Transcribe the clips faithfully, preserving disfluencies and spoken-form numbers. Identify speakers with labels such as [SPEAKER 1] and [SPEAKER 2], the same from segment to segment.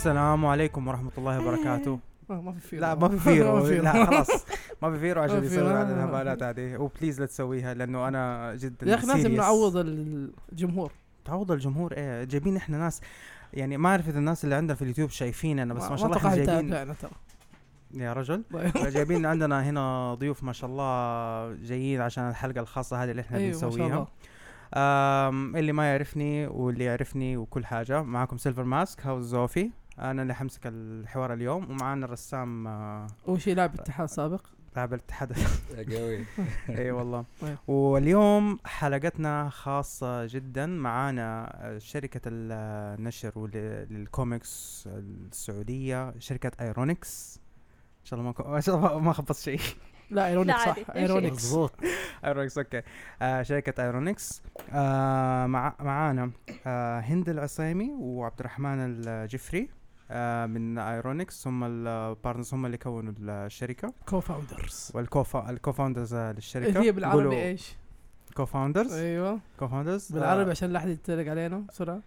[SPEAKER 1] السلام عليكم ورحمة الله وبركاته.
[SPEAKER 2] ما في فيرو.
[SPEAKER 1] لا ما في فيرو. لا خلاص ما في فيرو عشان يسوي على الهبالات هذه. وبليز لا تسويها لأنه أنا جدا
[SPEAKER 2] يا أخي لازم نعوض الجمهور.
[SPEAKER 1] تعوض الجمهور إيه؟ جايبين إحنا ناس يعني ما أعرف إذا الناس اللي عندنا في اليوتيوب شايفين أنا بس ما شاء الله إحنا جايبين يا رجل جايبين عندنا هنا ضيوف ما شاء الله جايين عشان الحلقة الخاصة هذه اللي إحنا
[SPEAKER 2] أيوة
[SPEAKER 1] بنسويها. اللي ما يعرفني واللي يعرفني وكل حاجة معكم سيلفر ماسك هاوس زوفي. أنا اللي حمسك الحوار اليوم ومعانا الرسام
[SPEAKER 2] أول شيء لاعب اتحاد سابق
[SPEAKER 1] لاعب الاتحاد
[SPEAKER 3] قوي.
[SPEAKER 1] اي والله. واليوم حلقتنا خاصة جدا معانا شركة النشر للكوميكس السعودية شركة ايرونكس. ان شاء الله ما شاء الله ما خبص شيء.
[SPEAKER 2] لا ايرونكس صح ايرونكس
[SPEAKER 1] مظبوط ايرونكس اوكي. آه شركة ايرونكس آه مع معانا آه هند العصيمي وعبد الرحمن الجفري آه من ايرونكس. هم البارتنرز هم اللي كونوا الشركة
[SPEAKER 2] كوفاوندرز
[SPEAKER 1] والكوفا الكوفاوندرز للشركة.
[SPEAKER 2] هي بالعربي ايش
[SPEAKER 1] كوفاوندرز؟
[SPEAKER 2] ايوه
[SPEAKER 1] كوفاوندرز
[SPEAKER 2] بالعربي آه. عشان لا احد يتريق علينا بسرعة.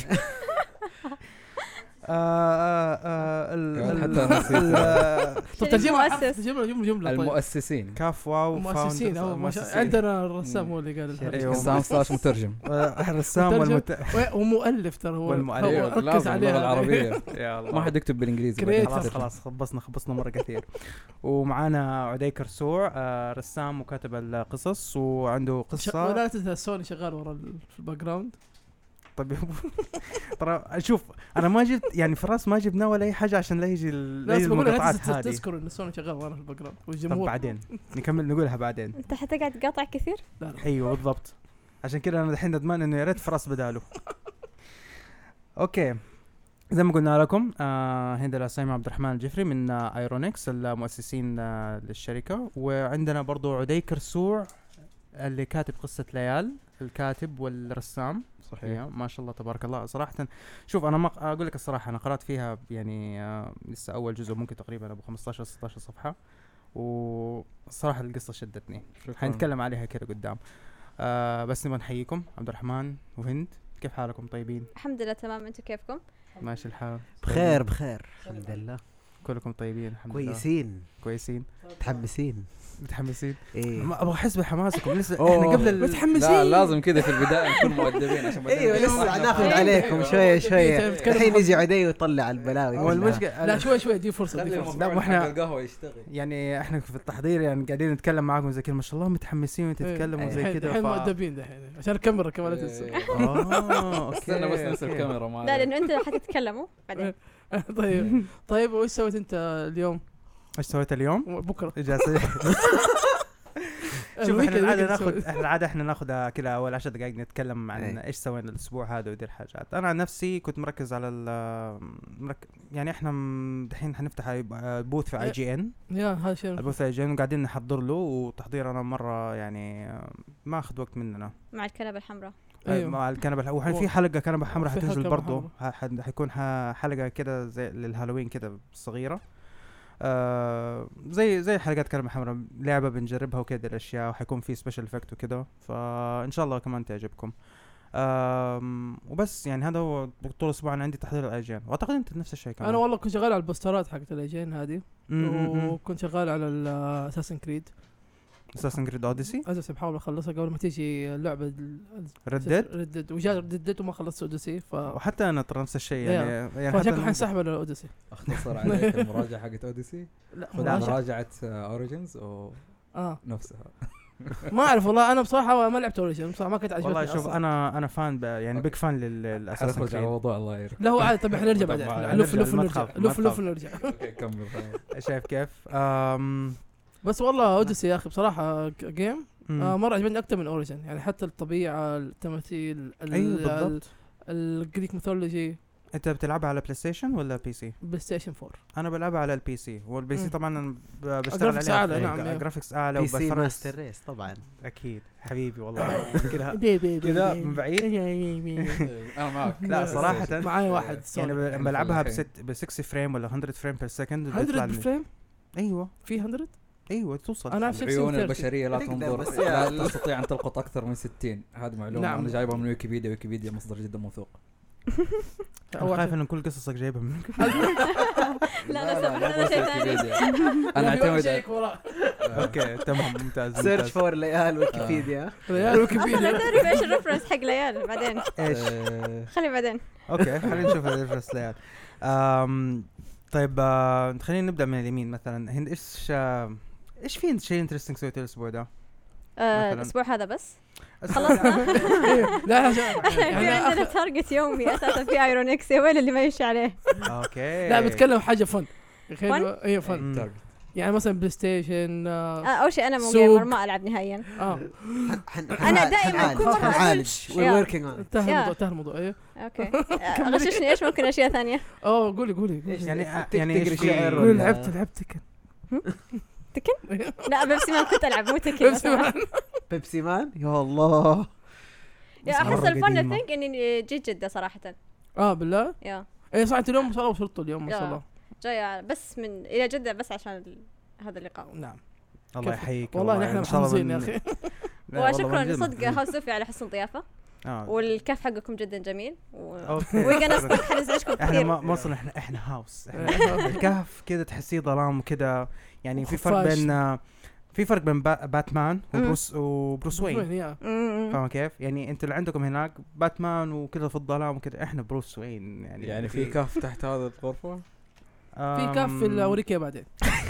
[SPEAKER 3] المؤسسين
[SPEAKER 1] كاف واو
[SPEAKER 2] المؤسسين عندنا الرسام هو اللي قال
[SPEAKER 3] الرسام صار مترجم
[SPEAKER 1] الرسام
[SPEAKER 2] ومؤلف ترى هو
[SPEAKER 3] المؤلف لازم اللغة العربية ما حد يكتب بالانجليزي.
[SPEAKER 1] خلاص خلاص خبصنا خبصنا مرة كثير. ومعانا عدي كرسوع رسام وكاتب القصص وعنده قصة
[SPEAKER 2] ولا تنسى سوني شغال ورا في الباك جراوند.
[SPEAKER 1] طيب ترى شوف انا ما جبت يعني فراس ما جبنا ولا اي حاجه عشان لا يجي المقاطعات هذه.
[SPEAKER 2] تذكر ان سوني شغال ورا في الباك جراوند والجمهور.
[SPEAKER 1] طب بعدين نكمل نقولها بعدين.
[SPEAKER 4] انت حتقعد تقاطع كثير؟
[SPEAKER 2] لا لا.
[SPEAKER 1] ايوه بالضبط عشان كده انا الحين ندمان انه يا ريت فراس بداله. اوكي زي ما قلنا لكم آه هند العصيمي عبد الرحمن الجفري من آه ايرونكس المؤسسين آه للشركه. وعندنا برضو عدي كرسوع اللي كاتب قصه ليال الكاتب والرسام. صحيح ما شاء الله تبارك الله. صراحة شوف أنا ما أقول لك الصراحة أنا قرأت فيها يعني آه لسه أول جزء ممكن تقريبا أبو خمستاشر ستاشر صفحة والصراحة القصة شدتني. حنتكلم عليها كده قدام. آه بس نبغى نحييكم عبد الرحمن وهند. كيف حالكم؟ طيبين؟
[SPEAKER 4] الحمد لله تمام. أنتوا كيفكم؟
[SPEAKER 1] ماشي الحال
[SPEAKER 5] بخير بخير الحمد لله
[SPEAKER 1] كلكم طيبين الحمد
[SPEAKER 5] لله كويسين
[SPEAKER 1] كويسين
[SPEAKER 5] متحمسين
[SPEAKER 1] متحمسين
[SPEAKER 5] إيه؟
[SPEAKER 1] ما ابغى احس بحماسكم لسه احنا قبل
[SPEAKER 2] متحمسين.
[SPEAKER 3] لا لازم كذا في البدايه نكون مؤدبين عشان بعدين
[SPEAKER 5] ايوه لسه ناخذ عليكم شويه شويه الحين يجي عدي ويطلع البلاوي.
[SPEAKER 1] والمشكله
[SPEAKER 2] لا شوي شوي دي فرصه دي فرصه.
[SPEAKER 1] لا واحنا
[SPEAKER 3] القهوه يشتغل
[SPEAKER 1] يعني احنا في التحضير يعني قاعدين نتكلم معاكم زي كذا ما شاء الله متحمسين وتتكلموا زي كذا.
[SPEAKER 2] الحين مؤدبين دحين عشان الكاميرا كمان لا تنسى.
[SPEAKER 1] اه
[SPEAKER 3] استنى بس ننسى الكاميرا معنا.
[SPEAKER 4] لا لانه انتوا حتتكلموا بعدين.
[SPEAKER 2] طيب طيب وايش سويت انت اليوم؟
[SPEAKER 1] ايش سويت اليوم؟
[SPEAKER 2] بكره
[SPEAKER 1] جالس شوف احنا العاده ناخذ احنا العاده احنا ناخذ كذا اول عشر دقائق نتكلم عن ايش سوينا الاسبوع هذا ودي الحاجات. انا عن نفسي كنت مركز على مرك... يعني احنا دحين حنفتح بوث في اي جي ان.
[SPEAKER 2] يا هذا شيء
[SPEAKER 1] البوث في اي جي ان وقاعدين نحضر له وتحضير انا مره يعني ما اخذ وقت مننا
[SPEAKER 4] مع الكنبه الحمراء.
[SPEAKER 1] أيوة. مع الكنبه الح... وحين في حلقه كنبه حمراء حتنزل برضه حيكون حلقه كده زي للهالوين كده صغيره آه زي زي حلقات كلمة حمراء لعبة بنجربها وكده الأشياء وحيكون في سبيشال إفكت وكده فإن شاء الله كمان تعجبكم. آه وبس يعني هذا هو طول أسبوع أنا عندي تحضير الأجين وأعتقد أنت نفس الشيء كمان.
[SPEAKER 2] أنا والله كنت شغال على البوسترات حقت الأجين هذه وكنت شغال على الأساسن كريد
[SPEAKER 1] أساسن كريد أوديسي.
[SPEAKER 2] أساسا بحاول أخلصها قبل ما تيجي اللعبة
[SPEAKER 1] ردد
[SPEAKER 2] ردد وجاء رددت وما خلصت أوديسي ف...
[SPEAKER 1] وحتى أنا ترى نفس الشيء يعني,
[SPEAKER 2] يعني فشكل حنسحب على الأوديسي.
[SPEAKER 3] اختصر عليك المراجعة حقت أوديسي.
[SPEAKER 2] لا
[SPEAKER 3] مراجعة أوريجينز أو
[SPEAKER 2] آه.
[SPEAKER 3] نفسها
[SPEAKER 2] ما أعرف والله أنا بصراحة ما لعبت أوريجين بصراحة ما كنت عجبتني
[SPEAKER 1] والله شوف أنا أنا فان يعني بيج فان للأساسن كريد.
[SPEAKER 3] الموضوع الله يعرف
[SPEAKER 2] لا هو عادي. طب إحنا نرجع بعدين لف لف نرجع لف لف نرجع.
[SPEAKER 3] أوكي كمل.
[SPEAKER 1] شايف كيف أم
[SPEAKER 2] بس والله أوديسي يا أخي بصراحة جيم آه مرة عجبني أكتر من أوريجين يعني حتى الطبيعة التماثيل
[SPEAKER 1] أيوة
[SPEAKER 2] الجريك ميثولوجي.
[SPEAKER 1] انت بتلعبها على بلاي ستيشن ولا بي سي؟
[SPEAKER 2] بلاي ستيشن فور.
[SPEAKER 1] انا بلعبها على البي سي والبي سي طبعا بشتغل
[SPEAKER 2] عليها اعلى. نعم
[SPEAKER 1] جرافيكس اعلى
[SPEAKER 5] بي سي ماستر ريس طبعا
[SPEAKER 1] اكيد حبيبي والله كذا
[SPEAKER 2] كذا
[SPEAKER 1] كذا من بعيد.
[SPEAKER 3] انا معك.
[SPEAKER 1] لا صراحه
[SPEAKER 2] معي واحد
[SPEAKER 1] يعني بلعبها بست ب ستين فريم ولا مية فريم بير سكند.
[SPEAKER 2] مية فريم
[SPEAKER 1] ايوه
[SPEAKER 2] في مية.
[SPEAKER 1] ايوه توصل.
[SPEAKER 2] انا في
[SPEAKER 3] عيون البشريه لا تنظر لا تستطيع ان تلقط اكثر من ستين. هذه معلومه نعم. انا جايبها من ويكيبيديا. ويكيبيديا مصدر جدا موثوق.
[SPEAKER 1] انا خايف ان كل قصصك جايبها منك.
[SPEAKER 4] لا لا هذا شيء ثاني.
[SPEAKER 3] انا اعتمد.
[SPEAKER 1] اوكي تمام ممتاز.
[SPEAKER 5] سيرش فور ليال ويكيبيديا.
[SPEAKER 2] ليال ويكيبيديا.
[SPEAKER 4] تعرف ايش الريفرنس حق ليال بعدين؟
[SPEAKER 1] ايش؟
[SPEAKER 4] خلي بعدين.
[SPEAKER 1] اوكي خلينا نشوف الريفرنس ليال. أم طيب آه خلينا نبدا من اليمين مثلا. هند ايش آه ايش في شيء انترستنج سويته الاسبوع ده؟
[SPEAKER 4] آه الاسبوع هذا بس خلصنا.
[SPEAKER 2] لا
[SPEAKER 4] احنا عندنا تارجت يومي اساسا في ايرونكس، يا ويل اللي ما يمشي عليه.
[SPEAKER 1] اوكي
[SPEAKER 2] لا بتكلم حاجه فن.
[SPEAKER 4] فن؟
[SPEAKER 2] اي فن يعني مثلا بلاي ستيشن.
[SPEAKER 4] آه اول شيء انا مو جيمر ما العب نهائيا.
[SPEAKER 2] اه
[SPEAKER 4] انا دائما كل مره
[SPEAKER 5] نعالج وي وركينج اون.
[SPEAKER 2] انتهى الموضوع انتهى الموضوع. ايوه
[SPEAKER 4] اوكي غششني ايش ممكن اشياء ثانيه.
[SPEAKER 2] اه قولي قولي
[SPEAKER 1] يعني
[SPEAKER 5] يعني
[SPEAKER 1] ايش
[SPEAKER 2] قولي. لعبت لعبت تكن
[SPEAKER 4] تكن؟ لا بيبسي مان كنت العب مو تكن.
[SPEAKER 2] بيبسي مان
[SPEAKER 5] بيبسي مان يا الله.
[SPEAKER 4] يا احس الفن ثينك اني جيت جده صراحه.
[SPEAKER 2] اه بالله
[SPEAKER 4] يا
[SPEAKER 2] اي صح. اليوم ما شاء الله وصلت اليوم ما شاء الله
[SPEAKER 4] جايه بس من الى جده بس عشان هذا اللقاء.
[SPEAKER 2] نعم
[SPEAKER 1] الله يحييك.
[SPEAKER 2] والله نحن محظوظين يا اخي.
[SPEAKER 4] وشكرا صدق هاوس صوفي على حسن ضيافه.
[SPEAKER 1] آه.
[SPEAKER 4] والكاف حقكم جدا جميل وقنا حنزعجكم كثير.
[SPEAKER 1] احنا ما وصلنا احنا احنا هاوس. احنا الكهف كذا تحسيه ظلام كذا يعني. في فرق بين في فرق بين باتمان وبروس وبروس وين. فاهم كيف يعني؟ انتوا اللي عندكم هناك باتمان وكذا في الظلام وكذا، احنا بروس وين يعني.
[SPEAKER 3] يعني في كهف تحت هذا الغرفه.
[SPEAKER 2] في كهف في الاوريكيا بعدين.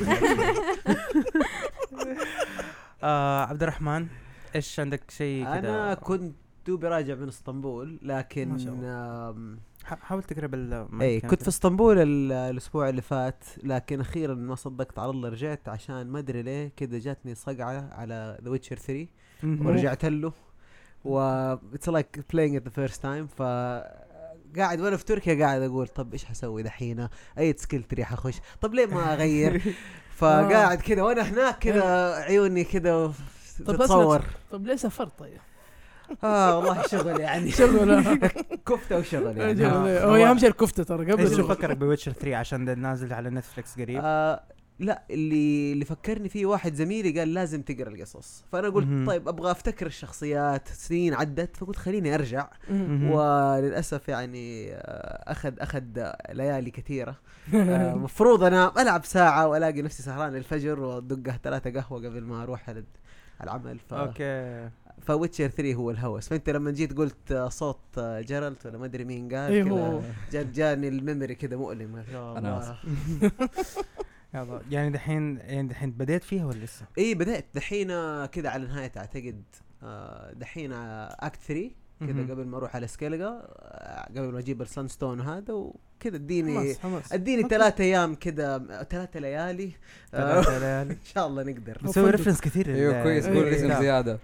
[SPEAKER 1] آه عبد الرحمن ايش عندك شيء كذا؟
[SPEAKER 5] انا كنت دوبي راجع من اسطنبول لكن
[SPEAKER 1] حاول تقرب ال
[SPEAKER 5] اي كنت في اسطنبول الاسبوع اللي فات، لكن اخيرا ما صدقت على الله رجعت عشان ما ادري ليه كذا جاتني صقعه على ذا ويتشر ثري ورجعت له و اتس لايك بلاينج ات ذا فيرست تايم. ف قاعد وانا في تركيا قاعد اقول طب ايش حسوي دحين؟ اي سكيل تري حخش، طب ليه ما اغير؟ فقاعد كذا وانا هناك كذا عيوني كذا تتصور.
[SPEAKER 2] طب ليه سافرت طيب؟
[SPEAKER 5] اه والله شغل يعني
[SPEAKER 2] شغل
[SPEAKER 5] كفته وشغل يعني.
[SPEAKER 2] هو اهم شيء الكفته ترى. قبل
[SPEAKER 1] شو فكرك بويتشر ثري عشان نازل على نتفليكس قريب؟
[SPEAKER 5] آه لا اللي اللي فكرني فيه واحد زميلي قال لازم تقرا القصص، فانا قلت م-م. طيب ابغى افتكر الشخصيات، سنين عدت فقلت خليني ارجع. م-م. وللاسف يعني اخذ اخذ ليالي كثيره. مفروض انا العب ساعه والاقي نفسي سهران للفجر وادق ثلاثه قهوه قبل ما اروح على العمل. ف
[SPEAKER 1] اوكي
[SPEAKER 5] فويتشر ثري هو الهوس. فانت لما جيت قلت صوت جيرالت ولا ما ادري مين قال
[SPEAKER 2] أيوه.
[SPEAKER 5] كذا جاني الميموري كذا مؤلم.
[SPEAKER 3] انا
[SPEAKER 1] يلا يعني دحين يعني دحين بديت فيها ولا لسه؟
[SPEAKER 5] اي بدأت دحين كذا على نهاية اعتقد دحين اكت ثري كذا قبل ما اروح على سكيلغا، قبل ما اجيب السانستون وهذا وكذا اديني اديني ثلاثة ايام كذا ثلاثة ليالي
[SPEAKER 1] ثلاثة ليالي
[SPEAKER 5] ان شاء الله نقدر
[SPEAKER 1] نسوي ريفرنس كثير.
[SPEAKER 3] ايوه كويس قول اسم زيادة.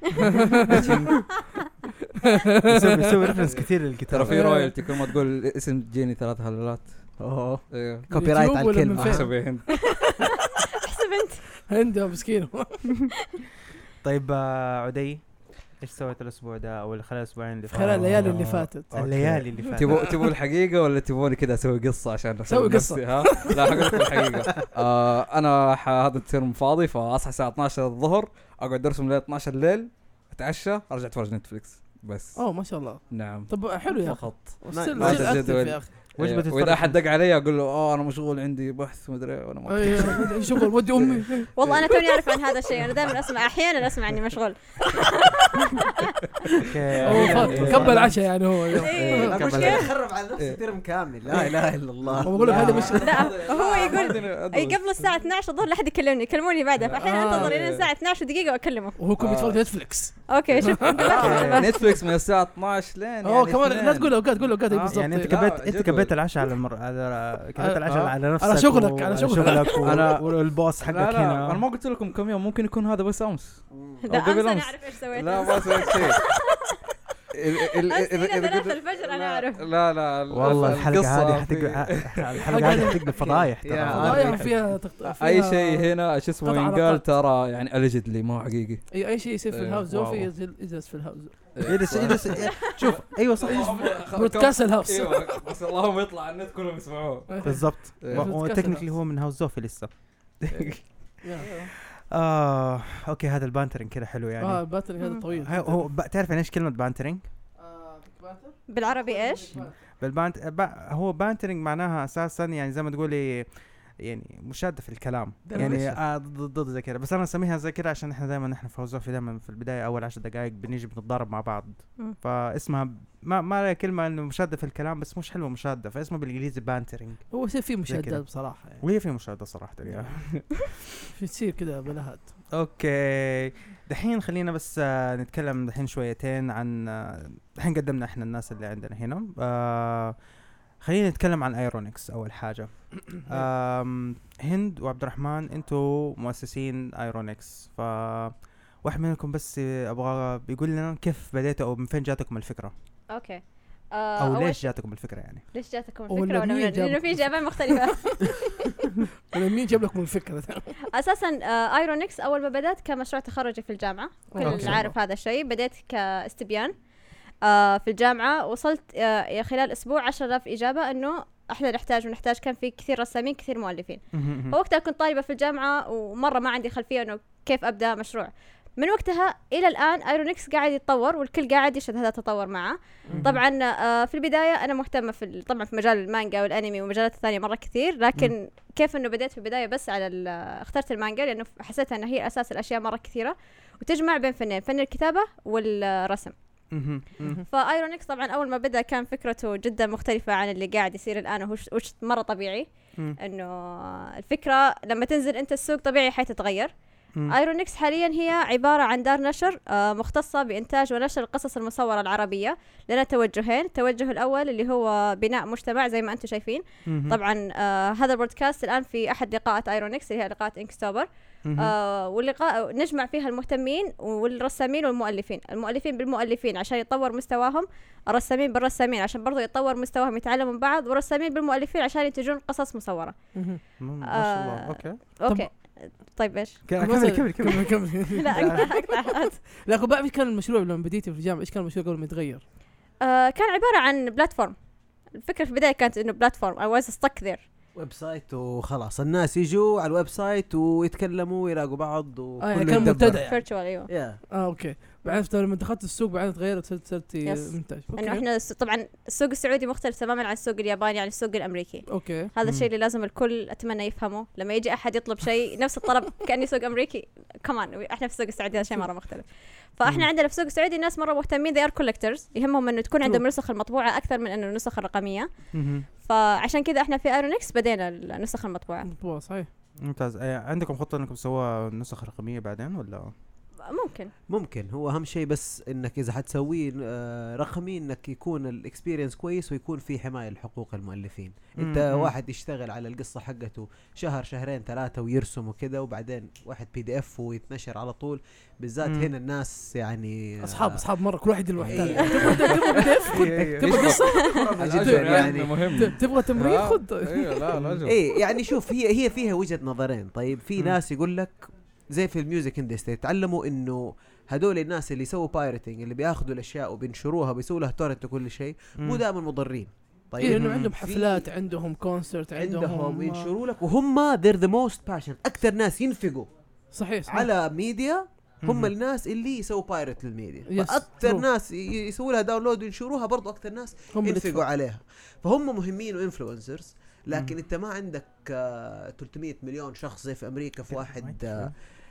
[SPEAKER 1] نسوي نسوي ريفرنس كثير للكتاب.
[SPEAKER 3] ترى في رويالتي كل ما تقول اسم جيني ثلاث هلالات.
[SPEAKER 5] اوه
[SPEAKER 3] ايوه
[SPEAKER 5] كوبي رايت على الكلمة.
[SPEAKER 3] حسب هند
[SPEAKER 4] حسب انت
[SPEAKER 2] هند مسكين.
[SPEAKER 1] طيب عدي ايش سويت الاسبوع ده او خلال الاسبوعين اللي فاتوا؟
[SPEAKER 2] خلال الليالي اللي فاتت.
[SPEAKER 1] الليالي اللي فاتت
[SPEAKER 3] تبوا تبوا الحقيقه ولا تبوني كذا اسوي قصه عشان
[SPEAKER 2] اسوي قصه؟
[SPEAKER 3] ها لا حقول لكم الحقيقه. آه انا هذا الترم فاضي فاصحى الساعه اثناشر الظهر اقعد ارسم لغايه اثناشر الليل، اتعشى ارجع اتفرج نتفليكس بس.
[SPEAKER 2] اوه ما شاء الله.
[SPEAKER 3] نعم
[SPEAKER 2] طب حلو يا
[SPEAKER 3] فقط.
[SPEAKER 2] يا اخي
[SPEAKER 1] وجبة.
[SPEAKER 3] واذا احد دق علي اقول له اه انا مشغول عندي بحث مدري وانا ما
[SPEAKER 2] ايوه شغل ودي امي.
[SPEAKER 4] والله انا توني اعرف عن هذا الشيء، انا دائما اسمع احيانا اسمع اني مشغول.
[SPEAKER 2] اوكي قبل العشاء يعني هو
[SPEAKER 5] قبل يخرب على نفسه ترم كامل. لا اله الا الله.
[SPEAKER 2] بقول لك هذا مش
[SPEAKER 4] لا هو يقول اي قبل الساعه اثناشر الظهر لا احد يكلمني يكلموني بعدها، فاحيانا انتظر الى الساعه اثناشر دقيقه واكلمه
[SPEAKER 2] وهو يكون بيتفرج نتفليكس.
[SPEAKER 4] اوكي شوف
[SPEAKER 3] نتفليكس من الساعه اثناشر لين
[SPEAKER 2] اوه كمان لا تقول اوقات تقول اوقات بالضبط.
[SPEAKER 1] يعني انت كبيت انت كبيت العشاء على المر كبيت العشاء على نفسك
[SPEAKER 2] على شغلك على شغلك
[SPEAKER 1] انا والبوس حقك هنا.
[SPEAKER 3] انا ما قلت لكم كم يوم ممكن يكون هذا بس امس.
[SPEAKER 4] لا امس انا اعرف ايش سويت.
[SPEAKER 3] لا ما سويت شيء.
[SPEAKER 4] إذا ثلاثة الفجر أنا أعرف.
[SPEAKER 3] لا لا
[SPEAKER 1] والله الحلقة هذه حتقلب الحلقة هذه حتقلب فضايح ترى.
[SPEAKER 2] فضايح فيها
[SPEAKER 3] أي شيء هنا شو اسمه ينقال ترى يعني allegedly ما هو حقيقي.
[SPEAKER 2] أي أي شيء يصير في الهاوس زوفي يجلس في الهاوس.
[SPEAKER 1] يجلس يجلس شوف أيوة صح
[SPEAKER 2] بودكاست الهاوس.
[SPEAKER 3] أيوة بس اللهم يطلع على النت كلهم يسمعوه.
[SPEAKER 1] بالضبط. وتكنيكلي هو من هاوس زوفي لسه. آه أوكي هذا البانترينج كده حلو يعني.
[SPEAKER 2] آه البانترينج هذا طويل.
[SPEAKER 1] هو تعرف إيش كلمة بانترينج؟
[SPEAKER 4] بالعربي ايش؟
[SPEAKER 1] بالبانت با... هو بانترنج معناها اساسا يعني زي ما تقولي يعني مشادة في الكلام يعني آه ضد ضد زي كده، بس انا اسميها زي كده عشان احنا دائما احنا في وظيفه دائما في البدايه اول عشر دقائق بنيجي بنتضارب مع بعض
[SPEAKER 4] م.
[SPEAKER 1] فاسمها ما ما لها كلمه انه مشادة في الكلام بس مش حلوه مشادة، فاسمه بالانجليزي بانترنج.
[SPEAKER 2] هو يصير فيه
[SPEAKER 1] كده.
[SPEAKER 2] مشادات بصراحه يعني.
[SPEAKER 1] وهي في مشادة صراحه يعني
[SPEAKER 2] في تصير كده بلهات.
[SPEAKER 1] اوكي دحين خلينا بس آه نتكلم دحين شويتين عن آه دحين قدمنا احنا الناس اللي عندنا هنا. آه خلينا نتكلم عن ايرونكس اول حاجه. هند وعبد الرحمن انتوا مؤسسين ايرونكس، ف واحد منكم بس ابغى بيقول لنا كيف بديتوا او من فين جاتكم الفكره
[SPEAKER 4] اوكي
[SPEAKER 1] آه او ليش جاتكم الفكره يعني
[SPEAKER 4] ليش جاتكم
[SPEAKER 2] ولا
[SPEAKER 4] الفكره ولا
[SPEAKER 2] مين
[SPEAKER 4] لانه
[SPEAKER 2] جابكم؟
[SPEAKER 4] في اجابات مختلفه.
[SPEAKER 2] ولا مين جاب لكم الفكره؟
[SPEAKER 4] اساسا آه ايرونكس اول ما بدات كمشروع تخرجي في الجامعه، كل
[SPEAKER 1] أوكي.
[SPEAKER 4] عارف هذا الشيء. بديت كاستبيان آه في الجامعه، وصلت آه خلال اسبوع عشرة آلاف اجابه انه احنا نحتاج ونحتاج. كان في كثير رسامين كثير مؤلفين. فوقتها كنت طالبه في الجامعه ومره ما عندي خلفيه انه كيف ابدا مشروع. من وقتها الى الان ايرونكس قاعد يتطور والكل قاعد يشهد هذا التطور معه. طبعا آه في البدايه انا مهتمه في طبعا في مجال المانجا والانمي ومجالات الثانيه مره كثير، لكن كيف انه بديت في البدايه بس على اخترت المانجا لانه حسيت انها هي اساس الاشياء مره كثيره وتجمع بين فنين، فن الكتابه والرسم. فايرونكس طبعا اول ما بدا كان فكرته جدا مختلفه عن اللي قاعد يصير الان، وهو وش مره طبيعي انه الفكره لما تنزل انت السوق طبيعي حتتغير. ايرونكس حاليا هي عباره عن دار نشر آه مختصه بانتاج ونشر القصص المصوره العربيه. لنا توجهين، التوجه الاول اللي هو بناء مجتمع زي ما انتم شايفين. طبعا آه هذا البودكاست الان في احد لقاءات ايرونكس اللي هي لقاءات انكستوبر، آه واللقاء نجمع فيها المهتمين والرسامين والمؤلفين. المؤلفين بالمؤلفين عشان يتطور مستواهم، الرسامين بالرسامين عشان برضو يتطور مستواهم يتعلموا من بعض، والرسامين بالمؤلفين عشان ينتجون قصص مصوره.
[SPEAKER 1] ما شاء الله. اوكي
[SPEAKER 4] اوكي طيب ايش؟
[SPEAKER 1] كمل كمل كمل
[SPEAKER 2] كمل.
[SPEAKER 4] لا اقطع اقطع.
[SPEAKER 2] لا بعد ايش كان المشروع لما بديتي في الجامعه؟ ايش كان المشروع قبل ما يتغير؟
[SPEAKER 4] آه كان عباره عن بلاتفورم. الفكره في البدايه كانت انه بلاتفورم I was stuck there.
[SPEAKER 5] ويب سايت وخلاص الناس يجوا على الويب سايت ويتكلموا ويلاقوا بعض وكله
[SPEAKER 2] آه كان مبتدع
[SPEAKER 4] فيرتشوال. ايوه
[SPEAKER 5] yeah.
[SPEAKER 2] اه اوكي. بعدين لما دخلت السوق بعدين تغيرت صرت صرتي منتج.
[SPEAKER 4] انه احنا طبعا السوق السعودي مختلف تماما عن السوق الياباني عن السوق الامريكي.
[SPEAKER 2] اوكي.
[SPEAKER 4] هذا الشيء اللي لازم الكل اتمنى يفهمه. لما يجي احد يطلب شيء نفس الطلب كاني سوق امريكي، كمان احنا في السوق السعودي هذا شيء مره مختلف. فاحنا عندنا في السوق السعودي الناس مره مهتمين they are collectors، يهمهم انه تكون عندهم النسخ المطبوعه اكثر من انه النسخ الرقميه. فعشان كذا احنا في ايرونكس بدينا النسخ المطبوعه.
[SPEAKER 2] مطبوعه صحيح.
[SPEAKER 1] ممتاز. عندكم خطه انكم تسووا نسخ رقميه بعدين ولا؟
[SPEAKER 4] ممكن
[SPEAKER 5] ممكن هو اهم شيء بس انك اذا حتسويه آه رقمي انك يكون الاكسبيرينس كويس ويكون في حمايه لحقوق المؤلفين. انت
[SPEAKER 1] مم.
[SPEAKER 5] واحد يشتغل على القصه حقته شهر شهرين ثلاثه ويرسم وكذا وبعدين واحد بي دي اف ويتنشر على طول، بالذات
[SPEAKER 1] مم.
[SPEAKER 5] هنا الناس يعني
[SPEAKER 2] اصحاب
[SPEAKER 5] آه
[SPEAKER 2] اصحاب مره كل واحد الوحده.
[SPEAKER 5] إيه.
[SPEAKER 2] تبغى بي دي اف خذ، تبغى قصه
[SPEAKER 3] الأجر يعني
[SPEAKER 5] يعني
[SPEAKER 3] مهم.
[SPEAKER 2] تبغى تمرين خذ.
[SPEAKER 3] ايوه لا الأجر.
[SPEAKER 5] ايه يعني شوف هي هي فيها وجهه نظرين. طيب في
[SPEAKER 1] مم.
[SPEAKER 5] ناس يقول لك زي في الميوزك اندستري تعلموا انه هدول الناس اللي يسووا بايرتنج اللي بياخذوا الاشياء وبينشروها بيسووا لها تورنت وكل شيء مو دائما مضرين.
[SPEAKER 2] طيب إيه انه
[SPEAKER 1] مم.
[SPEAKER 2] عندهم حفلات عندهم كونسرت عندهم,
[SPEAKER 5] عندهم ينشروا لك وهم they're the most passionate اكثر ناس ينفقوا
[SPEAKER 2] صحيح, صحيح.
[SPEAKER 5] على ميديا هم
[SPEAKER 1] مم.
[SPEAKER 5] الناس اللي يسووا بايرت للميديا.
[SPEAKER 2] Yes,
[SPEAKER 5] اكثر
[SPEAKER 2] true.
[SPEAKER 5] ناس ي- يسووا لها داونلود وينشروها برضو اكثر ناس
[SPEAKER 2] هم
[SPEAKER 5] ينفقوا عليها. فهم مهمين وانفلونسرز، لكن انت ما عندك آه ثلاثمية مليون شخص زي في امريكا في واحد آه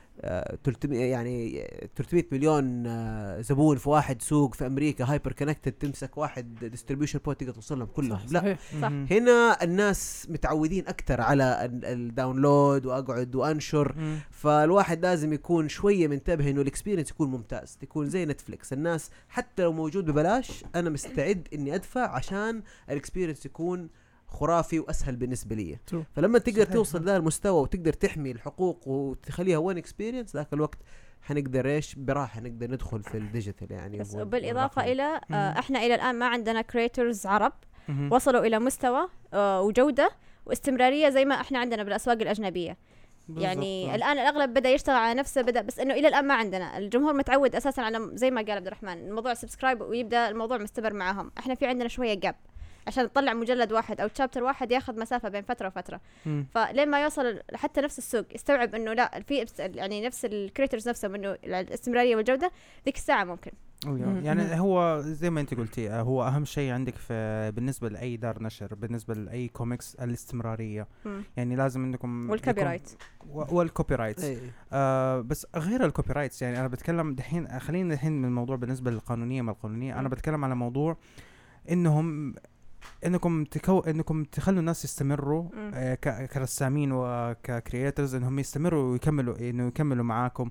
[SPEAKER 5] آه ثلاثمية يعني ثلاثمية مليون آه زبون في واحد سوق في امريكا هايبر كونكتد تمسك واحد ديستريبيوشن بوينت تقدر توصل لهم كلهم. لا
[SPEAKER 2] صحيح.
[SPEAKER 4] صح.
[SPEAKER 5] هنا الناس متعودين اكثر على ال- الداونلود واقعد وانشر. فالواحد لازم يكون شويه منتبه انه الاكسبيرينس يكون ممتاز، تكون زي نتفليكس. الناس حتى لو موجود ببلاش انا مستعد اني ادفع عشان الاكسبيرينس يكون خرافي واسهل بالنسبه لي.
[SPEAKER 2] True.
[SPEAKER 5] فلما تقدر
[SPEAKER 1] صحيح.
[SPEAKER 5] توصل لهذا المستوى وتقدر تحمي الحقوق وتخليها وين اكسبيرينس، ذاك الوقت حنقدر ايش براحه نقدر ندخل في الديجيتال يعني.
[SPEAKER 4] بس
[SPEAKER 5] وال-
[SPEAKER 4] بالاضافه
[SPEAKER 5] والرقمي.
[SPEAKER 4] الى
[SPEAKER 1] مم.
[SPEAKER 4] آه احنا الى الان ما عندنا كريتورز عرب
[SPEAKER 1] مم.
[SPEAKER 4] وصلوا الى مستوى آه وجوده واستمراريه زي ما احنا عندنا بالاسواق الاجنبيه. يعني
[SPEAKER 1] بالضبط.
[SPEAKER 4] الان الاغلب بدا يشتغل على نفسه بدا، بس انه الى الان ما عندنا. الجمهور متعود اساسا على زي ما قال عبد الرحمن الموضوع سبسكرايب ويبدا الموضوع مستمر معاهم. احنا في عندنا شويه جاب عشان نطلع مجلد واحد او تشابتر واحد ياخذ مسافه بين فتره وفتره.
[SPEAKER 1] مم.
[SPEAKER 4] فلين ما يوصل حتى نفس السوق يستوعب انه لا في يعني نفس الكريتورز نفسهم انه الاستمراريه والجوده ذيك الساعه ممكن
[SPEAKER 1] يعني هو زي ما انت قلتي هو اهم شيء عندك في بالنسبه لاي دار نشر، بالنسبه لاي كوميكس الاستمراريه.
[SPEAKER 4] مم.
[SPEAKER 1] يعني لازم عندكم
[SPEAKER 4] والكوبي رايت
[SPEAKER 1] والكوبي رايت آه بس غير الكوبي رايتس، يعني انا بتكلم دحين، خلينا دحين من الموضوع بالنسبه للقانونيه ما القانونيه. انا بتكلم على موضوع انهم انكم تكو انكم تخلوا الناس يستمروا آه كرسامين وككرييترز، انهم يستمروا ويكملوا انه يكملوا معاكم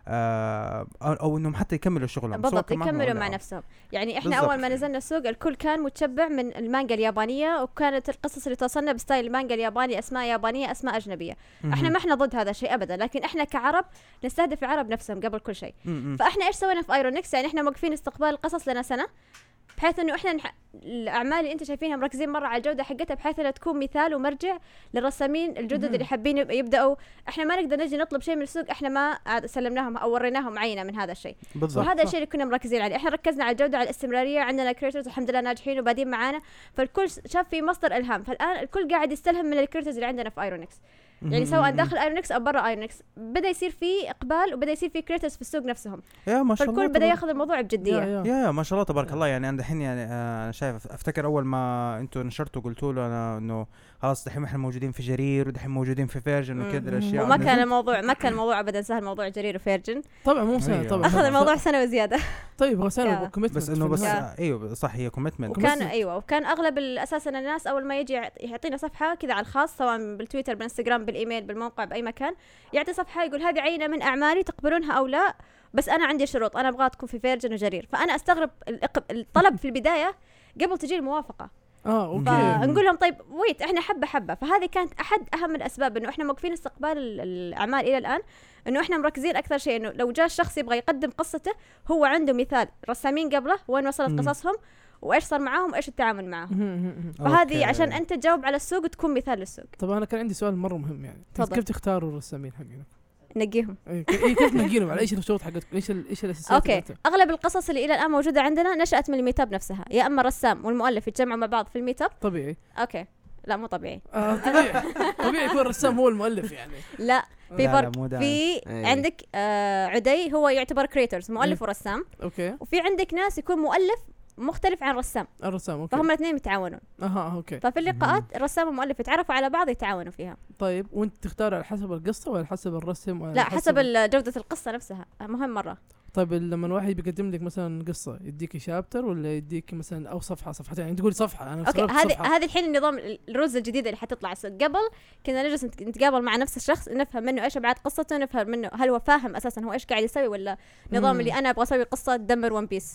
[SPEAKER 1] آه او انهم حتى يكملوا شغلهم
[SPEAKER 4] بالضبط، يكملوا مع نفسهم. يعني احنا بالضبط. اول ما نزلنا السوق الكل كان متشبع من المانجا اليابانيه، وكانت القصص اللي توصلنا بستايل المانجا الياباني، اسماء يابانيه اسماء اجنبيه. م-م. احنا ما احنا ضد هذا الشيء ابدا، لكن احنا كعرب نستهدف العرب نفسهم قبل كل شيء. م-م. فاحنا ايش سوينا في ايرونكس؟ يعني احنا موقفين استقبال القصص لنا سنه، بحيث انه احنا نح... الاعمال اللي انت شايفينها مركزين مره على الجوده حقتها، بحيث انها تكون مثال ومرجع للرسامين الجدد اللي حابين يبداوا. احنا ما نقدر نجي نطلب شيء من السوق احنا ما سلمناهم او وريناهم عينه من هذا الشيء. وهذا الشيء اللي كنا مركزين عليه. احنا ركزنا على الجوده، على الاستمراريه. عندنا كريترز الحمد لله ناجحين وبادين معانا، فالكل شاف في مصدر الهام. فالان الكل قاعد يستلهم من الكريترز اللي عندنا في ايرونكس، يعني سواء داخل ايرونكس او برا ايرونكس بدا يصير في اقبال وبدا يصير في كريترز في السوق نفسهم.
[SPEAKER 1] يا ما شاء الله،
[SPEAKER 4] فالكل بدا ياخذ الموضوع بجديه.
[SPEAKER 1] يا, يا, يا ما شاء الله تبارك الله. يعني انا الحين يعني انا آه شايف افتكر اول ما انتوا نشرتوا قلتوا له انا انه خلاص دحين احنا موجودين في جرير ودحين موجودين في فيرجن وكذا الاشياء.
[SPEAKER 4] وما كان الموضوع ما كان الموضوع ابدا سهل، موضوع جرير وفيرجن
[SPEAKER 2] طبعا مو سهل طبعا،
[SPEAKER 4] اخذ الموضوع سنه وزياده.
[SPEAKER 2] طيب سنه كوميتمنت
[SPEAKER 1] بس انه بس ايوه صح هي كوميتمنت.
[SPEAKER 4] وكان ايوه وكان اغلب اساسا الناس اول ما يجي يعطينا صفحه كذا على الخاص، سواء بالتويتر بالانستغرام بالايميل بالموقع باي مكان، يعطي صفحه يقول هذه عينه من اعمالي تقبلونها او لا، بس انا عندي شروط، انا ابغى تكون في فيرجن وجرير. فانا استغرب الطلب في البدايه قبل تجي الموافقه.
[SPEAKER 2] اه اوكي.
[SPEAKER 4] فنقول لهم طيب ويت احنا حبه حبه. فهذه كانت احد اهم الاسباب انه احنا موقفين استقبال الاعمال الى الان، انه احنا مركزين اكثر شيء انه لو جاء الشخص يبغى يقدم قصته هو عنده مثال رسامين قبله وين وصلت قصصهم وايش صار معاهم وايش التعامل معهم. فهذه عشان انت تجاوب على السوق وتكون مثال للسوق.
[SPEAKER 2] طب انا كان عندي سؤال مره مهم، يعني
[SPEAKER 4] طبعا.
[SPEAKER 2] كيف تختاروا الرسامين حقينك؟
[SPEAKER 4] نقيهم.
[SPEAKER 2] ايه كيف نقيهم؟ على ايش الشروط حقتك؟ ايش ايش الاساسيات؟
[SPEAKER 4] اوكي، اغلب القصص اللي الى الان موجوده عندنا نشات من الميتاب نفسها، يا اما الرسام والمؤلف يتجمعوا مع بعض في الميتاب.
[SPEAKER 2] طبيعي.
[SPEAKER 4] اوكي لا مو طبيعي.
[SPEAKER 2] آه طبيعي. طبيعي يكون الرسام هو المؤلف يعني.
[SPEAKER 4] لا في فرق. في عندك آه عدي هو يعتبر كريترز مؤلف ورسام.
[SPEAKER 2] اوكي.
[SPEAKER 4] وفي عندك ناس يكون مؤلف مختلف عن الرسام.
[SPEAKER 2] الرسام اوكي.
[SPEAKER 4] فهم الاثنين يتعاونون.
[SPEAKER 2] اها اوكي.
[SPEAKER 4] ففي اللقاءات الرسام والمؤلف يتعرفوا على بعض يتعاونوا فيها.
[SPEAKER 2] طيب وانت تختار على حسب القصه ولا حسب الرسم ولا
[SPEAKER 4] لا حسب, حسب جوده القصه نفسها، مهم مره.
[SPEAKER 2] طيب لما الواحد بيقدم لك مثلا قصه يديك شابتر ولا يديك مثلا او صفحه صفحتين، يعني تقول صفحه انا
[SPEAKER 4] اوكي. هذه هذه الحين النظام الرز الجديد اللي حتطلع السوق. قبل كنا نجلس نتقابل مع نفس الشخص نفهم منه ايش ابعاد قصته، نفهم منه هل هو فاهم اساسا هو ايش قاعد يسوي ولا نظام اللي انا ابغى اسوي قصه تدمر ون بيس.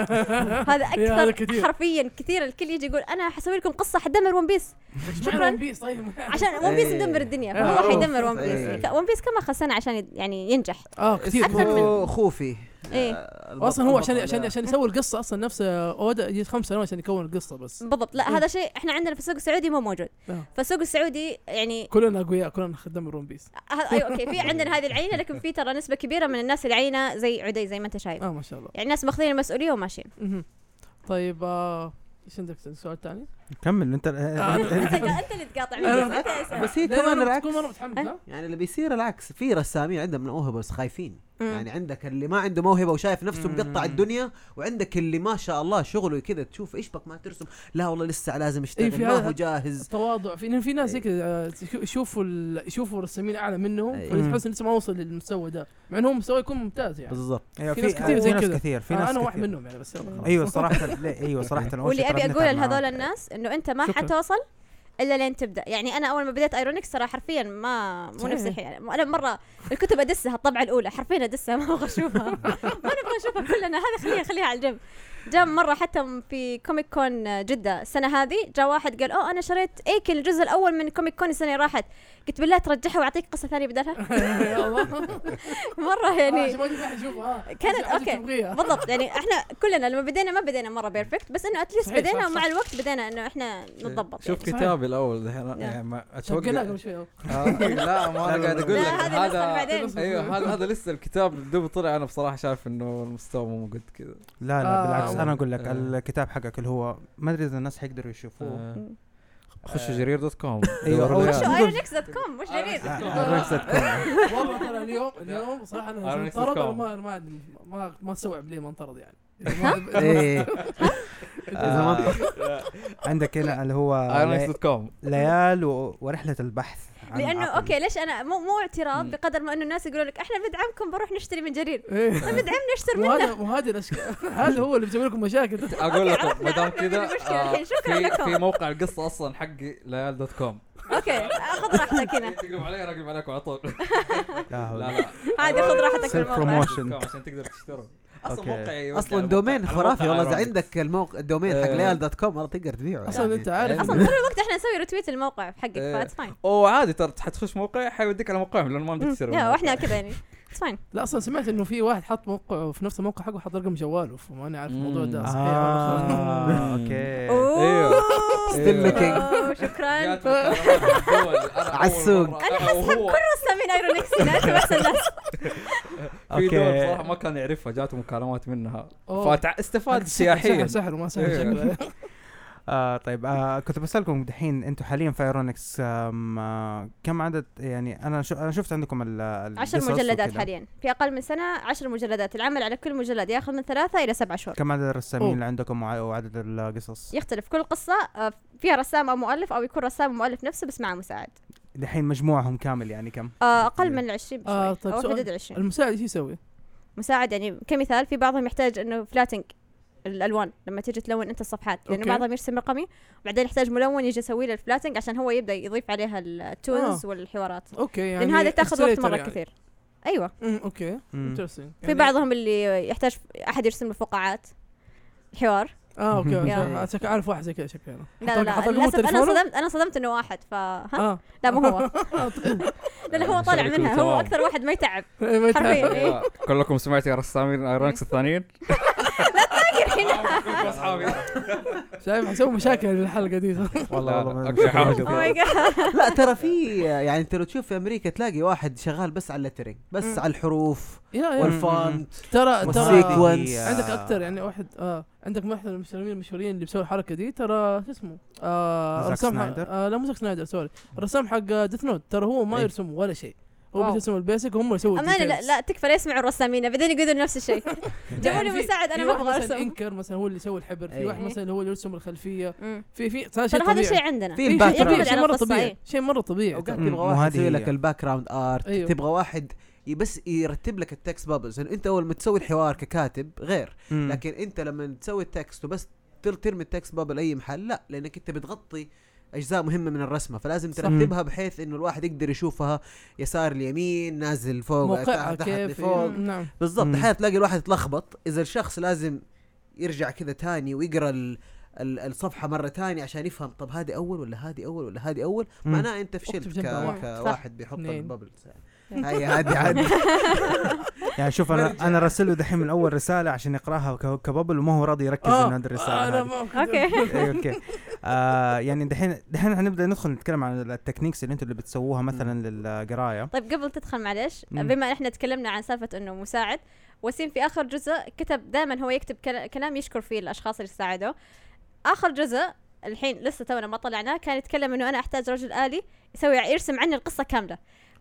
[SPEAKER 4] هذا اكثر حرفيا كثير الكل يجي يقول انا حسوي لكم قصه حتدمر ون بيس.
[SPEAKER 2] شكرا ون بيس. طيب
[SPEAKER 4] عشان ون بيس يدمر الدنيا فهو حيدمر ون بيس. ون بيس كم اخذ سنه عشان يعني ينجح.
[SPEAKER 2] اه كثير
[SPEAKER 5] من خوفي.
[SPEAKER 4] ايه
[SPEAKER 2] اصلا هو عشان عشان عشان يسوي القصه اصلا نفسه اودا يجي خمس سنوات عشان يكون القصه بس.
[SPEAKER 4] بالضبط. لا هذا شيء احنا عندنا في السوق السعودي مو موجود. فالسوق السعودي يعني
[SPEAKER 2] كلنا اقوياء كلنا خدام ون بيس.
[SPEAKER 4] ايوه اوكي في عندنا هذه العينه، لكن في ترى نسبه كبيره من الناس اللي عينه زي عدي زي ما انت شايف.
[SPEAKER 2] اه ما شاء الله.
[SPEAKER 4] يعني الناس ماخذين المسؤوليه وماشيين.
[SPEAKER 2] طيب آه ايش عندك سؤال ثاني؟
[SPEAKER 1] كمل انت.
[SPEAKER 4] انت اللي تقاطع
[SPEAKER 5] بس هي كمان العكس
[SPEAKER 2] مره
[SPEAKER 5] يعني اللي بيصير العكس. في رسامين عندهم موهبه بس خايفين. يعني عندك اللي ما عنده موهبه وشايف نفسه مقطع الدنيا، وعندك اللي ما شاء الله شغله كذا تشوف ايش بك ما ترسم، لا والله لسه لازم اشتغل ما هو جاهز.
[SPEAKER 2] تواضع. في في ناس هيك يشوفوا يشوفوا الرسامين اعلى منهم فيحس لسه ما وصل للمستوى ده، مع انه مستوى يكون ممتاز يعني.
[SPEAKER 5] بالضبط.
[SPEAKER 2] في ناس كثير زي كذا.
[SPEAKER 1] كثير في ناس
[SPEAKER 2] انا واحد منهم يعني. بس
[SPEAKER 1] ايوه صراحه. ايوه صراحه.
[SPEAKER 4] واللي ابي اقول لهذول الناس انه انت ما حتوصل الا لين تبدا. يعني انا اول ما بديت ايرونكس ترى حرفيا ما مو نفس الحين. يعني انا مره الكتب ادسها الطبعه الاولى حرفيا ادسها ما ابغى اشوفها ما نبغى نشوفها كلنا. هذه خليها خليها على الجنب. جاء مره حتى في كوميك كون جده السنه هذه جاء واحد قال اوه انا شريت ايكل الجزء الاول من كوميك كون السنه اللي راحت. قلت بالله ترجعها واعطيك قصه ثانيه بدلها. مره يعني كانت اوكي بالضبط. يعني احنا كلنا لما بدينا ما بدينا مره بيرفكت، بس انه اتليست بدينا ومع الوقت بدينا انه احنا نتضبط.
[SPEAKER 3] شوف
[SPEAKER 4] يعني
[SPEAKER 3] كتابي الاول يعني ما اتوقع لا ما انا قاعد اقول لك
[SPEAKER 4] هذا
[SPEAKER 3] ايوه هذا هذا لسه الكتاب دوب طلع. انا بصراحه شايف انه المستوى مو قد كذا.
[SPEAKER 1] لا لا بالعكس. انا اقول لك الكتاب حقك اللي هو ما ادري اذا الناس حيقدروا يشوفوه.
[SPEAKER 3] خش جرير دوت كوم.
[SPEAKER 1] أيوة،
[SPEAKER 3] دوروا
[SPEAKER 1] أو-
[SPEAKER 3] لي.
[SPEAKER 4] شو ايرونكس دوت كوم مش جرير.
[SPEAKER 1] ايرونكس دوت كوم.
[SPEAKER 2] والله ترى اليوم اليوم صراحه انا
[SPEAKER 3] أنا نفس
[SPEAKER 2] انطرد
[SPEAKER 3] الكلام.
[SPEAKER 2] ما ما ما ما استوعب ليه ما انطرد يعني.
[SPEAKER 5] ايه
[SPEAKER 1] آه، عندك هنا اللي هو
[SPEAKER 3] ايرونكس
[SPEAKER 1] لي-
[SPEAKER 3] دوت كوم.
[SPEAKER 1] ليال و- ورحلة البحث عن
[SPEAKER 4] لانه
[SPEAKER 1] عقل.
[SPEAKER 4] اوكي ليش انا مو مو اعتراض
[SPEAKER 3] مم.
[SPEAKER 4] بقدر ما انه الناس يقولوا لك احنا بندعمكم بروح نشتري من جرير.
[SPEAKER 2] إيه.
[SPEAKER 4] بندعمنا اشتر منه.
[SPEAKER 2] وهذا وهذه الاشياء هذا هو اللي بيسوي لكم مشاكل.
[SPEAKER 3] اقول لكم
[SPEAKER 4] عرفنا-
[SPEAKER 3] ما دام
[SPEAKER 4] عرفنا
[SPEAKER 3] كذا
[SPEAKER 4] المشكلة
[SPEAKER 3] آه،
[SPEAKER 4] الحين. شكراً
[SPEAKER 3] في
[SPEAKER 4] لكم.
[SPEAKER 3] في موقع القصه اصلا حقي ليال دوت كوم.
[SPEAKER 4] اوكي خذ راحتك هنا.
[SPEAKER 3] تقلب علي اقلب عليكم على طول.
[SPEAKER 1] لا حول.
[SPEAKER 3] لا لا
[SPEAKER 4] عادي خذ راحتك في
[SPEAKER 1] Self
[SPEAKER 4] الموضوع.
[SPEAKER 1] promotion.
[SPEAKER 3] عشان تقدر تشتروا. اصلا
[SPEAKER 1] أوكي.
[SPEAKER 3] موقعي
[SPEAKER 5] اصلا دومين خرافي والله. اذا عندك الموقع الدومين حق
[SPEAKER 3] إيه.
[SPEAKER 5] ليال دوت كوم والله تقدر تبيعه.
[SPEAKER 2] اصلا
[SPEAKER 5] يعني.
[SPEAKER 2] انت عارف
[SPEAKER 4] اصلا طول الوقت احنا نسوي ريتويت الموقع حقك
[SPEAKER 3] إيه.
[SPEAKER 4] فاتس فاين.
[SPEAKER 3] وعادي ترى حتخش موقع حيوديك على موقعهم لانه ما بدك تشتري.
[SPEAKER 4] يا واحنا كذا يعني اتس فاين.
[SPEAKER 2] لا اصلا سمعت انه في واحد حط موقع في نفس الموقع حقه حط رقم جواله فما انا عارف الموضوع ده
[SPEAKER 3] مم.
[SPEAKER 2] صحيح ولا خلاص.
[SPEAKER 1] آه، اوكي.
[SPEAKER 3] ايوه.
[SPEAKER 5] Still looking.
[SPEAKER 4] أوه، شكرا.
[SPEAKER 3] جات الدول. أنا أول
[SPEAKER 5] عالسوق.
[SPEAKER 3] مرة-
[SPEAKER 4] انا
[SPEAKER 3] أنا
[SPEAKER 4] حسب
[SPEAKER 3] وهو
[SPEAKER 4] كل رسامين ايرونكس هنا انت بس الناس.
[SPEAKER 3] في دول
[SPEAKER 1] أوكي.
[SPEAKER 3] صراحه ما كان يعرفها جاته مكالمات منها
[SPEAKER 2] أوه.
[SPEAKER 3] فاستفاد
[SPEAKER 2] سحر
[SPEAKER 3] سياحيا.
[SPEAKER 2] سحر وما سحر
[SPEAKER 3] إيه.
[SPEAKER 2] شكله.
[SPEAKER 1] آه طيب آه كنت بسألكم دحين انتم حاليا في ايرونكس آه كم عدد يعني انا شو انا شفت عندكم ال ال-
[SPEAKER 4] عشر
[SPEAKER 1] القصص
[SPEAKER 4] مجلدات
[SPEAKER 1] وكده.
[SPEAKER 4] حاليا في اقل من سنه عشر مجلدات. العمل على كل مجلد ياخذ من ثلاثة الى سبعة شهور.
[SPEAKER 1] كم عدد الرسامين
[SPEAKER 2] أوه.
[SPEAKER 1] اللي عندكم وع- وعدد القصص؟
[SPEAKER 4] يختلف كل قصه آه، فيها رسام او مؤلف او يكون رسام ومؤلف نفسه بس معه مساعد.
[SPEAKER 1] دحين مجموعهم كامل يعني كم؟
[SPEAKER 4] آه، اقل من العشرين بشوي
[SPEAKER 2] آه، طيب
[SPEAKER 4] او
[SPEAKER 2] سؤال.
[SPEAKER 4] حدود العشرين.
[SPEAKER 2] المساعد ايش يسوي؟
[SPEAKER 4] مساعد يعني كمثال في بعضهم يحتاج انه فلاتنج الالوان لما تيجي تلون انت الصفحات لانه
[SPEAKER 2] أوكي.
[SPEAKER 4] بعضهم يرسم رقمي وبعدين يحتاج ملون يجي يسوي له الفلاتنج عشان هو يبدا يضيف عليها التونز
[SPEAKER 2] آه.
[SPEAKER 4] والحوارات.
[SPEAKER 2] اوكي يعني
[SPEAKER 4] لان هذا تاخذ وقت
[SPEAKER 2] illustrator
[SPEAKER 4] مره
[SPEAKER 2] يعني.
[SPEAKER 4] كثير. ايوه
[SPEAKER 2] امم اوكي
[SPEAKER 1] مم.
[SPEAKER 2] انترستنج.
[SPEAKER 4] في بعضهم اللي يحتاج احد يرسم له فقاعات حوار.
[SPEAKER 2] اه اوكي
[SPEAKER 4] يا.
[SPEAKER 2] أوكي. شك- عارف واحد زي كذا شكله.
[SPEAKER 4] لا لا, لا للاسف انا صدمت انا صدمت انه واحد ف ها
[SPEAKER 2] اه
[SPEAKER 4] لا مو هو. لا لا هو طالع
[SPEAKER 3] شغلكم
[SPEAKER 4] منها هو
[SPEAKER 3] تمام.
[SPEAKER 4] اكثر واحد ما يتعب
[SPEAKER 2] ما يتعرف.
[SPEAKER 4] حرفيا. إيه.
[SPEAKER 3] أيوة. كلكم سمعتوا يا رسامين ايرونكس الثانيين؟ كلكم اصحابي.
[SPEAKER 2] شايف حسوي مشاكل الحلقه دي.
[SPEAKER 1] والله
[SPEAKER 3] لا،
[SPEAKER 1] والله
[SPEAKER 3] لا، أوكي، حاول.
[SPEAKER 4] Oh my God.
[SPEAKER 5] لا ترى في يعني انت لو تشوف في امريكا تلاقي واحد شغال بس على اللترنج بس
[SPEAKER 4] مم.
[SPEAKER 5] على الحروف
[SPEAKER 2] يا يا
[SPEAKER 5] والفونت
[SPEAKER 2] ترى ترى
[SPEAKER 5] والسيكونس.
[SPEAKER 2] عندك اكثر يعني واحد اه عندك واحد من المسلمين المشهورين اللي بيسوي الحركه دي ترى شو اسمه آه
[SPEAKER 1] زاك
[SPEAKER 2] رسام حق-
[SPEAKER 1] سنايدر؟
[SPEAKER 2] آه لا مو زاك سنايدر سوري الرسام حق ديث نوت ترى هو ما
[SPEAKER 1] إيه.
[SPEAKER 2] يرسم ولا شيء هو
[SPEAKER 4] واو.
[SPEAKER 2] بس يرسم البيسك وهم يسووا
[SPEAKER 4] امانه لا لا تكفى لا يسمعوا الرسامين بعدين يقولوا نفس الشيء. جابوا لي مساعد انا ما ابغى
[SPEAKER 2] مثلا
[SPEAKER 4] ارسم.
[SPEAKER 2] انكر مثلا هو اللي يسوي الحبر في
[SPEAKER 5] إيه.
[SPEAKER 2] واحد مثلا هو اللي يرسم الخلفيه
[SPEAKER 4] مم.
[SPEAKER 2] في في ترى
[SPEAKER 4] ترى
[SPEAKER 2] شيء
[SPEAKER 4] هذا شيء
[SPEAKER 2] طبيعي
[SPEAKER 4] عندنا.
[SPEAKER 5] في
[SPEAKER 2] في
[SPEAKER 5] الباك
[SPEAKER 2] شيء
[SPEAKER 5] جراوند.
[SPEAKER 2] طبيعي، شيء مره
[SPEAKER 4] القصة،
[SPEAKER 2] طبيعي
[SPEAKER 4] إيه.
[SPEAKER 2] شيء مره طبيعي
[SPEAKER 5] اوقات
[SPEAKER 1] مم.
[SPEAKER 5] تبغى
[SPEAKER 1] وهذه
[SPEAKER 5] واحد يسوي
[SPEAKER 1] هي.
[SPEAKER 5] لك الباك جراوند ارت
[SPEAKER 2] أيوه.
[SPEAKER 5] تبغى واحد ي- بس يرتب لك التكست بابلز يعني انت اول ما تسوي الحوار ككاتب غير
[SPEAKER 1] مم.
[SPEAKER 5] لكن انت لما تسوي التكست وبس تر- ترمي التكست بابل اي محل لا لانك انت بتغطي اجزاء مهمه من الرسمه فلازم
[SPEAKER 2] صح.
[SPEAKER 5] ترتبها بحيث انه الواحد يقدر يشوفها يسار اليمين نازل فوق
[SPEAKER 2] موقعها
[SPEAKER 5] تحت
[SPEAKER 2] كيف
[SPEAKER 5] لفوق
[SPEAKER 2] نعم
[SPEAKER 5] بالضبط
[SPEAKER 1] مم.
[SPEAKER 5] احيانا تلاقي الواحد يتلخبط اذا الشخص لازم يرجع كذا تاني ويقرا ال ال- الصفحه مره تانية عشان يفهم طب هذه اول ولا هذه اول ولا هذه اول
[SPEAKER 1] مم.
[SPEAKER 5] معناه انت
[SPEAKER 2] اكتب
[SPEAKER 5] فشلت
[SPEAKER 2] جنبها واحد.
[SPEAKER 5] ك- كواحد بيحط
[SPEAKER 2] اثنين.
[SPEAKER 5] البابلز هاي عادي عادي
[SPEAKER 1] يعني شوف انا انا راسله دحين من اول رساله عشان يقراها ك- كبابل وما هو راضي يركز
[SPEAKER 2] آه،
[SPEAKER 1] انه هذه الرساله
[SPEAKER 2] انا
[SPEAKER 1] هذه.
[SPEAKER 2] ما
[SPEAKER 4] اوكي.
[SPEAKER 1] إيه، اوكي آه يعني دحين دحين حنبدا ندخل نتكلم عن التكنيكس اللي انتم اللي بتسووها مثلا للقرايه.
[SPEAKER 4] طيب قبل تدخل معلش
[SPEAKER 1] مم.
[SPEAKER 4] بما احنا تكلمنا عن سالفه انه مساعد وسيم في اخر جزء كتب دائما هو يكتب كلا- كلام يشكر فيه الاشخاص اللي ساعدوه. اخر جزء الحين لسه تونا ما طلعناه كان يتكلم انه انا احتاج رجل آلي يسوي يرسم عني القصه كامله.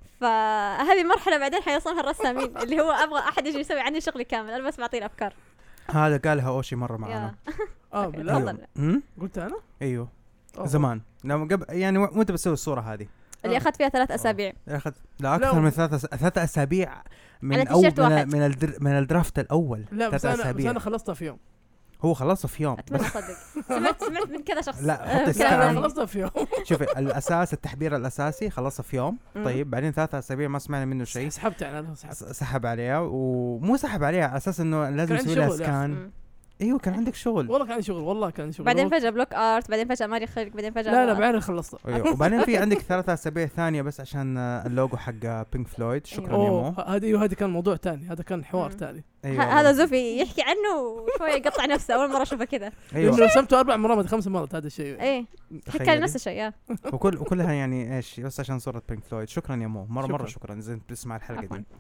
[SPEAKER 4] فهذه مرحله بعدين حيوصلها الرسامين اللي هو ابغى احد يجي يسوي عني شغلي كامل انا بس بعطيه الافكار.
[SPEAKER 1] هذا قالها اوشي مره معنا.
[SPEAKER 4] يا.
[SPEAKER 2] اه بالله
[SPEAKER 4] تفضل.
[SPEAKER 1] امم
[SPEAKER 2] قلت انا
[SPEAKER 1] ايوه
[SPEAKER 2] أوه.
[SPEAKER 1] زمان لما قبل يعني و- وانت بتسوي الصوره هذه
[SPEAKER 4] اللي اخذت فيها ثلاث اسابيع.
[SPEAKER 1] اخذ لا اكثر
[SPEAKER 2] لا.
[SPEAKER 1] من ثلاث أس... ثلاث اسابيع من
[SPEAKER 4] على
[SPEAKER 1] اول
[SPEAKER 4] تيشيرت
[SPEAKER 1] من,
[SPEAKER 4] واحد.
[SPEAKER 1] من, الدر... من الدرافت الاول
[SPEAKER 2] لا بس
[SPEAKER 1] ثلاث
[SPEAKER 2] انا بس
[SPEAKER 1] اسابيع
[SPEAKER 2] انا خلصتها في يوم
[SPEAKER 1] هو خلصه في يوم
[SPEAKER 4] اتمنى
[SPEAKER 1] بس
[SPEAKER 4] اصدق. سمعت سمعت من كذا شخص.
[SPEAKER 1] لا،
[SPEAKER 4] آه،
[SPEAKER 1] حط
[SPEAKER 4] كلام
[SPEAKER 2] لا، انا
[SPEAKER 1] السكان.
[SPEAKER 4] عني.
[SPEAKER 2] خلصتها في يوم
[SPEAKER 1] شوفي الاساس التحبير الاساسي خلصه في يوم.
[SPEAKER 4] مم.
[SPEAKER 1] طيب بعدين ثلاث اسابيع ما سمعنا منه شيء.
[SPEAKER 2] سحبت يعني انا سحبت
[SPEAKER 1] س- سحب عليها ومو سحب عليها على اساس انه لازم
[SPEAKER 2] كان عندي
[SPEAKER 1] يسوي لها
[SPEAKER 2] شغل يا
[SPEAKER 1] سكان.
[SPEAKER 4] مم.
[SPEAKER 1] ايوه كان عندك شغل.
[SPEAKER 2] والله كان عندي شغل والله كان عندي شغل
[SPEAKER 4] بعدين
[SPEAKER 2] هو-
[SPEAKER 4] فجاه بلوك ارت بعدين فجاه ماري خلق بعدين فجاه
[SPEAKER 2] لا لا بعدين خلصتها
[SPEAKER 1] ايوه وبعدين في عندك ثلاث اسابيع ثانيه بس عشان آه، اللوجو حق بينك فلويد. شكرا يا مو.
[SPEAKER 2] اوه هذه ايوه هذه كان موضوع ثاني هذا كان حوار
[SPEAKER 4] مم.
[SPEAKER 2] ثاني
[SPEAKER 1] أيوة
[SPEAKER 4] ه- هذا زوفي يحكي عنه وشويه يقطع نفسه اول مره اشوفه كذا.
[SPEAKER 1] ايوه
[SPEAKER 2] لانه رسمته اربع مرات خمس مرات هذا الشيء
[SPEAKER 4] ايه حكى
[SPEAKER 1] تخيلي.
[SPEAKER 4] لي نفس الشيء يا
[SPEAKER 1] وكل وكلها يعني ايش بس عشان صورة بينك فلويد. شكرا يا مو مره مره
[SPEAKER 2] شكراً.
[SPEAKER 1] شكرا اذا انت بتسمع الحلقه
[SPEAKER 4] عفواً.
[SPEAKER 1] دي.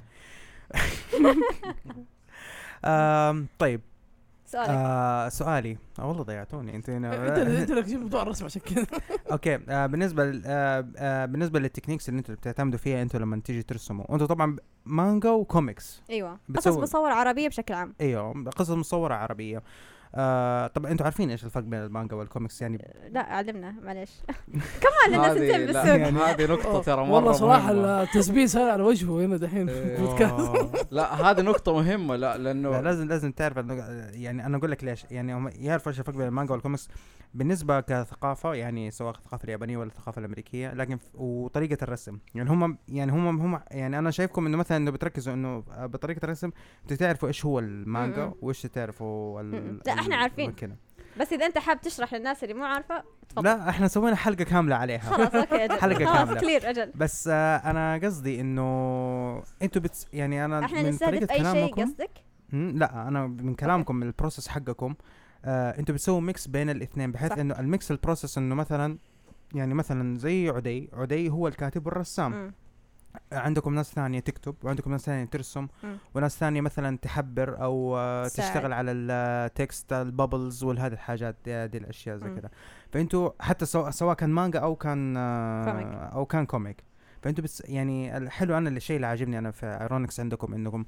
[SPEAKER 1] آم، طيب
[SPEAKER 4] سؤالك.
[SPEAKER 1] آه سؤالي آه والله ضيعتوني انت
[SPEAKER 2] انت
[SPEAKER 1] هنا.
[SPEAKER 2] انت لك جيب موضوع الرسم عشان كذا
[SPEAKER 1] اوكي آه بالنسبه ل- آه آه بالنسبه للتكنيكس اللي انتم بتعتمدوا فيها انتم لما تيجي ترسموا، انتم طبعا مانجا وكوميكس.
[SPEAKER 4] ايوه قصص
[SPEAKER 1] بتسوي-
[SPEAKER 4] مصورة عربية بشكل عام.
[SPEAKER 1] ايوه قصص مصوره عربيه. آه طبعا انتم عارفين ايش الفرق بين المانجا والكوميكس يعني.
[SPEAKER 4] لا علمنا معلش كمان الناس
[SPEAKER 3] هذه
[SPEAKER 4] تنتم
[SPEAKER 3] لا،
[SPEAKER 4] بالسوق.
[SPEAKER 3] يعني هذه نقطة ترى مرة
[SPEAKER 2] والله صراحة
[SPEAKER 3] مهمة.
[SPEAKER 2] التسبيس هذا على وجهه هنا دحين
[SPEAKER 3] إيه.
[SPEAKER 2] بودكاست.
[SPEAKER 3] لا هذه نقطة مهمة، لا لأنه
[SPEAKER 1] لا لازم لازم تعرف إنه- يعني انا اقول لك ليش، يعني هم يعرفوا ايش الفرق بين المانجا والكوميكس بالنسبه كثقافه، يعني سواء الثقافه اليابانيه ولا الثقافه الامريكيه، لكن ف- وطريقه الرسم يعني هم يعني هم هم يعني انا شايفكم انه مثلا انه بتركزوا انه بطريقه الرسم بتعرفوا ايش هو المانجا
[SPEAKER 4] م-م.
[SPEAKER 1] وايش تعرفوا ال-
[SPEAKER 4] م-م. لا،
[SPEAKER 1] ال-
[SPEAKER 4] إحنا عارفين.
[SPEAKER 1] كده.
[SPEAKER 4] بس اذا انت حاب تشرح للناس اللي مو عارفة تفضل.
[SPEAKER 1] لا احنا سوينا حلقه كامله عليها.
[SPEAKER 4] خلاص اوكي اجل.
[SPEAKER 1] حلقة
[SPEAKER 4] خلاص
[SPEAKER 1] كاملة.
[SPEAKER 4] كلير اجل.
[SPEAKER 1] بس آه انا قصدي انه انتوا بتس يعني انا
[SPEAKER 4] احنا
[SPEAKER 1] من
[SPEAKER 4] نستهدف
[SPEAKER 1] طريقه
[SPEAKER 4] اي شيء
[SPEAKER 1] كلامكم
[SPEAKER 4] قصدك؟
[SPEAKER 1] مم، لا انا من كلامكم من البروسيس حقكم آه انتوا بتسووا ميكس بين الاثنين، بحيث
[SPEAKER 4] صح.
[SPEAKER 1] انه الميكس البروسيس انه مثلا يعني مثلا زي عدي عدي هو الكاتب والرسام.
[SPEAKER 4] مم.
[SPEAKER 1] عندكم ناس ثانية تكتب، وعندكم ناس ثانية ترسم،
[SPEAKER 4] مم.
[SPEAKER 1] وناس ثانية مثلا تحبر او آه
[SPEAKER 4] تساعد.
[SPEAKER 1] تشتغل على التكست البابلز والهذه الحاجات دي, دي الاشياء زي
[SPEAKER 4] مم.
[SPEAKER 1] كذا. فانتوا حتى سواء سواء كان مانجا او كان آه
[SPEAKER 4] كوميك.
[SPEAKER 1] او كان كوميك، فانتوا بس يعني الحلو انا الشيء اللي عاجبني انا في ايرونكس عندكم انكم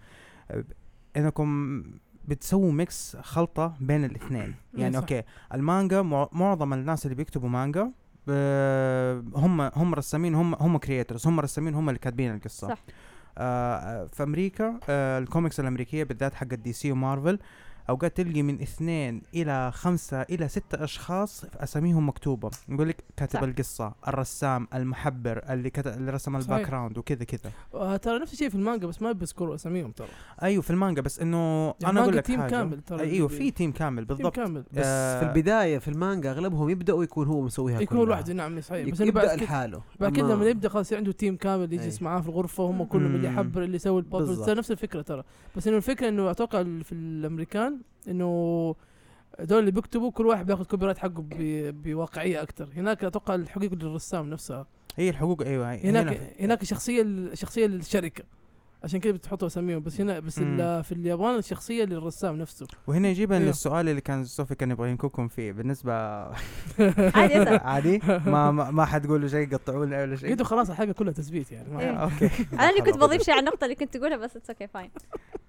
[SPEAKER 1] انكم بتسووا ميكس خلطة بين الاثنين. يعني
[SPEAKER 2] صح.
[SPEAKER 1] اوكي المانجا مع- معظم الناس اللي بيكتبوا مانجا ب- هم هم رسامين، هم هم كرييترز، هم رسامين، هم اللي كاتبين القصة.
[SPEAKER 4] صح.
[SPEAKER 1] آه في امريكا آه الكوميكس الامريكيه بالذات حق الدي سي ومارفل اوقات تلقي من اثنين الى خمسة الى ستة اشخاص اساميهم مكتوبه، يقول لك كاتب
[SPEAKER 4] صح.
[SPEAKER 1] القصه، الرسام، المحبر، اللي كتب اللي رسم
[SPEAKER 2] صحيح.
[SPEAKER 1] الباك جراوند وكذا كذا.
[SPEAKER 2] آه، ترى نفس الشيء في المانجا بس ما بيذكروا اساميهم ترى.
[SPEAKER 1] ايوه في المانجا، بس انه انا
[SPEAKER 2] المانجا
[SPEAKER 1] اقول لك
[SPEAKER 2] تيم
[SPEAKER 1] حاجه
[SPEAKER 2] كامل ترى.
[SPEAKER 1] ايوه في تيم كامل
[SPEAKER 2] تيم
[SPEAKER 1] بالضبط.
[SPEAKER 2] كامل
[SPEAKER 5] بس
[SPEAKER 1] آه،
[SPEAKER 5] في البدايه في المانجا اغلبهم يبداوا يكون هو مسويها
[SPEAKER 2] يكون
[SPEAKER 5] كلها.
[SPEAKER 2] لوحده. نعم صحيح. بس إنه
[SPEAKER 5] يبدا
[SPEAKER 2] بعد كده-
[SPEAKER 5] لحاله.
[SPEAKER 2] بعد كده
[SPEAKER 5] أما-
[SPEAKER 2] لما يبدا خلاص عنده تيم كامل يجلس
[SPEAKER 5] أي.
[SPEAKER 2] معاه في الغرفه هم كلهم اللي
[SPEAKER 1] مم.
[SPEAKER 2] يحبر اللي يسوي البابلز.
[SPEAKER 5] بالضبط.
[SPEAKER 2] نفس الفكره ترى. بس انه الفكره انه اتوقع ال- في الامريكان انه دول اللي بيكتبوا كل واحد بياخذ كوبي رايت حقه ب- بواقعيه اكثر. هناك اتوقع الحقوق للرسام نفسها.
[SPEAKER 1] هي الحقوق ايوه هي
[SPEAKER 2] هناك
[SPEAKER 1] هنا
[SPEAKER 2] هناك شخصيه شخصيه للشركه عشان كده بتحطوا اساميهم. بس هنا بس
[SPEAKER 1] مم.
[SPEAKER 2] ال- في اليابان الشخصيه للرسام نفسه.
[SPEAKER 1] وهنا يجيبها
[SPEAKER 2] أيوه.
[SPEAKER 1] للسؤال اللي كان صوفي كان يبغى ينكوكم فيه بالنسبه
[SPEAKER 4] عادي اسال.
[SPEAKER 1] عادي ما ما, ما حتقولوا شيء قطعونا ولا شيء.
[SPEAKER 2] قلتوا خلاص الحاجه كلها تثبيت يعني ما
[SPEAKER 4] إيه.
[SPEAKER 1] اوكي
[SPEAKER 4] انا اللي كنت بضيف شيء على النقطه اللي كنت تقولها بس اتس اوكي فاين.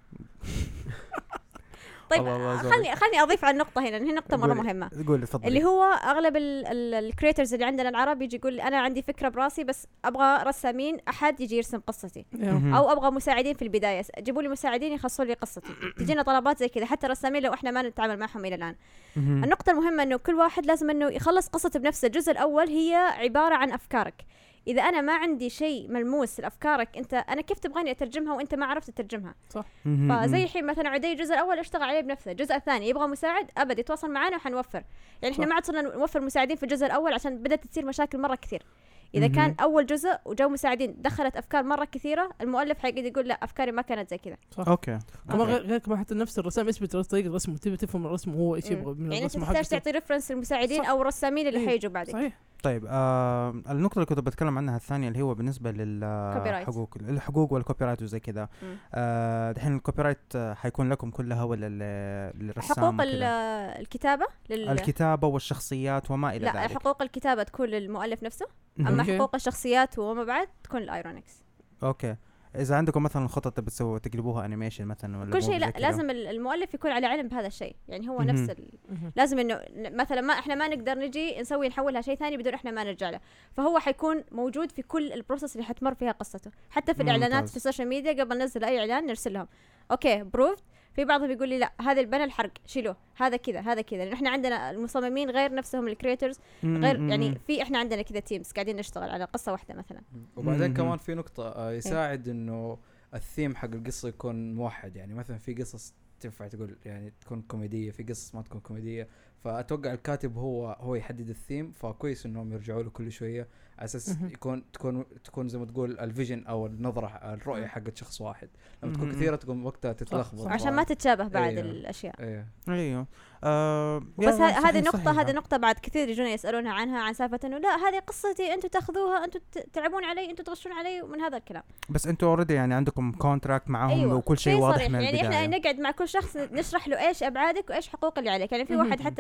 [SPEAKER 4] طيب
[SPEAKER 1] الله الله يسلمك.
[SPEAKER 4] خلني خلني اضيف على النقطه هنا، لان هي نقطه مره
[SPEAKER 1] قولي.
[SPEAKER 4] مهمه.
[SPEAKER 1] قول تفضل.
[SPEAKER 4] اللي هو اغلب الكريترز اللي عندنا العرب يجي يقول لي انا عندي فكره براسي بس ابغى رسامين احد يجي يرسم قصتي،
[SPEAKER 1] مهم.
[SPEAKER 4] او ابغى مساعدين في البدايه جيبوا لي مساعدين يخلصوا لي قصتي. تجينا طلبات زي كذا حتى رسامين لو احنا ما نتعامل معهم الى الان.
[SPEAKER 1] مهم.
[SPEAKER 4] النقطه المهمه انه كل واحد لازم انه يخلص قصته بنفسه. الجزء الاول هي عباره عن افكارك. اذا انا ما عندي شيء ملموس لافكارك انت، انا كيف تبغاني اترجمها وانت ما عرفت تترجمها؟
[SPEAKER 1] مهم.
[SPEAKER 4] فزي الحين مثلا عدي الجزء الاول اشتغل عليه بنفسه، الجزء الثاني يبغى مساعد ابد يتواصل معنا وحنوفر. يعني احنا
[SPEAKER 2] صح.
[SPEAKER 4] ما عاد صرنا نوفر مساعدين في الجزء الاول عشان بدات تصير مشاكل مره كثير. اذا
[SPEAKER 1] مهم.
[SPEAKER 4] كان اول جزء وجو مساعدين دخلت افكار مره كثيره، المؤلف حيقعد يقول لا افكاري ما كانت زي كذا.
[SPEAKER 1] اوكي
[SPEAKER 2] كمان
[SPEAKER 1] أوكي.
[SPEAKER 2] غير غير كمان حتى نفس الرسام يثبت طريقه رسمه. تبي تفهم الرسم هو ايش
[SPEAKER 4] مم.
[SPEAKER 2] يبغى من
[SPEAKER 4] يعني انت
[SPEAKER 2] الرسم
[SPEAKER 4] تحتاج
[SPEAKER 2] حقته.
[SPEAKER 4] تعطي ريفرنس للمساعدين
[SPEAKER 2] صح.
[SPEAKER 4] او الرسامين اللي
[SPEAKER 2] إيه.
[SPEAKER 4] حيجوا بعدك.
[SPEAKER 2] صحيح.
[SPEAKER 1] طيب آه النقطة اللي كنت بتكلم عنها الثانية اللي هو بالنسبة
[SPEAKER 4] Copyright.
[SPEAKER 1] للحقوق الحقوق والكوبي رايت وزي كذا.
[SPEAKER 4] مم.
[SPEAKER 1] آه دحين الكوبي رايت آه، حيكون لكم كلها ولا لل- للرسام
[SPEAKER 4] حقوق ال-
[SPEAKER 1] وكذا؟
[SPEAKER 4] الكتابه لل...
[SPEAKER 1] الكتابة والشخصيات وما إلى
[SPEAKER 4] لا
[SPEAKER 1] ذلك.
[SPEAKER 4] حقوق الكتابه تكون للمؤلف نفسه،
[SPEAKER 1] مهم.
[SPEAKER 4] اما
[SPEAKER 2] أوكي.
[SPEAKER 4] حقوق الشخصيات وما بعد تكون الايرونكس.
[SPEAKER 1] اوكي إذا عندكم مثلا خطط بتسووا تقلبوها أنيميشن مثلا ولا
[SPEAKER 4] كل شيء
[SPEAKER 1] موفي زي
[SPEAKER 4] لا
[SPEAKER 1] كذا؟
[SPEAKER 4] لازم ال- المؤلف يكون على علم بهذا الشيء. يعني هو
[SPEAKER 1] مهم.
[SPEAKER 4] نفس ال...
[SPEAKER 2] مهم.
[SPEAKER 4] لازم انه مثلا ما احنا ما نقدر نجي نسوي نحولها شيء ثاني بدون احنا ما نرجع له. فهو حيكون موجود في كل البروسيس اللي حتمر فيها قصته. حتى في الاعلانات
[SPEAKER 1] ممتاز.
[SPEAKER 4] في السوشيال ميديا قبل ننزل اي اعلان نرسل لهم اوكي بروفد. في بعضهم يقول لي لا هذا البنى الحرق شيلوه، هذا كذا هذا كذا، لان احنا عندنا المصممين غير نفسهم الكريترز
[SPEAKER 1] مم،
[SPEAKER 4] غير
[SPEAKER 1] مم،
[SPEAKER 4] يعني
[SPEAKER 1] مم.
[SPEAKER 4] في احنا عندنا كذا تيمز قاعدين نشتغل على قصه واحده مثلا.
[SPEAKER 3] وبعدين
[SPEAKER 1] مم.
[SPEAKER 3] كمان في نقطة آه، يساعد انه الثيم حق القصة يكون موحد. يعني مثلا في قصص تنفع تقول يعني تكون كوميدية، في قصص ما تكون كوميدية. فأتوقع الكاتب هو هو يحدد الثيم، فكويس انهم يرجعوا له كل شوية على اساس
[SPEAKER 2] مهم.
[SPEAKER 3] يكون تكون تكون زي ما تقول الفيجن او النظرة الرؤية
[SPEAKER 4] مم.
[SPEAKER 3] حقت شخص واحد. لما تكون
[SPEAKER 1] مهم.
[SPEAKER 3] كثيرة تكون وقتها تتلخبط.
[SPEAKER 4] عشان ما تتشابه بعد
[SPEAKER 3] أيوه.
[SPEAKER 4] الاشياء.
[SPEAKER 3] ايه
[SPEAKER 1] ايوه آه
[SPEAKER 4] بس
[SPEAKER 1] يا
[SPEAKER 4] ه-
[SPEAKER 1] صحيح-
[SPEAKER 4] هذه نقطة
[SPEAKER 1] صحيح.
[SPEAKER 4] هذه نقطة بعد كثير يجونا يسألونها عنها عن سالفة انه لا هذه قصتي انتم تاخذوها انتم ت- تلعبون علي انتم تغشون علي ومن هذا الكلام.
[SPEAKER 1] بس انتوا اوريدي يعني عندكم كونتراكت معاهم
[SPEAKER 4] أيوة.
[SPEAKER 1] وكل شيء
[SPEAKER 4] شيء
[SPEAKER 1] واضح
[SPEAKER 4] صريح.
[SPEAKER 1] من
[SPEAKER 4] يعني
[SPEAKER 1] البداية.
[SPEAKER 4] احنا نقعد مع كل شخص نشرح له ايش ابعادك وايش حقوق اللي عليك. يعني في
[SPEAKER 2] مهم.
[SPEAKER 4] واحد حتى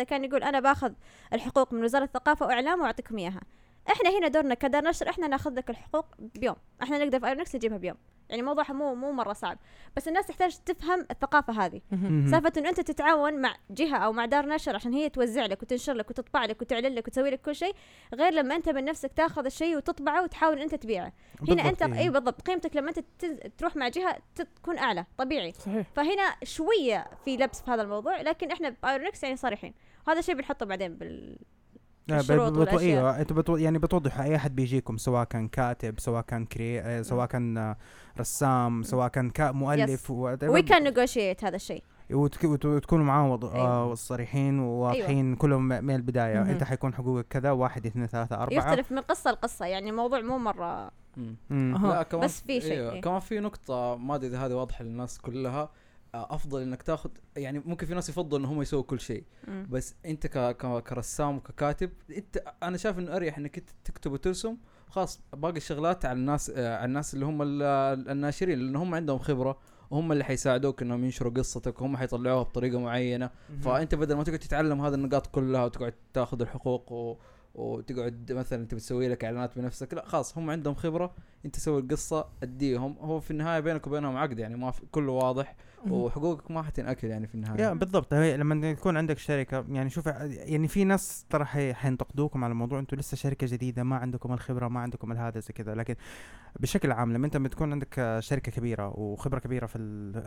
[SPEAKER 4] كان يقول انا باخذ الحقوق من وزاره الثقافه واعلام واعطيكم اياها. احنا هنا دورنا كدار نشر احنا ناخذ لك الحقوق بيوم، احنا نقدر في ايرونكس نجيبها بيوم. يعني موضوع مو مو مره صعب، بس الناس تحتاج تفهم الثقافه هذه. سالفه انه انت تتعاون مع جهه او مع دار نشر عشان هي توزع لك وتنشر لك وتطبع لك وتعلن لك وتسوي لك كل شيء، غير لما انت من نفسك تاخذ الشيء وتطبعه وتحاول انت تبيعه. هنا انت اي بالضبط قيمتك لما انت تروح مع جهه تكون اعلى طبيعي.
[SPEAKER 2] صحيح.
[SPEAKER 4] فهنا شويه في لبس في هذا الموضوع، لكن احنا بايرونكس يعني صريحين، وهذا الشيء بنحطه بعدين بال
[SPEAKER 1] بتو... ايوه انتوا بتو... يعني بتوضحوا اي احد بيجيكم سواء كان كاتب سواء كان كري سواء كان رسام سواء كان كا... مؤلف
[SPEAKER 4] وي كان نيغوشيت هذا الشيء
[SPEAKER 1] وتك... وتكونوا معاه وض... أيوة. صريحين وواضحين. أيوة. كلهم من البدايه م-م. انت حيكون حقوقك كذا واحد اثنين ثلاثة أربعة،
[SPEAKER 4] يختلف من قصه لقصه، يعني الموضوع مو مره
[SPEAKER 3] لا كمان
[SPEAKER 4] بس في شيء
[SPEAKER 3] أيوة. كمان في نقطه ما ادري اذا هذه واضحه للناس كلها، افضل انك تاخذ يعني ممكن في ناس يفضل ان هم يسووا كل شيء
[SPEAKER 4] مم.
[SPEAKER 3] بس انت ك... ك... كرسام وككاتب انت انا شايف انه اريح انك انت تكتب وترسم خلاص، باقي الشغلات على الناس على الناس اللي هم الناشرين لان هم عندهم خبره وهم اللي حيساعدوك انهم ينشروا قصتك وهم حيطلعوها بطريقه معينه. مم. فانت بدل ما تقعد تتعلم هذه النقاط كلها وتقعد تاخذ الحقوق و... وتقعد مثلا انت بتسوي لك اعلانات بنفسك، لا خلاص هم عندهم خبره، انت سوي القصه اديهم، هو في النهايه بينك وبينهم عقد يعني ما كله واضح وحقوقك ما حتنأكل يعني في النهايه.
[SPEAKER 1] يا بالضبط لما يكون عندك شركه يعني شوف يعني في ناس ترى حينتقدوكم على الموضوع انتوا لسه شركه جديده ما عندكم الخبره ما عندكم الهذا زي كذا، لكن بشكل عام لما انت بتكون عندك شركه كبيره وخبره كبيره في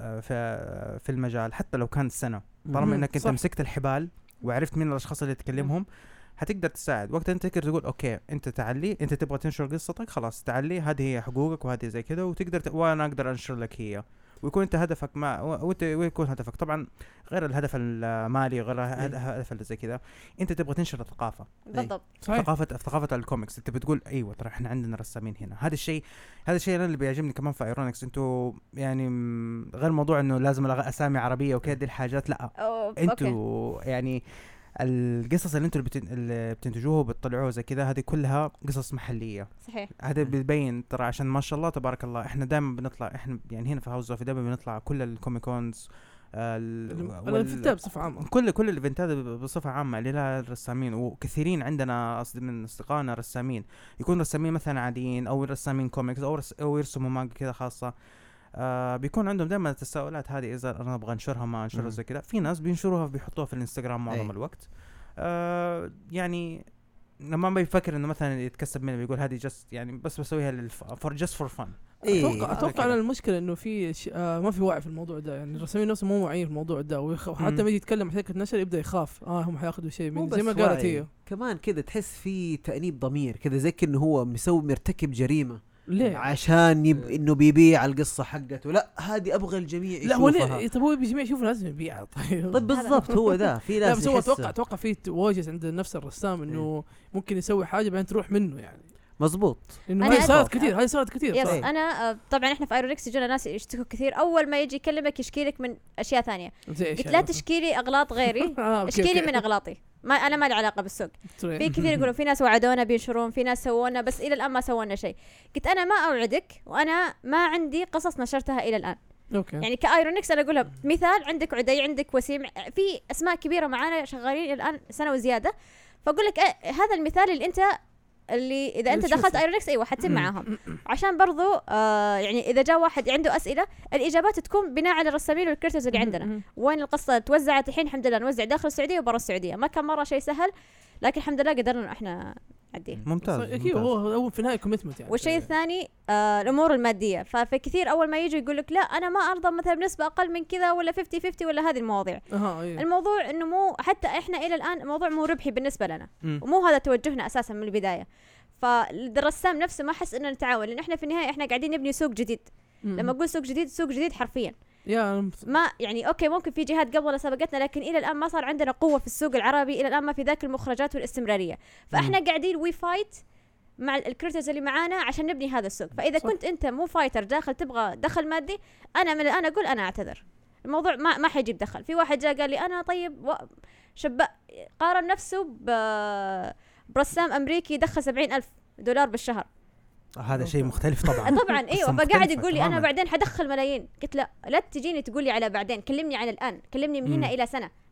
[SPEAKER 1] في في المجال حتى لو كان سنه، طالما انك انت مسكت الحبال وعرفت مين الاشخاص اللي تكلمهم هتقدر تساعد. وقت انت تقدر تقول اوكي انت تعلي انت تبغى تنشر قصتك خلاص تعلي هذه هي حقوقك وهذه زي كذا وتقدر ت... وانا اقدر انشر لك هي ويكون انت هدفك ما وانت ويكون هدفك طبعا غير الهدف المالي غير الهدف اللي زي كذا انت تبغى تنشر الثقافه
[SPEAKER 4] بالضبط
[SPEAKER 1] ثقافه ثقافه الكوميكس. انت بتقول ايوه ترى احنا عندنا رسامين هنا. هذا الشيء هذا الشيء اللي بيعجبني كمان في ايرونكس انتوا يعني غير موضوع انه لازم اسامي عربيه وكذا دي الحاجات لا انتوا يعني القصص اللي انتوا اللي بتنتجوها وبتطلعوها زي كذا هذه كلها قصص محليه.
[SPEAKER 4] صحيح.
[SPEAKER 1] هذا بيبين ترى عشان ما شاء الله تبارك الله احنا دائما بنطلع احنا يعني هنا في هاوس اوف دائما بنطلع كل الكوميكونز
[SPEAKER 2] الايفنتات بصفه عامه
[SPEAKER 1] كل كل الايفنتات بصفه عامه اللي لها الرسامين وكثيرين عندنا اصلا من اصدقائنا رسامين يكون رسامين مثلا عاديين او رسامين كوميكس او رس او يرسموا مانجا كذا خاصه. آه بيكون عندهم دائما التساؤلات هذه اذا انا ابغى انشرها ما انشرها زي كذا. في ناس بينشروها بيحطوها في الانستغرام معظم أي. الوقت آه يعني لما بيفكر انه مثلا يتكسب منه بيقول هذه جست يعني بس بسويها فور جست فور فن.
[SPEAKER 2] اتوقع اتوقع على المشكله انه في آه ما في وعي في الموضوع ده، يعني الرسامين نفسهم مو واعيين في الموضوع ده وحتى ما يجي يتكلم مع شركه نشر يبدا يخاف اه هم حياخذوا شيء من زي ما قالت هي
[SPEAKER 5] كمان كذا تحس في تأنيب ضمير كذا زي انه هو مسوي مرتكب جريمه
[SPEAKER 2] ليه؟
[SPEAKER 5] عشان يب... انه بيبيع القصه حقته. لا هذه ابغى الجميع يشوفها.
[SPEAKER 2] لا طب هو الجميع يشوف لازم يبيعها. طيب
[SPEAKER 5] طيب بالضبط هو ده في ناس.
[SPEAKER 2] لا بس هو اتوقع اتوقع في واجس عند نفس الرسام انه ممكن يسوي حاجه بعدين تروح منه يعني.
[SPEAKER 5] مزبوط
[SPEAKER 2] انه هاي صارت كثير هاي صارت كثير
[SPEAKER 4] يس انا طبعا احنا في ايرونكس يجونا ناس يشتكوا كثير اول ما يجي يكلمك يشكي لك من اشياء ثانيه قلت لا تشكي لي اغلاط غيري اشكي لي من اغلاطي ما انا ما لي علاقه بالسوق. في كثير يقولون في ناس وعدونا بينشرون في ناس سوونا بس الى الان ما سوونا شيء. قلت انا ما اوعدك وانا ما عندي قصص نشرتها الى الان.
[SPEAKER 2] أوكي.
[SPEAKER 4] يعني كايرونكس انا اقولها مثال عندك عدي عندك وسيم في اسماء كبيره معانا شغالين الان سنه وزياده فاقول لك اه هذا المثال اللي انت اللي اذا انت دخلت ايرونكس ايوه حتتم معاهم عشان برضو آه يعني اذا جاء واحد عنده اسئله الاجابات تكون بناء على الرسامين والكريترز اللي عندنا وين القصه توزعت الحين الحمد لله نوزع داخل السعوديه وبرا السعوديه ما كان مره شيء سهل لكن الحمد لله قدرنا احنا نعديه.
[SPEAKER 1] ممتاز
[SPEAKER 2] اكيد هو هو في النهايه كوميتمنت يعني.
[SPEAKER 4] والشيء الثاني آه الامور الماديه ففي كثير اول ما يجوا يقول لك لا انا ما ارضى مثلا بنسبه اقل من كذا ولا خمسين خمسين ولا هذه المواضيع.
[SPEAKER 2] أه إيه.
[SPEAKER 4] الموضوع انه مو حتى احنا الى الان الموضوع مو ربحي بالنسبه لنا م. ومو هذا توجهنا اساسا من البدايه. فالرسام نفسه ما حس اننا نتعاون لان احنا في النهايه احنا قاعدين نبني سوق جديد. م. لما اقول سوق جديد سوق جديد حرفيا
[SPEAKER 2] يا
[SPEAKER 4] ما يعني اوكي ممكن في جهات قبلنا سبقتنا لكن الى الان ما صار عندنا قوه في السوق العربي الى الان ما في ذاك المخرجات والاستمراريه فاحنا م. قاعدين وي فايت مع الكريترز اللي معانا عشان نبني هذا السوق. فاذا صح. كنت انت مو فايتر داخل تبغى دخل مادي انا من الان اقول انا اعتذر الموضوع ما ما حيجيب دخل. في واحد جاء قال لي انا طيب و... شب قارن نفسه ب... برسام امريكي يدخل سبعين ألف دولار بالشهر.
[SPEAKER 1] هذا شيء مختلف طبعا.
[SPEAKER 4] طبعا ايوه فقاعد يقول لي انا بعدين حدخل ملايين. قلت لا لا تجيني تقول لي على بعدين كلمني عن الان كلمني من هنا م. الى سنه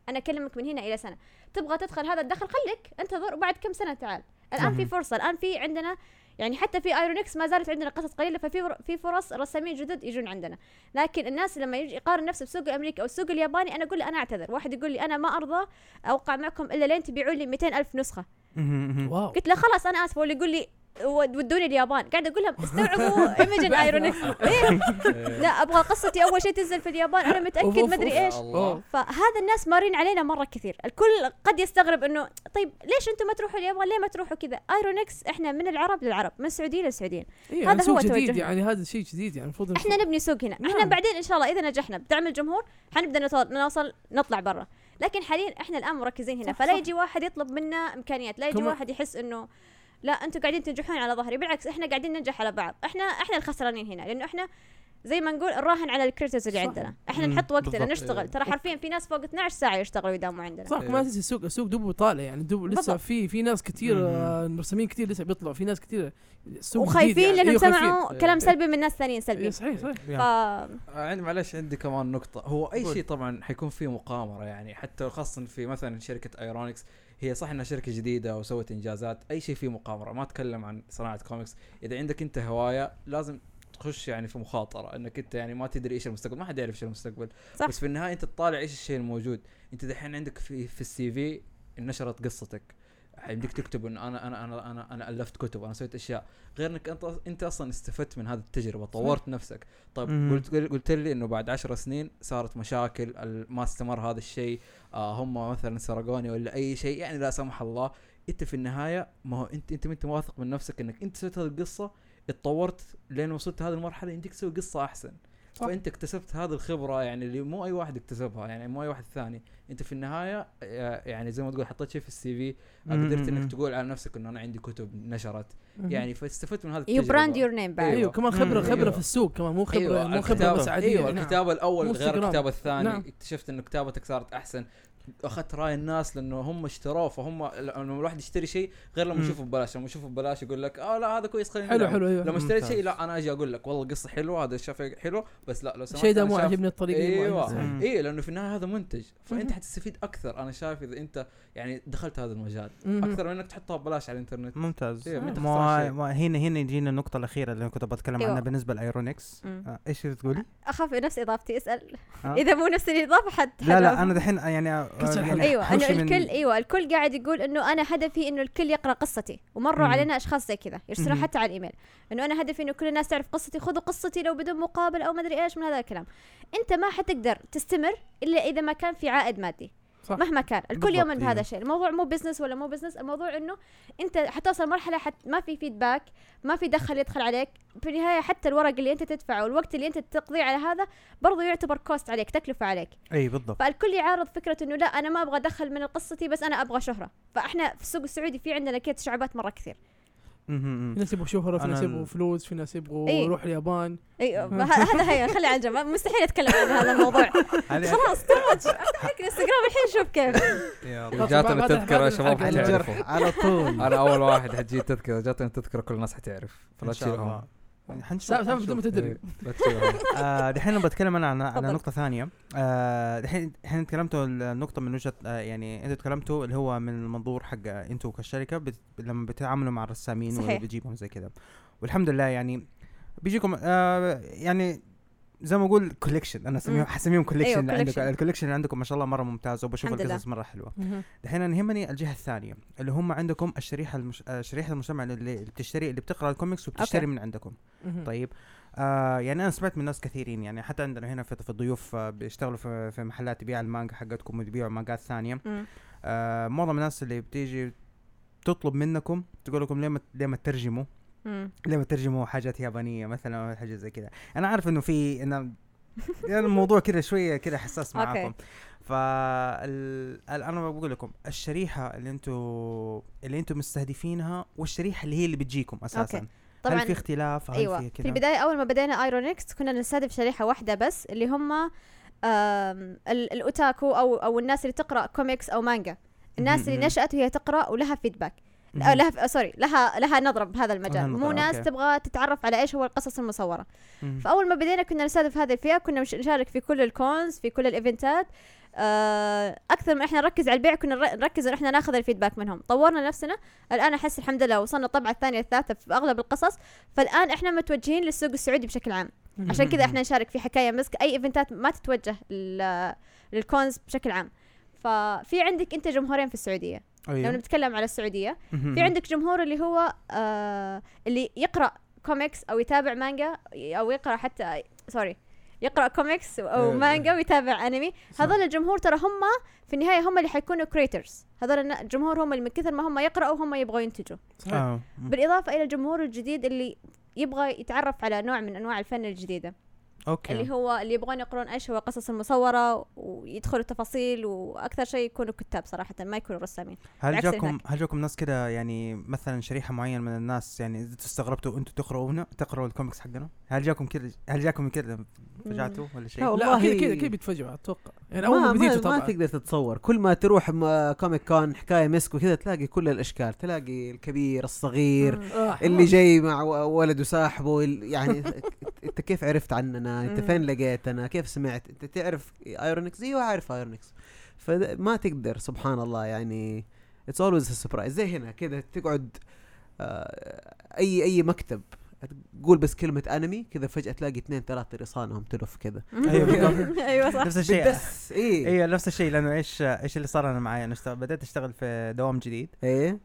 [SPEAKER 4] انا اكلمك من هنا الى سنه، تبغى تدخل هذا الدخل خليك انتظر وبعد كم سنه تعال. الان في فرصه، الان في عندنا يعني حتى في ايرونكس ما زالت عندنا قصص قليله، ففي في فرص رسامين جدد يجون عندنا. لكن الناس لما يجي يقارن نفسه بسوق الامريكي او السوق الياباني، انا اقول له انا اعتذر. واحد يقول لي انا ما ارضى اوقع معكم الا لين تبيعوا لي مئتين ألف نسخه.
[SPEAKER 2] واو.
[SPEAKER 4] قلت له خلاص انا اسف. واللي يقول لي ودوني اليابان، قاعد اقول لهم استوعبوا ايمجن ايرونكس. إيه؟ لا ابغى قصتي اول شيء تنزل في اليابان، انا متاكد ما ادري ايش. فهذا الناس مارين علينا مره كثير. الكل قد يستغرب انه طيب ليش انتم ما تروحوا اليابان، ليه ما تروحوا كذا؟ ايرونكس احنا من العرب للعرب، من السعوديه للسعوديين.
[SPEAKER 2] إيه هذا هو جديد يعني، هذا شيء جديد يعني المفروض
[SPEAKER 4] احنا نبني سوق هنا. نعم. احنا بعدين ان شاء الله اذا نجحنا بدعم الجمهور حنبدا نوصل نطلع برا، لكن حاليا احنا الان مركزين هنا. فلا يجي واحد يطلب منا امكانيات، لا يجي واحد يحس انه لا انتم قاعدين تنجحون على ظهري، بالعكس احنا قاعدين ننجح على بعض. احنا احنا الخسرانين هنا، لانه احنا زي ما نقول نراهن على الكريترز اللي عندنا. احنا نحط وقتنا نشتغل. ترى حرفيا في ناس فوق اثنعش ساعه يشتغلوا يداوموا عندنا.
[SPEAKER 2] صح. ما تنسي السوق، السوق دوبه طالع يعني، دوب لسه في في ناس كثير مرسمين كثير لسه بيطلعوا، في ناس كثير
[SPEAKER 4] وخايفين يعني لانهم سمعوا كلام سلبي من ناس ثانيين سلبي.
[SPEAKER 2] صحيح صحيح.
[SPEAKER 4] ف...
[SPEAKER 3] عندي معلش عندي كمان نقطه. هو اي شيء طبعا حيكون فيه مقامره يعني، حتى خاصه في مثلا شركه ايرونكس. هي صح انها شركه جديده وسوت انجازات، اي شيء فيه مقامره. ما اتكلم عن صناعه كوميكس. اذا عندك انت هوايه لازم تخش يعني في مخاطره، انك انت يعني ما تدري ايش المستقبل، ما حد يعرف ايش المستقبل. صح. بس في النهايه انت تطالع ايش الشيء الموجود. انت دحين عندك في في السي في نشرت قصتك، عندك تكتب ان انا انا انا انا انا الفت كتب، انا سويت اشياء، غير انك انت انت اصلا استفدت من هذه التجربه، طورت نفسك. طيب قلت قلت لي انه بعد عشر سنين صارت مشاكل، ما استمر هذا الشيء، آه هم مثلا سرقوني ولا اي شيء يعني لا سمح الله. انت في النهايه ما هو انت انت انت واثق من نفسك انك انت سويت هذه القصه، اتطورت لين وصلت هذه المرحله، عندك تسوي قصه احسن. صح. فانت اكتسبت هذه الخبره يعني اللي مو اي واحد اكتسبها، يعني مو اي واحد ثاني. انت في النهايه يعني زي ما تقول حطيت شيء في السي في، قدرت انك تقول على نفسك انه انا عندي كتب نشرت يعني، فاستفدت من هذا التجربه.
[SPEAKER 4] يو براند يور نيم بعد.
[SPEAKER 2] ايوه كمان خبره خبره أيوة. في السوق كمان، مو خبره أيوة. مو خبره بس عاديه.
[SPEAKER 3] ايوه الكتابه نعم. الاول غير الكتابه الثاني.
[SPEAKER 2] نعم.
[SPEAKER 3] اكتشفت انه كتابتك صارت احسن، اخذت راي الناس لانه هم اشتروه، فهم لما الواحد يشتري شيء غير لما يشوفه ببلاش. لما يشوفه ببلاش يقول لك اه لا هذا كويس خلينا
[SPEAKER 2] حلو حلو. أيوة.
[SPEAKER 3] لما اشتريت شيء لا انا اجي اقول لك والله قصه حلوه، هذا الشيء حلو، بس لا لو سمحت
[SPEAKER 2] الشيء ده مو عاجبني الطريقه.
[SPEAKER 3] ايوه اي لانه في النهايه هذا منتج، فانت حتستفيد اكثر. انا شايف اذا انت يعني دخلت هذا المجال اكثر من انك تحطها ببلاش على الانترنت.
[SPEAKER 1] ممتاز.
[SPEAKER 3] إيه
[SPEAKER 1] ما, ما هنا هنا يجينا النقطه الاخيره اللي كنت بتكلم أيوة. عنها بالنسبه لايرونكس. آه ايش تقولي؟
[SPEAKER 4] اخاف نفس اضافتي. اسال آه. اذا مو نفس الاضافه حد
[SPEAKER 1] لا لا انا دحين يعني,
[SPEAKER 4] يعني ايوه انه الكل ايوه الكل قاعد يقول انه انا هدفي انه الكل يقرا قصتي، ومروا مم. علينا اشخاص زي كذا يرسلوا حتى على الايميل انه انا هدفي انه كل الناس تعرف قصتي، خذوا قصتي لو بدون مقابل او ما ادري ايش من هذا الكلام. انت ما حتقدر تستمر الا اذا ما كان في عائد مادي. صح. مهما كان الكل يؤمن بهذا الشيء. الموضوع مو بزنس ولا مو بزنس، الموضوع انه انت حتوصل مرحله حت ما في فيدباك، ما في دخل يدخل عليك في النهايه. حتى الورق اللي انت تدفعه والوقت اللي انت تقضيه على هذا برضو يعتبر كوست عليك، تكلفه عليك.
[SPEAKER 1] اي بالضبط.
[SPEAKER 4] فالكل يعارض فكره انه لا انا ما ابغى ادخل من قصتي، بس انا ابغى شهره. فاحنا في السوق السعودي في عندنا كده تشعبات مره كثير.
[SPEAKER 2] في ناس يبغوا شهرة، في ناس يبغوا فلوس، في ناس يبغوا يروح اليابان.
[SPEAKER 4] ايوه هذا هي خلي على جنب، مستحيل اتكلم عن هذا الموضوع. خلاص تمت افتح الانستغرام الحين شوف كيف.
[SPEAKER 3] جاتنا تذكره يا شباب حتعرفوا
[SPEAKER 5] على طول.
[SPEAKER 3] انا اول واحد حتجي تذكره، جاتنا تذكره كل الناس حتعرف، فلا تشيلهم.
[SPEAKER 2] حنشوف بدون ما تدري.
[SPEAKER 1] آه دحين بتكلم انا عن على نقطه ثانيه. آه دحين احنا تكلمتوا النقطه من وجهه آه يعني انتوا تكلمتوا اللي هو من المنظور حق انتوا كشركه بت لما بتتعاملوا مع الرسامين وبتجيبهم زي كذا، والحمد لله يعني بيجيكم آه يعني زي ما اقول كوليكشن. انا اسميهم حسميهم كوليكشن. أيوة عندكم الكوليكشن اللي عندكم ما شاء الله مره ممتاز، وبشوف القصص مره حلوه. دحين انا يهمني الجهه الثانيه اللي هم عندكم الشريحه المش... شريحه المجتمع اللي بتشتري اللي بتقرا الكوميكس وبتشتري أوكي. من عندكم. طيب آه يعني انا سمعت من ناس كثيرين، يعني حتى عندنا هنا في, في الضيوف آه بيشتغلوا في, في محلات تبيع المانجا حقتكم وتبيعوا مانجات ثانيه. آه معظم الناس اللي بتيجي تطلب منكم تقول لكم ليه ما ليه ما تترجموا ليه ما ترجموا حاجات يابانيه مثلا، حاجه زي كذا. انا عارف انه في انه يعني الموضوع كده شويه كده حساس معاكم. فانا بقول لكم الشريحه اللي انتم اللي انتم مستهدفينها والشريحه اللي هي اللي بتجيكم اساسا أوكي. طبعا هل في اختلاف؟ هل
[SPEAKER 4] أيوة.
[SPEAKER 1] في كده؟
[SPEAKER 4] في البدايه اول ما بدينا ايرونكس كنا نستهدف شريحه واحده بس، اللي هم الاوتاكو او او الناس اللي تقرا كوميكس او مانجا، الناس اللي نشأت وهي تقرا ولها فيدباك. لا لها سوري لها لها نظرة بهذا المجال،
[SPEAKER 1] لها
[SPEAKER 4] مو
[SPEAKER 1] نظرة،
[SPEAKER 4] ناس
[SPEAKER 1] أوكي.
[SPEAKER 4] تبغى تتعرف على ايش هو القصص المصورة.
[SPEAKER 1] مم.
[SPEAKER 4] فاول ما بدينا كنا نستهدف هذه الفئة، كنا مش- نشارك في كل الكونز، في كل الايفنتات. آه، اكثر من احنا نركز على البيع كنا نر- نركز ان احنا ناخذ الفيدباك منهم. طورنا نفسنا، الان احس الحمد لله وصلنا الطبعة الثانية الثالثة في اغلب القصص. فالان احنا متوجهين للسوق السعودي بشكل عام، عشان كذا احنا نشارك في حكاية مسك، اي ايفنتات ما تتوجه لل- للكونز بشكل عام. ففي عندك انت جمهورين في السعودية. لو
[SPEAKER 1] ايوه
[SPEAKER 4] نتكلم على السعودية،
[SPEAKER 1] مهم.
[SPEAKER 4] في عندك جمهور اللي هو آه اللي يقرأ كوميكس أو يتابع مانجا أو يقرأ حتى سوري يقرأ كوميكس أو
[SPEAKER 3] إيه.
[SPEAKER 4] مانجا ويتابع أنمي. هذول الجمهور ترى هم في النهاية هم اللي حيكونوا كريترز. هذول النا- الجمهور هم اللي من كثر ما هم يقرأوا هم يبغوا ينتجوا.
[SPEAKER 2] صحيح.
[SPEAKER 1] آه. مم.
[SPEAKER 4] بالإضافة إلى الجمهور الجديد اللي يبغى يتعرف على نوع من أنواع الفن الجديدة،
[SPEAKER 1] اوكي
[SPEAKER 4] اللي هو اللي يبغون يقرون ايش هو قصص المصورة ويدخلوا تفاصيل، واكثر شيء يكونوا كتاب صراحة، ما يكونوا رسامين.
[SPEAKER 1] هل
[SPEAKER 4] بالعكس
[SPEAKER 1] جاكم
[SPEAKER 4] هناك.
[SPEAKER 1] هل جاكم ناس كده يعني مثلا شريحه معينه من الناس يعني إذا استغربتوا انتوا تقرؤون تقرؤوا الكوميكس حقنا؟ هل جاكم كده هل جاكم كده فجعتوا ولا شيء؟
[SPEAKER 5] لا
[SPEAKER 2] لا
[SPEAKER 5] والله
[SPEAKER 2] كذا كذا كذا بيتفاجئوا اتوقع يعني اول
[SPEAKER 5] ما,
[SPEAKER 2] ما بديتوا
[SPEAKER 5] ما, ما
[SPEAKER 2] طبعا
[SPEAKER 5] تقدر تتصور. كل ما تروح م- كوميك كون حكايه مسك وكذا تلاقي كل الاشكال، تلاقي الكبير الصغير
[SPEAKER 2] آه،
[SPEAKER 5] اللي جاي مع و- ولده ساحبه ال- يعني انت كيف عرفت عننا؟ انت
[SPEAKER 4] مم.
[SPEAKER 5] فين لقيتنا؟ كيف سمعت؟ انت تعرف ايرونكس؟ ايوه عارف ايرونكس. فما تقدر سبحان الله يعني اتس اولويز سربرايز. زي هنا كذا تقعد آه، اي اي مكتب تقول بس كلمة انمي كذا فجأة تلاقي اثنين ثلاثة رصانهم تلف كذا.
[SPEAKER 1] ايوه بالضبط.
[SPEAKER 4] ايوه صح.
[SPEAKER 1] نفس الشيء
[SPEAKER 5] بس ايه
[SPEAKER 1] ايوه نفس الشيء، لانه ايش ايش اللي صار انا معي، انا اشتغل بدأت اشتغل في دوام جديد
[SPEAKER 5] ايه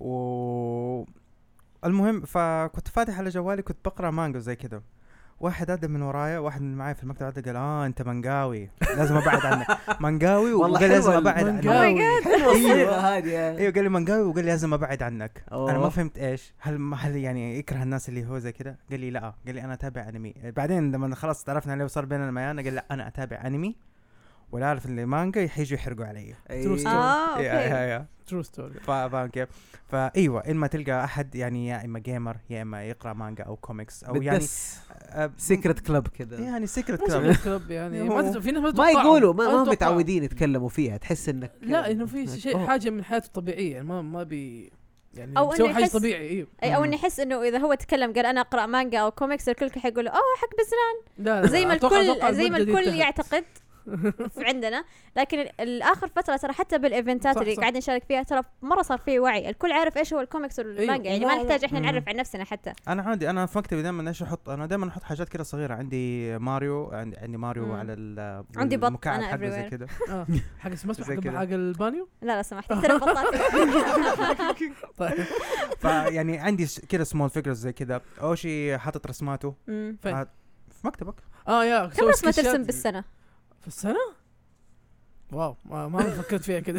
[SPEAKER 1] و المهم فكنت فاتح على جوالي كنت بقرا مانجا زي كذا، واحد عدى من ورايا، واحد من معي في المكتب عدى قال اه انت مانجاوي لازم ابعد عنك مانجاوي،
[SPEAKER 5] والله
[SPEAKER 1] وقال لازم
[SPEAKER 5] حلوة
[SPEAKER 1] ابعد عنك.
[SPEAKER 2] المانجاوي.
[SPEAKER 5] حلوة الصيغة هذه.
[SPEAKER 1] ايوه قال لي مانجاوي وقال لي لازم ابعد عنك.
[SPEAKER 5] أوه.
[SPEAKER 1] انا ما فهمت ايش هل ما هل يعني يكره الناس اللي هو زي كذا؟ قال لي لا، قال لي انا اتابع انمي. بعدين لما خلاص تعرفنا عليه وصار بيننا ميانا قال لا انا اتابع انمي ولا اعرف اللي مانجا يحيجوا يحرقوا علي.
[SPEAKER 5] إيه.
[SPEAKER 4] اه
[SPEAKER 1] يا
[SPEAKER 4] اوكي.
[SPEAKER 1] يا يا
[SPEAKER 2] ترو ستوري.
[SPEAKER 1] فا- فاهم كيف؟ فايوه اما تلقى احد يعني يا اما جيمر يا اما يقرا مانجا او كوميكس او يعني
[SPEAKER 5] بتدس
[SPEAKER 1] آه،
[SPEAKER 5] سيكرت كلب كذا.
[SPEAKER 1] يعني سيكرت
[SPEAKER 2] مو
[SPEAKER 1] كلاب.
[SPEAKER 2] كلب يعني
[SPEAKER 1] هو-
[SPEAKER 2] ما تت- في ناس
[SPEAKER 5] ما
[SPEAKER 2] تتوقعوا.
[SPEAKER 5] يقولوا ما, ما هم
[SPEAKER 2] تتوقعوا.
[SPEAKER 5] متعودين يتكلموا فيها، تحس انك
[SPEAKER 2] لا انه في شيء
[SPEAKER 5] أوه.
[SPEAKER 2] حاجه من حياته طبيعيه يعني ما ما بي يعني
[SPEAKER 4] أو
[SPEAKER 2] يسوي
[SPEAKER 4] إنه
[SPEAKER 2] حاجه
[SPEAKER 4] يحس-
[SPEAKER 2] طبيعي. ايوه
[SPEAKER 4] اي او
[SPEAKER 1] مم.
[SPEAKER 4] انه يحس انه اذا هو تكلم قال انا اقرا مانجا او كوميكس الكل حيقول له اوه حق بزران،
[SPEAKER 2] لا لا
[SPEAKER 4] زي ما
[SPEAKER 2] أتوقع- أتوقع
[SPEAKER 4] الكل زي ما
[SPEAKER 2] المدة دي
[SPEAKER 4] الكل
[SPEAKER 2] انتهت.
[SPEAKER 4] يعتقد في عندنا. لكن ال- الاخر فتره ترى حتى بالايفنتات
[SPEAKER 2] صح،
[SPEAKER 4] اللي
[SPEAKER 2] صح.
[SPEAKER 4] قاعدين نشارك فيها ترى مره صار فيه وعي، الكل عارف ايش هو الكوميكس والمانجا. يعني ما
[SPEAKER 2] وما-
[SPEAKER 4] نحتاج احنا
[SPEAKER 1] مم.
[SPEAKER 4] نعرف عن نفسنا حتى.
[SPEAKER 1] انا عادي انا في مكتبي دائما ايش احط، انا دائما احط حاجات كده صغيره. عندي ماريو، عندي, عندي ماريو
[SPEAKER 4] مم.
[SPEAKER 1] على ال
[SPEAKER 4] عندي بط،
[SPEAKER 1] المكعب
[SPEAKER 4] أنا
[SPEAKER 1] حقه زي
[SPEAKER 4] everywhere.
[SPEAKER 1] كده.
[SPEAKER 2] اه حق اسمه
[SPEAKER 1] زي
[SPEAKER 2] حق
[SPEAKER 1] كذا.
[SPEAKER 2] حق البانيو.
[SPEAKER 4] لا لا سمحت ترى بطاطا.
[SPEAKER 2] طيب
[SPEAKER 1] فيعني عندي س- كده سمول فيجرز زي كده. اوشي حاطط رسماته
[SPEAKER 4] مم.
[SPEAKER 2] فين؟
[SPEAKER 1] آه، في مكتبك.
[SPEAKER 2] اه يا
[SPEAKER 4] كم
[SPEAKER 2] سوي
[SPEAKER 4] رسمة
[SPEAKER 2] سكتشات.
[SPEAKER 4] ترسم بالسنة؟
[SPEAKER 2] في السنة؟ واو ما, ما فكرت فيها كده.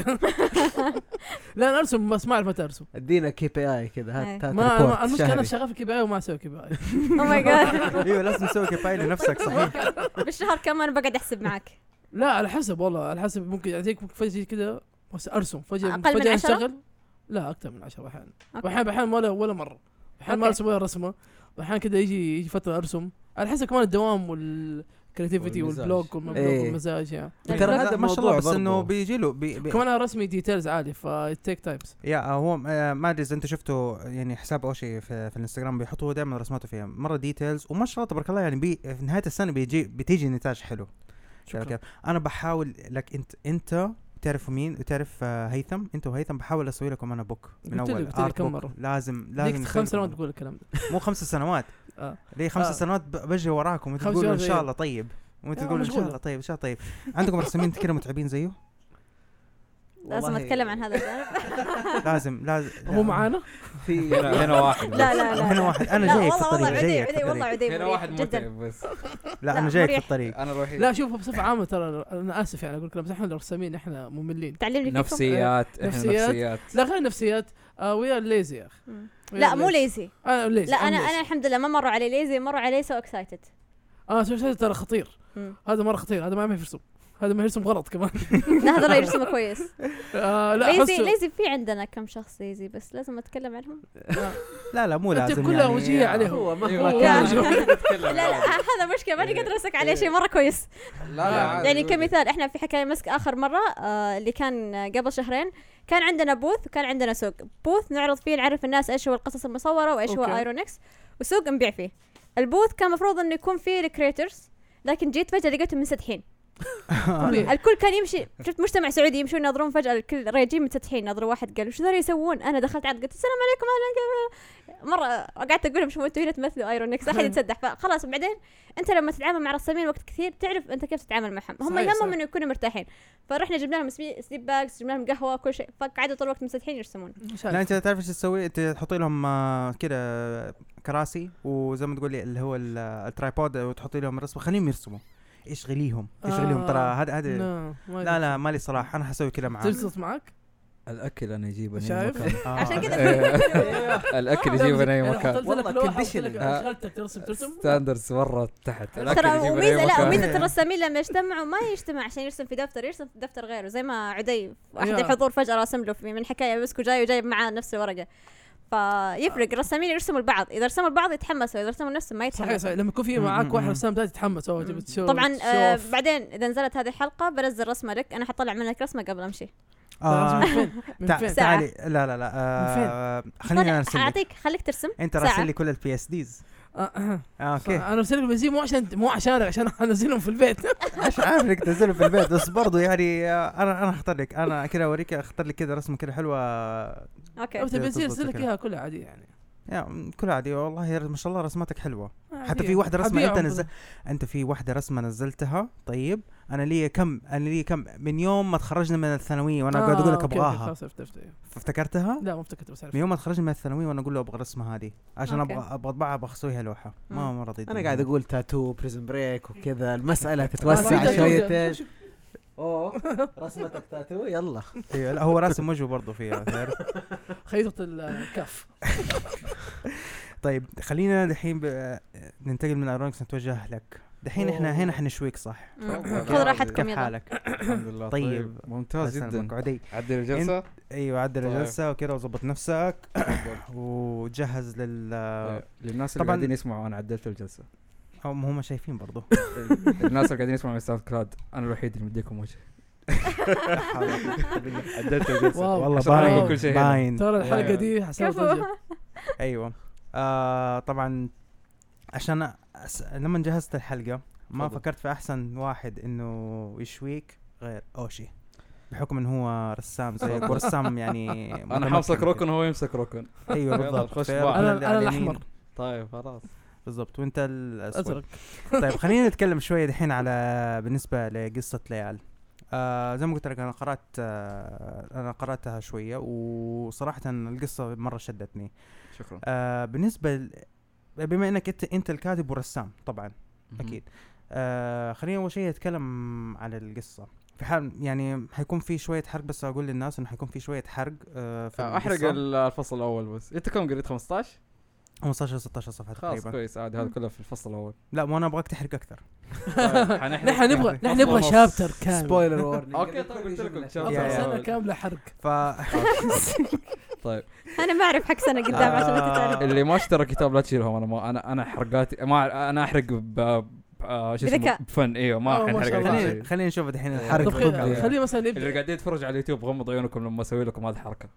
[SPEAKER 2] لا انا ارسم بس ما اعرف متى ارسم.
[SPEAKER 5] ادينا كي بي اي كذا
[SPEAKER 4] إيه.
[SPEAKER 5] هات هات
[SPEAKER 2] ما ما-
[SPEAKER 5] ريبورت
[SPEAKER 2] المشكلة انا
[SPEAKER 5] شهري.
[SPEAKER 2] شغال في كي بي اي وما اسوي كي بي اي.
[SPEAKER 4] او ماي جاد.
[SPEAKER 1] ايوه لازم تسوي كفايه لنفسك صحيح.
[SPEAKER 4] بالشهر كم انا بقعد احسب معك؟
[SPEAKER 2] لا على حسب والله على حسب ممكن يعطيك فجأة كذا بس ارسم فجأة
[SPEAKER 4] أقل من
[SPEAKER 2] فجأة
[SPEAKER 4] عشرة؟
[SPEAKER 2] اشتغل. لا اكثر من عشرة احيانا.
[SPEAKER 4] أوكي.
[SPEAKER 2] واحيانا احيانا ولا ولا مرة. احيانا ما
[SPEAKER 4] أوكي.
[SPEAKER 2] ارسم ولا رسمة. واحيانا كذا يجي يجي فترة ارسم على حسب كمان الدوام والكرياتيفيتي
[SPEAKER 3] والمزاج.
[SPEAKER 2] والبلوج والمبلوج
[SPEAKER 5] إيه.
[SPEAKER 2] والمزاج يعني.
[SPEAKER 5] ترى
[SPEAKER 1] لا،
[SPEAKER 5] هذا
[SPEAKER 1] ما شاء
[SPEAKER 5] موضوع
[SPEAKER 1] الله بس انه
[SPEAKER 5] برضو.
[SPEAKER 1] بيجي له بي بي
[SPEAKER 2] كمان انا رسمي ديتيلز عالي فالتيك تايمز.
[SPEAKER 1] يا هو آه، ما ادري اذا انت شفتوا يعني حساب اوشي في, في الانستغرام بيحطوا دائما رسماته فيها مره ديتيلز وما شاء الله تبارك الله. يعني بي في نهايه السنه بيجي بتيجي نتاج حلو.
[SPEAKER 2] شكرا.
[SPEAKER 1] انا بحاول لك انت انت تعرفوا مين تعرف آه، هيثم انت وهيثم بحاول اسوي لكم انا بوك من
[SPEAKER 2] قلت لي-
[SPEAKER 1] اول
[SPEAKER 2] قلت لي
[SPEAKER 1] art
[SPEAKER 2] كم
[SPEAKER 1] book.
[SPEAKER 2] مرة.
[SPEAKER 1] لازم لازم
[SPEAKER 2] ليك
[SPEAKER 1] نسوي
[SPEAKER 2] خمس سنوات
[SPEAKER 1] لكم.
[SPEAKER 2] بقول الكلام ده.
[SPEAKER 1] مو خمس سنوات
[SPEAKER 2] آه.
[SPEAKER 1] ليه خمس
[SPEAKER 2] آه.
[SPEAKER 1] سنوات ب- بجي وراكم وانت
[SPEAKER 2] خمس
[SPEAKER 1] تقولوا ان
[SPEAKER 2] سنوات
[SPEAKER 1] شاء
[SPEAKER 2] إيه.
[SPEAKER 1] الله طيب وانت
[SPEAKER 2] آه،
[SPEAKER 1] تقولوا ان شاء
[SPEAKER 2] مشغولة.
[SPEAKER 1] الله طيب ان شاء الله طيب. عندكم رسامين كده متعبين زيه؟
[SPEAKER 4] لازم
[SPEAKER 5] والله
[SPEAKER 4] اتكلم عن هذا الجانب.
[SPEAKER 1] لازم لازم
[SPEAKER 2] هو معانا.
[SPEAKER 5] في
[SPEAKER 3] هنا هنا واحد
[SPEAKER 4] لا لا لا
[SPEAKER 1] هنا واحد انا
[SPEAKER 4] لا
[SPEAKER 1] جاي في
[SPEAKER 4] والله والله
[SPEAKER 1] الطريق
[SPEAKER 4] عدي
[SPEAKER 1] جاي في
[SPEAKER 4] عدي والله
[SPEAKER 1] الطريق
[SPEAKER 4] عدي
[SPEAKER 3] هنا
[SPEAKER 4] مريح
[SPEAKER 3] واحد
[SPEAKER 4] جدا.
[SPEAKER 3] متعب بس.
[SPEAKER 1] لا
[SPEAKER 4] لا،
[SPEAKER 1] انا جاي في
[SPEAKER 4] مريح.
[SPEAKER 1] الطريق.
[SPEAKER 3] انا الوحيد.
[SPEAKER 2] لا شوف بصفة عامة ترى انا اسف يعني اقول كلام بس احنا الرسامين احنا مملين.
[SPEAKER 4] تعلمني كيف.
[SPEAKER 3] نفسيات احنا
[SPEAKER 2] نفسيات.
[SPEAKER 3] نفسيات.
[SPEAKER 2] لا خلينا نفسيات. آه ويا ليزي يا اخي.
[SPEAKER 4] مم.
[SPEAKER 2] ويا
[SPEAKER 4] لا مو ليزي.
[SPEAKER 2] انا ليزي.
[SPEAKER 4] لا انا
[SPEAKER 2] ليزي.
[SPEAKER 4] انا الحمد لله ما مروا علي ليزي، مروا علي سو اكسايتد.
[SPEAKER 2] اه سو ترى خطير. هذا مرة خطير هذا ما يعرف يرسم. هذا ما يرسم غلط كمان.
[SPEAKER 4] لا هذا يرسم كويس.
[SPEAKER 2] آه لا
[SPEAKER 4] ليزي
[SPEAKER 2] أحسه
[SPEAKER 4] ليزي في عندنا كم شخص ليزي بس لازم اتكلم عنهم.
[SPEAKER 1] لا لا مو
[SPEAKER 2] أنت
[SPEAKER 1] لازم
[SPEAKER 2] كلها
[SPEAKER 1] يعني
[SPEAKER 2] وجهية عليه.
[SPEAKER 5] هو مهما
[SPEAKER 3] إيوه.
[SPEAKER 5] كان
[SPEAKER 4] لا لا هذا مشكلة ماني قادرة أمسك عليه شيء مرة كويس.
[SPEAKER 3] لا لا عادي
[SPEAKER 4] يعني
[SPEAKER 3] قولي.
[SPEAKER 4] كمثال احنا في حكاية مسك آخر مرة آه اللي كان قبل شهرين كان عندنا بوث وكان عندنا سوق. بوث نعرض فيه نعرف الناس ايش هو القصص المصورة وايش هو
[SPEAKER 2] أوكي.
[SPEAKER 4] ايرونكس، وسوق نبيع فيه. البوث كان مفروض انه يكون فيه الكريترز، لكن جيت فجأة لقيتهم منسدحين.
[SPEAKER 2] طبيعي.
[SPEAKER 4] الكل كان يمشي، شفت مجتمع سعودي يمشون يناظرون فجأة الكل رايجين متسدحين. ناظروا واحد قال وش ذا يسوون؟ انا دخلت عاد قلت السلام عليكم اهلا. مرة قعدت اقول لهم شو انتوا هنا تمثلوا ايرونكس احد يتسدح. فخلاص بعدين انت لما تتعامل مع رسامين وقت كثير تعرف انت كيف تتعامل معهم. هم
[SPEAKER 2] صحيح،
[SPEAKER 4] يهمهم
[SPEAKER 2] صحيح.
[SPEAKER 4] انه يكونوا مرتاحين. فرحنا جبنا لهم سبي- سليب باكس، جبنا لهم قهوة كل شيء، فقعدوا طول الوقت منسدحين يرسمون.
[SPEAKER 2] مش
[SPEAKER 1] لا
[SPEAKER 2] عارف.
[SPEAKER 1] انت تعرف ايش تسوي؟ انت تحطي لهم آه، كده كراسي وزي ما تقولي اللي هو ال- الترايبود وتحطي لهم رسمه خليهم يرسموا. ايش غليهم ايش غليهم
[SPEAKER 2] آه.
[SPEAKER 1] ترى هذا هذا
[SPEAKER 2] لا ما
[SPEAKER 1] لا لا مالي صراحه انا حسوي كذا معاه.
[SPEAKER 2] تجلس معك
[SPEAKER 3] الاكل انا اجيبه من
[SPEAKER 2] شايف؟
[SPEAKER 3] أي مكان.
[SPEAKER 1] آه.
[SPEAKER 4] عشان كذا
[SPEAKER 3] الاكل يجيبه من اي مكان.
[SPEAKER 5] والله conditioning.
[SPEAKER 2] شغلتك ترسم ترسم
[SPEAKER 3] ستاندردز مره تحت. الاكل
[SPEAKER 4] ترى
[SPEAKER 3] يجيبه من
[SPEAKER 4] وميزة
[SPEAKER 3] اي
[SPEAKER 4] لا
[SPEAKER 3] مكان.
[SPEAKER 4] وميزة الرسامين لما يجتمعوا ما يجتمع عشان يرسم في دفتر، يرسم في دفتر غيره. زي ما عدي واحد
[SPEAKER 2] أيوة.
[SPEAKER 4] الحضور فجأة راسم له في من حكاية مسكو جاي وجايب معاه نفس الورقة. فيفرق الرسامين يرسموا البعض، إذا رسموا البعض يتحمسوا، إذا رسموا نفسهم ما
[SPEAKER 2] صحيح
[SPEAKER 4] يتحمسوا.
[SPEAKER 2] صحيح. لما يكون في معاك واحد رسام ثاني تتحمس أو تبي تشوف.
[SPEAKER 4] طبعا آه بعدين إذا نزلت هذه الحلقة بنزل رسمة لك، أنا حطلع منك رسمة قبل أمشي.
[SPEAKER 1] آه.
[SPEAKER 2] من فين؟ من
[SPEAKER 1] تع-
[SPEAKER 2] فين؟
[SPEAKER 4] ساعة.
[SPEAKER 1] تعالي لا لا لا آه خليني
[SPEAKER 4] طلع-
[SPEAKER 1] ارسل لك.
[SPEAKER 4] أعطيك خليك ترسم
[SPEAKER 1] انت
[SPEAKER 4] ساعة.
[SPEAKER 1] راسل لي كل البي اس ديز.
[SPEAKER 2] آه، آه.
[SPEAKER 1] اوكي
[SPEAKER 2] انا ارسل لك بنزين مو عشان مو عشان عشان انزلهم في البيت.
[SPEAKER 1] مش عارف انك تنزله في البيت بس برضو يعني آه، انا انا اختار لك انا كذا اوريك اختار لك كذا رسمه كذا حلوه.
[SPEAKER 4] أوكي.
[SPEAKER 2] بس البنزين
[SPEAKER 1] تظبط
[SPEAKER 2] ارسل لك
[SPEAKER 1] كده.
[SPEAKER 2] اياها كلها عادي يعني.
[SPEAKER 1] يا كلها عادي والله يا ما شاء الله رسماتك حلوه. حتى
[SPEAKER 2] عادية.
[SPEAKER 1] في واحده رسمه انت
[SPEAKER 2] حبيعهم
[SPEAKER 1] نزل انت في واحده رسمه نزلتها. طيب انا لي كم انا لي كم من يوم ما تخرجنا من الثانويه وانا قاعد اقول لك
[SPEAKER 2] آه، أوكي، أوكي،
[SPEAKER 1] ابغاها.
[SPEAKER 2] خلاص عرفت عرفت.
[SPEAKER 1] افتكرتها
[SPEAKER 2] لا ما افتكرت بس عرفت.
[SPEAKER 1] من يوم ما تخرجنا من الثانويه وانا اقول له ابغى الرسمه هذه عشان
[SPEAKER 4] أوكي.
[SPEAKER 1] ابغى ابغى اطبعها ابغى اسويها لوحه ما ما رضيت.
[SPEAKER 5] انا قاعد اقول تاتو بريزن بريك وكذا المساله
[SPEAKER 2] آه،
[SPEAKER 5] تتوسع
[SPEAKER 2] في
[SPEAKER 5] شويتين. اوه رسمتك تاتو يلا.
[SPEAKER 1] ايوه لا هو راسم وجهه برضه فيها تعرف.
[SPEAKER 2] خيطة الكف.
[SPEAKER 1] طيب خلينا دحين ب... ننتقل من ايرونكس نتوجه لك دحين. احنا
[SPEAKER 2] أوه.
[SPEAKER 1] هنا حنشويك صح.
[SPEAKER 4] مم.
[SPEAKER 3] كيف
[SPEAKER 4] خذ راحتكم
[SPEAKER 1] كيف
[SPEAKER 4] يلا.
[SPEAKER 1] حالك؟
[SPEAKER 3] الحمد لله.
[SPEAKER 1] طيب.
[SPEAKER 3] ممتاز
[SPEAKER 1] الله يسلمك.
[SPEAKER 3] جدا.
[SPEAKER 1] عدي
[SPEAKER 3] عدل الجلسه.
[SPEAKER 1] ايوه عدل
[SPEAKER 3] طيب.
[SPEAKER 1] الجلسه وكذا وظبط نفسك وجهز لل
[SPEAKER 3] طيب. للناس اللي
[SPEAKER 1] طبعاً-
[SPEAKER 3] قاعدين يسمعوا انا عدلت الجلسه.
[SPEAKER 1] هم هم شايفين برضو.
[SPEAKER 3] الناس اللي قاعدين يسمعوا من ساوند كلاود انا الوحيد اللي مديكم وجه. عدلت الجلسه.
[SPEAKER 2] واو.
[SPEAKER 1] والله
[SPEAKER 3] عشان أعرف
[SPEAKER 1] باين
[SPEAKER 3] كل شيء هنا.
[SPEAKER 1] باين
[SPEAKER 2] ترى الحلقة
[SPEAKER 3] أيوة.
[SPEAKER 2] دي حسابة
[SPEAKER 4] كفو.
[SPEAKER 2] وجه.
[SPEAKER 1] ايوه آه طبعا عشان أس... لما جهزت الحلقه ما
[SPEAKER 3] تفضل.
[SPEAKER 1] فكرت في احسن واحد انه يشويك غير اوشي بحكم انه هو رسام زيك ورسام يعني
[SPEAKER 3] انا
[SPEAKER 1] متمكن
[SPEAKER 3] حامسك
[SPEAKER 1] كده.
[SPEAKER 3] ركن وهو يمسك ركن.
[SPEAKER 1] ايوه
[SPEAKER 3] يلا
[SPEAKER 1] بالضبط
[SPEAKER 3] نخش
[SPEAKER 1] في
[SPEAKER 3] بعض.
[SPEAKER 1] ركن
[SPEAKER 2] انا
[SPEAKER 1] اللي
[SPEAKER 2] انا
[SPEAKER 1] على اليمين.
[SPEAKER 2] الاحمر
[SPEAKER 3] طيب خلاص.
[SPEAKER 1] بالضبط وانت الاسود.
[SPEAKER 2] ازرق.
[SPEAKER 1] طيب خلينا نتكلم شويه دحين على بالنسبه لقصه ليال. آه زي ما قلت لك انا قرات آه انا قراتها شويه وصراحه القصه مره شدتني.
[SPEAKER 3] شكرا.
[SPEAKER 1] آه بالنسبه ل... بما انك انت انت الكاتب والرسام طبعا اكيد. آه خلينا اول شيء نتكلم على القصه في حال يعني حيكون في شويه حرق بس اقول للناس انه حيكون في شويه حرق آه في
[SPEAKER 3] احرق
[SPEAKER 1] القصة.
[SPEAKER 3] الفصل الاول بس. انت كم قريت خمستاشر؟
[SPEAKER 1] خمستاشر ستاشر صفحه
[SPEAKER 3] خلاص
[SPEAKER 1] تقريبا.
[SPEAKER 3] كويس عادي هذا كله في الفصل الاول.
[SPEAKER 1] لا مو انا ابغاك تحرق اكثر.
[SPEAKER 3] طيب، حنحرق
[SPEAKER 2] نحن نبغى
[SPEAKER 3] فصل
[SPEAKER 2] نحن نبغى
[SPEAKER 3] ونص.
[SPEAKER 2] شابتر كامل.
[SPEAKER 5] سبويلر وورنينج.
[SPEAKER 3] اوكي طيب قلت لكم
[SPEAKER 1] يا-
[SPEAKER 2] أفضل
[SPEAKER 1] يا-
[SPEAKER 2] سنة كاملة حرق.
[SPEAKER 1] ف
[SPEAKER 3] طيب
[SPEAKER 4] أنا ما أعرف حق سنة قدام عشان لا تتعرف.
[SPEAKER 3] اللي ما اشترى كتاب لا تشيلهم. انا ما انا انا حرقاتي ما انا احرق ب آه، شو اسمه
[SPEAKER 4] بذكاء.
[SPEAKER 3] بفن. ايوه
[SPEAKER 2] أوه،
[SPEAKER 3] ما
[SPEAKER 2] ما
[SPEAKER 3] حنحرق
[SPEAKER 2] شاء الله.
[SPEAKER 3] على
[SPEAKER 1] خلينا
[SPEAKER 3] شيء.
[SPEAKER 1] خلينا نشوف دحين
[SPEAKER 3] طب
[SPEAKER 1] الحرق
[SPEAKER 2] طب
[SPEAKER 3] خل-
[SPEAKER 1] ضدي.
[SPEAKER 2] خلي خلي مثلا
[SPEAKER 3] اللي
[SPEAKER 2] نبدا.
[SPEAKER 3] قاعدين يتفرجوا على اليوتيوب غمض عيونكم لما اسوي لكم هذه الحركه.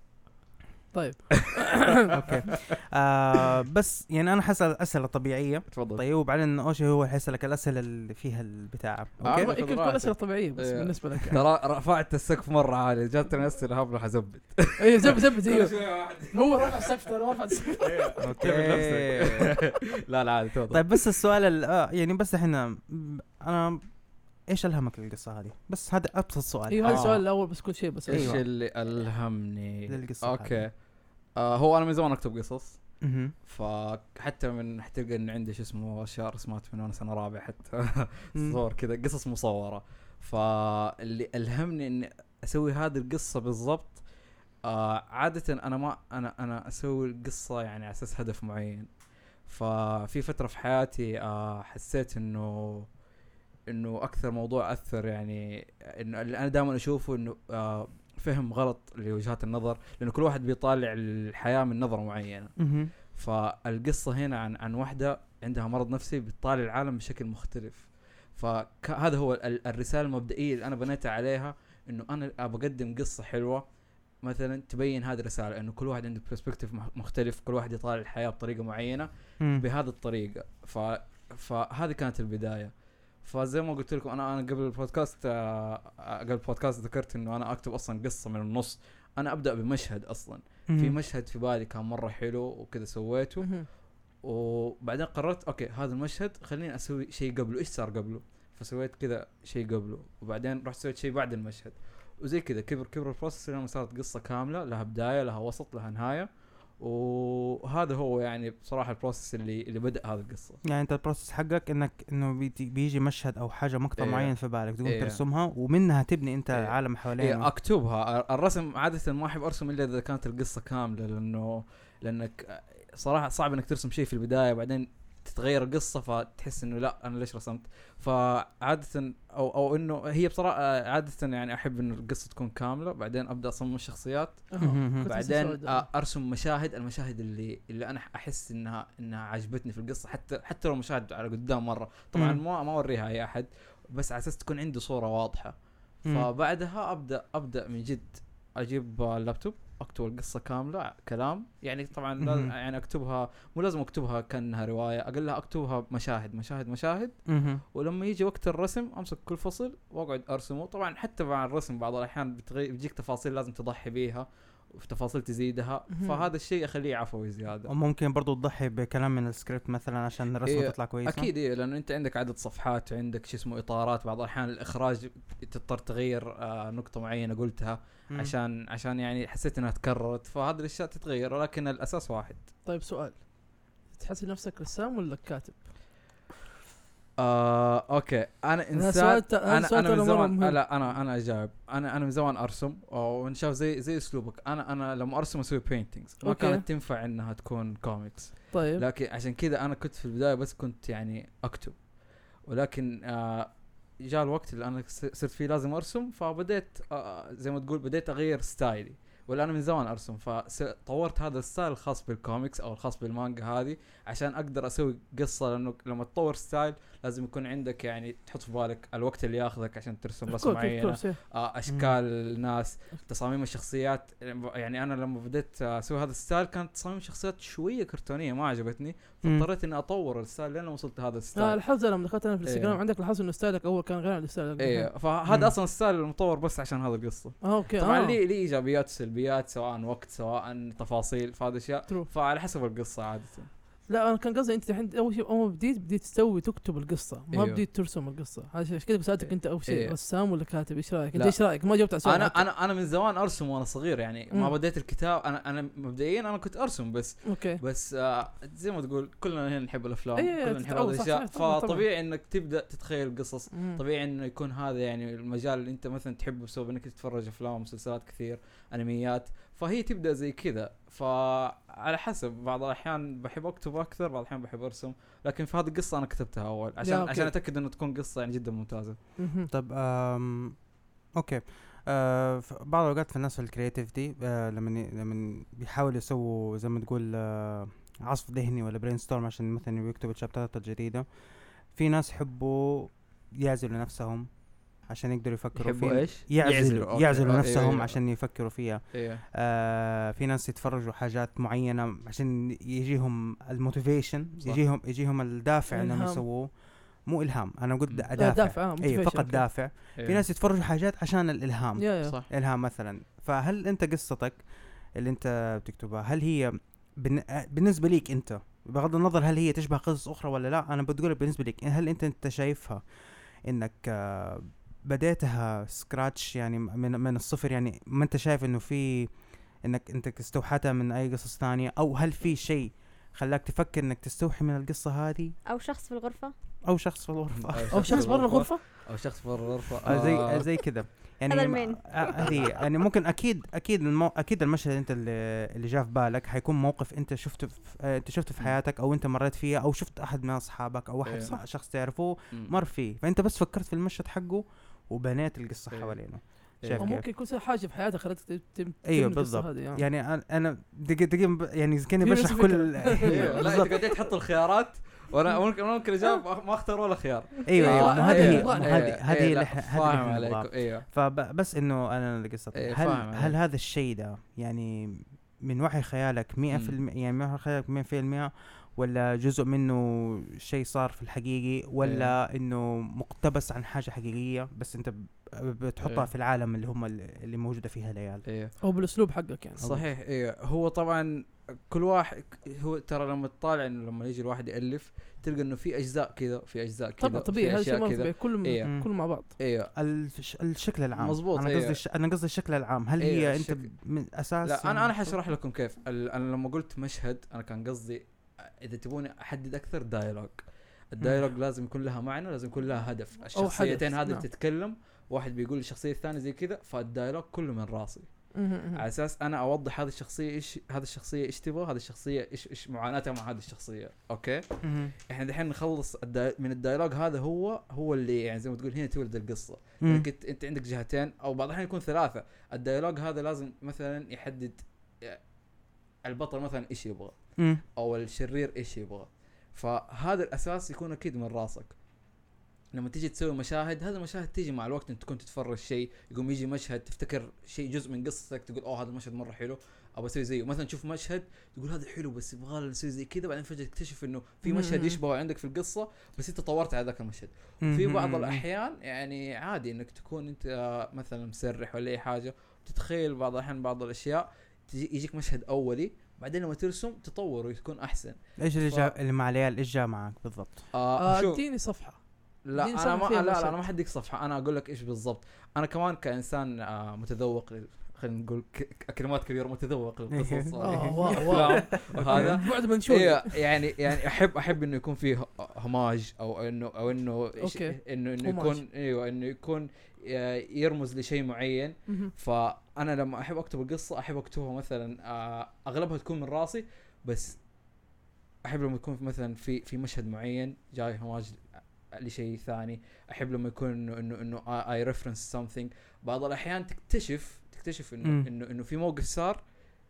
[SPEAKER 2] طيب
[SPEAKER 1] اوكي آه بس يعني انا حسأل اسئله طبيعيه.
[SPEAKER 3] تفضل.
[SPEAKER 1] طيب وبعدين اوشي هو حيسألك الاسئله اللي فيها البتاع.
[SPEAKER 3] آه،
[SPEAKER 1] اوكي
[SPEAKER 3] خذ
[SPEAKER 2] يمكن تكون
[SPEAKER 3] راحتك.
[SPEAKER 2] اسئله طبيعيه بس
[SPEAKER 3] إيه.
[SPEAKER 2] بالنسبه لك.
[SPEAKER 3] ترى رفعت السقف مره عالي جاتني اسئله هبله حزبد.
[SPEAKER 2] اي زب زب زي هو رفع السقف ترى رفع السقف.
[SPEAKER 1] اوكي
[SPEAKER 3] لا لا عادي تفضل.
[SPEAKER 1] طيب بس السؤال ال- آه يعني بس احنا انا ايش الهمك القصه هذه؟ بس هذا ابسط سؤال.
[SPEAKER 2] ايوه هذا
[SPEAKER 3] آه.
[SPEAKER 2] السؤال الاول بس كل شيء بس
[SPEAKER 3] ايش
[SPEAKER 1] أيوة.
[SPEAKER 3] اللي الهمني
[SPEAKER 1] للقصة
[SPEAKER 3] اوكي آه هو انا من زمان اكتب قصص
[SPEAKER 1] مهم.
[SPEAKER 3] فحتى من حتلقى ان عندي شو اسمه اشياء رسمات من وانا سنه رابعه حتى
[SPEAKER 1] مم.
[SPEAKER 3] صور كذا قصص مصوره. فاللي الهمني اني اسوي هذه القصه بالضبط. آه عاده انا ما انا انا اسوي القصه يعني على اساس هدف معين. ففي فتره في حياتي آه حسيت انه انه اكثر موضوع اثر يعني انه اللي انا دائما اشوفه انه آه فهم غلط لوجهات النظر، لانه كل واحد بيطالع الحياه من نظره معينه. فالقصه هنا عن عن واحده عندها مرض نفسي بتطالع العالم بشكل مختلف. فهذا هو الرساله المبدئيه اللي انا بنيتها عليها، انه انا بقدم قصه حلوه مثلا تبين هذه الرساله، انه كل واحد عنده برسبكتيف مختلف، كل واحد يطالع الحياه بطريقه معينه بهذه الطريقه. ف فهذه كانت البدايه. فزي ما قلت لكم انا انا قبل البودكاست قبل البودكاست ذكرت انه انا اكتب اصلا قصه من النص. انا ابدا بمشهد اصلا، في مشهد في بالي كان مره حلو وكذا سويته، وبعدين قررت اوكي هذا المشهد خليني اسوي شيء قبله، ايش صار قبله؟ فسويت كذا شيء قبله، وبعدين رحت سويت شيء بعد المشهد، وزي كذا كبر كبر البروسس لما صارت قصه كامله لها بدايه لها وسط لها نهايه. وهذا هو يعني بصراحه البروسس اللي اللي بدا هذه القصه.
[SPEAKER 1] يعني انت البروسس حقك انك انه بيجي, بيجي مشهد او حاجه مقطع إيه معين في بالك تقوم إيه ترسمها ومنها تبني انت إيه عالم حوالينه.
[SPEAKER 3] إيه اكتبها. الرسم عاده ما احب ارسم الا اذا كانت القصه كامله، لانه لانك صراحه صعب انك ترسم شيء في البدايه بعدين تتغير القصه فتحس انه لا انا ليش رسمت. فعاده او او انه هي بصراحه عاده يعني احب انه القصه تكون كامله، بعدين ابدا اصمم الشخصيات، بعدين ارسم مشاهد المشاهد اللي اللي انا احس انها انها عجبتني في القصه، حتى حتى لو مشاهد على قدام مره طبعا ما ما اوريها اي احد، بس على اساس تكون عندي صوره واضحه. فبعدها ابدا ابدا من جد اجيب اللابتوب اكتب القصه كامله كلام، يعني طبعا لازم يعني اكتبها مو لازم اكتبها كانها روايه، اقلها اكتبها مشاهد مشاهد مشاهد ولما يجي وقت الرسم امسك كل فصل واقعد ارسمه. طبعا حتى مع الرسم بعض الاحيان بتجيك تفاصيل لازم تضحي بيها وفي تفاصيل تزيدها، فهذا الشيء يخليه عفوي زياده.
[SPEAKER 1] وممكن برضو تضحي بكلام من السكريبت مثلا عشان الرسمه إيه تطلع كويسه.
[SPEAKER 3] اكيد إيه، لانه انت عندك عدد صفحات وعندك شيء اسمه اطارات، بعض الاحيان الاخراج تضطر تغير آه نقطه معينه قلتها مم. عشان عشان يعني حسيت انها تكررت، فهذه الاشياء تتغير ولكن الاساس واحد.
[SPEAKER 2] طيب سؤال، تحس نفسك رسام ولا كاتب؟
[SPEAKER 3] آه، اوكي انا انسان انا انا من زمان لا انا انا اجاوب انا انا من زمان ارسم ونشوف زي زي اسلوبك. انا انا لما ارسم اسوي بينتينجز ما أوكي. كانت تنفع انها تكون كوميكس.
[SPEAKER 2] طيب
[SPEAKER 3] لكن عشان كذا انا كنت في البدايه بس كنت يعني اكتب، ولكن آه جاء الوقت اللي انا صرت فيه لازم ارسم، فبديت آه زي ما تقول بديت اغير ستايلي. ولا انا من زمان ارسم، فطورت هذا الستايل الخاص بالكوميكس او الخاص بالمانجا هذه عشان اقدر اسوي قصه، لانه لما تطور ستايل لازم يكون عندك يعني تحط في بالك الوقت اللي ياخذك عشان ترسم رسمه معينه، آه اشكال الناس، تصاميم الشخصيات. يعني انا لما بديت اسوي هذا الستايل كانت تصاميم الشخصيات شويه كرتونيه ما عجبتني، فاضطريت اني اطور الستايل لين وصلت هذا الستايل.
[SPEAKER 2] اه الحظ لما دخلت انا في الانستغرام إيه. عندك لاحظت انه ستايلك اول كان غير عن الستايل
[SPEAKER 3] ايه، فهذا اصلا الستايل المطور بس عشان هذا القصه.
[SPEAKER 2] آه اوكي
[SPEAKER 3] طبعا
[SPEAKER 2] آه.
[SPEAKER 3] لي لي ايجابيات وسلبيات سواء وقت سواء تفاصيل فهذا الشيء، فعلى حسب القصه عاده.
[SPEAKER 2] لا انا كان قصدي انت الحين اول شيء اول ما بديت بديت تسوي تكتب القصه ما أيوه. بديت ترسم القصه. هذا كذا بسالتك أيوه. انت اول شيء أيوه. رسام ولا كاتب؟ ايش رايك انت؟ ايش رايك؟ ما جاوبت على السؤال.
[SPEAKER 3] انا انا انا من زمان ارسم وانا صغير يعني م. ما بديت الكتاب. انا انا مبدئيا انا كنت ارسم بس
[SPEAKER 2] أوكي.
[SPEAKER 3] بس آه زي ما تقول كلنا هنا نحب الافلام
[SPEAKER 2] أيه
[SPEAKER 3] كلنا نحب الاشياء، فطبيعي انك تبدا تتخيل قصص. م. طبيعي انه يكون هذا يعني المجال اللي انت مثلا تحبه بسبب انك تتفرج افلام ومسلسلات كثير انميات، فهي تبدا زي كذا. فعلى حسب بعض الاحيان بحب اكتب اكثر، بعض الاحيان بحب ارسم، لكن في هذه القصه انا كتبتها اول عشان عشان اتاكد انه تكون قصه يعني جدا ممتازه.
[SPEAKER 1] طب أم اوكي أه بعض الاوقات في الناس الكرياتيفيتي أه لما لما بيحاولوا يسووا زي ما تقول أه عصف ذهني ولا برين ستورم عشان مثلا يكتبوا الشابترات الجديده، في ناس يحبوا يعزلوا نفسهم عشان يقدروا يفكروا فيها.
[SPEAKER 3] ايش
[SPEAKER 1] يعزلوا يعزلوا, يعزلوا نفسهم إيه إيه. عشان يفكروا فيها
[SPEAKER 3] إيه.
[SPEAKER 1] آه في ناس يتفرجوا حاجات معينه عشان يجيهم الموتيفيشن، يجيهم يجيهم الدافع انهم يسووه. مو الهام، انا قلت دافع,
[SPEAKER 2] دافع.
[SPEAKER 1] اي فقط أوكي. دافع إيه. في ناس يتفرجوا حاجات عشان الالهام
[SPEAKER 2] يا يا.
[SPEAKER 1] صح. الهام مثلا. فهل انت قصتك اللي انت بتكتبها هل هي بالنسبه ليك انت بغض النظر هل هي تشبه قصص اخرى ولا لا، انا بتقول بالنسبه لك هل انت انت شايفها انك آه بديتها سكراتش يعني من من الصفر، يعني ما انت شايف انه في انك انت استوحتها من اي قصص ثانيه، او هل في شيء خلاك تفكر انك تستوحي من القصه هذه،
[SPEAKER 4] او شخص في الغرفه
[SPEAKER 1] او شخص في الغرفه
[SPEAKER 2] او شخص برا الغرفه
[SPEAKER 3] او شخص برا الغرفه
[SPEAKER 1] آه زي زي كذا يعني.
[SPEAKER 4] هذا المين.
[SPEAKER 1] هذه يعني ممكن اكيد اكيد المو... اكيد المشهد انت اللي, اللي جاء في بالك حيكون موقف انت شفته في... آه انت شفته في حياتك او انت مريت فيه او شفت احد من اصحابك او واحد
[SPEAKER 3] أيوة.
[SPEAKER 1] شخص تعرفه مر فيه، فانت بس فكرت في المشهد حقه وبنيت القصه
[SPEAKER 3] أيوة.
[SPEAKER 1] حوالينه.
[SPEAKER 3] أيوة.
[SPEAKER 1] شايف
[SPEAKER 2] ممكن يكون حاجه في حياتك خلتك تم
[SPEAKER 1] ايوه بالضبط
[SPEAKER 2] يعني,
[SPEAKER 1] يعني أنا- انا دقيقه دقيقه يعني كاني
[SPEAKER 2] في
[SPEAKER 1] بشرح
[SPEAKER 2] نفس
[SPEAKER 1] كل
[SPEAKER 3] أيوة. لا
[SPEAKER 1] بالضبط.
[SPEAKER 3] انت قاعد تحط الخيارات وانا ممكن ممكن اجاوب ما اختار ولا خيار.
[SPEAKER 1] ايوه
[SPEAKER 2] آه،
[SPEAKER 1] ايوه مو هذه هي
[SPEAKER 2] أيوة.
[SPEAKER 1] مو هذه هذه هي اللي
[SPEAKER 3] لا،
[SPEAKER 1] إحنا- هذه
[SPEAKER 3] فاهم
[SPEAKER 1] اللي إحنا
[SPEAKER 3] عليكم.
[SPEAKER 1] نبغاها.
[SPEAKER 3] ايوه
[SPEAKER 1] فبس انه انا القصه
[SPEAKER 3] إيه،
[SPEAKER 1] هل
[SPEAKER 3] فاهم
[SPEAKER 1] هل
[SPEAKER 3] عليك.
[SPEAKER 1] هذا الشيء ده يعني من وحي خيالك مية في المية يعني من وحي خيالك مية في المية ولا جزء منه شيء صار في الحقيقي ولا انه مقتبس عن حاجه حقيقيه بس انت ب- بتحطها
[SPEAKER 3] إيه.
[SPEAKER 1] في العالم اللي هم اللي موجوده فيها ليال.
[SPEAKER 3] ايوه
[SPEAKER 2] او بالاسلوب حقك يعني.
[SPEAKER 3] صحيح. ايوه هو طبعا كل واحد هو ترى لما تطالع انه لما يجي الواحد يالف تلقى انه في اجزاء كذا في اجزاء كذا
[SPEAKER 2] طبعا طبيعي
[SPEAKER 3] في
[SPEAKER 2] هذا
[SPEAKER 3] أشياء
[SPEAKER 2] شيء ما
[SPEAKER 3] كذا.
[SPEAKER 2] طبيعي كلهم
[SPEAKER 3] إيه.
[SPEAKER 2] كلهم مع بعض.
[SPEAKER 3] ايوه
[SPEAKER 1] الش- الشكل العام
[SPEAKER 3] مظبوط،
[SPEAKER 1] انا
[SPEAKER 3] أيوة.
[SPEAKER 1] قصدي الش... انا قصدي الشكل العام هل
[SPEAKER 3] أيوة،
[SPEAKER 1] هي انت
[SPEAKER 3] الشكل.
[SPEAKER 1] من اساس
[SPEAKER 3] لا انا
[SPEAKER 1] يعني
[SPEAKER 3] انا حشرح لكم كيف ال- انا لما قلت مشهد انا كان قصدي اذا تبوني احدد اكثر دايلوج. الدايلوج لازم يكون لها معنى، لازم يكون لها هدف. الشخصيتين هذه
[SPEAKER 2] نعم.
[SPEAKER 3] تتكلم واحد بيقول للشخصيه الثانيه زي كذا، فالدايلوج كله من راسي
[SPEAKER 2] مهم.
[SPEAKER 3] على اساس انا اوضح هذه الشخصيه ايش هذه الشخصيه ايش تبغى، هذه الشخصيه ايش ايش معاناتها مع هذه الشخصيه. اوكي
[SPEAKER 1] مهم.
[SPEAKER 3] احنا دحين نخلص الدا... من الدايلوج هذا هو هو اللي يعني زي ما تقول هنا تولد القصه.
[SPEAKER 1] مم.
[SPEAKER 3] يعني انت انت عندك جهتين او بعض الاحيان يكون ثلاثه. الدايلوج هذا لازم مثلا يحدد البطل مثلا ايش يبغى
[SPEAKER 1] مم.
[SPEAKER 3] او الشرير ايش يبغى، فهذا الاساس يكون اكيد من راسك. لما تيجي تسوي مشاهد هذا المشاهد تيجي مع الوقت، انت تكون تتفرج شيء يقوم يجي مشهد تفتكر شيء جزء من قصتك تقول اوه هذا المشهد مره حلو ابى اسوي زيه. مثلا تشوف مشهد تقول هذا حلو بس يبغى نسوي زي كذا، بعدين فجاه تكتشف انه في مشهد
[SPEAKER 2] مم.
[SPEAKER 3] يشبهه عندك في القصه بس انت طورت على ذاك المشهد.
[SPEAKER 1] مم.
[SPEAKER 3] في بعض
[SPEAKER 1] مم.
[SPEAKER 3] الاحيان يعني عادي انك تكون انت آه، مثلا مسرح ولا اي حاجه وتتخيل بعض الاحيان بعض الاشياء تجي يجيك مشهد اولي بعدين لما ترسم تطور ويكون احسن.
[SPEAKER 1] ايش اللي
[SPEAKER 3] ف-
[SPEAKER 1] جا اللي مع ليال ايش جاء معك بالضبط؟
[SPEAKER 3] آه
[SPEAKER 2] آه،
[SPEAKER 3] شوف
[SPEAKER 2] اديني صفحه.
[SPEAKER 3] لا
[SPEAKER 2] دي
[SPEAKER 3] انا
[SPEAKER 2] نسمي
[SPEAKER 3] ما
[SPEAKER 2] فيها
[SPEAKER 3] لا, لا
[SPEAKER 2] مشهد.
[SPEAKER 3] انا ما حديك صفحه، انا اقول لك ايش بالضبط. انا كمان كانسان آه متذوق لل- خلينا نقول ك- كلمات كبيره متذوق للقصص
[SPEAKER 2] اه واو واو
[SPEAKER 3] وهذا
[SPEAKER 2] بعد منشور.
[SPEAKER 3] إيه يعني يعني احب احب انه يكون فيه هماج او انه او انه إيش-
[SPEAKER 2] أوكي.
[SPEAKER 3] انه انه
[SPEAKER 2] هماج.
[SPEAKER 3] يكون ايوه انه يكون آه، يرمز لشيء معين.
[SPEAKER 2] مهم.
[SPEAKER 3] فانا لما احب اكتب القصه احب اكتبها مثلا آه، اغلبها تكون من راسي، بس احب لما يكون مثلا في في مشهد معين جاي هماج لشيء ثاني. احب لما يكون انه انه انه اي ريفرنس something. بعض الاحيان تكتشف تكتشف انه
[SPEAKER 1] مم.
[SPEAKER 3] انه انه في موقف صار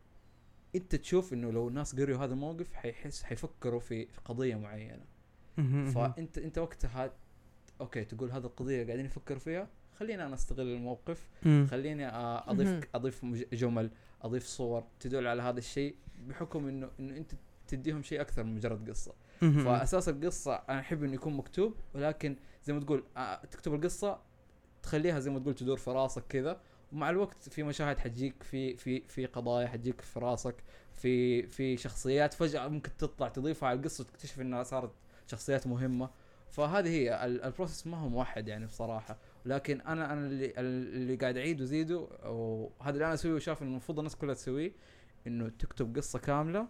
[SPEAKER 3] انت تشوف انه لو الناس قروا هذا الموقف حيحس حيفكروا في في قضيه معينه. فانت انت وقتها اوكي تقول هذه القضيه قاعدين يفكروا فيها، خلينا انا استغل الموقف،
[SPEAKER 1] مم.
[SPEAKER 3] خليني آه، اضيف
[SPEAKER 2] مهم.
[SPEAKER 3] اضيف مج- جمل، اضيف صور تدل على هذا الشيء بحكم انه انه انت تديهم شيء اكثر من مجرد قصه.
[SPEAKER 1] مم.
[SPEAKER 3] فاساس القصه انا احب انه يكون مكتوب، ولكن زي ما تقول آه، تكتب القصه تخليها زي ما تقول تدور في راسك كذا، ومع الوقت في مشاهد حتجيك في في في قضايا حتجيك في راسك، في في شخصيات فجاه ممكن تطلع تضيفها على القصه وتكتشف انها صارت شخصيات مهمه. فهذه هي ال- البروسيس ما هو موحد يعني بصراحه، لكن انا انا اللي اللي قاعد اعيد وزيده، وهذا اللي انا اسويه وشاف انه المفروض الناس كلها تسويه، انه تكتب قصه كامله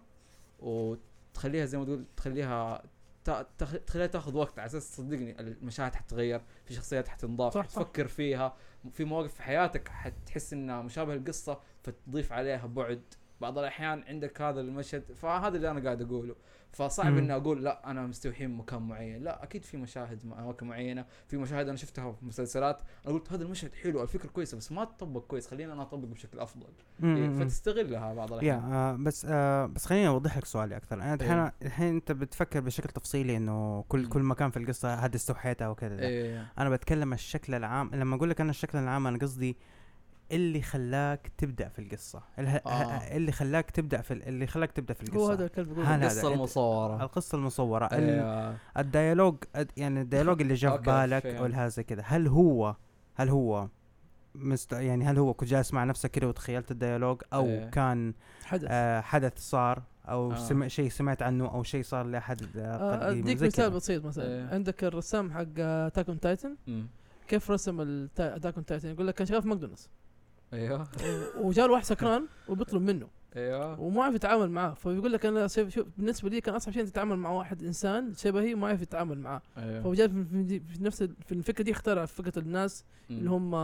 [SPEAKER 3] وتخليها زي ما تقول تخليها تا- تخ- تخليها تاخذ وقت على اساس تصدقني المشاهد حتتغير، في شخصيات حتنضاف،
[SPEAKER 2] صح، صح.
[SPEAKER 3] حتفكر فيها، في مواقف في حياتك حتحس انها مشابهه للقصه فتضيف عليها بعد. بعض الاحيان عندك هذا المشهد، فهذا اللي انا قاعد اقوله. فصعب
[SPEAKER 1] مم.
[SPEAKER 3] اني اقول لا انا مستوحي من مكان معين، لا اكيد في مشاهد م- اماكن معينه، في مشاهد انا شفتها في مسلسلات انا قلت هذا المشهد حلو الفكره كويسه بس ما تطبق كويس، خلينا انا اطبق بشكل افضل. إيه،
[SPEAKER 1] مم.
[SPEAKER 3] فتستغلها بعض
[SPEAKER 1] يا
[SPEAKER 3] الاحيان.
[SPEAKER 1] آه بس آه بس خليني اوضح لك سؤالي اكثر. انا الحين
[SPEAKER 3] إيه.
[SPEAKER 1] الحين انت بتفكر بشكل تفصيلي انه كل
[SPEAKER 3] مم.
[SPEAKER 1] كل مكان في القصه هذا استوحيتها وكذا.
[SPEAKER 3] ايه
[SPEAKER 1] انا بتكلم الشكل العام. لما اقول لك انا الشكل العام انا قصدي اللي خلاك تبدا في القصه، اللي,
[SPEAKER 3] آه.
[SPEAKER 1] اللي خلاك تبدا في ال- اللي خلاك تبدا في القصه.
[SPEAKER 2] هو هذا الكلب يقول
[SPEAKER 1] هل هذا
[SPEAKER 3] القصه
[SPEAKER 1] أنت-
[SPEAKER 3] المصوره.
[SPEAKER 1] القصه المصوره ال-
[SPEAKER 3] ايه
[SPEAKER 1] الديالوج أد- يعني الديالوج اللي جاء في
[SPEAKER 3] أوكي،
[SPEAKER 1] بالك
[SPEAKER 3] فهمت.
[SPEAKER 1] او هذا زي كذا، هل هو هل هو مست يعني هل هو كنت جالس مع نفسك كده وتخيلت الديالوج او
[SPEAKER 3] إيه.
[SPEAKER 1] كان
[SPEAKER 2] حدث.
[SPEAKER 1] آه حدث صار او
[SPEAKER 3] آه.
[SPEAKER 1] سمع شيء سمعت عنه او شيء صار لاحد
[SPEAKER 2] آه، اديك مثال بسيط مثلا.
[SPEAKER 3] إيه.
[SPEAKER 2] عندك الرسام حق اتاك اون تايتن،
[SPEAKER 3] مم.
[SPEAKER 2] كيف رسم اتاك اون تايتن؟ يقول لك كان شغال في ماكدونالدز
[SPEAKER 3] ايوه
[SPEAKER 2] وجاء له واحد سكران وبيطلب منه
[SPEAKER 3] ايوه
[SPEAKER 2] وما عارف يتعامل معاه. فبيقول لك انا شوف شوف بالنسبه لي كان اصعب شيء تتعامل مع واحد انسان شبهي ما يعرف يتعامل معاه.
[SPEAKER 3] ايوه
[SPEAKER 2] فجاء في, في, في نفس ال- في الفكره دي اختار فكره الناس
[SPEAKER 3] مم.
[SPEAKER 2] اللي هم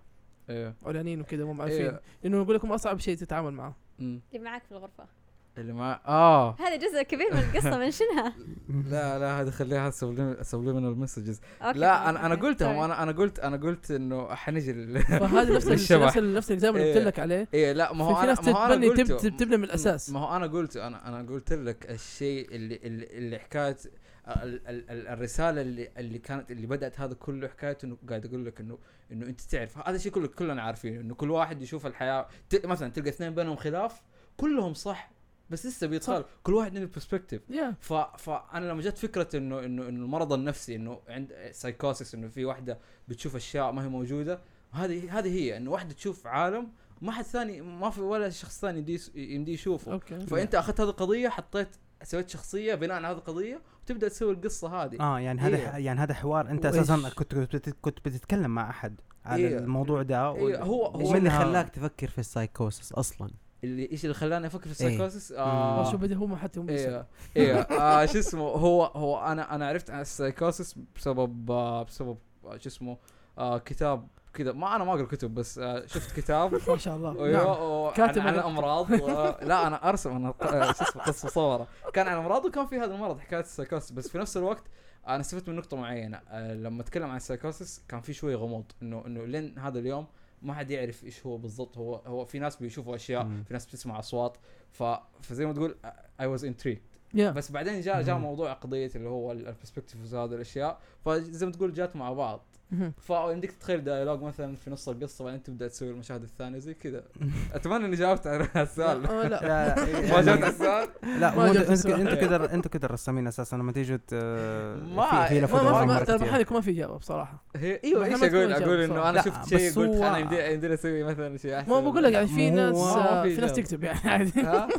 [SPEAKER 3] ايوه
[SPEAKER 2] علانيين وكذا مو عارفين
[SPEAKER 3] ايوه
[SPEAKER 2] لانه يقول لكم اصعب شيء تتعامل معاه.
[SPEAKER 3] مم.
[SPEAKER 4] اللي معاك في الغرفة
[SPEAKER 3] اللي مع اه
[SPEAKER 4] هذا جزء كبير من القصة منشنها.
[SPEAKER 3] لا لا هذه خليها سبليمينال مسجز.
[SPEAKER 4] أوكي،
[SPEAKER 3] لا انا انا
[SPEAKER 4] أوكي،
[SPEAKER 3] قلتهم
[SPEAKER 4] sorry.
[SPEAKER 3] انا انا قلت انا قلت انه حنجي ال-
[SPEAKER 2] فهذا نفس ال-
[SPEAKER 3] الشبح.
[SPEAKER 2] نفس ال- نفس الاكزام اللي
[SPEAKER 3] إيه.
[SPEAKER 2] قلت لك عليه.
[SPEAKER 3] ايه لا ما هو
[SPEAKER 2] في
[SPEAKER 3] انا
[SPEAKER 2] ناس
[SPEAKER 3] ما هو انا
[SPEAKER 2] تبني تب-
[SPEAKER 3] قلته
[SPEAKER 2] تب- تبني من الاساس.
[SPEAKER 3] ما هو انا قلت انا انا قلت لك الشيء اللي اللي, اللي حكايه ال- ال- ال- الرساله اللي اللي كانت اللي بدات هذا كله حكايه انه قاعد اقول لك انه انه انت تعرف هذا الشيء كله كلنا عارفين انه كل واحد يشوف الحياه ت- مثلا تلقى اثنين بينهم خلاف كلهم صح بس لسه بيتخالف كل واحد عنده برسبكتيف.
[SPEAKER 2] يا
[SPEAKER 3] ف فانا لما جت فكره انه انه انه المرض النفسي انه عند سايكوسيس انه في واحده بتشوف اشياء ما هي موجوده هذه هذه هي انه واحده تشوف عالم ما حد ثاني ما في ولا شخص ثاني يمدي يمدي يشوفه.
[SPEAKER 2] اوكي.
[SPEAKER 3] فانت اخذت هذه القضيه حطيت سويت شخصيه بناء على هذه القضيه وتبدا تسوي القصه هذه.
[SPEAKER 1] اه يعني هذا
[SPEAKER 3] إيه.
[SPEAKER 1] ح- يعني هذا حوار انت
[SPEAKER 3] وإيش؟
[SPEAKER 1] اساسا كنت كنت بت- كنت بتتكلم مع احد على
[SPEAKER 3] إيه.
[SPEAKER 1] الموضوع ده
[SPEAKER 3] إيه،
[SPEAKER 1] وال-
[SPEAKER 3] هو هو
[SPEAKER 5] ايش اللي
[SPEAKER 1] ومنها-
[SPEAKER 5] خلاك تفكر في السايكوسس اصلا؟
[SPEAKER 3] اللي ايش اللي خلاني افكر في
[SPEAKER 5] إيه.
[SPEAKER 3] السايكوسيس
[SPEAKER 2] آه.
[SPEAKER 3] آه
[SPEAKER 2] شو بدي هو ما حتى هم
[SPEAKER 3] ايه ايه آه شو اسمه هو هو انا انا عرفت عن السايكوسيس بسبب آه بسبب آه شو اسمه آه كتاب كذا ما انا ما اقرا كتب بس آه شفت كتاب
[SPEAKER 2] ما شاء الله. نعم.
[SPEAKER 3] ايوه
[SPEAKER 2] كاتب
[SPEAKER 3] عن, عن
[SPEAKER 2] أنا.
[SPEAKER 3] الامراض و... لا انا ارسم انا آه، شو اسمه قصه مصوره كان عن امراض وكان في هذا المرض حكايه السايكوسيس بس في نفس الوقت انا استفدت من نقطه معينه آه لما اتكلم عن السايكوسيس كان في شويه غموض انه انه لين هذا اليوم ما حد يعرف ايش هو بالضبط. هو هو في ناس بيشوفوا اشياء
[SPEAKER 1] مم.
[SPEAKER 3] في ناس بتسمع اصوات ف فزي ما تقول I was intrigued.
[SPEAKER 2] يا
[SPEAKER 3] بس بعدين جاء جاء
[SPEAKER 1] مم.
[SPEAKER 3] موضوع قضيه اللي هو البرسبكتيف وهذه الاشياء فزي ما تقول جات مع بعض.
[SPEAKER 2] مهم.
[SPEAKER 3] فعندك تتخيل دايلوج مثلا في نص القصه بعدين تبدا تسوي المشاهد الثانيه زي كذا. اتمنى اني جاوبت على السؤال.
[SPEAKER 2] آه، لا
[SPEAKER 1] لا
[SPEAKER 3] ما جاوبت على
[SPEAKER 1] يعني
[SPEAKER 3] السؤال.
[SPEAKER 1] لا
[SPEAKER 2] ما
[SPEAKER 1] مو
[SPEAKER 2] جبت
[SPEAKER 1] انتوا
[SPEAKER 2] السؤال.
[SPEAKER 1] انتوا كده انتوا كده الرسامين اساسا لما تيجوا ت-
[SPEAKER 3] ما-
[SPEAKER 1] في في
[SPEAKER 2] ما
[SPEAKER 1] لفوا
[SPEAKER 2] ما
[SPEAKER 1] دوران
[SPEAKER 2] ما
[SPEAKER 1] مرة
[SPEAKER 2] ترى
[SPEAKER 1] كتير.
[SPEAKER 2] محلك ما في اجابه بصراحه.
[SPEAKER 3] هي ايوه
[SPEAKER 2] ما
[SPEAKER 3] ايش
[SPEAKER 2] حمد
[SPEAKER 3] اقول
[SPEAKER 2] كل
[SPEAKER 3] اقول
[SPEAKER 2] جواب
[SPEAKER 3] انه انا
[SPEAKER 1] لا،
[SPEAKER 3] شفت
[SPEAKER 1] بس
[SPEAKER 3] شيء قلت
[SPEAKER 1] هو-
[SPEAKER 3] انا يمدي يمدي اسوي مثلا شيء احسن.
[SPEAKER 2] ما بقول لك يعني في
[SPEAKER 1] مو-
[SPEAKER 2] ناس
[SPEAKER 1] ما
[SPEAKER 2] آه،
[SPEAKER 3] في
[SPEAKER 2] في ناس
[SPEAKER 3] جواب.
[SPEAKER 2] تكتب يعني عادي.
[SPEAKER 3] ها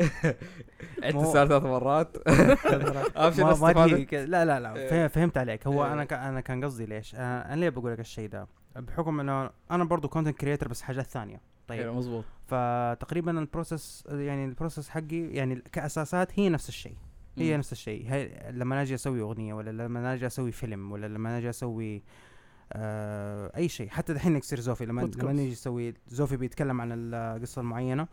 [SPEAKER 3] عدت
[SPEAKER 1] مو-
[SPEAKER 3] السؤال ثلاث مرات. ابشر
[SPEAKER 1] ما ما تجي
[SPEAKER 3] استفادت.
[SPEAKER 1] كده- لا لا لا فه- فهمت عليك. هو
[SPEAKER 3] إيه.
[SPEAKER 1] انا ك- انا كان قصدي ليش آه، انا ليه بقول لك الشيء ده بحكم انه انا برضو كونتنت كريتر بس حاجات ثانيه. طيب
[SPEAKER 3] ايوه مزبوط.
[SPEAKER 1] فتقريبا البروسيس يعني البروسيس حقي يعني كاساسات هي نفس الشيء هي
[SPEAKER 3] مم.
[SPEAKER 1] نفس الشيء. هي لما اجي اسوي اغنيه ولا لما اجي اسوي فيلم ولا لما اجي اسوي آه اي شيء حتى دحين نكسر زوفي لما
[SPEAKER 2] بودكاست.
[SPEAKER 1] لما نيجي نسوي زوفي بيتكلم عن القصه المعينه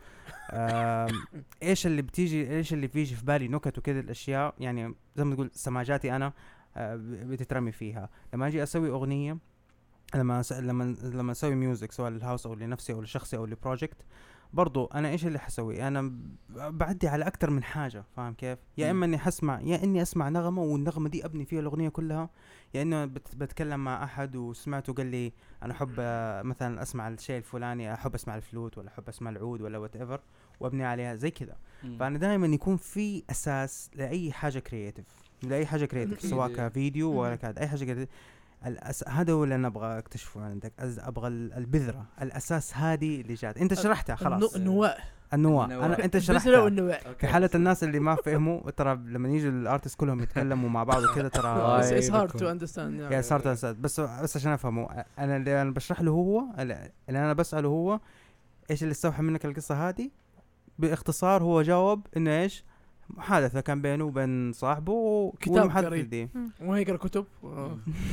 [SPEAKER 1] آه ايش اللي بتيجي ايش اللي بيجي في بالي نكت وكذا الاشياء يعني زي ما تقول سماجاتي انا آه بتترمي فيها. لما اجي اسوي اغنيه لما أس... لما لما اسوي ميوزك سواء للهاوس او لنفسي او لشخصي او لبروجكت برضو انا ايش اللي حسوي انا ب- بعدي على اكتر من حاجه فاهم كيف يا
[SPEAKER 3] مم.
[SPEAKER 1] اما اني حسمع يا اني اسمع نغمه والنغمه دي ابني فيها الاغنيه كلها يا انه بت... بتكلم مع احد وسمعته قال لي انا احب آه، مثلا اسمع الشيء الفلاني احب اسمع الفلوت ولا احب اسمع العود ولا وات ايفر وابني عليها زي كذا.
[SPEAKER 3] مم.
[SPEAKER 1] فانا دائما يكون في اساس لاي حاجه كرييتيف لاي حاجه كرييتيف
[SPEAKER 3] أكيد
[SPEAKER 1] سواء
[SPEAKER 3] إيه.
[SPEAKER 1] كفيديو ولا
[SPEAKER 2] مم.
[SPEAKER 1] كاد اي حاجه كرييتيف. الأس... هذا هو اللي انا ابغى اكتشفه عندك أز... ابغى ال- البذره الاساس هذه اللي جات انت شرحتها خلاص
[SPEAKER 2] النواة
[SPEAKER 1] النواة
[SPEAKER 3] النواة.
[SPEAKER 1] انا انت
[SPEAKER 2] البذرة
[SPEAKER 1] شرحتها
[SPEAKER 2] والنواة.
[SPEAKER 3] أوكي.
[SPEAKER 1] في حالة الناس اللي ما فهموا ترى لما يجوا الارتست كلهم يتكلموا مع بعض وكذا ترى
[SPEAKER 3] آه،
[SPEAKER 2] It's- it's hard
[SPEAKER 3] يبكون.
[SPEAKER 2] to understand.
[SPEAKER 1] يا صارت أساس. بس بس عشان افهمه انا اللي انا بشرح له هو اللي انا بساله هو ايش اللي استوحى منك القصة هذه باختصار. هو جاوب انه ايش محادثة كان بينه وبين صاحبه
[SPEAKER 2] كتاب
[SPEAKER 1] والمحادثة
[SPEAKER 2] قريب.
[SPEAKER 1] دي
[SPEAKER 2] وما يقرا كتب و-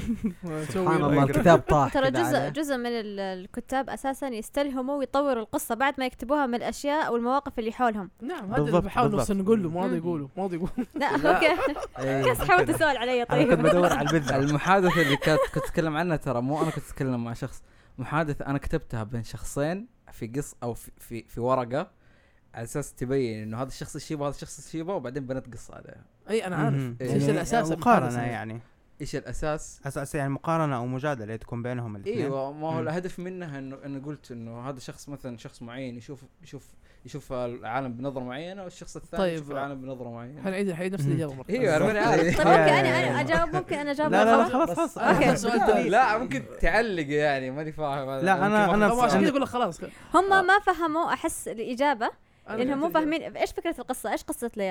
[SPEAKER 5] سبحان
[SPEAKER 2] ويسوي
[SPEAKER 5] الله الكتاب طاح
[SPEAKER 4] ترى
[SPEAKER 5] كده
[SPEAKER 4] جزء
[SPEAKER 5] عليه.
[SPEAKER 4] جزء من ال- الكتاب اساسا يستلهموا ويطوروا القصه بعد ما يكتبوها من الاشياء او المواقف اللي حولهم.
[SPEAKER 2] نعم هذا اللي
[SPEAKER 1] بالضبط،
[SPEAKER 2] بحاول
[SPEAKER 1] بالضبط.
[SPEAKER 2] نوصل نقول له ما راضي
[SPEAKER 4] مم.
[SPEAKER 2] يقوله ما راضي يقول.
[SPEAKER 4] لا
[SPEAKER 3] لا.
[SPEAKER 4] اوكي
[SPEAKER 5] إيه.
[SPEAKER 4] كيف حاولت تسول علي
[SPEAKER 1] انا
[SPEAKER 4] طيب.
[SPEAKER 1] كنت بدور على البذرة.
[SPEAKER 3] المحادثة اللي كنت كنت اتكلم عنها ترى مو انا كنت اتكلم مع شخص. محادثة انا كتبتها بين شخصين في قص او في في, في ورقة على اساس تبين انه هذا الشخص الشيبه وهذا الشخص الشيبه وبعدين بنت قصة عليها.
[SPEAKER 2] اي انا عارف
[SPEAKER 1] مهم.
[SPEAKER 3] إيش
[SPEAKER 2] ايش الاساس
[SPEAKER 1] مقارنة
[SPEAKER 2] المحادثة؟
[SPEAKER 1] يعني
[SPEAKER 3] ايش الاساس؟
[SPEAKER 1] اساس يعني مقارنة او مجادلة تكون بينهم الاثنين.
[SPEAKER 3] ايوه ما هو
[SPEAKER 1] مم.
[SPEAKER 3] الهدف منها انه انا قلت انه هذا شخص مثلا شخص معين يشوف يشوف يشوف العالم بنظره معينه والشخص الثاني
[SPEAKER 2] طيب.
[SPEAKER 3] يشوف العالم بنظره معينه.
[SPEAKER 2] حنعيد حنعيد نفس
[SPEAKER 1] مم.
[SPEAKER 2] الاجابه مره
[SPEAKER 3] ايوه
[SPEAKER 2] ثانية.
[SPEAKER 3] انا عارف.
[SPEAKER 4] طيب ممكن انا انا اجاوب ممكن انا اجاوب
[SPEAKER 1] لا لا لا
[SPEAKER 4] مرة
[SPEAKER 1] خلاص
[SPEAKER 3] بس-
[SPEAKER 1] خلاص
[SPEAKER 4] أوكي.
[SPEAKER 2] السؤال ثاني.
[SPEAKER 3] لا ممكن تعلق يعني ماني فاهم.
[SPEAKER 1] لا، أنا- أنا
[SPEAKER 2] طبعا عشان
[SPEAKER 1] أنا-
[SPEAKER 2] كذا اقول لك خلاص
[SPEAKER 4] هم ما فهموا احس الاجابه
[SPEAKER 2] أنا
[SPEAKER 4] لانهم مو
[SPEAKER 2] فهمت
[SPEAKER 4] فاهمين ايش فكره القصه ايش قصه ليال.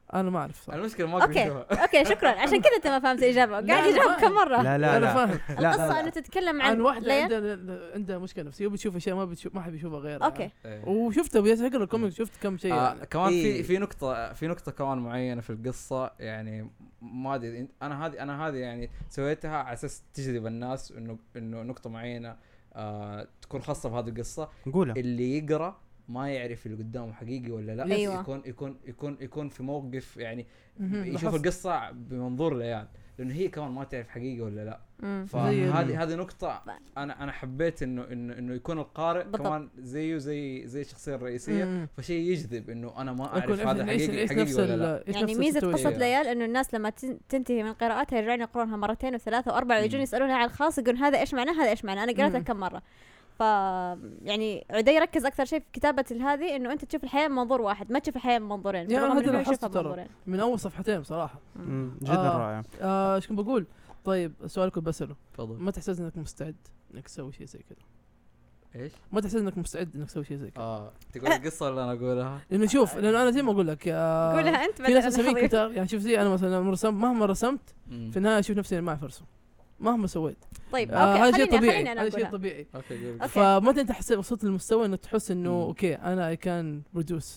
[SPEAKER 2] انا ما اعرف صراحة.
[SPEAKER 3] المشكله ما اقدر
[SPEAKER 4] اوكي
[SPEAKER 3] اشوفها.
[SPEAKER 4] اوكي شكرا عشان كذا انت ما فهمت الاجابه قاعد
[SPEAKER 2] لا،
[SPEAKER 4] يجاوب
[SPEAKER 2] أنا
[SPEAKER 4] كم مره.
[SPEAKER 1] لا لا
[SPEAKER 2] انا
[SPEAKER 1] لا
[SPEAKER 2] فاهم
[SPEAKER 4] القصه انه تتكلم عن
[SPEAKER 2] عن واحده
[SPEAKER 4] ليال.
[SPEAKER 2] عندها عندها مشكله نفسيه وبتشوف اشياء ما بتشوف ما حد يشوفها غيرها.
[SPEAKER 4] اوكي
[SPEAKER 3] إيه.
[SPEAKER 2] وشفته بيقرا الكوميك شفت كم شيء
[SPEAKER 3] آه
[SPEAKER 2] يعني.
[SPEAKER 3] كمان
[SPEAKER 5] إيه.
[SPEAKER 3] في في نقطة في نقطة كمان معينة في القصة يعني ما ادري انا هذه انا هذه يعني سويتها على اساس تجذب الناس انه انه نقطة معينة آه تكون خاصة بهذه القصة.
[SPEAKER 1] قولها.
[SPEAKER 3] اللي يقرا ما يعرف اللي قدامه حقيقي ولا لا.
[SPEAKER 4] أيوة.
[SPEAKER 3] يكون يكون يكون يكون في موقف يعني
[SPEAKER 2] مهم.
[SPEAKER 3] يشوف
[SPEAKER 2] لاحظت.
[SPEAKER 3] القصة بمنظور ليال لانه هي كمان ما تعرف حقيقي ولا لا.
[SPEAKER 4] مم.
[SPEAKER 3] فهذه هذه نقطة انا انا حبيت انه انه انه يكون القارئ
[SPEAKER 4] بالضبط.
[SPEAKER 3] كمان زيه زي زي الشخصية الرئيسية.
[SPEAKER 2] مم.
[SPEAKER 3] فشيء يجذب انه انا ما
[SPEAKER 2] يكون
[SPEAKER 3] اعرف هذا
[SPEAKER 2] نعيش-
[SPEAKER 3] حقيقي
[SPEAKER 2] نعيش
[SPEAKER 3] حقيقي
[SPEAKER 2] نفس
[SPEAKER 3] ولا
[SPEAKER 2] ال-
[SPEAKER 3] لا.
[SPEAKER 2] نعيش
[SPEAKER 4] يعني
[SPEAKER 2] نفس
[SPEAKER 4] ميزه
[SPEAKER 2] السيتويشن.
[SPEAKER 4] قصه ليال انه الناس لما تن- تنتهي من قراءتها يرجعون يقرونها مرتين وثلاثه واربعه ويجون
[SPEAKER 3] مم.
[SPEAKER 4] يسالونها على الخاص يقولون هذا ايش معناه هذا ايش معناه انا قريتها
[SPEAKER 2] مم.
[SPEAKER 4] كم مره. ف يعني عدي ركز اكثر شيء في كتابه هذه انه انت تشوف الحياه من منظور واحد ما تشوف الحياه من منظورين.
[SPEAKER 2] يا
[SPEAKER 4] بالرغم
[SPEAKER 2] هذا
[SPEAKER 4] إنه
[SPEAKER 2] اللي
[SPEAKER 4] يشوفها
[SPEAKER 2] لاحظته ترى.
[SPEAKER 4] بمنظورين.
[SPEAKER 2] من اول صفحتين بصراحه.
[SPEAKER 1] مم، جدا
[SPEAKER 2] آه.
[SPEAKER 1] رائع.
[SPEAKER 2] آه، ايش كنت بقول؟ طيب السؤال كنت بسأله
[SPEAKER 3] تفضل.
[SPEAKER 2] ما تحس انك مستعد انك تسوي شيء زي كذا؟
[SPEAKER 3] ايش؟
[SPEAKER 2] ما تحس انك مستعد انك تسوي شيء زي كذا؟
[SPEAKER 3] اه تقول القصة اللي انا اقولها.
[SPEAKER 2] لانه شوف لانه انا زي ما اقول لك يا
[SPEAKER 4] قولها انت
[SPEAKER 2] في ناس
[SPEAKER 4] بعدين
[SPEAKER 2] مسوين
[SPEAKER 4] أنا
[SPEAKER 2] كتاب يعني شوف زي انا مثلا لما رسمت مهما رسمت
[SPEAKER 3] مم.
[SPEAKER 2] في النهايه اشوف نفسي ما اعرف ارسم مهما سويت.
[SPEAKER 4] طيب
[SPEAKER 2] آه،
[SPEAKER 4] اوكي
[SPEAKER 2] هذا شيء
[SPEAKER 4] خليني
[SPEAKER 2] طبيعي
[SPEAKER 4] خليني انا
[SPEAKER 2] هذا شيء
[SPEAKER 4] اقولها.
[SPEAKER 2] طبيعي.
[SPEAKER 3] اوكي قول.
[SPEAKER 4] أوكي.
[SPEAKER 2] فمتى انت حسيت وصلت للمستوى انه تحس انه
[SPEAKER 3] مم.
[SPEAKER 2] اوكي انا اي كان برودوس؟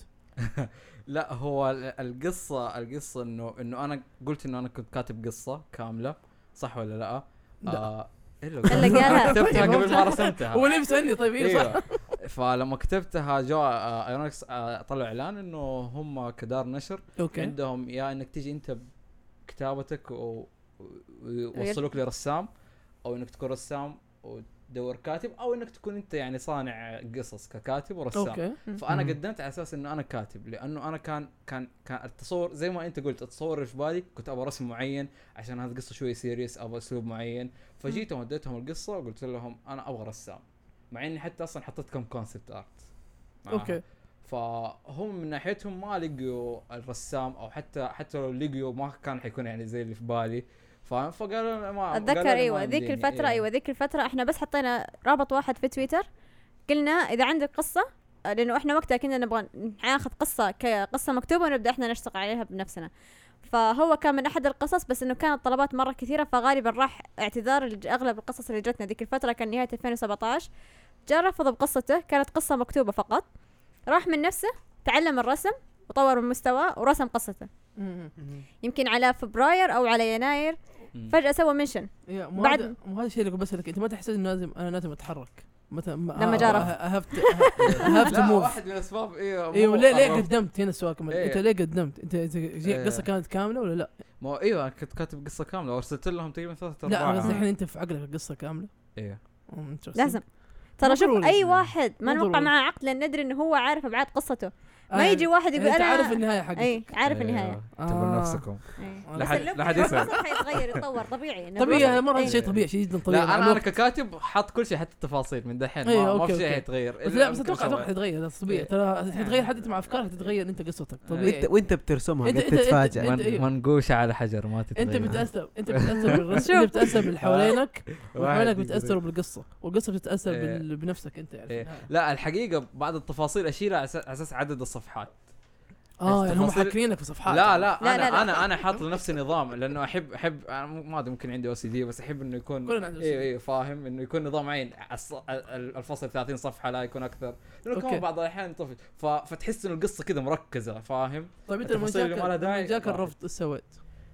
[SPEAKER 3] لا هو ال- القصة القصة انه انه انا قلت انه انا كنت كاتب قصة كاملة صح ولا لا؟
[SPEAKER 2] لا.
[SPEAKER 3] آه الا
[SPEAKER 4] إلا قالها.
[SPEAKER 3] كتبتها قبل ما رسمتها.
[SPEAKER 2] هو ليه بيسالني طيب ايه صح؟
[SPEAKER 3] ايوه فلما كتبتها جو آه ايرونكس آه طلع اعلان انه هم كدار نشر
[SPEAKER 2] اوكي
[SPEAKER 3] عندهم يا انك تيجي انت بكتابتك و- ويوصلوك لرسام او انك تكون رسام ودور كاتب او انك تكون انت يعني صانع قصص ككاتب ورسام.
[SPEAKER 2] اوكي
[SPEAKER 3] فانا
[SPEAKER 2] مم.
[SPEAKER 3] قدمت على اساس انه انا كاتب لانه انا كان كان كان التصور زي ما انت قلت التصور اللي في بالي كنت ابغى رسم معين عشان هذه القصه شوي سيريس ابغى اسلوب معين. فجيتهم وديتهم القصه وقلت لهم انا ابغى رسام مع اني حتى اصلا حطيت كم كونسبت ارت معاها.
[SPEAKER 2] اوكي
[SPEAKER 3] فهم من ناحيتهم ما لقيوا الرسام او حتى حتى لو لقيوا ما كان حيكون يعني زي اللي في بالي فاهم. فقالوا ما
[SPEAKER 4] اتذكر
[SPEAKER 3] قالوا لي
[SPEAKER 4] ايوه
[SPEAKER 3] ما
[SPEAKER 4] ذيك
[SPEAKER 3] يمديني.
[SPEAKER 4] الفتره ايوه ذيك الفتره احنا بس حطينا رابط واحد في تويتر قلنا اذا عندك قصه لانه احنا وقتها كنا نبغى ناخذ قصه كقصه مكتوبه ونبدا احنا نشتغل عليها بنفسنا. فهو كان من احد القصص بس انه كانت طلبات مره كثيره فغالبا راح اعتذار لج- اغلب القصص اللي جتنا ذيك الفتره كان نهايه ألفين وسبعة عشر. جاء رفض بقصته كانت قصه مكتوبه فقط راح من نفسه تعلم الرسم وطور من مستواه ورسم قصته
[SPEAKER 2] مم.
[SPEAKER 4] يمكن على فبراير او على يناير
[SPEAKER 3] مم.
[SPEAKER 4] فجاه سوى منشن.
[SPEAKER 2] يا مو
[SPEAKER 4] بعد-
[SPEAKER 2] هذا مو هذا الشيء اللي كنت بسألك انت ما تحس انه لازم انا لازم اتحرك مثلا
[SPEAKER 4] لما جرب.
[SPEAKER 2] هافت هافت
[SPEAKER 3] لا
[SPEAKER 2] موف
[SPEAKER 3] واحد من الاسباب ايوه
[SPEAKER 2] ايوه
[SPEAKER 3] مو-
[SPEAKER 2] ليه ليه
[SPEAKER 3] أبغى-
[SPEAKER 2] قدمت هنا السؤال كمان
[SPEAKER 3] إيه.
[SPEAKER 2] انت ليه قدمت انت انت
[SPEAKER 3] إيه.
[SPEAKER 2] قصه كانت كامله ولا لا؟
[SPEAKER 3] ما هو ايوه أنا كنت كاتب قصه كامله وارسلت لهم تقريبا ثلاثة
[SPEAKER 2] لا
[SPEAKER 3] ارباع.
[SPEAKER 2] انا قصدي الحين انت في عقلك القصه كامله.
[SPEAKER 3] ايوه
[SPEAKER 2] أم، interesting.
[SPEAKER 4] لازم ترى
[SPEAKER 2] مو
[SPEAKER 4] شوف
[SPEAKER 2] ضروري.
[SPEAKER 4] اي واحد ما
[SPEAKER 2] مو
[SPEAKER 4] نوقع
[SPEAKER 2] ضروري.
[SPEAKER 4] معاه عقد لان ندري انه هو عارف ابعاد قصته.
[SPEAKER 2] آه،
[SPEAKER 4] ما يجي واحد يقول
[SPEAKER 2] انت
[SPEAKER 4] انا
[SPEAKER 2] عارف النهايه حقتك.
[SPEAKER 4] اي عارف
[SPEAKER 3] أيوة.
[SPEAKER 4] النهايه.
[SPEAKER 3] اعتبروا
[SPEAKER 2] آه.
[SPEAKER 3] نفسكم.
[SPEAKER 4] إيه.
[SPEAKER 2] لا
[SPEAKER 4] بس
[SPEAKER 3] حد-
[SPEAKER 4] اللوك
[SPEAKER 3] لا حد
[SPEAKER 4] الوصف
[SPEAKER 3] يسأل.
[SPEAKER 4] حيتغير يتطور طبيعي إنه
[SPEAKER 2] طبيعي هذا
[SPEAKER 4] الوصف-
[SPEAKER 2] مره
[SPEAKER 4] إيه.
[SPEAKER 2] شيء طبيعي شيء جدا طبيعي
[SPEAKER 3] لا انا
[SPEAKER 2] مع
[SPEAKER 3] انا
[SPEAKER 2] الوقت.
[SPEAKER 3] ككاتب حاط كل شيء حتى التفاصيل من دحين
[SPEAKER 2] أيوة،
[SPEAKER 3] ما, ما
[SPEAKER 2] أوكي،
[SPEAKER 3] في شيء
[SPEAKER 2] أوكي.
[SPEAKER 3] حيتغير
[SPEAKER 2] بس لا بس اتوقع اتوقع
[SPEAKER 3] شوية.
[SPEAKER 2] حتتغير هذا طبيعي
[SPEAKER 3] إيه.
[SPEAKER 2] ترى حتتغير حتى مع افكارك حتتغير انت قصتك
[SPEAKER 5] وانت
[SPEAKER 2] طبيعي.
[SPEAKER 5] وانت بترسمها
[SPEAKER 2] أنت-
[SPEAKER 5] قد
[SPEAKER 2] أنت- أنت-
[SPEAKER 5] تتفاجئ
[SPEAKER 2] أنت- إيه.
[SPEAKER 3] منقوش على حجر ما تتغير.
[SPEAKER 2] انت بتاثر انت بتاثر بالرسم انت بتاثر باللي حوالينك
[SPEAKER 3] واحد
[SPEAKER 2] وحوالينك
[SPEAKER 3] يقدر-
[SPEAKER 2] بتاثروا بالقصه والقصه بتتاثر
[SPEAKER 3] إيه.
[SPEAKER 2] بال- بنفسك انت يعني في
[SPEAKER 3] إيه.
[SPEAKER 2] النهاية.
[SPEAKER 3] لا الحقيقه بعض التفاصيل اشيلها على أساس- على اساس عدد الصفحات.
[SPEAKER 2] اه يعني هم
[SPEAKER 3] تفاصيل-
[SPEAKER 2] حاكرينك في صفحات
[SPEAKER 3] لا لا
[SPEAKER 4] لا،
[SPEAKER 3] انا
[SPEAKER 4] لا، لا.
[SPEAKER 3] انا انا حاط لنفسي نظام لانه احب احب أنا ما ادري ممكن عندي او سي دي بس احب انه يكون
[SPEAKER 2] كلنا عندنا
[SPEAKER 3] ايوه
[SPEAKER 2] أو سي دي.
[SPEAKER 3] ايوه فاهم انه يكون نظام معين الص- ال- الفصل ثلاثين صفحه لا يكون اكثر لانه
[SPEAKER 2] أوكي.
[SPEAKER 3] كمان بعض الاحيان طفل ف... فتحس انه القصه كذا مركزه فاهم.
[SPEAKER 2] طيب انت لما
[SPEAKER 3] التفاصيل
[SPEAKER 2] جاك
[SPEAKER 3] اللي ما لها
[SPEAKER 2] لما
[SPEAKER 3] داعي
[SPEAKER 2] جاك
[SPEAKER 3] راحت.
[SPEAKER 2] الرفض ايش سويت؟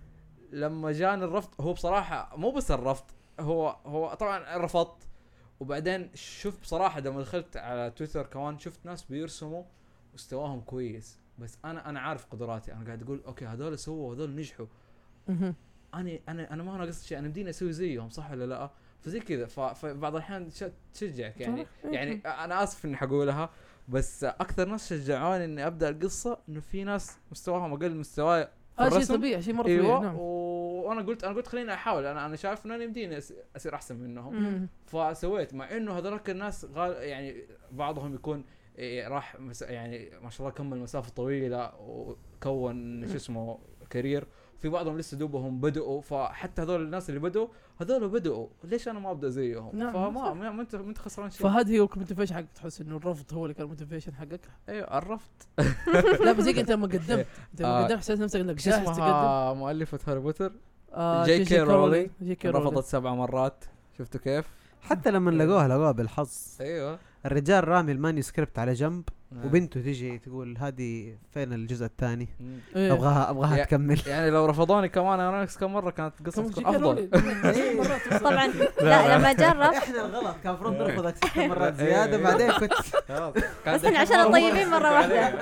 [SPEAKER 3] لما جاني الرفض هو بصراحه مو بس الرفض هو هو طبعا رفضت وبعدين شفت بصراحه لما دخلت على تويتر كمان شفت ناس بيرسموا مستواهم كويس بس انا انا عارف قدراتي انا قاعد اقول اوكي هذول سووا هذول نجحوا
[SPEAKER 2] مهم.
[SPEAKER 3] انا انا انا ما ناقصت شيء انا بديني اسوي زيهم صح ولا لا فزي كذا ف- فبعض الاحيان ش- تشجعك يعني
[SPEAKER 2] صح.
[SPEAKER 3] يعني انا اسف اني حقولها بس اكثر ناس شجعوني اني ابدا القصه انه في ناس مستواهم اقل من مستواي في
[SPEAKER 2] هذا شيء
[SPEAKER 3] الرسم.
[SPEAKER 2] طبيعي شيء مره طبيعي
[SPEAKER 3] ايوه
[SPEAKER 2] نعم.
[SPEAKER 3] وانا قلت انا قلت خليني احاول انا انا شايف انه انا يمديني أس- اصير احسن منهم
[SPEAKER 2] مم.
[SPEAKER 3] فسويت مع انه هذولك الناس غال يعني بعضهم يكون إيه راح مس يعني ما شاء الله كمل مسافه طويله وكون شو اسمه كارير في بعضهم لسه دوبهم بدأوا، فحتى هذول الناس اللي بدأوا هذول بدأوا ليش انا ما ابدا زيهم؟
[SPEAKER 2] نعم،
[SPEAKER 3] فما ما انت ما انت خسران شيء.
[SPEAKER 2] فهذه هو الموتيفيشن حقك، تحس انه الرفض هو اللي كان الموتيفيشن حقك.
[SPEAKER 3] ايوه عرفت.
[SPEAKER 2] لا بس هيك انت ما قدمت، انت ما
[SPEAKER 3] آه.
[SPEAKER 2] قدمت حسيت نفسك انك
[SPEAKER 3] شو
[SPEAKER 2] جاهز تقدم.
[SPEAKER 3] اسمها مؤلفة هاري بوتر؟
[SPEAKER 2] آه
[SPEAKER 3] جي كي رولينج.
[SPEAKER 2] جي كي رولينج
[SPEAKER 3] رفضت سبع مرات، شفتوا كيف؟
[SPEAKER 5] حتى لما لقوها لقوها بالحظ.
[SPEAKER 3] ايوه
[SPEAKER 5] الرجال رامي المانيوسكريبت على جنب
[SPEAKER 3] نعم.
[SPEAKER 5] وبنته تجي تقول هذه فين الجزء الثاني،
[SPEAKER 3] مم.
[SPEAKER 2] إيه.
[SPEAKER 5] ابغاها ابغاها
[SPEAKER 3] يا-
[SPEAKER 5] تكمل.
[SPEAKER 3] يعني لو رفضوني كمان ايرونكس كم مره كانت قصة
[SPEAKER 2] كم
[SPEAKER 3] تكون
[SPEAKER 2] جي كي
[SPEAKER 3] افضل.
[SPEAKER 2] رولينج. مرات
[SPEAKER 4] طبعا لا لما جرب
[SPEAKER 5] احنا الغلط، كان المفروض نرفضك ست مرات زياده بعدين كنت
[SPEAKER 4] بس احنا عشان طيبين مره واحده.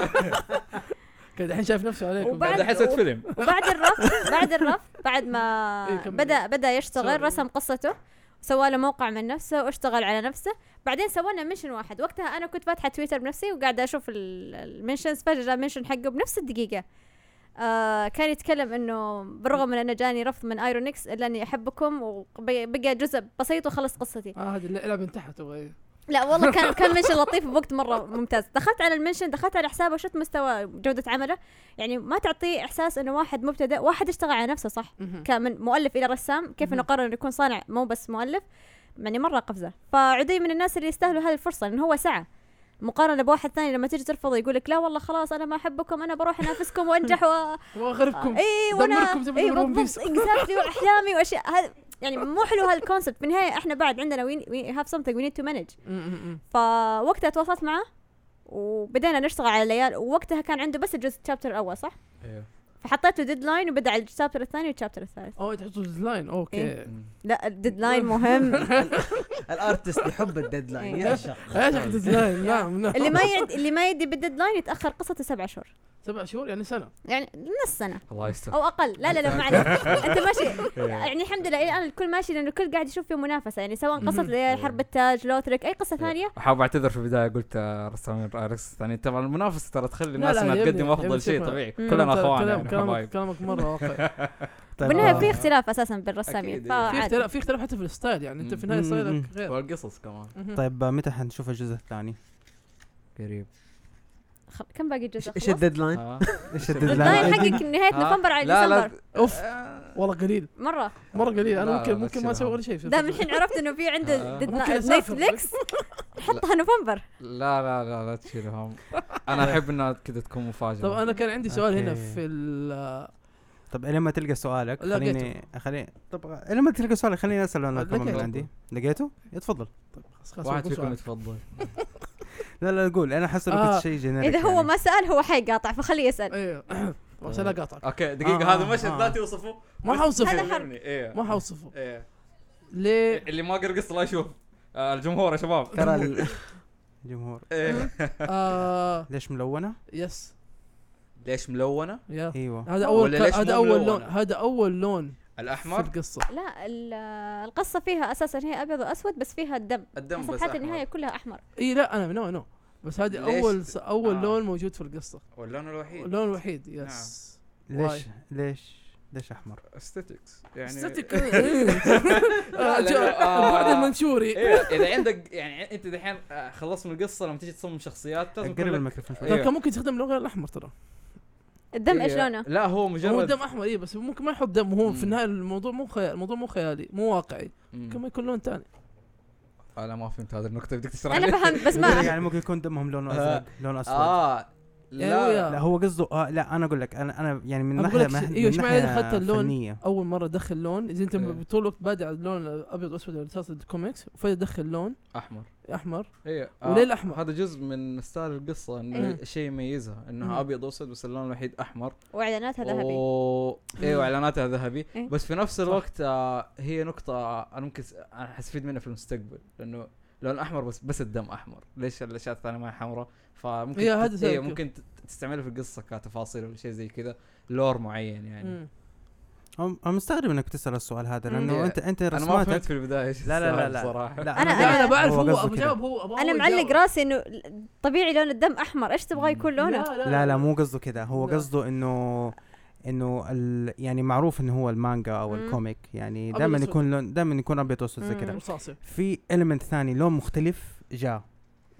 [SPEAKER 2] كان الحين شايف نفسه عليكم.
[SPEAKER 4] وبعد-
[SPEAKER 3] بعد حسيت فيلم.
[SPEAKER 4] وبعد الرفض بعد الرفض بعد ما
[SPEAKER 2] إيه، كمل.
[SPEAKER 4] بدا بدا يشتغل،
[SPEAKER 2] سوري.
[SPEAKER 4] رسم قصته، سوى له موقع من نفسه واشتغل على نفسه. بعدين سوينا منشن واحد، وقتها انا كنت فاتحه تويتر بنفسي وقاعده اشوف المنشنز، فجاه منشن حقه بنفس الدقيقه. آه كان يتكلم انه بالرغم من انه جاني رفض من ايرونكس الا اني احبكم، وبقى جزء بسيط وخلص قصتي.
[SPEAKER 2] اه هذه اللعبه من تحت تبغى.
[SPEAKER 4] لا والله كان كان منشن لطيف بوقت مره ممتاز. دخلت على المنشن، دخلت على حسابه، شفت مستوى جوده عمله، يعني ما تعطيه احساس انه واحد مبتدئ، واحد اشتغل على نفسه صح، كان من مؤلف الى رسام، كيف انه قرر انه يكون صانع مو بس مؤلف، يعني مره قفزه. فعدي من الناس اللي يستاهلوا هذه الفرصه، لانه هو سعى مقارنه بواحد ثاني لما تيجي ترفض يقول لك لا والله خلاص انا ما احبكم، انا بروح انافسكم وانجح و
[SPEAKER 2] واغربكم.
[SPEAKER 4] اي وانا
[SPEAKER 2] دمركم زي ما
[SPEAKER 4] اي
[SPEAKER 2] يدمرون
[SPEAKER 4] بالضبط
[SPEAKER 2] بيس.
[SPEAKER 4] اكزاكتلي، واحلامي واشياء هذا يعني مو حلو هذا الكونسبت. في النهايه احنا بعد عندنا وي هاف something we need to manage. فوقتها تواصلت معه وبدينا نشتغل على ليال، ووقتها كان عنده بس الجزء الشابتر الاول صح،
[SPEAKER 3] ايوه
[SPEAKER 4] فحطيت له ديدلاين وبدا على الشابتر الثاني والشابتر الثالث.
[SPEAKER 2] اوه تحطوا ديدلاين اوكي.
[SPEAKER 4] إيه. لا الديدلاين مهم.
[SPEAKER 5] الارتست يحب الديدلاين
[SPEAKER 4] إيه.
[SPEAKER 5] يعشق.
[SPEAKER 2] ايش ديدلاين؟ نعم نعم.
[SPEAKER 4] اللي ما يد... اللي ما يدي بالديدلاين يتاخر قصته سبع شهور،
[SPEAKER 2] سبع شهور يعني سنه.
[SPEAKER 4] يعني نص سنه
[SPEAKER 3] الله يستر.
[SPEAKER 4] او اقل. لا لا لا معلش انت ماشي يعني الحمد لله الان الكل ماشي، لانه الكل قاعد يشوف فيه منافسه، يعني سواء قصه ليال حرب التاج، لوثريك، اي قصه ثانيه.
[SPEAKER 3] حاب اعتذر في البدايه، قلت رسام ايرونكس ثاني طبعا المنافسه ترى تخلي الناس
[SPEAKER 2] لا،
[SPEAKER 3] انها
[SPEAKER 2] يا ابني-
[SPEAKER 3] تقدم
[SPEAKER 2] يا
[SPEAKER 3] افضل
[SPEAKER 2] ابني
[SPEAKER 3] شيء
[SPEAKER 2] شوف،
[SPEAKER 3] طبيعي،
[SPEAKER 4] مم.
[SPEAKER 3] كلنا
[SPEAKER 2] كلام-
[SPEAKER 3] اخوان
[SPEAKER 2] كلام-
[SPEAKER 3] يعني
[SPEAKER 2] كلامك
[SPEAKER 3] حبايب.
[SPEAKER 2] كلامك مره واقعي.
[SPEAKER 4] بالنهايه في
[SPEAKER 5] آه،
[SPEAKER 4] اختلاف اساسا بين الرسامين،
[SPEAKER 3] أكيد.
[SPEAKER 2] في
[SPEAKER 4] فعادي.
[SPEAKER 2] اختلاف في اختلاف حتى في الستايل، يعني انت في النهايه
[SPEAKER 1] مم.
[SPEAKER 2] ستايلك
[SPEAKER 1] مم.
[SPEAKER 2] غير.
[SPEAKER 3] والقصص كمان
[SPEAKER 2] مهم.
[SPEAKER 1] طيب آه، متى حنشوف الجزء الثاني؟
[SPEAKER 3] قريب.
[SPEAKER 4] خ- كم باقي الجزء؟
[SPEAKER 5] ايش
[SPEAKER 4] خلص؟
[SPEAKER 5] الديدلاين؟
[SPEAKER 3] آه.
[SPEAKER 5] ايش
[SPEAKER 4] الديدلاين
[SPEAKER 5] الديدلاين؟
[SPEAKER 4] حقك نهايه
[SPEAKER 3] ها؟
[SPEAKER 4] نوفمبر على
[SPEAKER 3] لا لا
[SPEAKER 4] ديسمبر.
[SPEAKER 2] اوف
[SPEAKER 3] آه،
[SPEAKER 2] والله قليل
[SPEAKER 4] مره.
[SPEAKER 2] مره قليل. انا
[SPEAKER 3] لا،
[SPEAKER 2] ممكن
[SPEAKER 3] لا،
[SPEAKER 2] ممكن
[SPEAKER 3] لا
[SPEAKER 2] ما اسوي
[SPEAKER 3] تشيلها.
[SPEAKER 2] ولا شيء في
[SPEAKER 4] دام
[SPEAKER 2] الفترة.
[SPEAKER 4] الحين عرفت انه في عنده
[SPEAKER 3] آه.
[SPEAKER 2] ممكن
[SPEAKER 4] ديدلاين
[SPEAKER 2] أسافر.
[SPEAKER 4] نتفليكس، حطها نوفمبر.
[SPEAKER 3] لا لا لا لا تشيلهم. انا احب انها كذا تكون مفاجاه.
[SPEAKER 2] طب انا كان عندي سؤال هنا
[SPEAKER 1] أوكي.
[SPEAKER 2] في ال
[SPEAKER 1] طب لما تلقى سؤالك
[SPEAKER 2] لقيته.
[SPEAKER 1] خليني خليني طب لما تلقى سؤالك خليني اسال انا كمان من
[SPEAKER 2] لقيته.
[SPEAKER 1] عندي. لقيته؟ يتفضل.
[SPEAKER 2] طيب خلاص خلاص
[SPEAKER 3] واحد
[SPEAKER 2] بقول
[SPEAKER 3] فيكم
[SPEAKER 2] سؤال.
[SPEAKER 3] يتفضل.
[SPEAKER 1] لا لا قول، انا حاسس انه
[SPEAKER 2] آه.
[SPEAKER 1] كنت شيء جينيريك.
[SPEAKER 4] اذا هو ما سال هو حيقاطع، فخليه يسال.
[SPEAKER 2] ايوه بس لا قاطعك.
[SPEAKER 3] اوكي دقيقه
[SPEAKER 1] آه،
[SPEAKER 3] هذا مشهد
[SPEAKER 1] آه.
[SPEAKER 3] لا توصفه.
[SPEAKER 2] ما
[SPEAKER 3] بس
[SPEAKER 2] حوصفه.
[SPEAKER 4] هذا حرب.
[SPEAKER 3] فهمني. ايه
[SPEAKER 2] ما حوصفه
[SPEAKER 3] ايه
[SPEAKER 2] ليه؟
[SPEAKER 3] اللي ما قرا قصه لا يشوف. آه، الجمهور يا شباب.
[SPEAKER 5] ترى ال-
[SPEAKER 1] جمهور
[SPEAKER 3] إيه.
[SPEAKER 2] آه
[SPEAKER 1] ليش ملونه؟
[SPEAKER 2] يس
[SPEAKER 3] ليش ملونه؟
[SPEAKER 2] يا
[SPEAKER 1] ايوه
[SPEAKER 2] هذا اول
[SPEAKER 3] ولا
[SPEAKER 2] ك-
[SPEAKER 3] ليش
[SPEAKER 2] هذا
[SPEAKER 3] مو
[SPEAKER 2] اول
[SPEAKER 3] ملونة؟
[SPEAKER 2] لون هذا اول لون في
[SPEAKER 3] الاحمر.
[SPEAKER 2] القصه.
[SPEAKER 4] لا ال- القصه فيها اساسا هي ابيض واسود، بس فيها الدم.
[SPEAKER 3] الدم بس
[SPEAKER 4] صفحات
[SPEAKER 3] أحمر.
[SPEAKER 4] النهايه كلها احمر.
[SPEAKER 2] اي لا انا نو نو بس هذه
[SPEAKER 3] ليش؟
[SPEAKER 2] اول س- اول
[SPEAKER 3] آه.
[SPEAKER 2] لون موجود في القصه.
[SPEAKER 3] واللون الوحيد.
[SPEAKER 2] اللون الوحيد يس.
[SPEAKER 1] ليش ليش ليش احمر؟
[SPEAKER 3] استاتيكس يعني.
[SPEAKER 2] استاتيك.
[SPEAKER 3] لا، لا، آه.
[SPEAKER 2] البعد المنشوري.
[SPEAKER 3] إيه اذا عندك يعني انت دحين آه، خلصت من القصه لما تيجي تصمم شخصيات لازم
[SPEAKER 1] قرب
[SPEAKER 3] يكون لك-
[SPEAKER 1] الميكروفون شوي.
[SPEAKER 2] ترى
[SPEAKER 3] إيه.
[SPEAKER 2] كان ممكن يستخدم اللون غير الاحمر ترى.
[SPEAKER 4] الدم ايش
[SPEAKER 3] إيه.
[SPEAKER 4] لونه؟
[SPEAKER 3] لا هو
[SPEAKER 2] هو
[SPEAKER 3] مجرد
[SPEAKER 2] الدم احمر اي بس ممكن ما يحط دم. هو
[SPEAKER 3] مم.
[SPEAKER 2] في النهايه الموضوع مو خيال، الموضوع مو خيالي مو واقعي.
[SPEAKER 3] مم.
[SPEAKER 2] ممكن ما يكون لون ثاني.
[SPEAKER 3] انا ما فهمت هذه النقطه بدك تشرح
[SPEAKER 4] انا
[SPEAKER 3] لي.
[SPEAKER 4] فهمت بس ما
[SPEAKER 1] يعني ممكن يكون دمهم لونه ازرق، لون اسود.
[SPEAKER 3] اه
[SPEAKER 2] يعني هو
[SPEAKER 3] لا
[SPEAKER 1] لا هو قصده آه لا انا اقول لك انا انا يعني من
[SPEAKER 2] أنا
[SPEAKER 1] ناحيه
[SPEAKER 2] بقول لك
[SPEAKER 1] من
[SPEAKER 2] ش- إيوه، إيش معنى
[SPEAKER 1] ناحية
[SPEAKER 2] أخذت اللون؟
[SPEAKER 1] فنية.
[SPEAKER 2] اول مره دخل لون اذا انت
[SPEAKER 3] إيه.
[SPEAKER 2] طول الوقت بادئ على اللون الابيض واسود على اساس الكوميكس وفجاه دخل لون
[SPEAKER 3] احمر.
[SPEAKER 2] احمر.
[SPEAKER 3] ايه
[SPEAKER 2] وليه الأحمر؟
[SPEAKER 3] هذا جزء من ستايل القصه انه
[SPEAKER 2] إيه.
[SPEAKER 3] شيء يميزها انها
[SPEAKER 2] مم.
[SPEAKER 3] ابيض واسود بس اللون الوحيد احمر.
[SPEAKER 4] واعلاناتها ذهبي.
[SPEAKER 3] و... ايوه اعلاناتها ذهبي.
[SPEAKER 4] إيه.
[SPEAKER 3] بس في نفس الوقت آه هي نقطه انا ممكن س... انا حستفيد منها في المستقبل لانه لون احمر بس بس الدم احمر. ليش الاشياء الثانيه ما هي حمراء؟ فممكن
[SPEAKER 2] إيه، هذا
[SPEAKER 3] ت...
[SPEAKER 2] سبب
[SPEAKER 3] إيه
[SPEAKER 2] كده.
[SPEAKER 3] ممكن ت- تستعمله في القصه كتفاصيل ولا شيء زي كذا لور معين يعني.
[SPEAKER 2] مم.
[SPEAKER 1] أم- انا مستغرب انك تسال السؤال هذا
[SPEAKER 4] مم.
[SPEAKER 1] لانه
[SPEAKER 3] إيه.
[SPEAKER 1] انت انت
[SPEAKER 3] انا ما فهمت
[SPEAKER 1] رسماتك.
[SPEAKER 3] في البدايه ايش
[SPEAKER 1] لا لا لا
[SPEAKER 3] السؤال
[SPEAKER 1] لا
[SPEAKER 3] صراحه.
[SPEAKER 1] لا
[SPEAKER 4] أنا-
[SPEAKER 2] لا انا بعرف هو
[SPEAKER 1] قصده
[SPEAKER 2] ابو
[SPEAKER 1] كده.
[SPEAKER 2] جاوب هو أبو
[SPEAKER 4] انا
[SPEAKER 2] هو
[SPEAKER 4] معلق
[SPEAKER 2] يجاوب.
[SPEAKER 4] راسي انه طبيعي لون الدم احمر، ايش تبغى يكون لونه؟
[SPEAKER 1] لا لا مو قصده كده، هو
[SPEAKER 2] لا.
[SPEAKER 1] قصده انه انه ال يعني معروف انه هو المانجا او
[SPEAKER 4] مم.
[SPEAKER 1] الكوميك يعني
[SPEAKER 2] أبيض
[SPEAKER 1] دائما
[SPEAKER 2] أسود.
[SPEAKER 1] يكون لون دائما يكون ابيض واسود زي
[SPEAKER 4] مم.
[SPEAKER 1] كده.
[SPEAKER 2] رصاصي.
[SPEAKER 1] في إيليمنت ثاني لون مختلف جاء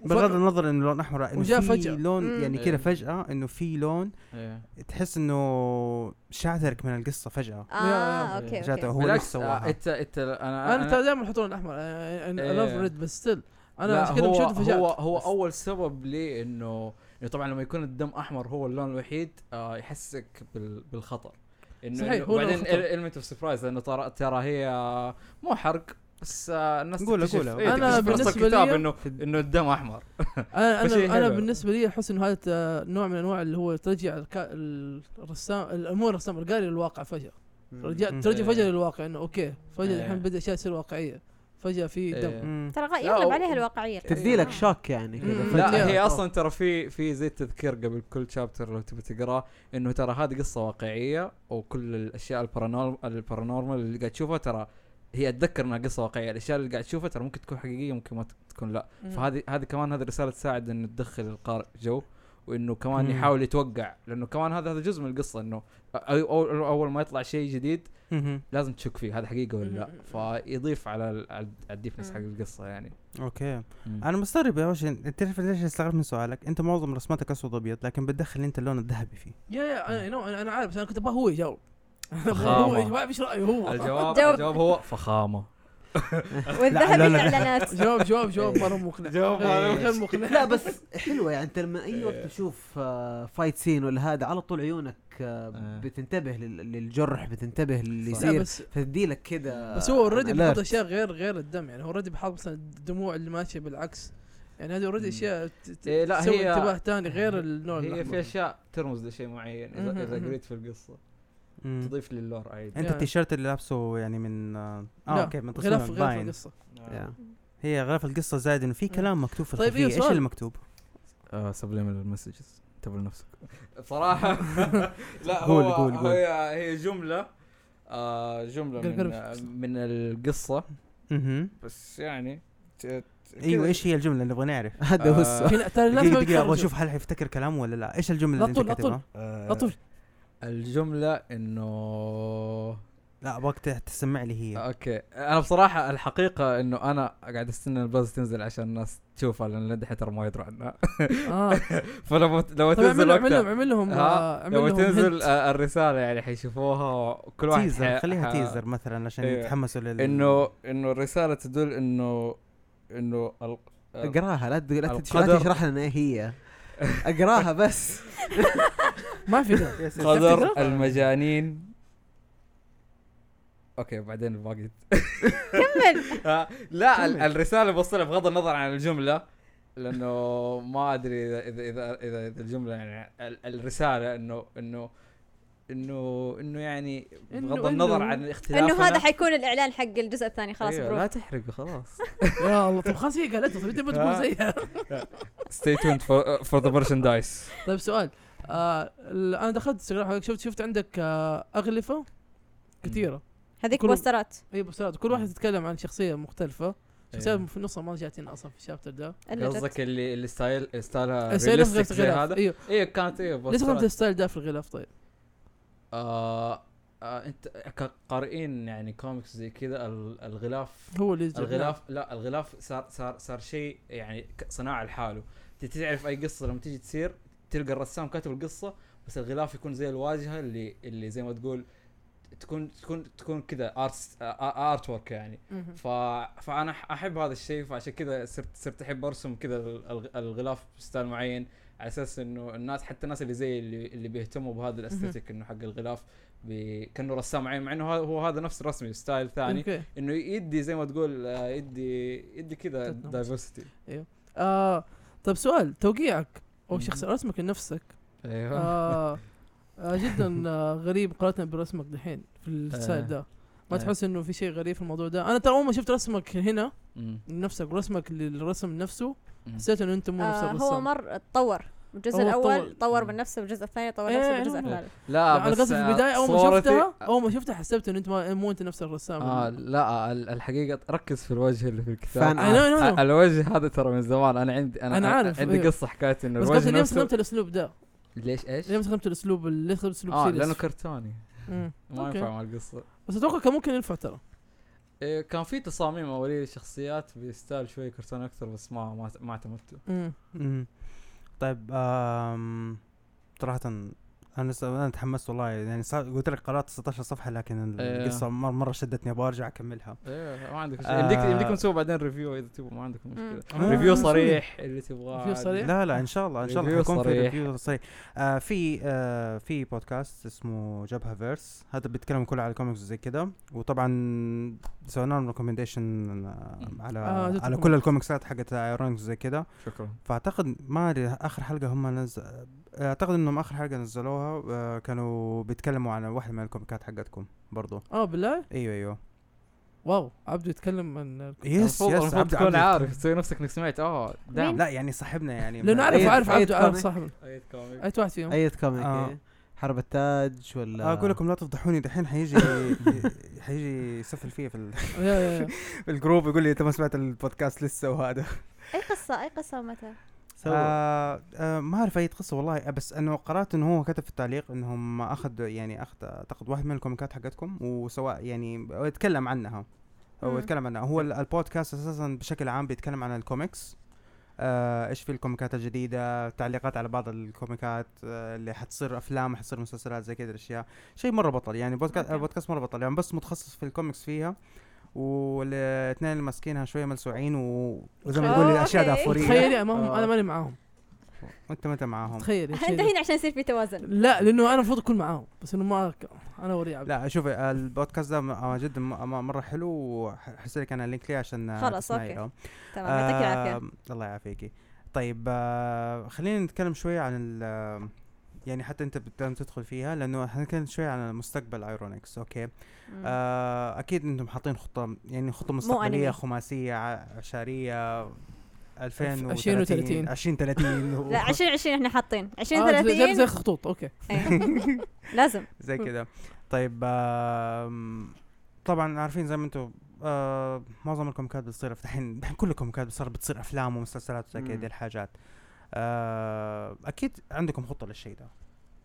[SPEAKER 1] بغض النظر انه لون احمر انه
[SPEAKER 2] وجاء
[SPEAKER 1] في
[SPEAKER 2] فجأة.
[SPEAKER 1] لون
[SPEAKER 4] مم.
[SPEAKER 1] يعني
[SPEAKER 3] إيه.
[SPEAKER 1] كده فجأة انه في لون
[SPEAKER 3] إيه.
[SPEAKER 1] تحس انه شاترك من القصة فجأة
[SPEAKER 4] اه
[SPEAKER 2] يا-
[SPEAKER 4] اوكي
[SPEAKER 1] جاته
[SPEAKER 4] اوكي
[SPEAKER 1] هو اللي
[SPEAKER 3] بالعكس، آه،
[SPEAKER 1] سواها.
[SPEAKER 3] انت انت انا
[SPEAKER 2] انا ترى دائما يحطون الاحمر انا لاف
[SPEAKER 3] إيه.
[SPEAKER 2] ريد بس ستيل انا
[SPEAKER 3] لا
[SPEAKER 2] عشان كذا
[SPEAKER 3] هو
[SPEAKER 2] مشيت فجأت
[SPEAKER 3] هو هو
[SPEAKER 2] بس.
[SPEAKER 3] اول سبب لي انه انه طبعا لما يكون الدم احمر هو اللون الوحيد آه يحسك بال بالخطر انه
[SPEAKER 2] صحيح،
[SPEAKER 3] إنه
[SPEAKER 2] هو
[SPEAKER 3] بعدين
[SPEAKER 2] الخطر.
[SPEAKER 3] element اوف سربرايز لانه ترى ترى هي مو حرق بس آه الناس
[SPEAKER 1] قولها-
[SPEAKER 3] تكتشف-
[SPEAKER 1] قولها.
[SPEAKER 3] إيه،
[SPEAKER 2] أنا
[SPEAKER 3] تكتشف في نص
[SPEAKER 2] بالنسبة
[SPEAKER 3] الكتاب
[SPEAKER 2] لي-
[SPEAKER 3] انه انه الدم احمر
[SPEAKER 2] انا
[SPEAKER 3] فشيء
[SPEAKER 2] انا انا
[SPEAKER 3] حلو.
[SPEAKER 2] بالنسبه لي احس انه هذا آه، نوع من انواع اللي هو ترجع الكا- الرسام الامور الرسام القاري للواقع فجاه رجع
[SPEAKER 1] مم.
[SPEAKER 2] ترجع
[SPEAKER 3] إيه.
[SPEAKER 2] فجاه للواقع انه اوكي فجاه
[SPEAKER 3] إيه.
[SPEAKER 2] الحين بدا اشياء تصير واقعيه فجاه في
[SPEAKER 3] إيه.
[SPEAKER 2] دم
[SPEAKER 1] مم.
[SPEAKER 4] ترى غ-
[SPEAKER 3] لا،
[SPEAKER 4] يغلب
[SPEAKER 3] و-
[SPEAKER 4] عليها الواقعيه
[SPEAKER 5] تدي لك
[SPEAKER 4] آه.
[SPEAKER 5] شوك يعني كذا
[SPEAKER 2] مم.
[SPEAKER 5] فجأة.
[SPEAKER 3] لا هي
[SPEAKER 2] آه.
[SPEAKER 3] اصلا ترى في في زي تذكير قبل كل شابتر لو تبي تقراه انه ترى هذه قصه واقعيه وكل الاشياء البارانورمال البارانورمال اللي قاعد تشوفها ترى هي اتذكر انها قصه واقعيه الاشياء اللي قاعد تشوفها ترى ممكن تكون حقيقيه ممكن ما تكون لا
[SPEAKER 2] مم.
[SPEAKER 3] فهذه هذه كمان هذه الرساله تساعد انه تدخل القارئ جو وانه كمان
[SPEAKER 1] مم.
[SPEAKER 3] يحاول يتوقع لانه كمان هذا هذا جزء من القصه انه أو- أو- اول ما يطلع شيء جديد
[SPEAKER 1] مهم.
[SPEAKER 3] لازم تشك فيه هذا حقيقه ولا لا
[SPEAKER 2] مم.
[SPEAKER 3] فيضيف على ال- على الديفنس
[SPEAKER 4] مم.
[SPEAKER 3] حق القصه يعني
[SPEAKER 1] اوكي
[SPEAKER 3] مم.
[SPEAKER 1] انا مستغرب يا وش انت تعرف ليش استغربت من سؤالك انت معظم رسماتك اسود ابيض لكن بتدخل انت اللون الذهبي فيه
[SPEAKER 2] يا يا انا نو انا عارف بس انا كنت ابغى هو يجاوب
[SPEAKER 3] فخامة.
[SPEAKER 2] هو يجاوب ايش رايه هو
[SPEAKER 3] الجواب
[SPEAKER 4] جاوب.
[SPEAKER 3] الجواب هو فخامه
[SPEAKER 4] والذهب
[SPEAKER 1] لا، لا، لا.
[SPEAKER 4] الاعلانات
[SPEAKER 2] جواب جواب جواب مره مقنع
[SPEAKER 3] جواب
[SPEAKER 2] غير-
[SPEAKER 3] مره
[SPEAKER 2] غير مقنع
[SPEAKER 5] لا بس حلوه يعني انت لما اي وقت تشوف آه، فايت سين ولا هذا على طول عيونك آه،
[SPEAKER 3] آه.
[SPEAKER 5] بتنتبه لل- للجرح بتنتبه للي
[SPEAKER 3] صح.
[SPEAKER 2] لا
[SPEAKER 5] يصير
[SPEAKER 2] بس
[SPEAKER 5] فتدي لك كده
[SPEAKER 2] بس هو اوريدي
[SPEAKER 5] alert.
[SPEAKER 2] بيحط اشياء غير غير الدم يعني هو اوريدي بيحط مثلا الدموع اللي ماشيه بالعكس يعني هذه اوريدي
[SPEAKER 3] مم.
[SPEAKER 2] اشياء ت- ت-
[SPEAKER 3] إيه لا
[SPEAKER 2] تسوي
[SPEAKER 3] هي
[SPEAKER 2] انتباه ثاني غير اللون
[SPEAKER 3] هي
[SPEAKER 2] الأحمر.
[SPEAKER 3] في اشياء ترمز لشيء معين
[SPEAKER 2] مهم،
[SPEAKER 3] اذا اذا
[SPEAKER 2] مهم.
[SPEAKER 3] قريت في القصه
[SPEAKER 1] مم.
[SPEAKER 3] تضيف للور عادي
[SPEAKER 1] انت
[SPEAKER 2] يا.
[SPEAKER 1] التيشيرت اللي لابسه يعني من اه, آه
[SPEAKER 2] لا،
[SPEAKER 1] اوكي من
[SPEAKER 2] غلاف
[SPEAKER 1] تصميم
[SPEAKER 2] غلاف
[SPEAKER 1] باين
[SPEAKER 2] القصه
[SPEAKER 5] يا.
[SPEAKER 1] هي غلاف القصه زائد انه في كلام مكتوب في
[SPEAKER 2] طيب،
[SPEAKER 1] الخلفيه
[SPEAKER 2] إيه
[SPEAKER 1] ايش
[SPEAKER 2] سؤال.
[SPEAKER 1] اللي مكتوب
[SPEAKER 3] اه سبليمينال مسجز انتبه لنفسك بصراحه لا
[SPEAKER 1] قول-
[SPEAKER 3] هو
[SPEAKER 1] قول- قول.
[SPEAKER 3] هي هي جمله آه جمله
[SPEAKER 2] قل- قل
[SPEAKER 3] من
[SPEAKER 2] في
[SPEAKER 3] آه
[SPEAKER 2] القصة.
[SPEAKER 3] من القصه
[SPEAKER 1] اها
[SPEAKER 3] بس يعني ت- ت-
[SPEAKER 1] ايوه
[SPEAKER 3] كذا.
[SPEAKER 1] ايش هي الجمله اللي نبغى نعرف
[SPEAKER 5] هذا هو
[SPEAKER 3] آه.
[SPEAKER 5] السؤال
[SPEAKER 2] في ترى الناس
[SPEAKER 1] دقيقه
[SPEAKER 2] ما
[SPEAKER 1] دقيقه ابغى
[SPEAKER 2] بيتفرجوا.
[SPEAKER 1] اشوف هل حيفتكر كلام ولا لا ايش الجمله
[SPEAKER 2] لا
[SPEAKER 1] اللي انت
[SPEAKER 2] طول- لا طول.
[SPEAKER 1] كاتبها
[SPEAKER 3] آه
[SPEAKER 2] لا طول
[SPEAKER 3] الجمله انه
[SPEAKER 1] لا ابغاك ت- تسمع لي هي
[SPEAKER 3] اوكي انا بصراحه الحقيقه انه انا قاعد استنى الباز تنزل عشان الناس تشوفها لان دحين ترى ما يدروا عنها
[SPEAKER 2] اه
[SPEAKER 3] فلما لما
[SPEAKER 2] طيب
[SPEAKER 3] تنزل
[SPEAKER 2] اعمل لهم
[SPEAKER 3] وقتها
[SPEAKER 2] اعمل لهم
[SPEAKER 3] ها
[SPEAKER 2] آه، اعمل
[SPEAKER 3] لما
[SPEAKER 2] لهم
[SPEAKER 3] تنزل
[SPEAKER 2] hint.
[SPEAKER 3] آه، الرساله يعني حيشوفوها كل واحد
[SPEAKER 1] تيزر
[SPEAKER 3] حي-
[SPEAKER 1] خليها
[SPEAKER 3] ح-
[SPEAKER 1] تيزر مثلا عشان
[SPEAKER 3] إيه.
[SPEAKER 1] يتحمسوا لل
[SPEAKER 3] انه انه الرساله تدل انه انه ال-
[SPEAKER 5] اقراها لا تقول- لا تش- لا
[SPEAKER 3] القدر-
[SPEAKER 5] تشرح لنا ايه هي اقراها بس
[SPEAKER 2] ما في ده
[SPEAKER 3] قدر المجانين اوكي بعدين الباقي
[SPEAKER 4] كمل
[SPEAKER 3] آه، لا ال-
[SPEAKER 1] كمل.
[SPEAKER 3] الرساله بوصلها بغض النظر عن الجمله لانه ما ادري اذا اذا اذا, إذا, إذا الجمله يعني ال- الرساله انه انه انه انه يعني بغض
[SPEAKER 2] إنه-
[SPEAKER 3] النظر
[SPEAKER 2] إنه-
[SPEAKER 3] عن اختلافنا
[SPEAKER 4] انه هذا حيكون الاعلان حق الجزء الثاني خلاص
[SPEAKER 3] أيوة،
[SPEAKER 4] بروف
[SPEAKER 3] لا تحرق خلاص
[SPEAKER 2] يا الله طب خلاص هي قالت طب انت ما تقول زيها
[SPEAKER 3] stay tuned for, for the merchandise
[SPEAKER 2] طيب سؤال آه ال- انا دخلت انستغرام حقك شفت شفت عندك آه اغلفه كثيره
[SPEAKER 4] هذيك
[SPEAKER 2] كل-
[SPEAKER 4] بوسترات
[SPEAKER 2] اي بوسترات كل واحد تتكلم عن شخصيه مختلفه شخصيات
[SPEAKER 3] إيه.
[SPEAKER 2] في النص ما جاتين اصلا في الشابتر ده
[SPEAKER 4] اللي جت.
[SPEAKER 3] قصدك اللي اللي ستايل ستايلها
[SPEAKER 2] السيلف
[SPEAKER 3] ريالستيك
[SPEAKER 2] غير
[SPEAKER 3] زي
[SPEAKER 2] غلاف
[SPEAKER 3] هذا
[SPEAKER 2] ايوه
[SPEAKER 3] ايه كانت ايه
[SPEAKER 2] ليش
[SPEAKER 3] بوسترات.
[SPEAKER 2] فهمت الستايل ده في الغلاف طيب
[SPEAKER 3] آه آه انت كقارئين يعني كوميكس زي كذا ال- الغلاف
[SPEAKER 2] هو اللي يجي.
[SPEAKER 3] الغلاف لا الغلاف صار صار صار شيء يعني ك- صناعه لحاله انت تعرف اي قصه لما تيجي تصير تلقى الرسام كاتب القصه بس الغلاف يكون زي الواجهه اللي اللي زي ما تقول تكون تكون تكون كذا ارت ارت ورك يعني
[SPEAKER 2] مهم.
[SPEAKER 3] ف فانا أح- احب هذا الشيء فعشان كذا صرت صرت احب ارسم كذا الغ- الغلاف بستايل معين على اساس انه الناس حتى الناس اللي زي اللي اللي بيهتموا بهذا الاستيتيك انه حق الغلاف بي- كانه رسام معين مع انه هذا- هو هذا نفس رسمي ستايل ثاني
[SPEAKER 2] اوكي
[SPEAKER 3] انه يدي زي ما تقول آه، يدي يدي كذا
[SPEAKER 2] تتنمس.
[SPEAKER 3] دايفرسيتي
[SPEAKER 2] آه طيب سؤال توقيعك او
[SPEAKER 3] مم.
[SPEAKER 2] شخص رسمك لنفسك
[SPEAKER 3] ايوه
[SPEAKER 2] آه آه جدا آه غريب مقارنه برسمك دحين في الستايل
[SPEAKER 3] آه.
[SPEAKER 2] ده ما
[SPEAKER 3] آه.
[SPEAKER 2] تحس انه في شيء غريب في الموضوع ده انا ترى اول ما شفت رسمك هنا
[SPEAKER 3] مم.
[SPEAKER 2] نفسك ورسمك للرسم نفسه
[SPEAKER 3] مم.
[SPEAKER 2] حسيت انه انت مو نفس
[SPEAKER 4] آه
[SPEAKER 2] الرسام
[SPEAKER 4] هو مر تطور الجزء
[SPEAKER 2] هو
[SPEAKER 4] الاول
[SPEAKER 2] تطور.
[SPEAKER 4] طور من نفسه والجزء الثاني طور نفسه
[SPEAKER 2] إيه،
[SPEAKER 4] بالجزء
[SPEAKER 2] هو-
[SPEAKER 4] الثالث
[SPEAKER 3] لا
[SPEAKER 2] انا
[SPEAKER 3] بس
[SPEAKER 2] قصدي في البدايه اول ما
[SPEAKER 3] صورتي-
[SPEAKER 2] شفتها اول ما شفتها حسبت انه انت ما مو انت نفس الرسام
[SPEAKER 3] آه لا ال- الحقيقه ركز في الوجه اللي في الكتاب
[SPEAKER 5] فان
[SPEAKER 2] I know, I know.
[SPEAKER 3] آه، الوجه هذا ترى من زمان انا عندي انا,
[SPEAKER 2] أنا عارف،
[SPEAKER 3] عندي
[SPEAKER 2] أيوه.
[SPEAKER 3] قصه حكايه انه
[SPEAKER 2] بس
[SPEAKER 3] الوجه
[SPEAKER 2] قصدي ليه
[SPEAKER 3] نفسه
[SPEAKER 2] استخدمت الاسلوب ده؟
[SPEAKER 3] ليش ايش؟
[SPEAKER 2] ليه استخدمت الاسلوب ال- ليه استخدمت اسلوب
[SPEAKER 3] اه
[SPEAKER 2] سيريس؟
[SPEAKER 3] لانه كرتوني
[SPEAKER 2] مم.
[SPEAKER 3] ما
[SPEAKER 2] أوكي.
[SPEAKER 3] ينفع مع القصه
[SPEAKER 2] بس اتوقع كان ممكن ينفع ترى
[SPEAKER 3] إيه كان في تصاميم اوليه للشخصيات بستايل شوي كرتون اكثر بس ما ما, ما اعتمدته.
[SPEAKER 2] مم.
[SPEAKER 1] مم. طيب آم، صراحة انا س- انا تحمست والله يعني صار قلت لك قرأت ستة عشر صفحة لكن
[SPEAKER 3] إيه.
[SPEAKER 1] القصة مرة, مرة شدتني ابغى ارجع اكملها.
[SPEAKER 3] ايه ما عندك شيء.
[SPEAKER 1] آه.
[SPEAKER 3] يمديك يمديكم تسوي بعدين ريفيو اذا تبغوا ما عندكم
[SPEAKER 4] مم.
[SPEAKER 3] مشكله.
[SPEAKER 1] آه،
[SPEAKER 3] ريفيو
[SPEAKER 1] نسوي.
[SPEAKER 3] صريح اللي تبغاه.
[SPEAKER 2] ريفيو
[SPEAKER 3] عادي.
[SPEAKER 2] صريح؟
[SPEAKER 1] لا لا ان شاء الله ان شاء الله
[SPEAKER 3] ريفيو
[SPEAKER 1] حيكون في
[SPEAKER 3] صريح.
[SPEAKER 1] ريفيو صريح. آه في آه في بودكاست اسمه جبهة فيرس، هذا بيتكلم كله على الكوميكس زي كده، وطبعا سوينا لهم ريكومنديشن على
[SPEAKER 2] آه،
[SPEAKER 1] على
[SPEAKER 2] جتكم.
[SPEAKER 1] كل الكوميكسات حقت ايرونكس زي كده.
[SPEAKER 3] شكرا.
[SPEAKER 1] فاعتقد ما ادري اخر حلقه هم نزل، اعتقد انهم اخر حلقه نزلوها آه كانوا بيتكلموا عن واحده من الكوميكات حقتكم برضو.
[SPEAKER 2] اه بالله
[SPEAKER 1] ايوه ايوه
[SPEAKER 2] واو عبده يتكلم عن
[SPEAKER 1] يس
[SPEAKER 3] المفروض
[SPEAKER 1] يس
[SPEAKER 3] المفروض
[SPEAKER 1] عبد
[SPEAKER 3] تكون
[SPEAKER 1] عبد
[SPEAKER 3] عارف تسوي نفسك انك سمعت. اه دعم.
[SPEAKER 1] لا يعني صاحبنا يعني
[SPEAKER 2] لانه
[SPEAKER 1] ما-
[SPEAKER 2] عارف
[SPEAKER 5] أي-
[SPEAKER 2] عارف
[SPEAKER 5] أي
[SPEAKER 2] عبده عارف
[SPEAKER 5] كوميك؟
[SPEAKER 2] صاحبه
[SPEAKER 3] اي كوميك.
[SPEAKER 2] اي واحد فيهم.
[SPEAKER 5] اي كوميك
[SPEAKER 1] آه.
[SPEAKER 5] إيه؟ حرب التاج ولا
[SPEAKER 1] اقول لكم لا تفضحوني دحين حيجي حيجي يسفل فيا في, ال...
[SPEAKER 2] يا يا يا.
[SPEAKER 1] في الجروب يقول لي انت ما سمعت البودكاست لسه وهذا.
[SPEAKER 4] اي قصة اي قصة متى؟
[SPEAKER 5] سوى
[SPEAKER 1] آه آه ما اعرف اي قصه والله، بس انه قرات انه هو كتب في التعليق انهم اخذ يعني اخذ اعتقد واحد من الكوميكات حقتكم وسواء يعني يتكلم عنها هو
[SPEAKER 4] مم.
[SPEAKER 1] يتكلم عنها. هو ال- البودكاست اساسا بشكل عام بيتكلم عن الكوميكس، آه ايش في الكوميكات الجديده، تعليقات على بعض الكوميكات آه اللي حتصير افلام حتصير مسلسلات زي كذا الاشياء. شيء مره بطل يعني بودكاست
[SPEAKER 4] أوكي.
[SPEAKER 1] بودكاست مره بطل يعني بس متخصص في الكوميكس فيها، والاثنين اللي ماسكينها شويه ملسوعين و- وزي ما تقول
[SPEAKER 4] أوه،
[SPEAKER 1] اشياء
[SPEAKER 4] أوكي.
[SPEAKER 1] دافوريه.
[SPEAKER 2] تخيل ما هم
[SPEAKER 3] آه.
[SPEAKER 2] انا ماني معاهم.
[SPEAKER 1] وانت متى معاهم؟
[SPEAKER 2] تخيل يا
[SPEAKER 4] انت
[SPEAKER 2] شيء.
[SPEAKER 4] هنا عشان يصير في توازن.
[SPEAKER 2] لا لانه انا المفروض اكون معاهم بس انه ما ك- انا وري عبد.
[SPEAKER 1] لا شوفي البودكاست ده م- جدا م- مره حلو وحرسل لك انا اللينك ليه عشان
[SPEAKER 4] خلاص،
[SPEAKER 1] تسمعيه.
[SPEAKER 4] أوكي. تمام يعطيك العافية.
[SPEAKER 1] آه الله يعافيكي. طيب آه خلينا نتكلم شويه عن ال يعني حتى انت بتقدر تدخل فيها لانه حنتكلم شويه عن مستقبل ايرونكس. اوكي
[SPEAKER 4] مم.
[SPEAKER 1] آه اكيد انتم حاطين خطه يعني خطه مستقبليه
[SPEAKER 4] أنمي.
[SPEAKER 1] خماسيه ع- عشريه ألفين
[SPEAKER 2] عشرين وثلاثين.
[SPEAKER 1] عشرين ثلاثين و-
[SPEAKER 4] لا عشرين عشرين احنا حاطين عشرين
[SPEAKER 2] آه، زي- زي
[SPEAKER 4] ثلاثين
[SPEAKER 2] زي خطوط اوكي.
[SPEAKER 4] لازم.
[SPEAKER 1] زي كده. طيب آم، طبعا عارفين زي ما انتم آه معظم الكوميكات بتصير الحين الحين كل الكوميكات بتصير بتصير افلام ومسلسلات وزي كده
[SPEAKER 5] مم.
[SPEAKER 1] دي الحاجات. آه اكيد عندكم خطه للشيء ده،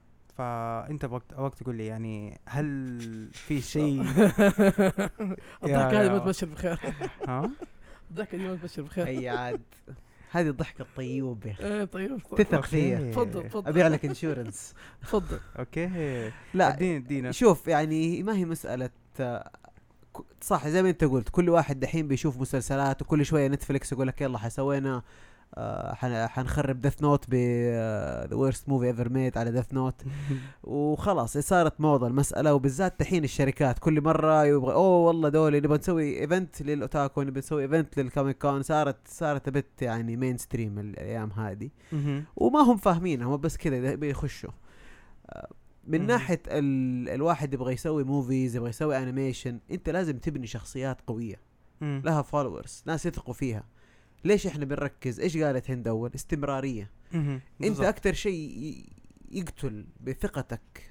[SPEAKER 1] فانت وقت وقت تقول لي يعني هل في شيء
[SPEAKER 2] الضحكه هذه
[SPEAKER 1] يا-
[SPEAKER 2] ما تبشر بخير.
[SPEAKER 1] ها
[SPEAKER 2] الضحكه دي ما تبشر بخير.
[SPEAKER 5] اي عاد هذه الضحكه الطيوبه
[SPEAKER 2] ايه طيب
[SPEAKER 5] تثق فيها.
[SPEAKER 1] أوكي.
[SPEAKER 2] تفضل تفضل
[SPEAKER 5] ابيع لك انشورنس.
[SPEAKER 2] تفضل.
[SPEAKER 1] اوكي
[SPEAKER 5] لا
[SPEAKER 1] ادينا ادينا
[SPEAKER 5] شوف يعني ما هي مساله آه، ك- صح زي ما انت قلت كل واحد دحين بيشوف مسلسلات وكل شويه نتفليكس يقول لك يلا حسوينا آه، حن- حنخرب ديث نوت ب ذا ورست موفي ايفر ميد على ديث نوت وخلاص صارت موضه المساله. وبالذات دحين الشركات كل مره يبغى اوه والله دول نبغى نسوي ايفنت للاوتاكو نبغى نسوي ايفنت للكوميك كون. صارت صارت بت يعني مين ستريم الايام هذه
[SPEAKER 1] مهم.
[SPEAKER 5] وما هم فاهمين هم بس كذا بيخشوا آه، من
[SPEAKER 1] مم.
[SPEAKER 5] ناحيه ال... الواحد يبغى يسوي موفيز يبغى يسوي انيميشن انت لازم تبني شخصيات قويه
[SPEAKER 1] مم.
[SPEAKER 5] لها فولورز ناس يثقوا فيها. ليش احنا بنركز ايش قالت هند اول استمراريه.
[SPEAKER 1] مهم.
[SPEAKER 5] انت
[SPEAKER 1] بالضبط.
[SPEAKER 5] اكتر شيء ي- يقتل بثقتك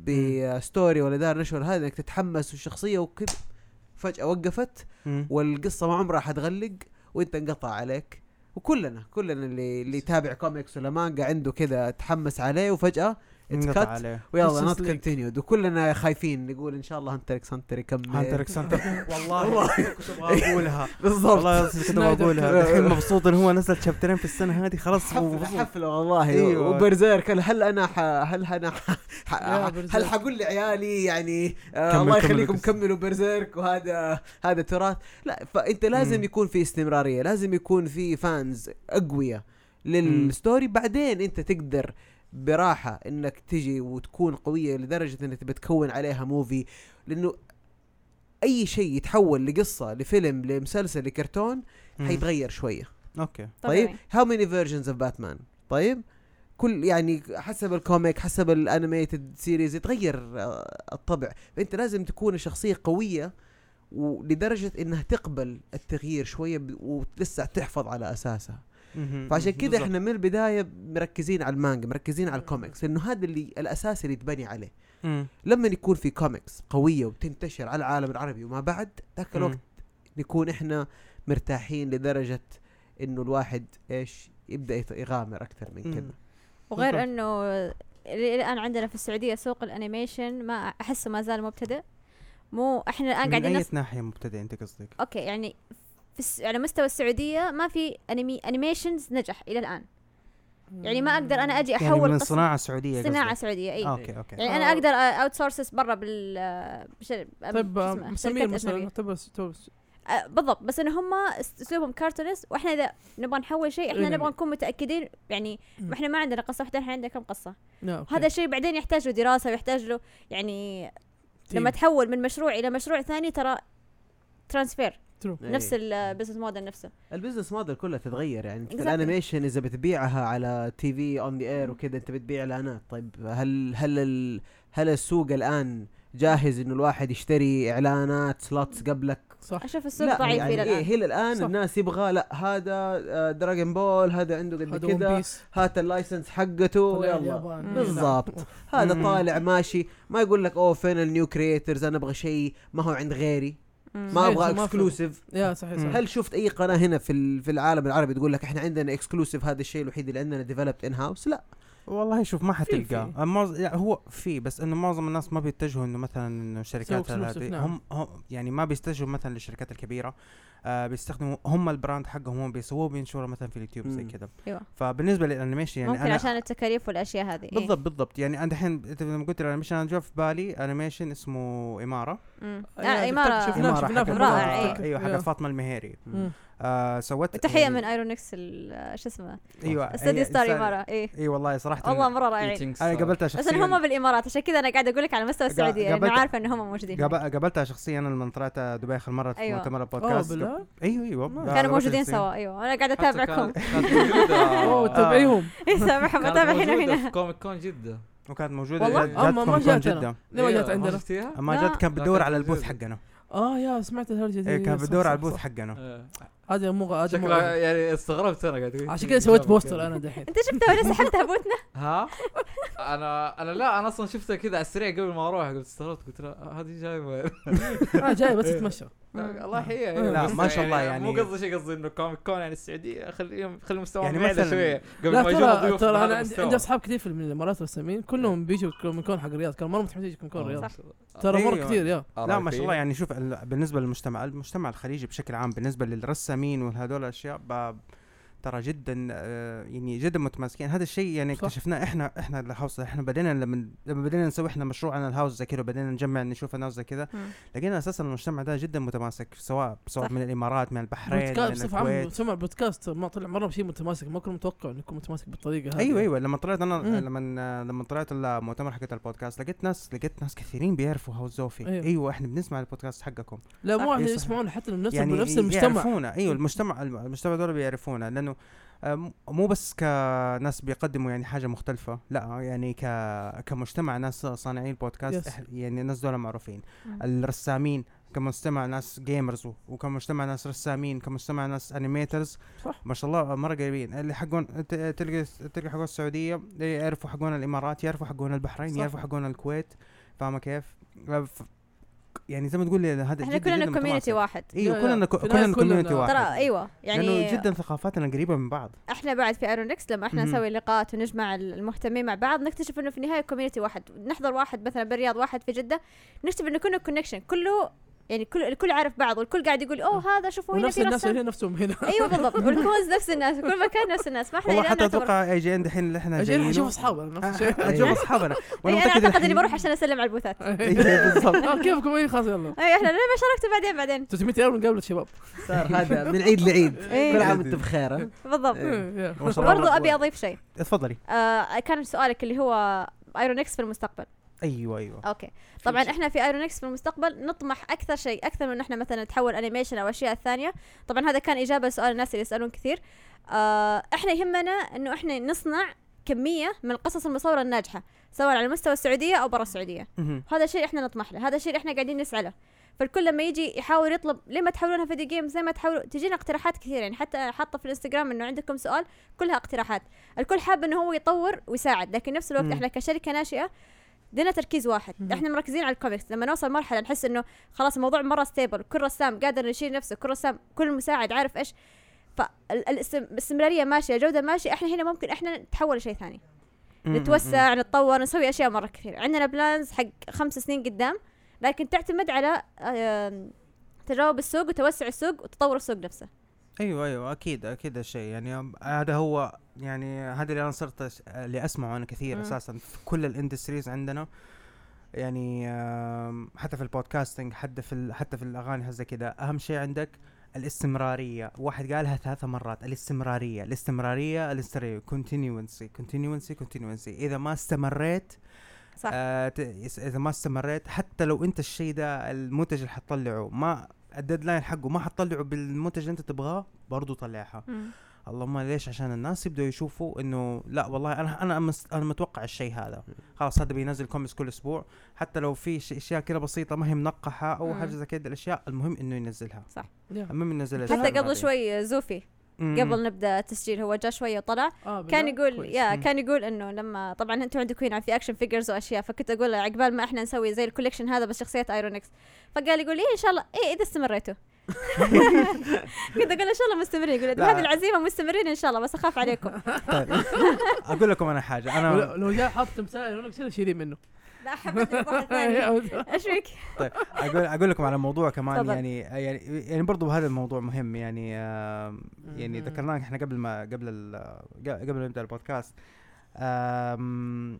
[SPEAKER 5] بستوري ولا دار نشر هذا انك تتحمس والشخصيه وكذا فجاه وقفت
[SPEAKER 1] مم.
[SPEAKER 5] والقصه ما عمرها حتغلق وانت انقطع عليك. وكلنا كلنا اللي اللي يتابع كوميكس ولا مانجا عنده كذا تحمس عليه وفجاه
[SPEAKER 1] انقطع
[SPEAKER 5] اتكت
[SPEAKER 1] عليه.
[SPEAKER 5] ويلا
[SPEAKER 2] Justice
[SPEAKER 5] نوت
[SPEAKER 2] League.
[SPEAKER 5] كونتينيود وكلنا خايفين نقول ان شاء الله هانتر اكس هانتر يكمل.
[SPEAKER 1] هانتر اكس هانتر والله كنت ابغى اقولها
[SPEAKER 5] بالضبط
[SPEAKER 1] والله كنت ابغى
[SPEAKER 2] سنايدر.
[SPEAKER 1] اقولها الحين مبسوط انه هو نزل شابترين في السنه هذه خلاص هو
[SPEAKER 5] حفلة
[SPEAKER 1] مبسوط.
[SPEAKER 5] حفلة والله.
[SPEAKER 1] أيوة.
[SPEAKER 5] وبرزيرك هل انا ح... هل انا ح... ح...
[SPEAKER 2] يا
[SPEAKER 5] هل
[SPEAKER 2] برزيرك.
[SPEAKER 5] حقول لعيالي يعني آه
[SPEAKER 1] كمل-
[SPEAKER 5] الله
[SPEAKER 1] كمل
[SPEAKER 5] يخليكم
[SPEAKER 1] القصة.
[SPEAKER 5] كملوا برزيرك وهذا هذا تراث. لا فانت لازم
[SPEAKER 1] مم.
[SPEAKER 5] يكون في استمرارية لازم يكون في فانز اقوياء للستوري. بعدين انت تقدر براحة انك تجي وتكون قوية لدرجة انك بتكون عليها موفي. لانه اي شيء يتحول لقصة لفيلم لمسلسل لكرتون
[SPEAKER 1] مم.
[SPEAKER 5] حيتغير شوية.
[SPEAKER 1] اوكي
[SPEAKER 5] طيب how many versions of Batman طيب كل يعني حسب الكوميك حسب الانيميتد سيريز يتغير آه، الطبع. فانت لازم تكون شخصية قوية ولدرجة انها تقبل التغيير شوية ب- ولسه تحفظ على اساسها.
[SPEAKER 1] مهم.
[SPEAKER 5] فعشان كده
[SPEAKER 1] بالضبط.
[SPEAKER 5] احنا من البداية مركزين على المانجا مركزين على الكوميكس لانه هذا اللي الاساس اللي تبني عليه.
[SPEAKER 1] مم.
[SPEAKER 5] لما يكون في كوميكس قوية وبتنتشر على العالم العربي وما بعد ذاك
[SPEAKER 1] مم.
[SPEAKER 5] الوقت نكون احنا مرتاحين لدرجة انه الواحد ايش يبدأ يت- يغامر اكثر من
[SPEAKER 1] مم.
[SPEAKER 5] كده.
[SPEAKER 4] وغير
[SPEAKER 1] بالضبط.
[SPEAKER 4] انه اللي الان عندنا في السعوديه سوق الانيميشن ما احسه ما زال مبتدئ، مو احنا الان
[SPEAKER 1] من
[SPEAKER 4] قاعدين
[SPEAKER 1] اي
[SPEAKER 4] نص...
[SPEAKER 1] ناحيه مبتدئ انت قصدك؟
[SPEAKER 4] اوكي يعني في الس... على مستوى السعوديه ما في انمي انيميشنز نجح الى الان. يعني ما اقدر انا اجي
[SPEAKER 1] يعني
[SPEAKER 4] احول
[SPEAKER 1] من
[SPEAKER 4] قصة-
[SPEAKER 1] صناعه سعوديه
[SPEAKER 4] صناعه
[SPEAKER 1] قصدك؟
[SPEAKER 4] سعوديه اي
[SPEAKER 1] اوكي اوكي
[SPEAKER 4] يعني انا
[SPEAKER 2] آه.
[SPEAKER 4] اقدر اوت سورسز برا بال بش...
[SPEAKER 2] طيب
[SPEAKER 4] شو اسمه،
[SPEAKER 2] مسمير
[SPEAKER 4] شركات
[SPEAKER 2] مثلا
[SPEAKER 4] أجنبية.
[SPEAKER 2] نعتبر
[SPEAKER 4] آه، بالضبط، بس ان هم اسلوبهم كارتونس، واحنا اذا نبغى نحول شيء احنا
[SPEAKER 2] أنمي.
[SPEAKER 4] نبغى نكون متاكدين يعني
[SPEAKER 2] مم.
[SPEAKER 4] ما احنا ما عندنا قصه واحده، احنا عندنا كم قصه.
[SPEAKER 2] هذا
[SPEAKER 4] هذا الشيء بعدين يحتاج له دراسه ويحتاج له يعني لما تحول من مشروع الى مشروع ثاني ترى ترانسفير
[SPEAKER 2] ترو
[SPEAKER 4] نفس البزنس موديل نفسه.
[SPEAKER 5] البزنس موديل كلها تتغير يعني.
[SPEAKER 4] Exactly.
[SPEAKER 5] الانيميشن اذا بتبيعها على تي في اون ذا اير وكذا انت بتبيع اعلانات. طيب هل هل ال هل السوق الان جاهز انه الواحد يشتري اعلانات سلوتس قبلك؟
[SPEAKER 2] صح.
[SPEAKER 4] اشوف السوق
[SPEAKER 5] لا
[SPEAKER 4] ضعيف
[SPEAKER 5] يعني
[SPEAKER 4] الى
[SPEAKER 5] إيه
[SPEAKER 4] الان.
[SPEAKER 5] هي الان
[SPEAKER 2] صح.
[SPEAKER 5] الناس يبغى لا هذا دراجون بول هذا عنده قد
[SPEAKER 2] هذا
[SPEAKER 5] كذا
[SPEAKER 2] ون بيس
[SPEAKER 5] هات اللايسنس حقته
[SPEAKER 2] طلع
[SPEAKER 5] يلا
[SPEAKER 2] اليابان.
[SPEAKER 4] مم.
[SPEAKER 5] بالضبط.
[SPEAKER 2] نعم.
[SPEAKER 5] هذا
[SPEAKER 1] مم.
[SPEAKER 5] طالع ماشي ما يقول لك اوه فين النيو كرييترز انا ابغى شيء ما هو عند غيري
[SPEAKER 4] مم.
[SPEAKER 5] ما
[SPEAKER 2] صحيح،
[SPEAKER 5] ابغى
[SPEAKER 2] ما في-
[SPEAKER 5] اكسكلوسيف.
[SPEAKER 2] يا صحيح صح.
[SPEAKER 1] مم.
[SPEAKER 5] هل شفت اي قناه هنا في ال- في العالم العربي تقول لك احنا عندنا اكسكلوسيف هذا الشيء الوحيد اللي عندنا ديفلوبد ان هاوس؟ لا.
[SPEAKER 1] والله شوف ما
[SPEAKER 2] في-
[SPEAKER 1] حتلقى
[SPEAKER 2] في.
[SPEAKER 1] معظ... يعني هو في، بس انه معظم الناس ما بيتجهوا انه مثلا انه شركات
[SPEAKER 2] يسووا exclusive،
[SPEAKER 1] هذه
[SPEAKER 2] نعم.
[SPEAKER 1] هم, هم يعني ما بيستجوا مثلا للشركات الكبيره. آه بيستخدموا هم البراند حقهم هم بيسووه بينشروه مثلا في اليوتيوب زي
[SPEAKER 5] مم.
[SPEAKER 1] كذا.
[SPEAKER 4] ايوه
[SPEAKER 1] فبالنسبه للانيميشن يعني
[SPEAKER 4] ممكن
[SPEAKER 1] انا
[SPEAKER 4] عشان التكاليف والاشياء هذه. إيه.
[SPEAKER 1] بالضبط بالضبط يعني انا الحين انت لما قلت الانيميشن انا جاء في بالي انيميشن اسمه اماره.
[SPEAKER 4] مم.
[SPEAKER 2] آه،
[SPEAKER 4] آه إمارة.
[SPEAKER 2] شفناه
[SPEAKER 1] إمارة
[SPEAKER 2] شفناه في
[SPEAKER 1] حقت-
[SPEAKER 4] رائع،
[SPEAKER 2] الموقع.
[SPEAKER 4] إيه.
[SPEAKER 1] ايوه
[SPEAKER 2] يا.
[SPEAKER 1] حق فاطمه المهيري.
[SPEAKER 2] مم.
[SPEAKER 1] آه سوت
[SPEAKER 4] وتحيه
[SPEAKER 1] يعني-
[SPEAKER 4] من ايرونكس ال- شو اسمه
[SPEAKER 1] ايوه
[SPEAKER 4] استوديو
[SPEAKER 1] هي
[SPEAKER 4] ستار
[SPEAKER 1] إنسان-
[SPEAKER 4] اماره. ايه
[SPEAKER 1] اي والله صراحه
[SPEAKER 4] والله مره رائعين.
[SPEAKER 1] انا قابلتها شخصيا.
[SPEAKER 4] بس ان هم بالامارات عشان كذا انا قاعده اقول لك على مستوى السعوديه لانه
[SPEAKER 1] قابلت-
[SPEAKER 4] عارفه ان هم موجودين.
[SPEAKER 1] قاب- قابلتها شخصيا انا لما طلعت دبي اخر مره في
[SPEAKER 4] أيوة.
[SPEAKER 1] مؤتمر
[SPEAKER 2] اه
[SPEAKER 1] البودكاست.
[SPEAKER 2] بالله.
[SPEAKER 1] ايوه ايوه
[SPEAKER 2] كانوا
[SPEAKER 1] آه،
[SPEAKER 4] كانوا
[SPEAKER 1] قابلتها
[SPEAKER 4] موجودين
[SPEAKER 1] شخصياً.
[SPEAKER 4] سوا. ايوه انا قاعده
[SPEAKER 3] حتى
[SPEAKER 4] اتابعكم.
[SPEAKER 3] كانت كانت موجودة
[SPEAKER 2] اوه تابعيهم.
[SPEAKER 4] ايه سامحهم
[SPEAKER 3] كانت
[SPEAKER 4] اتابع هنا
[SPEAKER 3] موجودة في
[SPEAKER 4] وهنا.
[SPEAKER 3] كوميك كون جدة.
[SPEAKER 1] وكانت موجوده
[SPEAKER 2] والله؟
[SPEAKER 1] جات-
[SPEAKER 2] آه، ما- ما
[SPEAKER 1] جاتكم كون
[SPEAKER 2] جاتنا.
[SPEAKER 1] جدة.
[SPEAKER 2] ليه ما جات
[SPEAKER 3] إيه،
[SPEAKER 2] عندنا؟
[SPEAKER 3] شفتيها؟
[SPEAKER 1] اما
[SPEAKER 4] لا.
[SPEAKER 1] جات كانت
[SPEAKER 3] لا،
[SPEAKER 1] بتدور
[SPEAKER 3] كانت
[SPEAKER 1] على البوث
[SPEAKER 3] موجودة.
[SPEAKER 1] حقنا.
[SPEAKER 2] اه يا سمعت الهرجه دي.
[SPEAKER 1] إيه كانت
[SPEAKER 2] صح،
[SPEAKER 1] بتدور
[SPEAKER 2] صح،
[SPEAKER 1] على البوث
[SPEAKER 2] صح.
[SPEAKER 1] حقنا.
[SPEAKER 3] إيه.
[SPEAKER 2] هذا مو هذا مو
[SPEAKER 3] شكلها يعني استغربت انا قاعد أقول
[SPEAKER 2] عشان كذا سويت بوستر انا دحين.
[SPEAKER 4] انت شفتها ولا سحبتها بوتنا؟
[SPEAKER 3] ها انا انا لا انا اصلا شفتها كذا على السريع قبل ما اروح قلت استغربت قلت لها هذه جاي وين؟
[SPEAKER 2] اه جاي بس تتمشى.
[SPEAKER 3] الله يحييها
[SPEAKER 2] لا،
[SPEAKER 3] يعني.
[SPEAKER 1] ما شاء الله يعني.
[SPEAKER 3] مو قصدي شيء قصدي انه كوميك كون يعني السعوديه خليهم خلي مستوى
[SPEAKER 1] يعني
[SPEAKER 3] يعني
[SPEAKER 1] مثلاً-
[SPEAKER 3] شويه قبل
[SPEAKER 2] لا
[SPEAKER 3] ما يجون
[SPEAKER 2] ترى
[SPEAKER 3] ضيوف
[SPEAKER 2] ترى
[SPEAKER 3] بهذا
[SPEAKER 2] انا عندي,
[SPEAKER 3] المستوى.
[SPEAKER 2] عندي اصحاب كثير في الامارات والسامين كلهم بيجوا كوميك كون حق الرياض كانوا مره متحمسين يجوا كوميك كون الرياض.
[SPEAKER 4] صح.
[SPEAKER 2] ترى مره
[SPEAKER 1] أيوة.
[SPEAKER 2] كثير يا
[SPEAKER 1] لا ما شاء الله يعني شوف ال- بالنسبه للمجتمع المجتمع الخليجي بشكل عام بالنسبه للرسامين وهذول الاشياء ب- ترى جدا آه، يعني جدا متماسكين. هذا الشيء يعني
[SPEAKER 2] صح.
[SPEAKER 1] اكتشفناه احنا احنا الهاوس. احنا بدينا لما لما بدينا نسوي احنا مشروعنا الهاوس زي كذا وبدينا نجمع نشوف الناس زي كذا
[SPEAKER 4] مم.
[SPEAKER 1] لقينا اساسا المجتمع ده جدا متماسك سواء سواء
[SPEAKER 4] صح.
[SPEAKER 1] من الامارات من البحرين من
[SPEAKER 2] بودكاست بصفة عامة
[SPEAKER 1] الكويت.
[SPEAKER 2] سمع بودكاست ما طلع مرة شيء متماسك ما كنت متوقع انه يكون متماسك بالطريقة هذه.
[SPEAKER 1] ايوه ايوه لما طلعت انا
[SPEAKER 2] مم.
[SPEAKER 1] لما لما طلعت المؤتمر حق البودكاست لقيت ناس لقيت ناس كثيرين بيعرفوا هاوس زوفي.
[SPEAKER 2] أيوة.
[SPEAKER 1] ايوه, أيوة احنا بنسمع البودكاست حقكم
[SPEAKER 2] لا مو
[SPEAKER 1] صح.
[SPEAKER 2] واحد
[SPEAKER 1] إيه صح.
[SPEAKER 2] يسمعون حتى من نفس
[SPEAKER 1] يعني
[SPEAKER 2] نفس المجتمع.
[SPEAKER 1] يعرفونا. ايوه المجتمع المجتمع دول بيعرفونا لانه آه، مو بس كناس بيقدموا يعني حاجه مختلفه لا يعني ك كمجتمع ناس صانعين البودكاست
[SPEAKER 2] Yes.
[SPEAKER 1] إح- يعني الناس دول معروفين.
[SPEAKER 4] مم.
[SPEAKER 1] الرسامين كمجتمع ناس جيمرز وكمجتمع ناس رسامين كمجتمع ناس انيميترز
[SPEAKER 2] صح.
[SPEAKER 1] ما شاء الله مره قريبين. اللي حقون ت- تلقى تلقى حقون السعوديه يعرفوا حقون الامارات يعرفوا حقون البحرين
[SPEAKER 2] صح.
[SPEAKER 1] يعرفوا حقون الكويت. فاهمه كيف؟ ف- يعني زي ما تقول لي هذا
[SPEAKER 4] احنا
[SPEAKER 1] جدا
[SPEAKER 4] كلنا
[SPEAKER 1] جدا
[SPEAKER 4] كوميونتي
[SPEAKER 1] متماسك.
[SPEAKER 4] واحد.
[SPEAKER 1] ايوه
[SPEAKER 2] يا-
[SPEAKER 1] كلنا
[SPEAKER 2] يا.
[SPEAKER 1] كو-
[SPEAKER 2] في النهاية
[SPEAKER 1] كلنا
[SPEAKER 2] كلنا-
[SPEAKER 1] كوميونتي واحد.
[SPEAKER 4] ترى ايوه
[SPEAKER 1] لانه
[SPEAKER 4] يعني
[SPEAKER 1] جدا ثقافاتنا قريبه من بعض.
[SPEAKER 4] احنا بعد في ايرونكس لما احنا
[SPEAKER 1] مهم.
[SPEAKER 4] نسوي لقاءات ونجمع المهتمين مع بعض نكتشف انه في النهايه كوميونتي واحد. نحضر واحد مثلا بالرياض واحد في جده نكتشف انه كنا كونكشن كله يعني كل الكل عارف بعض والكل قاعد يقول اوه هذا شوفوا هنا
[SPEAKER 2] ونفس
[SPEAKER 4] في
[SPEAKER 2] الناس
[SPEAKER 4] رسام.
[SPEAKER 2] اللي نفسهم هنا.
[SPEAKER 4] ايوه بالضبط والكوز نفس الناس كل مكان نفس الناس ما احنا
[SPEAKER 1] والله
[SPEAKER 4] الآن
[SPEAKER 1] حتى
[SPEAKER 4] نعتبر-
[SPEAKER 1] اتوقع اي جي ان دحين اللي احنا
[SPEAKER 2] اجي
[SPEAKER 1] جايين
[SPEAKER 2] اشوف اصحابنا نفس الشيء.
[SPEAKER 1] اشوف اصحابنا
[SPEAKER 4] إيه،
[SPEAKER 1] وانا
[SPEAKER 4] انا
[SPEAKER 1] متاكد
[SPEAKER 4] اعتقد اني
[SPEAKER 1] الحين-
[SPEAKER 4] بروح عشان اسلم على البوثات.
[SPEAKER 1] إيه، بالضبط.
[SPEAKER 2] اه كيفكم ايه خلاص يلا
[SPEAKER 4] اي احنا لما شاركتوا بعدين بعدين
[SPEAKER 2] ثلاثمية ريال نقابل الشباب.
[SPEAKER 5] صار هذا من عيد لعيد.
[SPEAKER 4] إيه.
[SPEAKER 5] كل عام وانتم بخير. ها؟
[SPEAKER 4] بالضبط.
[SPEAKER 2] إيه، يا.
[SPEAKER 1] ما شاء الله.
[SPEAKER 4] برضو ابي اضيف شيء.
[SPEAKER 1] اتفضلي.
[SPEAKER 4] آه كان سؤالك اللي هو ايرونكس في المستقبل.
[SPEAKER 1] ايوه ايوه
[SPEAKER 4] اوكي طبعا احنا في ايرونكس في المستقبل نطمح اكثر شيء اكثر من ان احنا مثلا نتحول انيميشن او اشياء ثانيه. طبعا هذا كان اجابه لسؤال الناس اللي يسالون كثير. آه احنا يهمنا انه احنا نصنع كميه من القصص المصوره الناجحه سواء على مستوى السعوديه او برا السعوديه.
[SPEAKER 1] مهم.
[SPEAKER 4] هذا الشيء احنا نطمح له. هذا الشيء اللي احنا قاعدين نسعى له. فالكل لما يجي يحاول يطلب ليه ما تحولونها فيديو جيم زي ما تحولوا تجينا اقتراحات كثيره يعني حتى حاطه في الانستغرام انه عندكم سؤال كلها اقتراحات. الكل حاب انه هو يطور ويساعد لكن نفس الوقت
[SPEAKER 1] مم.
[SPEAKER 4] احنا كشركه ناشئه بدنا تركيز واحد.
[SPEAKER 2] مهم.
[SPEAKER 4] احنا مركزين على الكوميكس. لما نوصل مرحله نحس انه خلاص الموضوع مره ستيبل كل رسام قادر يشيل نفسه كل رسام كل مساعد عارف ايش فالاستمراريه ماشيه الجوده ماشيه احنا هنا ممكن احنا نتحول لشيء ثاني
[SPEAKER 1] مم.
[SPEAKER 4] نتوسع نتطور نسوي اشياء مره كثير. عندنا بلانز حق خمس سنين قدام لكن تعتمد على آم، تجاوب السوق وتوسع السوق وتطور السوق نفسه.
[SPEAKER 1] ايوه ايوه اكيد اكيد الشيء يعني هذا هو يعني هذا اللي انا صرت أش- اللي اسمعه انا كثير
[SPEAKER 4] مم.
[SPEAKER 1] اساسا في كل الاندستريز عندنا يعني آم، حتى في البودكاستنج حتى في ال- حتى في الاغاني زي كذا اهم شيء عندك الاستمراريه. واحد قالها ثلاث مرات الاستمراريه الاستمراريه الاستمراريه continuously continuously continuously اذا ما استمريت
[SPEAKER 4] صح.
[SPEAKER 1] آه ت- يس- اذا ما استمريت حتى لو انت الشيء ده المنتج اللي حتطلعه ما الديدلاين حقه ما حتطلعه بالمنتج اللي انت تبغاه برضو طلعها.
[SPEAKER 4] مم.
[SPEAKER 1] اللهم ليش؟ عشان الناس يبدأوا يشوفوا انه لا والله انا انا مس- انا متوقع الشيء هذا خلاص هذا بينزل كوميكس كل اسبوع حتى لو في ش- اشياء كده بسيطه ما هي منقحه او
[SPEAKER 4] مم.
[SPEAKER 1] حاجه زي كده الاشياء المهم انه ينزلها
[SPEAKER 2] يا.
[SPEAKER 1] المهم ينزلها
[SPEAKER 4] حتى
[SPEAKER 1] الأشياء
[SPEAKER 4] قبل
[SPEAKER 1] هذه.
[SPEAKER 4] شوي زوفي
[SPEAKER 1] مم.
[SPEAKER 4] قبل نبدا التسجيل هو جاء شويه وطلع
[SPEAKER 2] آه
[SPEAKER 4] كان
[SPEAKER 2] بالله؟
[SPEAKER 4] يقول
[SPEAKER 2] كويس.
[SPEAKER 4] يا
[SPEAKER 1] مم.
[SPEAKER 4] كان يقول انه لما طبعا انتم عندكم هنا في اكشن فيجرز واشياء فكنت اقول له عقبال ما احنا نسوي زي الكوليكشن هذا بس شخصيات ايرونكس فقال يقول ايه ان شاء الله ايه اذا استمريتوا كنت اقول ان شاء الله مستمرين يقول
[SPEAKER 1] لا.
[SPEAKER 4] هذه العزيمه مستمرين ان شاء الله بس اخاف عليكم.
[SPEAKER 1] طيب اقول لكم انا حاجه
[SPEAKER 2] ولو-
[SPEAKER 1] انا
[SPEAKER 2] لو جاء حاط تمثال يقول لك شيل شيلين منه.
[SPEAKER 4] لا حبيت واحد ثاني ايش فيك؟
[SPEAKER 1] طيب اقول اقول لكم على موضوع كمان
[SPEAKER 4] تفضل.
[SPEAKER 1] يعني يعني يعني برضو هذا الموضوع مهم يعني آم، يعني
[SPEAKER 2] مم.
[SPEAKER 1] ذكرناه احنا قبل ما قبل ال- قبل ما نبدا البودكاست. آم،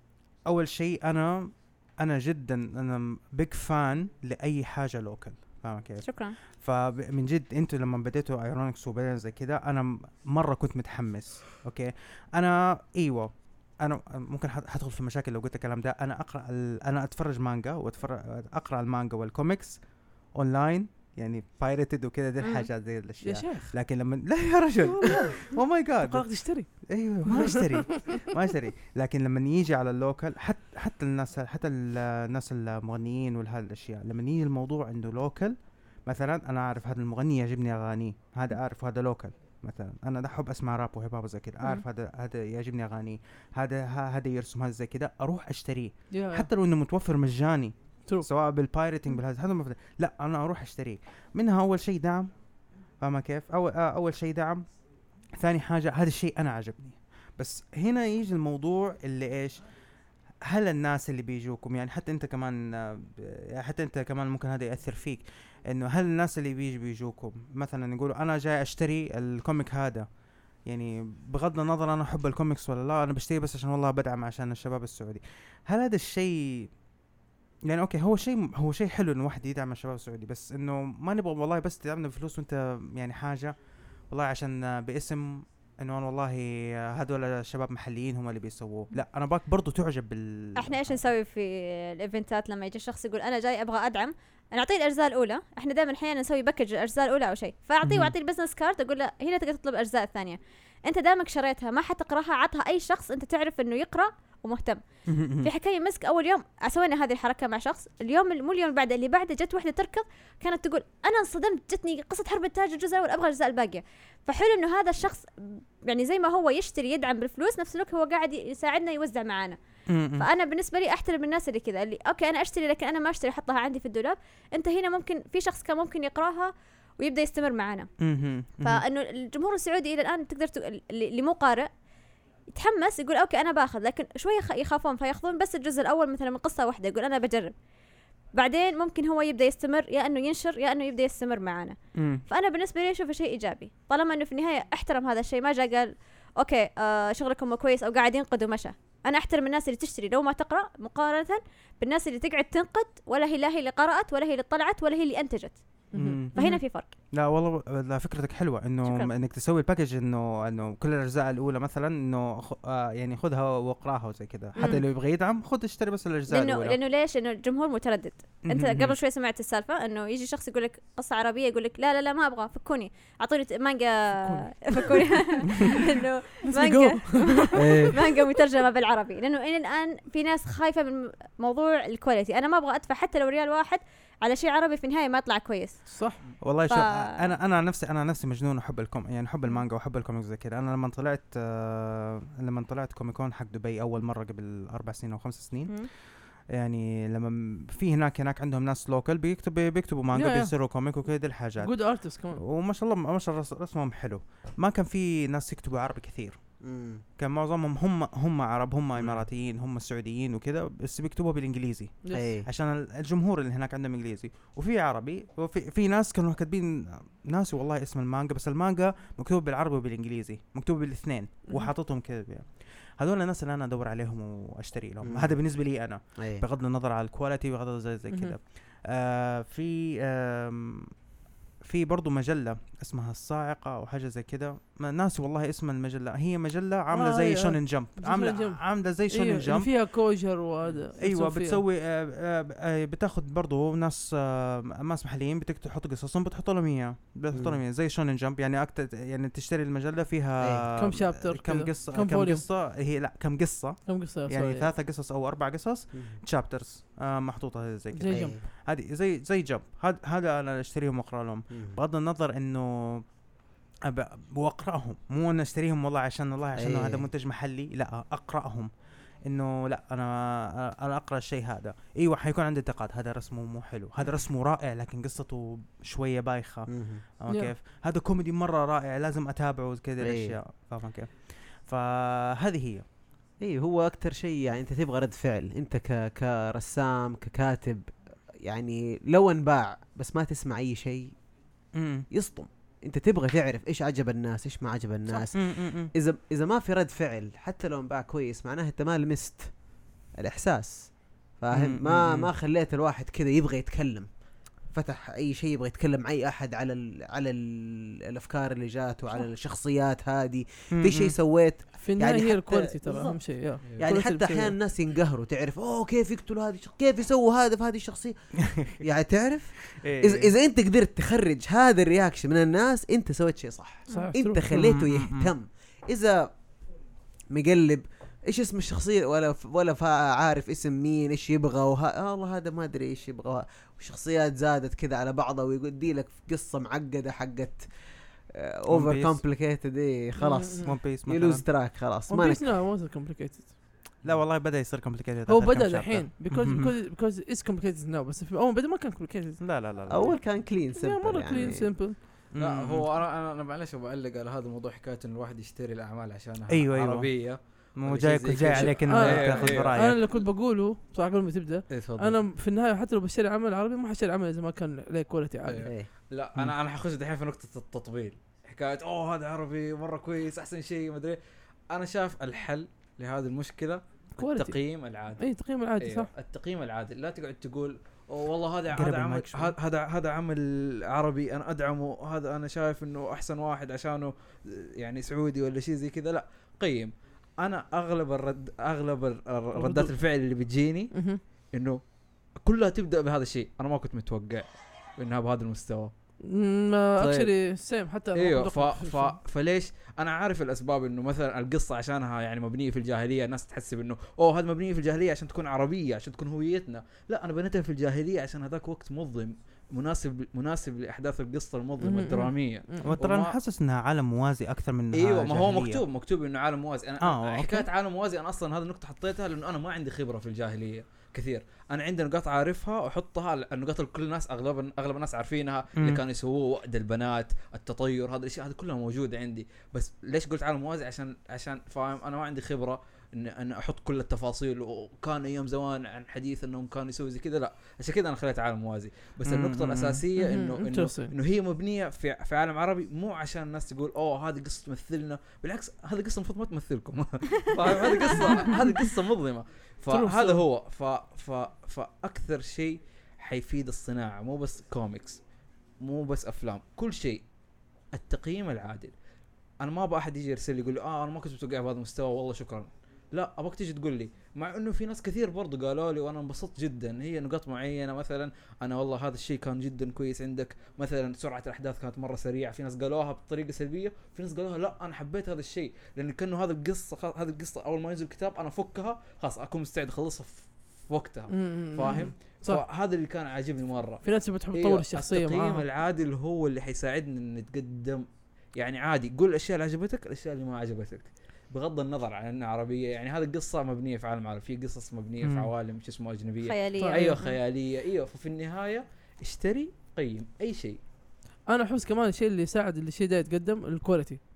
[SPEAKER 1] اول شيء انا انا جدا انا بيج فان لاي حاجه لوكال فاهم كيف؟
[SPEAKER 4] شكرا.
[SPEAKER 1] فمن جد انتوا لما بديتوا ايرونكس وبدأنا زي كده انا م- مره كنت متحمس. اوكي انا ايوه انا ممكن حد- حدخل في مشاكل لو قلت الكلام ده. انا اقرا ال- انا اتفرج مانجا واتفرج اقرا المانجا والكوميكس اونلاين يعني بايرتد وكده دي
[SPEAKER 4] مم.
[SPEAKER 1] الحاجات زي
[SPEAKER 2] يا
[SPEAKER 1] الاشياء.
[SPEAKER 2] شيخ
[SPEAKER 1] لكن لما لا يا رجل او ماي جاد
[SPEAKER 2] قررت تشتري.
[SPEAKER 1] ايوه ما اشتري ما اشتري لكن لما يجي على اللوكال حتى حتى الناس حتى ال- الناس المغنيين وهذه الاشياء لما يجي الموضوع عنده لوكال مثلا انا اعرف هذا المغني يعجبني اغانيه هذا اعرف هذا لوكال مثلا انا ده احب اسمع راب وهيب هوب زي كده اعرف هذا هذا يعجبني اغانيه هذا ه- هذا يرسم هذا زي كده اروح اشتريه
[SPEAKER 2] يا.
[SPEAKER 1] حتى لو انه متوفر مجاني
[SPEAKER 2] True.
[SPEAKER 1] سواء بالبايرتنج بالهذا هذا مفضل. لا انا اروح اشتريه منها. اول شيء دعم فاهمة كيف؟ اول آه اول شيء دعم. ثاني حاجه هذا الشيء انا عجبني. بس هنا يجي الموضوع اللي ايش هل الناس اللي بيجوكم يعني حتى انت كمان آه، ب- حتى انت كمان ممكن هذا ياثر فيك انه هل الناس اللي بيجي بيجوكم مثلا يقولوا انا جاي اشتري الكوميك هذا يعني بغض النظر انا احب الكوميكس ولا لا انا بشتري بس عشان والله بدعم عشان الشباب السعودي. هل هذا الشيء يعني اوكي هو شيء هو شيء حلو انه واحد يدعم الشباب السعودي بس انه ما نبغى والله بس تدعمنا بفلوس وانت يعني حاجه والله عشان آه، باسم انه أنا والله آه، هذول الشباب محليين هم اللي بيسووه. لا انا باك برضو تعجب بال
[SPEAKER 4] احنا ايش نسوي في الايفنتات لما يجي شخص يقول انا جاي ابغى ادعم نعطيه الاجزاء الاولى. احنا دائما احيانا نسوي باكج الاجزاء الاولى او شيء فاعطيه
[SPEAKER 1] مهم.
[SPEAKER 4] واعطيه البزنس كارد اقول له هنا تقدر تطلب الاجزاء الثانيه. انت دامك شريتها ما حتقراها عطها اي شخص انت تعرف انه يقرا ومهتم. في حكايه مسك اول يوم سوينا هذه الحركه مع شخص اليوم مو اليوم اللي بعده اللي بعده جت واحده تركض كانت تقول انا انصدمت جتني قصه حرب التاج الجزء الاول ابغى الاجزاء الباقيه. فحلو انه هذا الشخص يعني زي ما هو يشتري يدعم بالفلوس نفس الوقت هو قاعد يساعدنا يوزع معانا. فانا بالنسبه لي احترم الناس اللي كذا اللي اوكي انا اشتري لكن انا ما اشتري احطها عندي في الدولاب. انت هنا ممكن في شخص كان ممكن يقراها ويبدا يستمر معنا. فانه الجمهور السعودي الى الان تقدر تق... اللي اللي مو قارئ يتحمس يقول اوكي انا باخذ لكن شويه خ- يخافون فياخذون بس الجزء الاول مثلا من قصه واحده يقول انا بجرب. بعدين ممكن هو يبدا يستمر يا انه ينشر يا انه يبدا يستمر معنا. فانا بالنسبه لي اشوفه شيء ايجابي طالما انه في النهايه احترم هذا الشيء ما جاء قال اوكي آه شغلكم مو كويس او قاعد ينقد ومشى. انا احترم الناس اللي تشتري لو ما تقرا مقارنه بالناس اللي تقعد تنقد ولا هي لا هي اللي قرات ولا هي اللي طلعت ولا هي اللي انتجت. فهنا في فرق.
[SPEAKER 1] لا والله لا فكرتك حلوه انه
[SPEAKER 4] شكراً.
[SPEAKER 1] انك تسوي الباكج انه انه كل الاجزاء الاولى مثلا انه خ... آه يعني خذها واقراها وزي كذا حتى
[SPEAKER 4] مم.
[SPEAKER 1] اللي يبغى يدعم خذ اشتري بس الاجزاء
[SPEAKER 4] لانه
[SPEAKER 1] الاولى.
[SPEAKER 4] لانه ليش؟ لانه الجمهور متردد. انت
[SPEAKER 1] مهم.
[SPEAKER 4] قبل شوي سمعت السالفه انه يجي شخص يقول لك قصه عربيه يقول لك لا لا لا ما ابغى فكوني اعطوني مانجا فكوني انه مانجا
[SPEAKER 1] إيه.
[SPEAKER 4] مانجا مترجمه بالعربي لانه الى الان في ناس خايفه من موضوع الكواليتي. انا ما ابغى ادفع حتى لو ريال واحد على شيء عربي في النهايه ما يطلع كويس.
[SPEAKER 2] صح.
[SPEAKER 1] والله
[SPEAKER 4] ف-
[SPEAKER 1] شوف انا انا عن نفسي انا عن نفسي مجنون احب الكوم يعني احب المانجا واحب الكوميكس زي كذا. انا لما طلعت آه لما طلعت كوميكون حق دبي اول مره قبل اربع سنين او خمس سنين
[SPEAKER 4] مم.
[SPEAKER 1] يعني لما م- في هناك هناك عندهم ناس لوكال بيكتب بيكتبوا مانجا
[SPEAKER 2] يا- يا.
[SPEAKER 1] بيصيروا كوميك وكذا دي الحاجات
[SPEAKER 2] جود ارتست كمان.
[SPEAKER 1] وما شاء الله ما شاء الله رس- رسمهم حلو. ما كان في ناس يكتبوا عربي كثير
[SPEAKER 5] مم.
[SPEAKER 1] كان معظمهم هم هم عرب، هم اماراتيين، هم السعوديين وكذا، بس بيكتبوها بالانجليزي
[SPEAKER 5] اي
[SPEAKER 1] عشان الجمهور اللي هناك عندهم انجليزي. وفي عربي، وفي في ناس كانوا كاتبين، ناسي والله اسم المانجا، بس المانجا مكتوب بالعربي وبالانجليزي، مكتوب بالاثنين وحاططهم كذا يعني. هذول الناس اللي انا ادور عليهم واشتري لهم.
[SPEAKER 5] مم.
[SPEAKER 1] هذا بالنسبه لي انا،
[SPEAKER 5] اي
[SPEAKER 1] بغض النظر على الكواليتي وغض زي زي كذا. آه في آه في برضو مجلة اسمها الصاعقة أو حاجة زي كده، ما ناسي والله اسم المجلة. هي مجلة عاملة
[SPEAKER 2] آه
[SPEAKER 1] زي
[SPEAKER 2] أيوة.
[SPEAKER 1] شونن جمب،
[SPEAKER 2] زي
[SPEAKER 1] عاملة
[SPEAKER 2] شونن جمب.
[SPEAKER 1] عاملة زي شونن
[SPEAKER 2] إيه
[SPEAKER 1] جمب.
[SPEAKER 2] فيها كوجر وهذا.
[SPEAKER 1] ايوه
[SPEAKER 2] فيها.
[SPEAKER 1] بتسوي آه آه آه بتاخد برضو ناس آه ناس محليين بتكتب تحط قصصهم، بتحط لهم اياها، بتحط لهم اياها زي شونن جمب يعني. أكتر يعني تشتري المجلة فيها
[SPEAKER 2] كم شابتر
[SPEAKER 1] كم
[SPEAKER 2] كده.
[SPEAKER 1] قصة
[SPEAKER 2] كم
[SPEAKER 1] كم
[SPEAKER 2] فوليوم.
[SPEAKER 1] قصة هي لا كم قصة
[SPEAKER 2] كم قصة
[SPEAKER 1] يعني
[SPEAKER 2] sorry.
[SPEAKER 1] ثلاثة قصص أو أربع قصص
[SPEAKER 5] مم.
[SPEAKER 1] تشابترز آه محطوطة زي كده.
[SPEAKER 2] زي جنب.
[SPEAKER 1] هذه زي زي جمب، هذا هذا أنا أشتريهم وأقرأ لهم.
[SPEAKER 5] مم.
[SPEAKER 1] بغض النظر إنه أب بقرأهم، مو أن أشتريهم والله عشان الله عشان
[SPEAKER 5] أيه.
[SPEAKER 1] هذا منتج محلي، لا أقرأهم إنه لا أنا أنا أقرأ الشيء هذا. أيوة حيكون عندي انتقاد، هذا رسمه مو حلو، هذا رسمه رائع لكن قصته شوية بايخة.
[SPEAKER 5] مم.
[SPEAKER 1] أما
[SPEAKER 2] Yeah.
[SPEAKER 1] كيف هذا كوميدي مرة رائع لازم أتابعه كذا
[SPEAKER 5] أيه.
[SPEAKER 1] الأشياء، فاهم كيف؟ فهذه هي.
[SPEAKER 5] اي هو اكتر شيء يعني انت تبغى رد فعل، انت ك كرسام ككاتب يعني لو انباع بس ما تسمع اي شيء
[SPEAKER 1] امم
[SPEAKER 5] يصطم. انت تبغى تعرف ايش عجب الناس ايش ما عجب الناس.
[SPEAKER 1] امم
[SPEAKER 5] اذا اذا ما في رد فعل حتى لو انباع كويس معناه انت ما لمست الاحساس، فاهم؟
[SPEAKER 1] مم،
[SPEAKER 5] ما
[SPEAKER 1] مم،
[SPEAKER 5] ما
[SPEAKER 1] مم.
[SPEAKER 5] خليت الواحد كذا يبغى يتكلم، فتح اي شيء يبغى يتكلم مع اي احد على ال على ال الافكار اللي جاته على الشخصيات هذه. في شيء سويت
[SPEAKER 2] في النهاية
[SPEAKER 5] يعني
[SPEAKER 2] هي
[SPEAKER 5] حتى-
[SPEAKER 2] الكواليتي ترى
[SPEAKER 5] بالضبط.
[SPEAKER 2] أهم شيء. يا
[SPEAKER 5] يعني
[SPEAKER 2] كواليتي
[SPEAKER 5] حتى
[SPEAKER 2] بشيء.
[SPEAKER 5] احيانا الناس ينقهروا، تعرف اوه كيف يقتلوا هذه الشخ... كيف يسووا هذا في هذه الشخصيه. يعني تعرف اذا اذا انت قدرت تخرج هذا الرياكشن من الناس انت سويت شيء صح.
[SPEAKER 2] صح.
[SPEAKER 5] انت
[SPEAKER 2] true.
[SPEAKER 5] خليته
[SPEAKER 1] مم، مم،
[SPEAKER 5] يهتم. اذا مقلب ايش اسم الشخصيه ولا ف... ولا فا عارف اسم مين ايش يبغى وها... آه الله هذا ما ادري ايش يبغى، والشخصيات زادت كذا على بعضها ويدي لك قصه معقده حقت اوفر كومبليكيتد. ايه خلاص
[SPEAKER 2] مم.
[SPEAKER 1] ون بيس
[SPEAKER 5] يلوز تراك خلاص ما
[SPEAKER 2] بس
[SPEAKER 5] نك...
[SPEAKER 2] لا مو complicated.
[SPEAKER 1] لا والله بدا يصير كومبليكيتد.
[SPEAKER 2] هو بدأ الحين because because because it's complicated now بس في أول بدأ ما كان complicated.
[SPEAKER 1] لا لا لا, لا.
[SPEAKER 5] اول كان كلين
[SPEAKER 2] يا
[SPEAKER 5] سمبل
[SPEAKER 2] مرة
[SPEAKER 5] يعني.
[SPEAKER 2] clean simple.
[SPEAKER 3] لا
[SPEAKER 1] مم.
[SPEAKER 3] هو انا انا, أنا معلش بعلق على هذا الموضوع، حكايه ان الواحد يشتري الاعمال عشانها
[SPEAKER 1] أيوة، أيوة.
[SPEAKER 3] عربيه.
[SPEAKER 1] مو
[SPEAKER 3] ولا
[SPEAKER 1] جاي
[SPEAKER 3] شيء زي
[SPEAKER 1] جاي
[SPEAKER 3] كذا.
[SPEAKER 1] عليك
[SPEAKER 2] آه،
[SPEAKER 1] انه
[SPEAKER 3] إيه،
[SPEAKER 1] تاخذ
[SPEAKER 3] إيه.
[SPEAKER 2] أنا
[SPEAKER 1] برايك.
[SPEAKER 2] اللي كنت بقوله صراحة قبل ما تبدأ
[SPEAKER 3] إيه، تفضل.
[SPEAKER 2] أنا في النهاية حتى لو بشتري عمل عربي ما حشتري عمل إذا ما كان له كواليتي عالي.
[SPEAKER 5] ايه
[SPEAKER 3] لا انا انا حخش دحين في نقطه التطبيل، حكايه اوه هذا عربي مره كويس احسن شيء ما ادري. انا شايف الحل لهذه المشكله
[SPEAKER 2] كواليتي.
[SPEAKER 3] التقييم العادل.
[SPEAKER 2] أي تقييم العادي
[SPEAKER 3] أيوة.
[SPEAKER 2] صح.
[SPEAKER 3] التقييم العادل، لا تقعد تقول اوه والله هذا
[SPEAKER 1] قرب
[SPEAKER 3] هذا عمل
[SPEAKER 1] المايك شوي.
[SPEAKER 3] هذا هذا هذا عمل عربي انا ادعمه، هذا انا شايف انه احسن واحد عشانه يعني سعودي ولا شيء زي كذا. لا قيم. انا اغلب الرد اغلب ال- ردات الفعل اللي بتجيني
[SPEAKER 2] مهم.
[SPEAKER 3] انه كلها تبدا بهذا الشيء، انا ما كنت متوقع انها بهذا المستوى.
[SPEAKER 2] ما
[SPEAKER 3] طيب.
[SPEAKER 2] اكشلي سيم حتى أنا
[SPEAKER 3] ايوه
[SPEAKER 2] ما
[SPEAKER 3] ف...
[SPEAKER 2] كنت
[SPEAKER 3] ف... فليش انا عارف الاسباب، انه مثلا القصه عشانها يعني مبنيه في الجاهليه، الناس تحسب انه اوه هذا مبنيه في الجاهليه عشان تكون عربيه عشان تكون هويتنا. لا انا بنيتها في الجاهليه عشان هذاك وقت مظلم مناسب مناسب لاحداث القصه المظلمه
[SPEAKER 2] مم.
[SPEAKER 3] الدراميه.
[SPEAKER 2] مم.
[SPEAKER 1] وترى انا
[SPEAKER 3] وما-
[SPEAKER 1] حاسس انها عالم موازي اكثر من
[SPEAKER 3] ايوه ما هو
[SPEAKER 1] جاهلية.
[SPEAKER 3] مكتوب مكتوب انه عالم موازي. انا
[SPEAKER 1] آه،
[SPEAKER 3] آه
[SPEAKER 1] أوكي.
[SPEAKER 3] حكايه عالم موازي انا اصلا هذه النقطه حطيتها لانه انا ما عندي خبره في الجاهليه كثير. انا عندي نقاط عارفها واحطها، النقاط اللي كل الناس اغلب اغلب الناس عارفينها اللي
[SPEAKER 1] مم.
[SPEAKER 3] كانوا يسووه وقت البنات التطير هذا الاشياء هذه كلها موجوده عندي. بس ليش قلت عالم موازي؟ عشان عشان فاهم انا ما عندي خبره ان انا احط كل التفاصيل وكان ايام زمان عن حديث انهم كانوا يسووا زي كذا. لا عشان كذا انا خليت عالم موازي. بس
[SPEAKER 1] مم.
[SPEAKER 3] النقطه الاساسيه
[SPEAKER 2] مم.
[SPEAKER 3] انه انه
[SPEAKER 2] Interesting.
[SPEAKER 3] انه هي مبنيه في في عالم عربي، مو عشان الناس تقول اوه هذه قصه تمثلنا. بالعكس هذه قصه المفروض ما تمثلكم. فاهم؟ هذه قصه هذه قصه مظلمه. فهذا هو ف ف فاكثر شيء حيفيد الصناعه مو بس كوميكس مو بس افلام، كل شيء التقييم العادل. انا ما ابغى احد يجي يرسل لي يقول لي اه انا ما كنت متوقع بهذا المستوى والله شكرا. لا ابغاك تيجي تقول لي، مع انه في ناس كثير برضو قالوا لي وانا انبسطت جدا. هي نقاط معينه مثلا انا والله هذا الشيء كان جدا كويس عندك، مثلا سرعه الاحداث كانت مره سريعه. في ناس قالوها بطريقه سلبيه، في ناس قالوها لا انا حبيت هذا الشيء لان كانه هذا القصه خ... هذه القصه اول ما ينزل الكتاب انا افكها خلاص اكون مستعد اخلصها في وقتها.
[SPEAKER 2] مم.
[SPEAKER 3] فاهم؟
[SPEAKER 2] صح.
[SPEAKER 3] فهذا اللي كان عاجبني مره.
[SPEAKER 2] في ناس بتحب
[SPEAKER 3] أيوة،
[SPEAKER 2] تطور الشخصية
[SPEAKER 3] التقييم
[SPEAKER 2] معاها.
[SPEAKER 3] العادل هو اللي حيساعدنا ان نتقدم. يعني عادي قول الاشياء اللي عجبتك الاشياء اللي ما عجبتك بغض النظر عن انها عربيه. يعني هذه القصه مبنيه في عالم عربي، في قصص مبنيه
[SPEAKER 1] مم.
[SPEAKER 3] في عوالم شو اسمه اجنبيه
[SPEAKER 4] خيالية.
[SPEAKER 3] ايوه خياليه ايوه. ففي النهايه اشتري قيم اي شيء.
[SPEAKER 2] انا احس كمان الشيء اللي يساعد اللي الشيء ده يتقدم الكواليتي.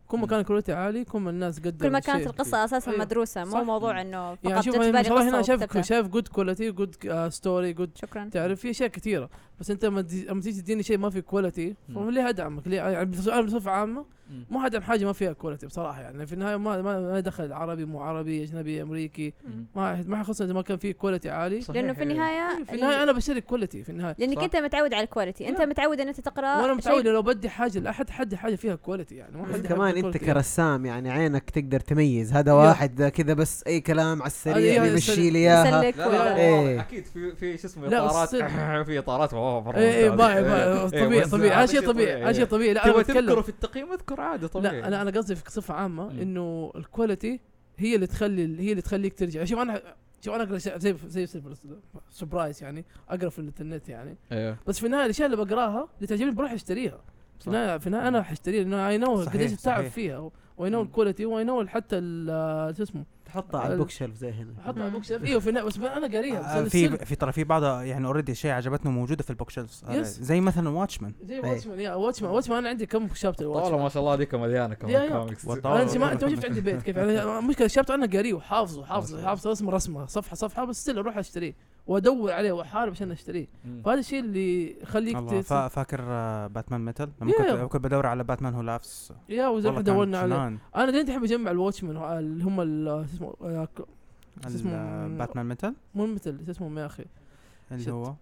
[SPEAKER 2] كل ما كان الكواليتي عالي كل ما الناس قدروا
[SPEAKER 4] كل ما كانت القصة أساسا
[SPEAKER 2] أيوة.
[SPEAKER 4] مدروسة مو
[SPEAKER 2] صح.
[SPEAKER 4] موضوع إنه فقط
[SPEAKER 2] يعني شوف
[SPEAKER 4] جت
[SPEAKER 2] ما
[SPEAKER 4] بالي
[SPEAKER 2] شاء الله هنا
[SPEAKER 4] قصة
[SPEAKER 2] شايف
[SPEAKER 4] وكتبتها.
[SPEAKER 2] شايف جود كواليتي جود ستوري جود
[SPEAKER 4] شكرا.
[SPEAKER 2] تعرف في اشياء كثيره بس انت لما تجي- لما تيجي تديني شيء ما في كواليتي فليه ادعمك ليه يعني بسؤال بصفه عامه مو هدعم حاجه ما فيها كواليتي بصراحه يعني في النهايه ما ما, ما دخل عربي مو عربي اجنبي امريكي ما ما حيخص اذا ما كان في كواليتي عالي
[SPEAKER 4] لأنه في النهاية
[SPEAKER 2] في النهايه انا بشتري كواليتي في النهايه
[SPEAKER 4] لأنك
[SPEAKER 2] صح؟
[SPEAKER 4] أنت متعود على الكواليتي أنت
[SPEAKER 2] لا.
[SPEAKER 4] متعود إن أنت تقرأ
[SPEAKER 2] وانا
[SPEAKER 4] شيء-
[SPEAKER 2] متعود لو بدي حاجه لاحد حد حاجه فيها كواليتي يعني ما
[SPEAKER 5] بس
[SPEAKER 2] حد
[SPEAKER 5] كمان
[SPEAKER 2] حد
[SPEAKER 5] انت
[SPEAKER 2] quality.
[SPEAKER 5] كرسام يعني عينك تقدر تميز هذا
[SPEAKER 2] أيوه.
[SPEAKER 5] واحد كذا بس اي كلام على السريع
[SPEAKER 2] أيوه،
[SPEAKER 5] يمشي
[SPEAKER 2] السريع.
[SPEAKER 5] لي اياها
[SPEAKER 4] يسلك
[SPEAKER 3] لا
[SPEAKER 4] ولا
[SPEAKER 3] لا
[SPEAKER 5] إيه.
[SPEAKER 3] لا اكيد في في شو اسمه
[SPEAKER 2] لا،
[SPEAKER 3] اطارات
[SPEAKER 2] الصدق.
[SPEAKER 3] في اطارات اوه مرة
[SPEAKER 2] اي اي
[SPEAKER 3] ممتازة.
[SPEAKER 2] باي
[SPEAKER 3] إيه،
[SPEAKER 2] طبيعي
[SPEAKER 3] بس
[SPEAKER 2] طبيعي
[SPEAKER 3] هذا
[SPEAKER 2] هذا شيء
[SPEAKER 3] شيء
[SPEAKER 2] طبيعي هذا شيء
[SPEAKER 3] طبيعي.
[SPEAKER 2] طبيعي لا انا
[SPEAKER 3] تبغى
[SPEAKER 2] بتكلم
[SPEAKER 3] تذكره في التقييم اذكر عادي طبيعي
[SPEAKER 2] لا انا انا قصدي بصفه عامه
[SPEAKER 3] مم.
[SPEAKER 2] انه الكواليتي هي اللي تخلي هي اللي تخليك ترجع شوف انا شوف انا اقرا زي زي سبرايز يعني اقرا في الانترنت يعني
[SPEAKER 3] ايوه
[SPEAKER 2] بس في النهايه الاشياء اللي بقراها اللي تعجبني بروح اشتريها في النهايه في النهايه انا حاشتريها لانه اي نو
[SPEAKER 1] صحيح،
[SPEAKER 2] قديش التعب
[SPEAKER 1] صحيح.
[SPEAKER 2] فيها واي نو الكواليتي واي نو حتى ال- شو اسمه
[SPEAKER 5] تحطها على البوك شيلف زي هنا
[SPEAKER 2] حطها على البوك شيلف ايوه في النهايه بس انا قاريها بس
[SPEAKER 1] آه،
[SPEAKER 2] أنا
[SPEAKER 1] في
[SPEAKER 2] still-
[SPEAKER 1] في ترى في بعض يعني اوريدي شيء عجبتنا موجوده في البوك شيلفز
[SPEAKER 2] Yes.
[SPEAKER 1] زي مثلا واتشمان
[SPEAKER 2] زي
[SPEAKER 5] أي.
[SPEAKER 2] واتشمان يا واتشمان واتشمان انا عندي كم شابتر
[SPEAKER 3] طاوله
[SPEAKER 2] واتشمان
[SPEAKER 3] ما شاء الله هذيك مليانه
[SPEAKER 2] يا-
[SPEAKER 3] كمان
[SPEAKER 2] يا.
[SPEAKER 3] كوميكس
[SPEAKER 1] والطاولة.
[SPEAKER 2] انت ما انت ما شفت عندي بيت كيف يعني مشكله الشابتر انا قاريه وحافظه حافظه حافظه رسمه رسمه صفحه صفحه بس ستيل اروح اشتريه وادور عليه واحارب عشان اشتريه
[SPEAKER 3] مم.
[SPEAKER 2] فهذا الشيء اللي يخليك
[SPEAKER 1] الله
[SPEAKER 2] تس-
[SPEAKER 1] فا- فاكر آه، باتمان ميتال لما
[SPEAKER 2] Yeah.
[SPEAKER 1] كنت كنت بدور على باتمان هو لابس
[SPEAKER 2] يا وزي
[SPEAKER 1] والله
[SPEAKER 2] ما
[SPEAKER 1] كان
[SPEAKER 2] دورنا عليه
[SPEAKER 1] جنان.
[SPEAKER 2] انا دلوقتي احب اجمع الواتشمان اللي هم ال- شو اسمه آه، ك- شو اسمه؟
[SPEAKER 1] ال- باتمان ميتال
[SPEAKER 2] مو مثل شو اسمه يا اخي
[SPEAKER 1] اللي
[SPEAKER 2] شت.
[SPEAKER 1] هو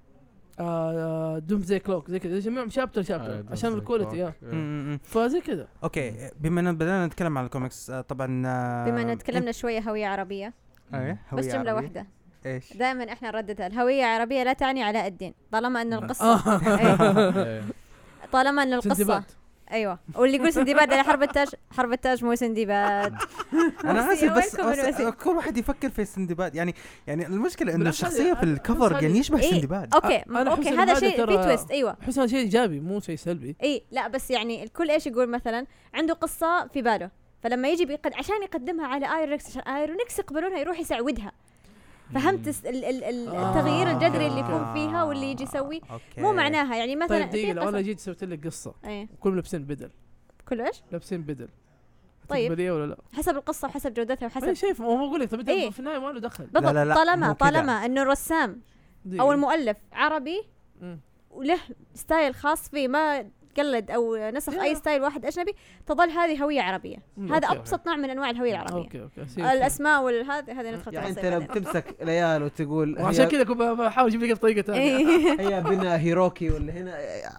[SPEAKER 2] آه دوم زي كلوك زي كذا جميعهم شابتر
[SPEAKER 3] آه،
[SPEAKER 2] شابتر
[SPEAKER 3] ده
[SPEAKER 2] عشان
[SPEAKER 3] زي
[SPEAKER 2] الكواليتي
[SPEAKER 3] كلوك.
[SPEAKER 2] يا
[SPEAKER 3] إيه.
[SPEAKER 1] م- م-
[SPEAKER 2] فزي كذا
[SPEAKER 1] اوكي بما ان بدأنا نتكلم عن الكوميكس آه، طبعا آه،
[SPEAKER 4] بما أن تكلمنا شوية هوية عربية
[SPEAKER 1] ايه
[SPEAKER 4] بس
[SPEAKER 1] هوية
[SPEAKER 4] جملة
[SPEAKER 1] عربية.
[SPEAKER 4] واحدة
[SPEAKER 1] ايش
[SPEAKER 4] دائما احنا نرددها الهوية عربية لا تعني علاء الدين طالما أن
[SPEAKER 3] نعم.
[SPEAKER 4] القصة إيه.
[SPEAKER 3] إيه.
[SPEAKER 4] طالما أن القصة
[SPEAKER 2] سندباد.
[SPEAKER 4] ايوه واللي يقول سندباد على حرب التاج حرب التاج مو سندباد
[SPEAKER 1] انا
[SPEAKER 4] وسي-
[SPEAKER 1] اسف بس,
[SPEAKER 4] وينكم
[SPEAKER 1] بس
[SPEAKER 4] من وسي؟
[SPEAKER 1] كل واحد يفكر في سندباد يعني يعني المشكله انه
[SPEAKER 2] بالعكس
[SPEAKER 1] الشخصيه
[SPEAKER 2] هذه-
[SPEAKER 1] في الكفر
[SPEAKER 2] هذه-
[SPEAKER 1] يعني يشبه
[SPEAKER 4] إيه.
[SPEAKER 1] سندباد
[SPEAKER 4] اوكي
[SPEAKER 2] أنا
[SPEAKER 4] اوكي
[SPEAKER 2] أحس
[SPEAKER 4] هذا
[SPEAKER 2] إن
[SPEAKER 4] شيء
[SPEAKER 2] هذا
[SPEAKER 4] في
[SPEAKER 2] ترى-
[SPEAKER 4] تويست ايوه
[SPEAKER 2] احس هذا شيء ايجابي مو شيء سلبي
[SPEAKER 4] اي لا بس يعني الكل ايش يقول مثلا عنده قصه في باله فلما يجي بيقد عشان يقدمها على ايرونكس عشان ايرونكس يقبلونها يروح يسعودها فهمت الس- ال- ال- ال-
[SPEAKER 2] آه.
[SPEAKER 4] التغيير الجذري اللي يكون
[SPEAKER 1] آه.
[SPEAKER 4] فيها واللي يجي يسوي
[SPEAKER 1] أوكي.
[SPEAKER 4] مو معناها يعني مثلا
[SPEAKER 2] طيب دقيقه
[SPEAKER 4] في
[SPEAKER 2] لو انا
[SPEAKER 4] قصص
[SPEAKER 2] جيت سويت لك قصه
[SPEAKER 4] ايه
[SPEAKER 2] كلهم لابسين بدل
[SPEAKER 4] كل ايش
[SPEAKER 2] لابسين بدل
[SPEAKER 4] طيب.
[SPEAKER 2] تقبليه ولا لا؟
[SPEAKER 4] حسب القصه وحسب جودتها
[SPEAKER 2] انا
[SPEAKER 4] وحسب
[SPEAKER 2] شايف هو بقول لك طب
[SPEAKER 4] إيه.
[SPEAKER 2] انت في النهايه ما له دخل
[SPEAKER 4] بالضبط
[SPEAKER 1] لا، لا،
[SPEAKER 4] طالما
[SPEAKER 1] مو كده.
[SPEAKER 4] طالما انه الرسام
[SPEAKER 2] دقيقة.
[SPEAKER 4] او المؤلف عربي
[SPEAKER 2] مم.
[SPEAKER 4] وله ستايل خاص فيه ما قلد او نسخ
[SPEAKER 2] لا.
[SPEAKER 4] اي ستايل واحد اجنبي تظل هذه هويه عربيه
[SPEAKER 2] مم،
[SPEAKER 4] هذا
[SPEAKER 2] أوكي،
[SPEAKER 4] ابسط نوع من انواع الهويه العربيه
[SPEAKER 2] اوكي اوكي سيب-
[SPEAKER 4] الاسماء والهذه هذه ندخل
[SPEAKER 5] يعني انت
[SPEAKER 4] تفاصيل
[SPEAKER 5] لو
[SPEAKER 4] بعدين.
[SPEAKER 5] بتمسك ليال وتقول
[SPEAKER 2] وعشان
[SPEAKER 5] هي-
[SPEAKER 2] كذا كنت بحاول اجيب لك بطريقه ثانيه
[SPEAKER 4] إيه.
[SPEAKER 5] هي بنا هيروكي ولا هنا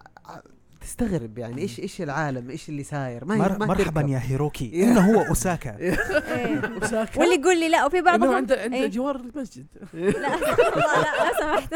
[SPEAKER 5] تستغرب يعني ايش ايش العالم ايش اللي ساير ما هي
[SPEAKER 1] مر
[SPEAKER 5] ما
[SPEAKER 1] مرحبا
[SPEAKER 5] تركب.
[SPEAKER 1] يا هيروكي انه هو اوساكا
[SPEAKER 4] إيه.
[SPEAKER 2] وساكا.
[SPEAKER 4] واللي يقول لي لا وفي
[SPEAKER 2] انه
[SPEAKER 4] بعضهم
[SPEAKER 2] عند عند
[SPEAKER 4] إيه.
[SPEAKER 2] جوار المسجد
[SPEAKER 4] لا لا لا سمحت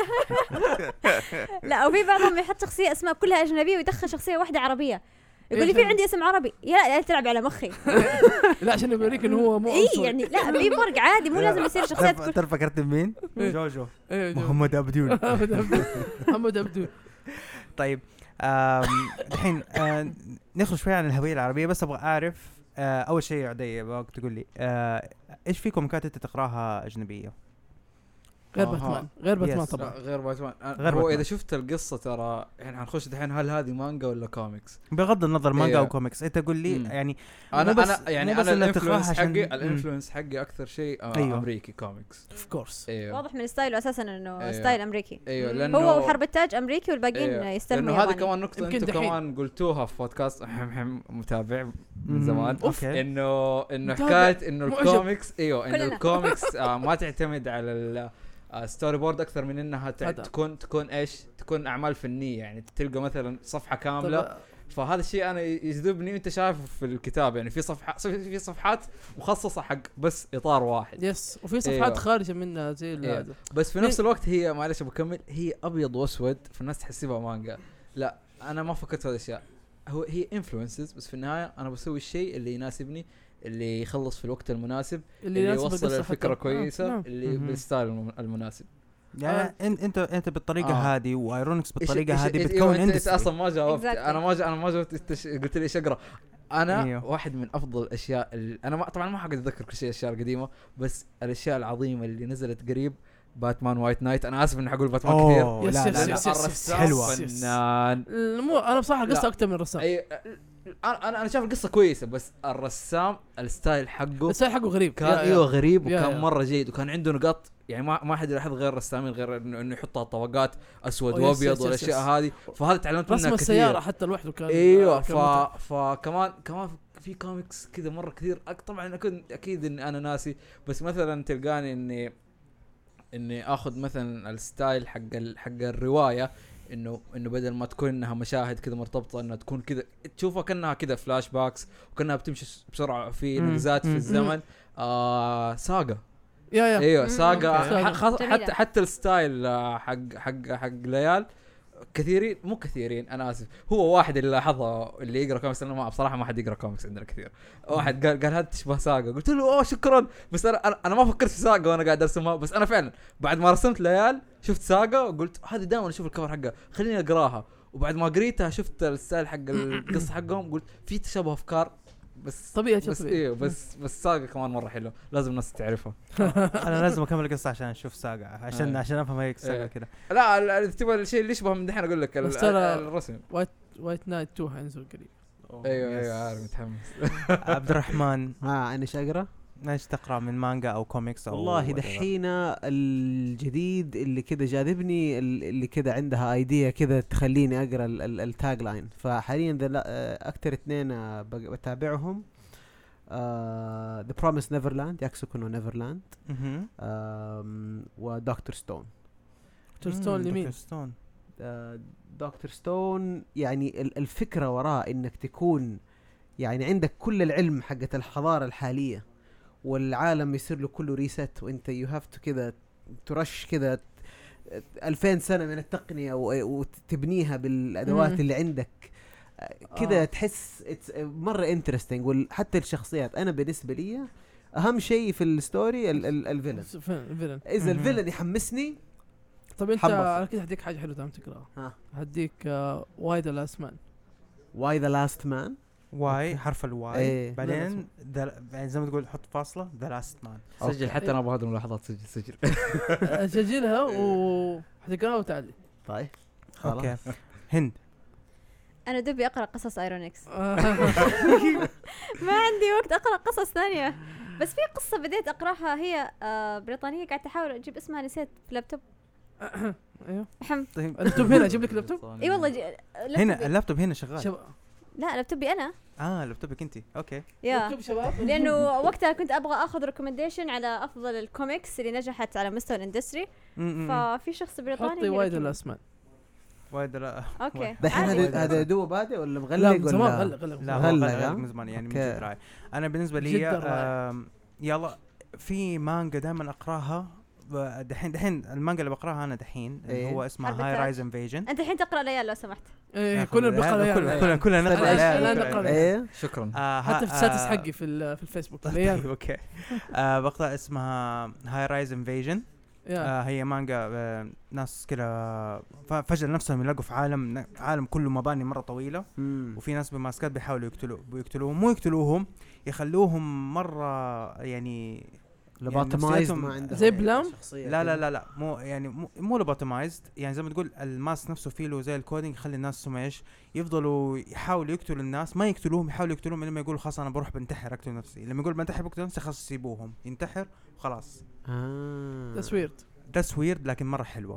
[SPEAKER 4] لا وفي بعضهم يحط شخصيه اسماء كلها اجنبيه ويدخل شخصيه واحده عربيه يقول لي في عندي اسم عربي يا لا تلعب على مخي
[SPEAKER 2] لا عشان يوريك انه هو مو
[SPEAKER 4] اي
[SPEAKER 2] عنصري.
[SPEAKER 4] يعني لا في فرق عادي مو لازم يصير شخصيات
[SPEAKER 1] تعرف
[SPEAKER 4] كل
[SPEAKER 1] تعرف فكرت بمين؟
[SPEAKER 2] إيه.
[SPEAKER 1] جوجو
[SPEAKER 2] إيه، جو-
[SPEAKER 1] محمد عبدون
[SPEAKER 2] محمد عبدو محمد عبدو
[SPEAKER 1] طيب آم، الحين آه، نخرج شوي عن الهويه العربيه بس ابغى اعرف آه، اول شيء عدي ابغاك تقول لي آه، ايش في كوميكات انت تقراها اجنبيه؟
[SPEAKER 2] غير
[SPEAKER 3] آها.
[SPEAKER 2] باتمان غير باتمان
[SPEAKER 1] Yes.
[SPEAKER 2] طبعا
[SPEAKER 3] لا، غير باتمان
[SPEAKER 1] غير
[SPEAKER 3] غير هو
[SPEAKER 1] باتمان.
[SPEAKER 3] اذا شفت القصه ترى يعني حنخش دحين هل هذه مانجا ولا كوميكس
[SPEAKER 1] بغض النظر مانجا
[SPEAKER 3] إيه.
[SPEAKER 1] او كوميكس انت قول لي
[SPEAKER 3] مم.
[SPEAKER 1] يعني
[SPEAKER 3] انا
[SPEAKER 1] مو بس-
[SPEAKER 3] انا يعني
[SPEAKER 1] مو بس
[SPEAKER 3] انا
[SPEAKER 1] إنك تقراها
[SPEAKER 3] الانفلونس
[SPEAKER 1] عشان-
[SPEAKER 3] حقي
[SPEAKER 1] مم.
[SPEAKER 3] الانفلونس حقي اكثر شيء آه
[SPEAKER 1] أيوه.
[SPEAKER 3] امريكي كوميكس
[SPEAKER 2] اوف كورس
[SPEAKER 3] ايوه
[SPEAKER 4] واضح من ستايله اساسا انه
[SPEAKER 3] أيوه.
[SPEAKER 4] ستايل امريكي
[SPEAKER 3] ايوه لانه
[SPEAKER 4] هو وحرب التاج امريكي والباقيين
[SPEAKER 3] أيوه.
[SPEAKER 4] يستلموا
[SPEAKER 3] لانه هذه
[SPEAKER 4] ياباني.
[SPEAKER 3] كمان نقطه
[SPEAKER 2] يمكن
[SPEAKER 3] انتم
[SPEAKER 2] دحين.
[SPEAKER 3] كمان قلتوها في بودكاست حم متابع من
[SPEAKER 1] مم.
[SPEAKER 3] زمان
[SPEAKER 1] اوكي
[SPEAKER 3] انه انه
[SPEAKER 2] متابع.
[SPEAKER 3] حكايه انه
[SPEAKER 2] معجب.
[SPEAKER 3] الكوميكس ايوه انه
[SPEAKER 4] كلنا.
[SPEAKER 3] الكوميكس آه ما تعتمد على الستوري بورد اكثر من انها تع-
[SPEAKER 2] هذا.
[SPEAKER 3] تكون تكون ايش تكون اعمال فنيه يعني تلقى مثلا صفحه كامله
[SPEAKER 2] طب
[SPEAKER 3] فهذا الشيء انا يجذبني وانت شايفه في الكتاب يعني في صفحه في صفحات مخصصه حق بس اطار واحد
[SPEAKER 2] يس وفي صفحات
[SPEAKER 3] أيوه.
[SPEAKER 2] خارجه منها زي
[SPEAKER 3] أيوه.
[SPEAKER 2] هذا
[SPEAKER 3] بس في نفس الوقت هي معلش بكمل هي ابيض واسود فالناس تحسبها مانجا لا انا ما فكرت في هذه الاشياء هو هي انفلونسز بس في النهايه انا بسوي الشيء اللي يناسبني اللي يخلص في الوقت المناسب اللي, اللي
[SPEAKER 2] يناسب
[SPEAKER 3] يوصل
[SPEAKER 2] القصة
[SPEAKER 3] الفكره
[SPEAKER 2] حتى.
[SPEAKER 3] كويسه
[SPEAKER 2] آه. نعم.
[SPEAKER 3] اللي
[SPEAKER 1] مهم.
[SPEAKER 3] بالستايل الم- المناسب
[SPEAKER 1] يعني انت انت انت بالطريقه
[SPEAKER 3] آه.
[SPEAKER 1] هذه وايرونكس
[SPEAKER 3] إيش-
[SPEAKER 1] بالطريقه
[SPEAKER 3] إيش-
[SPEAKER 1] هذه
[SPEAKER 3] إيش-
[SPEAKER 1] بتكون
[SPEAKER 3] أيوة، انت, انت
[SPEAKER 1] اندستري
[SPEAKER 3] اصلا ما جاوبت
[SPEAKER 4] Exactly.
[SPEAKER 3] انا ما جا انا ما جاوبت إنت ش- قلت لي ايش اقرا انا
[SPEAKER 1] أيوه.
[SPEAKER 3] واحد من افضل الاشياء اللي انا ما طبعا ما حقدر اتذكر كل شيء الاشياء القديمه بس الاشياء العظيمه اللي نزلت قريب باتمان وايت نايت انا اسف اني حقول باتمان
[SPEAKER 1] أوه،
[SPEAKER 3] كثير
[SPEAKER 2] يس
[SPEAKER 1] لا
[SPEAKER 2] يس
[SPEAKER 1] لا
[SPEAKER 3] لأن
[SPEAKER 1] لا
[SPEAKER 2] يس يس
[SPEAKER 3] الرسام
[SPEAKER 1] حلوة.
[SPEAKER 3] فنان
[SPEAKER 2] مو انا بصراحه القصه
[SPEAKER 3] لا.
[SPEAKER 2] اكثر من الرسام
[SPEAKER 3] أي انا انا شايف القصه كويسه بس الرسام الستايل حقه
[SPEAKER 2] الستايل حقه غريب
[SPEAKER 3] كان ايوه غريب
[SPEAKER 2] يا
[SPEAKER 3] وكان
[SPEAKER 2] يا.
[SPEAKER 3] مره جيد وكان عنده نقاط يعني ما ما حد يلاحظ غير الرسامين غير انه انه يحطها طبقات اسود
[SPEAKER 2] أو يس
[SPEAKER 3] وابيض
[SPEAKER 2] يس
[SPEAKER 3] والاشياء
[SPEAKER 2] يس.
[SPEAKER 3] هذه فهذا تعلمت منها
[SPEAKER 2] رسم
[SPEAKER 3] كثير.
[SPEAKER 2] السياره حتى لوحده كان
[SPEAKER 3] ايوه
[SPEAKER 2] آه،
[SPEAKER 3] ف...
[SPEAKER 2] كان متعب.
[SPEAKER 3] فكمان كمان في كوميكس كذا مره كثير أك- طبعا اكيد اكيد اني انا ناسي بس مثلا تلقاني اني اني اخذ مثلا الستايل حق ال... حق الروايه انه انه بدل ما تكون انها مشاهد كذا مرتبطه انها تكون كذا تشوفها كانها كذا فلاش باكس وكانها بتمشي بسرعه في
[SPEAKER 1] مم.
[SPEAKER 3] نقزات في
[SPEAKER 1] مم.
[SPEAKER 3] الزمن آه ساغا
[SPEAKER 2] يا يا
[SPEAKER 3] ايوه
[SPEAKER 4] مم.
[SPEAKER 3] ساغا
[SPEAKER 2] أوكي.
[SPEAKER 3] ح- خاص-
[SPEAKER 4] جميلة.
[SPEAKER 3] حتى حتى الستايل آه، حق حق حق ليال كثيرين مو كثيرين انا اسف هو واحد اللي لاحظها اللي يقرا كوميكس انا ما بصراحه ما حد يقرا كوميكس عندنا كثير واحد قال قال هذا تشبه ساغا قلت له اوه شكرا بس انا انا أنا ما فكرت في ساغا وانا قاعد ارسمها بس انا فعلا بعد ما رسمت ليال شفت ساغا وقلت هذه دائما اشوف الكفر حقها خليني اقراها وبعد ما قريتها شفت الستايل حق القصه حقهم قلت في تشابه افكار بس
[SPEAKER 2] طبيعي
[SPEAKER 3] بس
[SPEAKER 2] طبيعي.
[SPEAKER 3] ايوه بس بس ساغا كمان مره حلو لازم الناس تعرفها.
[SPEAKER 1] انا لازم اكمل القصه عشان اشوف ساقع عشان
[SPEAKER 3] آه.
[SPEAKER 1] عشان افهم هيك
[SPEAKER 3] إيه.
[SPEAKER 1] ساقع كذا.
[SPEAKER 3] لا ال- ال- تبغى الشيء اللي يشبه من دحين اقول لك ال-
[SPEAKER 2] بس ترى-
[SPEAKER 3] الرسم.
[SPEAKER 2] وايت نايت تو حينزل قريب.
[SPEAKER 3] ايوه
[SPEAKER 1] يس.
[SPEAKER 3] ايوه عارف متحمس.
[SPEAKER 1] عبد الرحمن
[SPEAKER 5] ها انا ايش اقرا؟
[SPEAKER 1] ايش تقرا من مانجا او كوميكس او
[SPEAKER 5] والله
[SPEAKER 1] whatever؟
[SPEAKER 5] دحين الجديد اللي كذا جاذبني ال- اللي كذا عندها ايديا كذا تخليني اقرا التاج لاين فحاليا ذا لا- اكثر اثنين آه، بق- بتابعهم ذا بروميس نيفرلاند ياكسوكو نو نيفرلاند
[SPEAKER 1] مهم.
[SPEAKER 5] ودكتور ستون.
[SPEAKER 2] تولستون
[SPEAKER 1] مم،
[SPEAKER 2] لمين؟
[SPEAKER 1] دكتور ستون.
[SPEAKER 5] دكتور ستون يعني ال- الفكرة وراء انك تكون يعني عندك كل العلم حقة الحضارة الحالية والعالم يصير له كله ريست وانت يو هاف تو كذا ترش كذا ألفين سنة من التقنية و- وتبنيها بالادوات
[SPEAKER 2] مم.
[SPEAKER 5] اللي عندك كذا
[SPEAKER 2] آه.
[SPEAKER 5] تحس it's مرة انترستينج وحتى الشخصيات انا بالنسبة لي اهم شيء في الستوري ال- ال- الفيلن
[SPEAKER 2] فين الفيلن؟
[SPEAKER 5] اذا
[SPEAKER 1] مهم.
[SPEAKER 5] الفيلن يحمسني
[SPEAKER 2] طب انت
[SPEAKER 5] حبة.
[SPEAKER 2] على كده هديك حاجه حلوه تعمل تقراها.
[SPEAKER 5] ها
[SPEAKER 2] هديك واي ذا لاست مان.
[SPEAKER 5] واي ذا لاست مان
[SPEAKER 1] واي حرف الواي
[SPEAKER 5] إيه.
[SPEAKER 1] بعدين ذا- يعني زي ما تقول حط فاصله ذا لاست مان.
[SPEAKER 3] سجل حتى انا ابغى هذه الملاحظات سجل سجل.
[SPEAKER 2] سجلها وحتقراها وتعلي.
[SPEAKER 5] طيب خلاص
[SPEAKER 1] اوكي هند.
[SPEAKER 4] انا دوبي اقرا قصص ايرونكس ما عندي وقت اقرا قصص ثانيه بس في قصه بديت اقراها هي آه بريطانيه قاعده احاول اجيب اسمها نسيت في لابتوب.
[SPEAKER 2] ايوه
[SPEAKER 4] حم
[SPEAKER 1] طيب
[SPEAKER 2] اللابتوب هنا اجيب لك لابتوب.
[SPEAKER 4] اي والله جي...
[SPEAKER 1] هنا
[SPEAKER 4] لابتوبي.
[SPEAKER 1] اللابتوب هنا شغال.
[SPEAKER 2] شباب
[SPEAKER 4] لا لابتوبي انا
[SPEAKER 1] اه لابتوبك انت اوكي.
[SPEAKER 4] يا
[SPEAKER 2] لابتوب شباب.
[SPEAKER 4] لانه وقتها كنت ابغى اخذ ريكومنديشن على افضل الكوميكس اللي نجحت على مستوى الاندستري ففي شخص بريطاني
[SPEAKER 2] حطي واي ذا
[SPEAKER 4] يركب.
[SPEAKER 2] لاست مان.
[SPEAKER 1] وايد لا
[SPEAKER 4] اوكي
[SPEAKER 5] دحين
[SPEAKER 4] عادي.
[SPEAKER 5] هذا هذا دو بادئ ولا
[SPEAKER 2] لا
[SPEAKER 5] مغلق
[SPEAKER 2] من زمان
[SPEAKER 5] ولا
[SPEAKER 2] غلق غلق
[SPEAKER 1] لا هو
[SPEAKER 5] غلق،
[SPEAKER 1] غلق
[SPEAKER 5] ها؟
[SPEAKER 1] من زمان يعني من
[SPEAKER 5] أوكي.
[SPEAKER 1] جد رائع. انا بالنسبه لي
[SPEAKER 2] جداً رائع.
[SPEAKER 1] آم، يلا في مانجا دائما اقراها ب- دحين دحين المانجا اللي بقراها انا دحين اللي
[SPEAKER 5] إيه.
[SPEAKER 1] هو اسمها
[SPEAKER 4] حرب
[SPEAKER 1] هاي
[SPEAKER 4] التاج.
[SPEAKER 1] رايز انفيجن.
[SPEAKER 4] انت الحين تقرا ليال لو سمحت.
[SPEAKER 2] ايه كلنا بنقرا
[SPEAKER 1] كلنا
[SPEAKER 2] ليال.
[SPEAKER 1] كلنا كلنا نقرا
[SPEAKER 2] أنا-
[SPEAKER 1] ليال.
[SPEAKER 2] أنا
[SPEAKER 1] كلنا-
[SPEAKER 2] نقرأ ليال.
[SPEAKER 5] ايه
[SPEAKER 3] شكرا.
[SPEAKER 1] آه، ها-
[SPEAKER 2] حتى في الستاتس
[SPEAKER 1] آه،
[SPEAKER 2] حقي في ال- في الفيسبوك
[SPEAKER 1] طيب
[SPEAKER 2] ليال.
[SPEAKER 1] اوكي. آه بقرا اسمها هاي رايز انفيجن.
[SPEAKER 2] يا.
[SPEAKER 1] آه هي مانجا آه ناس كده ف- فجأة نفسهم يلاقوا في عالم عالم كله مباني مرة طويلة
[SPEAKER 5] مم.
[SPEAKER 1] وفي ناس بماسكات بيحاولوا يقتلوا بيقتلوهم مو يقتلوهم يخلوهم مرة يعني
[SPEAKER 5] لباتمايز
[SPEAKER 1] نفسيتهم-
[SPEAKER 5] ما عنده
[SPEAKER 2] زي بلام؟
[SPEAKER 5] شخصية
[SPEAKER 1] لا لا
[SPEAKER 5] كده.
[SPEAKER 1] لا لا مو يعني مو, مو لوباتمايزد يعني زي ما تقول الماس نفسه فيه له زي الكودينج يخلي الناس سمع ايش يفضلوا يحاولوا يقتلوا الناس ما يقتلوهم يحاولوا يقتلوهم لما يقول خلاص انا بروح بنتحر اقتل نفسي لما يقول بنتحر بقتل نفسي خلاص سيبوهم ينتحر وخلاص.
[SPEAKER 5] آه.
[SPEAKER 2] ذاتس ويرد.
[SPEAKER 1] ذاتس ويرد لكن مرة حلوة.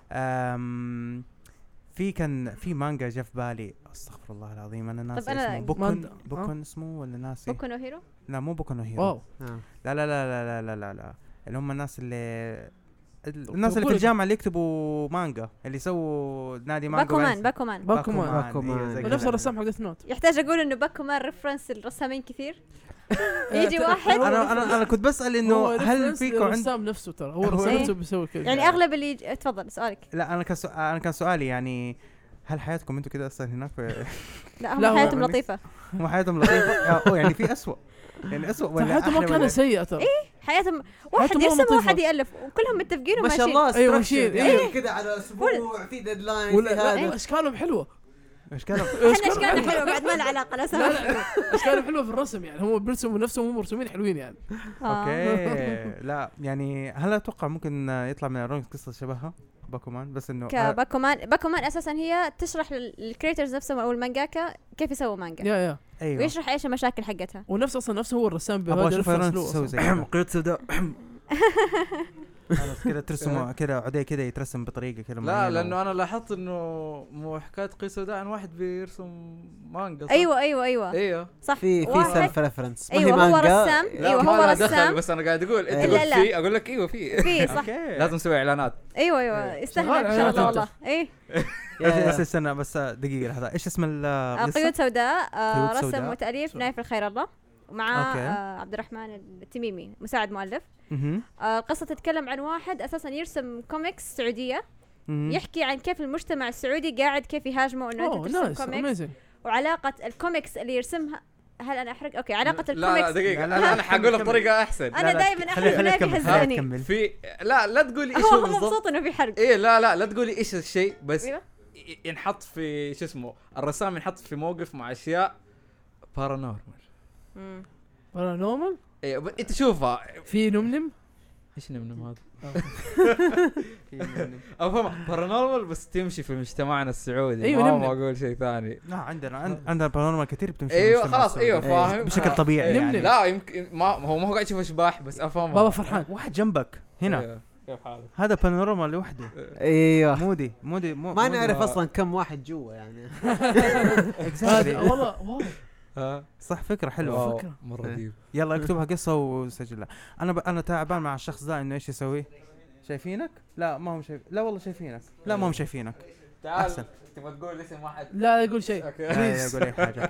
[SPEAKER 1] أم في كان في مانجا جاء في بالي استغفر الله العظيم انا ناسي
[SPEAKER 4] طب أنا
[SPEAKER 1] اسمه بوكن
[SPEAKER 2] مانجا.
[SPEAKER 1] بوكن اسمه ولا ناسي
[SPEAKER 4] بوكو نو هيرو.
[SPEAKER 1] لا مو بوكن هيرو
[SPEAKER 2] واو.
[SPEAKER 5] آه.
[SPEAKER 1] لا لا لا لا لا لا لا, لا. اللي هم الناس اللي الناس اللي في
[SPEAKER 2] قول.
[SPEAKER 1] الجامعة اللي يكتبوا مانجا اللي يسووا نادي مانجا
[SPEAKER 4] باكومان
[SPEAKER 1] وبعدين-
[SPEAKER 4] باكومان
[SPEAKER 2] باكومان.
[SPEAKER 5] باكومان.
[SPEAKER 1] إيه، زي
[SPEAKER 2] ونفس
[SPEAKER 1] كذا.
[SPEAKER 2] الرسام حق ديث نوت.
[SPEAKER 4] يحتاج اقول انه باكومان ريفرنس الرسامين كثير. يجي واحد
[SPEAKER 1] انا انا انا كنت بسأل انه هل فيكم عند
[SPEAKER 2] الرسام نفسه ترى هو
[SPEAKER 1] هو
[SPEAKER 2] الرسام
[SPEAKER 4] إيه.
[SPEAKER 2] نفسه بيسوي كذا.
[SPEAKER 4] يعني اغلب اللي يج... تفضل سؤالك.
[SPEAKER 1] لا انا كان سؤال انا كان سؤالي يعني هل حياتكم انتوا كده اصلا هناك في-
[SPEAKER 4] لا هم
[SPEAKER 2] لا، هو
[SPEAKER 4] حياتهم
[SPEAKER 1] عملي.
[SPEAKER 4] لطيفة.
[SPEAKER 1] مو حياتهم لطيفة أو يعني في أسوأ يعني أسوأ ولا
[SPEAKER 2] حياته ما
[SPEAKER 1] أحلى
[SPEAKER 2] كانت
[SPEAKER 1] ولا-
[SPEAKER 2] سيئة ترى.
[SPEAKER 4] حياتهم واحد
[SPEAKER 2] حياتهم مرة
[SPEAKER 4] يرسم
[SPEAKER 2] لطيفة.
[SPEAKER 4] وواحد يألف وكلهم متفقين
[SPEAKER 5] ما شاء
[SPEAKER 4] وماشيين.
[SPEAKER 5] الله
[SPEAKER 2] أيوة،
[SPEAKER 5] structured.
[SPEAKER 2] ماشيين.
[SPEAKER 5] يعني
[SPEAKER 2] إيه.
[SPEAKER 5] كده على اسبوع في ديدلاين
[SPEAKER 2] ولا
[SPEAKER 5] في
[SPEAKER 2] لا
[SPEAKER 5] هذا
[SPEAKER 2] اشكالهم حلوة.
[SPEAKER 1] إيش كانوا
[SPEAKER 4] احنا اشكالنا حلوة بعد ما له علاقة لا
[SPEAKER 2] لا
[SPEAKER 4] سمح.
[SPEAKER 2] لا اشكالهم حلوة في الرسم يعني هم بيرسموا نفسهم هم مرسومين حلوين يعني.
[SPEAKER 4] آه.
[SPEAKER 1] أوكي لا يعني هل اتوقع ممكن يطلع من ايرونكس قصه شبهها باكومان بس انه
[SPEAKER 4] كباكومان باكومان اساسا هي تشرح للكريترز نفسهم او المانجاكا كيف يسووا مانجا
[SPEAKER 2] يا يا
[SPEAKER 1] ايوه
[SPEAKER 4] ويشرح ايش المشاكل حقتها
[SPEAKER 2] ونفس اصلا نفسه هو الرسام
[SPEAKER 1] ابغى
[SPEAKER 2] بهذا
[SPEAKER 1] اشوف ايرونكس
[SPEAKER 2] الفصل
[SPEAKER 1] تسوي زي كذا قيود سوداء كذا ترسم كذا عدي كذا يترسم بطريقه كذا
[SPEAKER 3] لا لانه انا لاحظت انه مو حكايه قيس سوداء ان واحد بيرسم مانجا
[SPEAKER 4] ايوه ايوه ايوه
[SPEAKER 3] ايوه
[SPEAKER 4] صح
[SPEAKER 5] في في سيلف ريفرنس
[SPEAKER 4] ايوه هو رسام ايوه هو رسام
[SPEAKER 3] بس انا قاعد اقول انت
[SPEAKER 4] لا
[SPEAKER 3] قلت
[SPEAKER 4] لا.
[SPEAKER 3] في اقول لك ايوه في
[SPEAKER 4] في صح
[SPEAKER 3] لازم نسوي اعلانات
[SPEAKER 4] ايوه ايوه يستاهل
[SPEAKER 2] شغال
[SPEAKER 4] ان شاء الله
[SPEAKER 2] إعلانات
[SPEAKER 4] والله ايه
[SPEAKER 1] ايش استنى بس دقيقه لحظه ايش اسم
[SPEAKER 4] آه، قيود سوداء آه،
[SPEAKER 1] قيود سوداء.
[SPEAKER 4] رسم وتاليف نايف الخير الله ومع
[SPEAKER 1] أوكي.
[SPEAKER 4] آه، عبد الرحمن التميمي مساعد مؤلف
[SPEAKER 1] اها
[SPEAKER 4] آه، القصة تتكلم عن واحد أساسا يرسم كوميكس سعودية يحكي عن كيف المجتمع السعودي قاعد كيف يهاجمه انه
[SPEAKER 2] اوه
[SPEAKER 4] انت ترسم
[SPEAKER 2] نايس
[SPEAKER 4] كوميكس
[SPEAKER 2] اميزنج
[SPEAKER 4] وعلاقة الكوميكس اللي يرسمها. هل انا احرق؟ اوكي علاقة
[SPEAKER 3] لا لا
[SPEAKER 4] الكوميكس
[SPEAKER 3] دقيقه
[SPEAKER 1] لا، لا،
[SPEAKER 3] انا حقولها بطريقه احسن
[SPEAKER 4] انا دائما احرق ونايف يهزاني
[SPEAKER 3] في لا لا تقولي ايش
[SPEAKER 4] هو
[SPEAKER 3] هو
[SPEAKER 4] هو
[SPEAKER 3] بالضبط
[SPEAKER 4] مبسوط انه في حرق.
[SPEAKER 3] ايه لا لا لا تقولي ايش الشيء بس
[SPEAKER 4] أيوة.
[SPEAKER 3] ينحط في شو اسمه الرسام ينحط في موقف مع اشياء بارانورمال
[SPEAKER 4] مم.
[SPEAKER 2] بارانورمال
[SPEAKER 3] ايه ب- انت شوفها
[SPEAKER 2] في نمنم
[SPEAKER 3] ايش نمنم هذا افهم بارانورمال بس تمشي في مجتمعنا السعودي
[SPEAKER 2] أيوة،
[SPEAKER 3] ما
[SPEAKER 2] نمنم.
[SPEAKER 3] ما اقول شيء ثاني
[SPEAKER 1] لا عندنا عند- عندنا بانورمال كثير بتمشي
[SPEAKER 3] ايوه
[SPEAKER 1] بالمجتمع
[SPEAKER 3] خلاص ايوه
[SPEAKER 1] السعودي.
[SPEAKER 3] فاهم
[SPEAKER 1] بشكل
[SPEAKER 3] آه.
[SPEAKER 1] طبيعي
[SPEAKER 3] إيه.
[SPEAKER 1] يعني
[SPEAKER 3] لا يمكن ما هو ما هو قاعد يشوف اشباح بس افهم
[SPEAKER 2] بابا فرحان
[SPEAKER 1] واحد جنبك هنا
[SPEAKER 3] إيه. كيف حالك
[SPEAKER 1] هذا بانورمال لوحده
[SPEAKER 5] ايوه
[SPEAKER 1] مودي مودي مو
[SPEAKER 5] ما
[SPEAKER 1] مودي.
[SPEAKER 5] نعرف اصلا كم واحد جوا يعني
[SPEAKER 2] هذا والله واو
[SPEAKER 3] ها
[SPEAKER 1] صح فكره حلوه
[SPEAKER 3] واو،
[SPEAKER 2] فكرة.
[SPEAKER 3] مره
[SPEAKER 5] إيه.
[SPEAKER 3] ديب
[SPEAKER 1] يلا اكتبها قصه وسجلها. انا ب... انا تعبان مع الشخص ذا انه ايش يسوي. شايفينك؟ لا ما هم شايف لا والله شايفينك لا ما هم شايفينك.
[SPEAKER 3] تعال
[SPEAKER 1] أحسن.
[SPEAKER 3] تبغى تقول اسم واحد
[SPEAKER 2] لا لا يقول شيء
[SPEAKER 3] اوكي
[SPEAKER 1] لا يقول اي حاجه.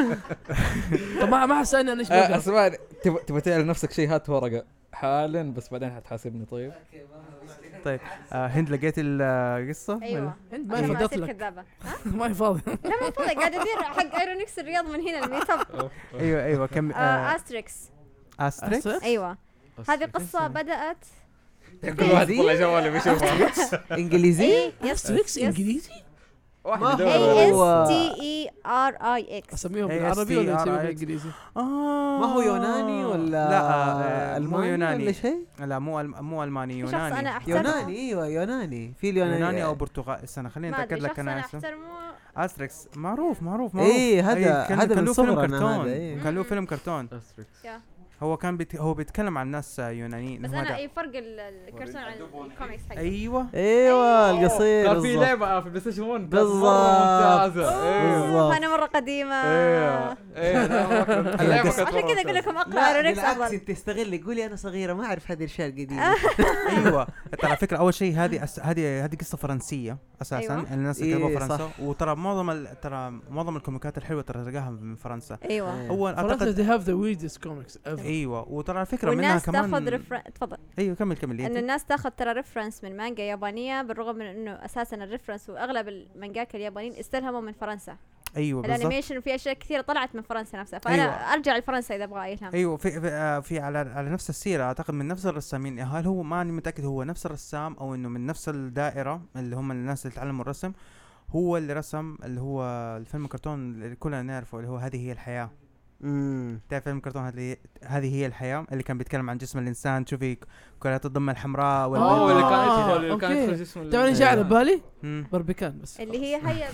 [SPEAKER 2] طب ما ما حسينا انا ايش
[SPEAKER 3] آه،
[SPEAKER 2] بقى
[SPEAKER 3] اسمعني تبغى تبغى تعمل نفسك شيء هات ورقه حالا بس بعدين حتحاسبني طيب
[SPEAKER 1] طيب آه هند لقيت القصه؟
[SPEAKER 4] ايوه
[SPEAKER 2] انت ما
[SPEAKER 4] عشان ما
[SPEAKER 2] فضت
[SPEAKER 4] أصير
[SPEAKER 2] لك
[SPEAKER 4] كذابة.
[SPEAKER 2] ما هي فاضي
[SPEAKER 4] لا ما فاضي قاعد ادير حق ايرونكس الرياض من هنا الميت اب.
[SPEAKER 1] ايوه ايوه كم
[SPEAKER 4] آه، استريكس
[SPEAKER 1] استريكس
[SPEAKER 4] ايوه هذه قصة بدأت
[SPEAKER 3] كل واحد طلع جواله بيشوفها
[SPEAKER 5] انجليزي
[SPEAKER 4] اي يس
[SPEAKER 2] ستريكس
[SPEAKER 4] يس.
[SPEAKER 2] انجليزي
[SPEAKER 3] واحد
[SPEAKER 5] ما
[SPEAKER 3] يدور
[SPEAKER 4] اي
[SPEAKER 5] هو-
[SPEAKER 4] اس تي اي ار اي اكس.
[SPEAKER 2] اسميهم
[SPEAKER 1] A S T
[SPEAKER 2] بالعربي ولا
[SPEAKER 1] R
[SPEAKER 2] اسميهم
[SPEAKER 1] I X.
[SPEAKER 2] بالانجليزي
[SPEAKER 1] آه
[SPEAKER 5] ما هو يوناني ولا
[SPEAKER 1] لا آه مو
[SPEAKER 5] الماني
[SPEAKER 1] يوناني
[SPEAKER 5] ولا شيء
[SPEAKER 1] لا مو ألم... مو الماني
[SPEAKER 4] في شخص
[SPEAKER 1] يوناني
[SPEAKER 4] انا احترمه
[SPEAKER 5] يوناني ايوه يوناني في اليوناني
[SPEAKER 1] يوناني او برتغالي. استنى خليني
[SPEAKER 4] ما
[SPEAKER 1] اتاكد
[SPEAKER 4] ادري
[SPEAKER 1] لك
[SPEAKER 4] شخص
[SPEAKER 1] انا
[SPEAKER 4] انا
[SPEAKER 1] اسمه
[SPEAKER 4] احترمه.
[SPEAKER 1] استريكس معروف معروف معروف
[SPEAKER 5] ايه هذا
[SPEAKER 1] كان-
[SPEAKER 5] هذا
[SPEAKER 1] كان
[SPEAKER 5] من
[SPEAKER 1] له فيلم
[SPEAKER 5] صغرنا
[SPEAKER 1] كرتون
[SPEAKER 5] هذا ايه
[SPEAKER 1] كان له فيلم كرتون
[SPEAKER 4] يا.
[SPEAKER 1] هو كان بيت... هو بيتكلم عن ناس يونانيين
[SPEAKER 4] بس
[SPEAKER 1] هو
[SPEAKER 4] انا
[SPEAKER 1] ده.
[SPEAKER 4] اي فرق ال- الكرتون عن الكوميكس حقه.
[SPEAKER 1] ايوه
[SPEAKER 5] ايوه القصير
[SPEAKER 3] كان في
[SPEAKER 5] بالضبط.
[SPEAKER 3] لعبه في بلاي ستيشن واحد كانت
[SPEAKER 5] بالضبط.
[SPEAKER 3] مرة ممتازه ايوه
[SPEAKER 5] بالضبط.
[SPEAKER 4] انا مرة قديمة.
[SPEAKER 3] ايوه ايوه اللعبه كانت
[SPEAKER 4] عشان
[SPEAKER 3] مرة
[SPEAKER 4] كذا اقول
[SPEAKER 3] ممتازة.
[SPEAKER 4] لكم اقرا
[SPEAKER 5] لا
[SPEAKER 4] ايرونكس
[SPEAKER 5] بالعكس
[SPEAKER 4] افضل.
[SPEAKER 5] انت تستغلي قولي انا صغيره ما اعرف هذه الاشياء القديمه
[SPEAKER 1] ايوه ترى فكره اول شيء هذه أس... هذه هذه قصه فرنسيه اساسا
[SPEAKER 4] أيوة.
[SPEAKER 1] الناس اللي كتبوا
[SPEAKER 5] إيه،
[SPEAKER 1] فرنسا
[SPEAKER 5] صح.
[SPEAKER 1] وترى معظم ال... ترى معظم الكوميكات الحلوه ترى تلقاها من فرنسا.
[SPEAKER 4] ايوه
[SPEAKER 1] هو
[SPEAKER 2] فرنسا
[SPEAKER 1] اعتقد
[SPEAKER 2] they have the weirdest comics ever
[SPEAKER 1] ايوه وترى الفكره منها
[SPEAKER 4] والناس
[SPEAKER 1] كمان
[SPEAKER 4] تاخذ ريفر... تفضل.
[SPEAKER 1] ايوه كمل كمل
[SPEAKER 4] ان
[SPEAKER 1] انت.
[SPEAKER 4] الناس تاخذ ترى ريفرنس من مانجا يابانيه بالرغم من انه اساسا الريفرنس واغلب المانجاكا اليابانيين استلهموا من فرنسا.
[SPEAKER 1] ايوه بالضبط.
[SPEAKER 4] الانيميشن وفي اشياء كثيره طلعت من فرنسا نفسها فانا
[SPEAKER 1] أيوة.
[SPEAKER 4] ارجع لفرنسا اذا ابغى الهم.
[SPEAKER 1] ايوه في في, آه في على على نفس السيره اعتقد من نفس الرسامين. هل هو ماني متاكد هو نفس الرسام او انه من نفس الدائره اللي هم الناس اللي تعلموا الرسم هو اللي رسم اللي هو الفيلم الكرتون اللي كلنا نعرفه اللي هو هذه هي الحياه.
[SPEAKER 5] امم
[SPEAKER 1] تعرف فيلم كرتون هذه هذه هي الحياه اللي كان بيتكلم عن جسم الانسان تشوفي كرات الدم الحمراء وال
[SPEAKER 3] هو اللي كان
[SPEAKER 2] آه،
[SPEAKER 3] يدخل اللي كان
[SPEAKER 2] أوكي.
[SPEAKER 3] يدخل اسمه
[SPEAKER 2] تعرف ايش على بالي
[SPEAKER 1] مم.
[SPEAKER 2] بربكان بس
[SPEAKER 4] اللي هي هيا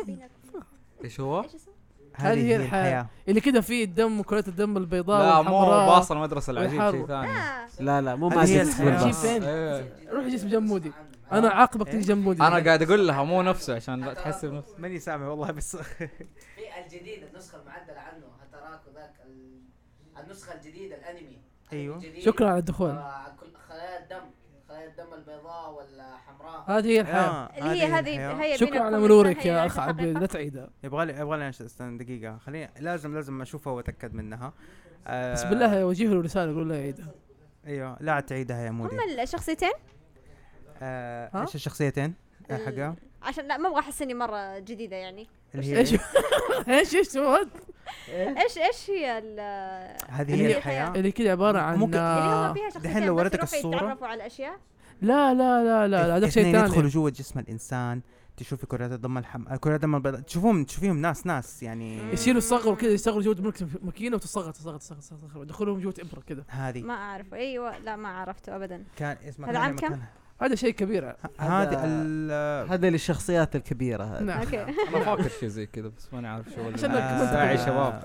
[SPEAKER 3] ايش هو؟
[SPEAKER 4] ايش اسمه؟
[SPEAKER 1] هذه هي الحياه.
[SPEAKER 2] اللي كده فيه الدم وكرات الدم البيضاء
[SPEAKER 3] لا مو
[SPEAKER 2] والحمراء.
[SPEAKER 3] باص المدرسه العجيب
[SPEAKER 2] والحر.
[SPEAKER 3] شيء ثاني
[SPEAKER 4] آه.
[SPEAKER 5] لا لا مو
[SPEAKER 1] هذه
[SPEAKER 5] ماجيك
[SPEAKER 1] هي
[SPEAKER 5] سكول
[SPEAKER 1] الحياة.
[SPEAKER 2] جيب
[SPEAKER 5] بس
[SPEAKER 2] فين
[SPEAKER 3] إيه.
[SPEAKER 2] روح جسم جمودي انا عاقبك تيجي جمودي
[SPEAKER 3] انا قاعد اقول لها مو نفسه عشان لا تحس بنفسك.
[SPEAKER 1] ماني سامع والله بس
[SPEAKER 6] في الجديد النسخه المعدله عنه هتراك وذاك ال- النسخه الجديده الانمي
[SPEAKER 1] أيوة.
[SPEAKER 6] الجديد،
[SPEAKER 2] شكرا على الدخول
[SPEAKER 6] آه، كل خلايا الدم خلايا الدم البيضاء والحمراء
[SPEAKER 2] هذه هي الحياه
[SPEAKER 1] آه،
[SPEAKER 4] اللي هي هذه هي
[SPEAKER 2] شكرا على مرورك يا اخ عبيد لا تعيدها
[SPEAKER 1] يبغى لي يبغى لي استنى دقيقه خليني لازم لازم اشوفها واتاكد منها. آه
[SPEAKER 2] بس بالله وجيه له رساله قول له يعيدها
[SPEAKER 1] ايوه لا تعيدها يا مودي.
[SPEAKER 4] هم الشخصيتين
[SPEAKER 1] آه
[SPEAKER 2] ها؟
[SPEAKER 1] ايش الشخصيتين
[SPEAKER 4] ال-
[SPEAKER 1] حقها
[SPEAKER 4] عشان لا ما ابغى احس اني مره جديده يعني.
[SPEAKER 1] اللي هي
[SPEAKER 2] ايش ايش ايش سوت
[SPEAKER 4] ايش ايش هي ال-
[SPEAKER 1] هذه
[SPEAKER 4] اللي
[SPEAKER 1] هي
[SPEAKER 4] هي
[SPEAKER 1] الحياه.
[SPEAKER 2] اللي كده عباره عن
[SPEAKER 1] ممكن-
[SPEAKER 4] اللي هم
[SPEAKER 2] آه،
[SPEAKER 4] فيها شخصيتين
[SPEAKER 1] دحين لو
[SPEAKER 4] بس
[SPEAKER 1] وريتك
[SPEAKER 4] يروحوا
[SPEAKER 1] الصورة.
[SPEAKER 4] يتعرفوا على اشياء.
[SPEAKER 2] لا لا لا لا لا هذا شيء
[SPEAKER 1] اثنين يدخلوا
[SPEAKER 2] ثاني
[SPEAKER 1] جوا جسم الانسان تشوفي كرات الدم الحم كرات الدم البيضاء تشوفوهم تشوفيهم ناس ناس يعني
[SPEAKER 2] يصيروا الصغر كذا يصغروا جوه ماكينه وتصغر تصغر تصغر تصغر يدخلهم جوه ابره كذا.
[SPEAKER 1] هذه
[SPEAKER 4] ما اعرف. ايوه لا ما عرفته ابدا.
[SPEAKER 1] كان اسمها
[SPEAKER 4] هذا عام كم؟
[SPEAKER 2] هذا شيء كبير.
[SPEAKER 1] هذه ال-
[SPEAKER 5] هذا للشخصيات الكبيره هذا.
[SPEAKER 2] نعم.
[SPEAKER 4] اوكي.
[SPEAKER 3] انا فاكر شيء زي كذا بس ماني عارف شو
[SPEAKER 2] عشان
[SPEAKER 3] ولا
[SPEAKER 1] آه،
[SPEAKER 3] ساعي شباب.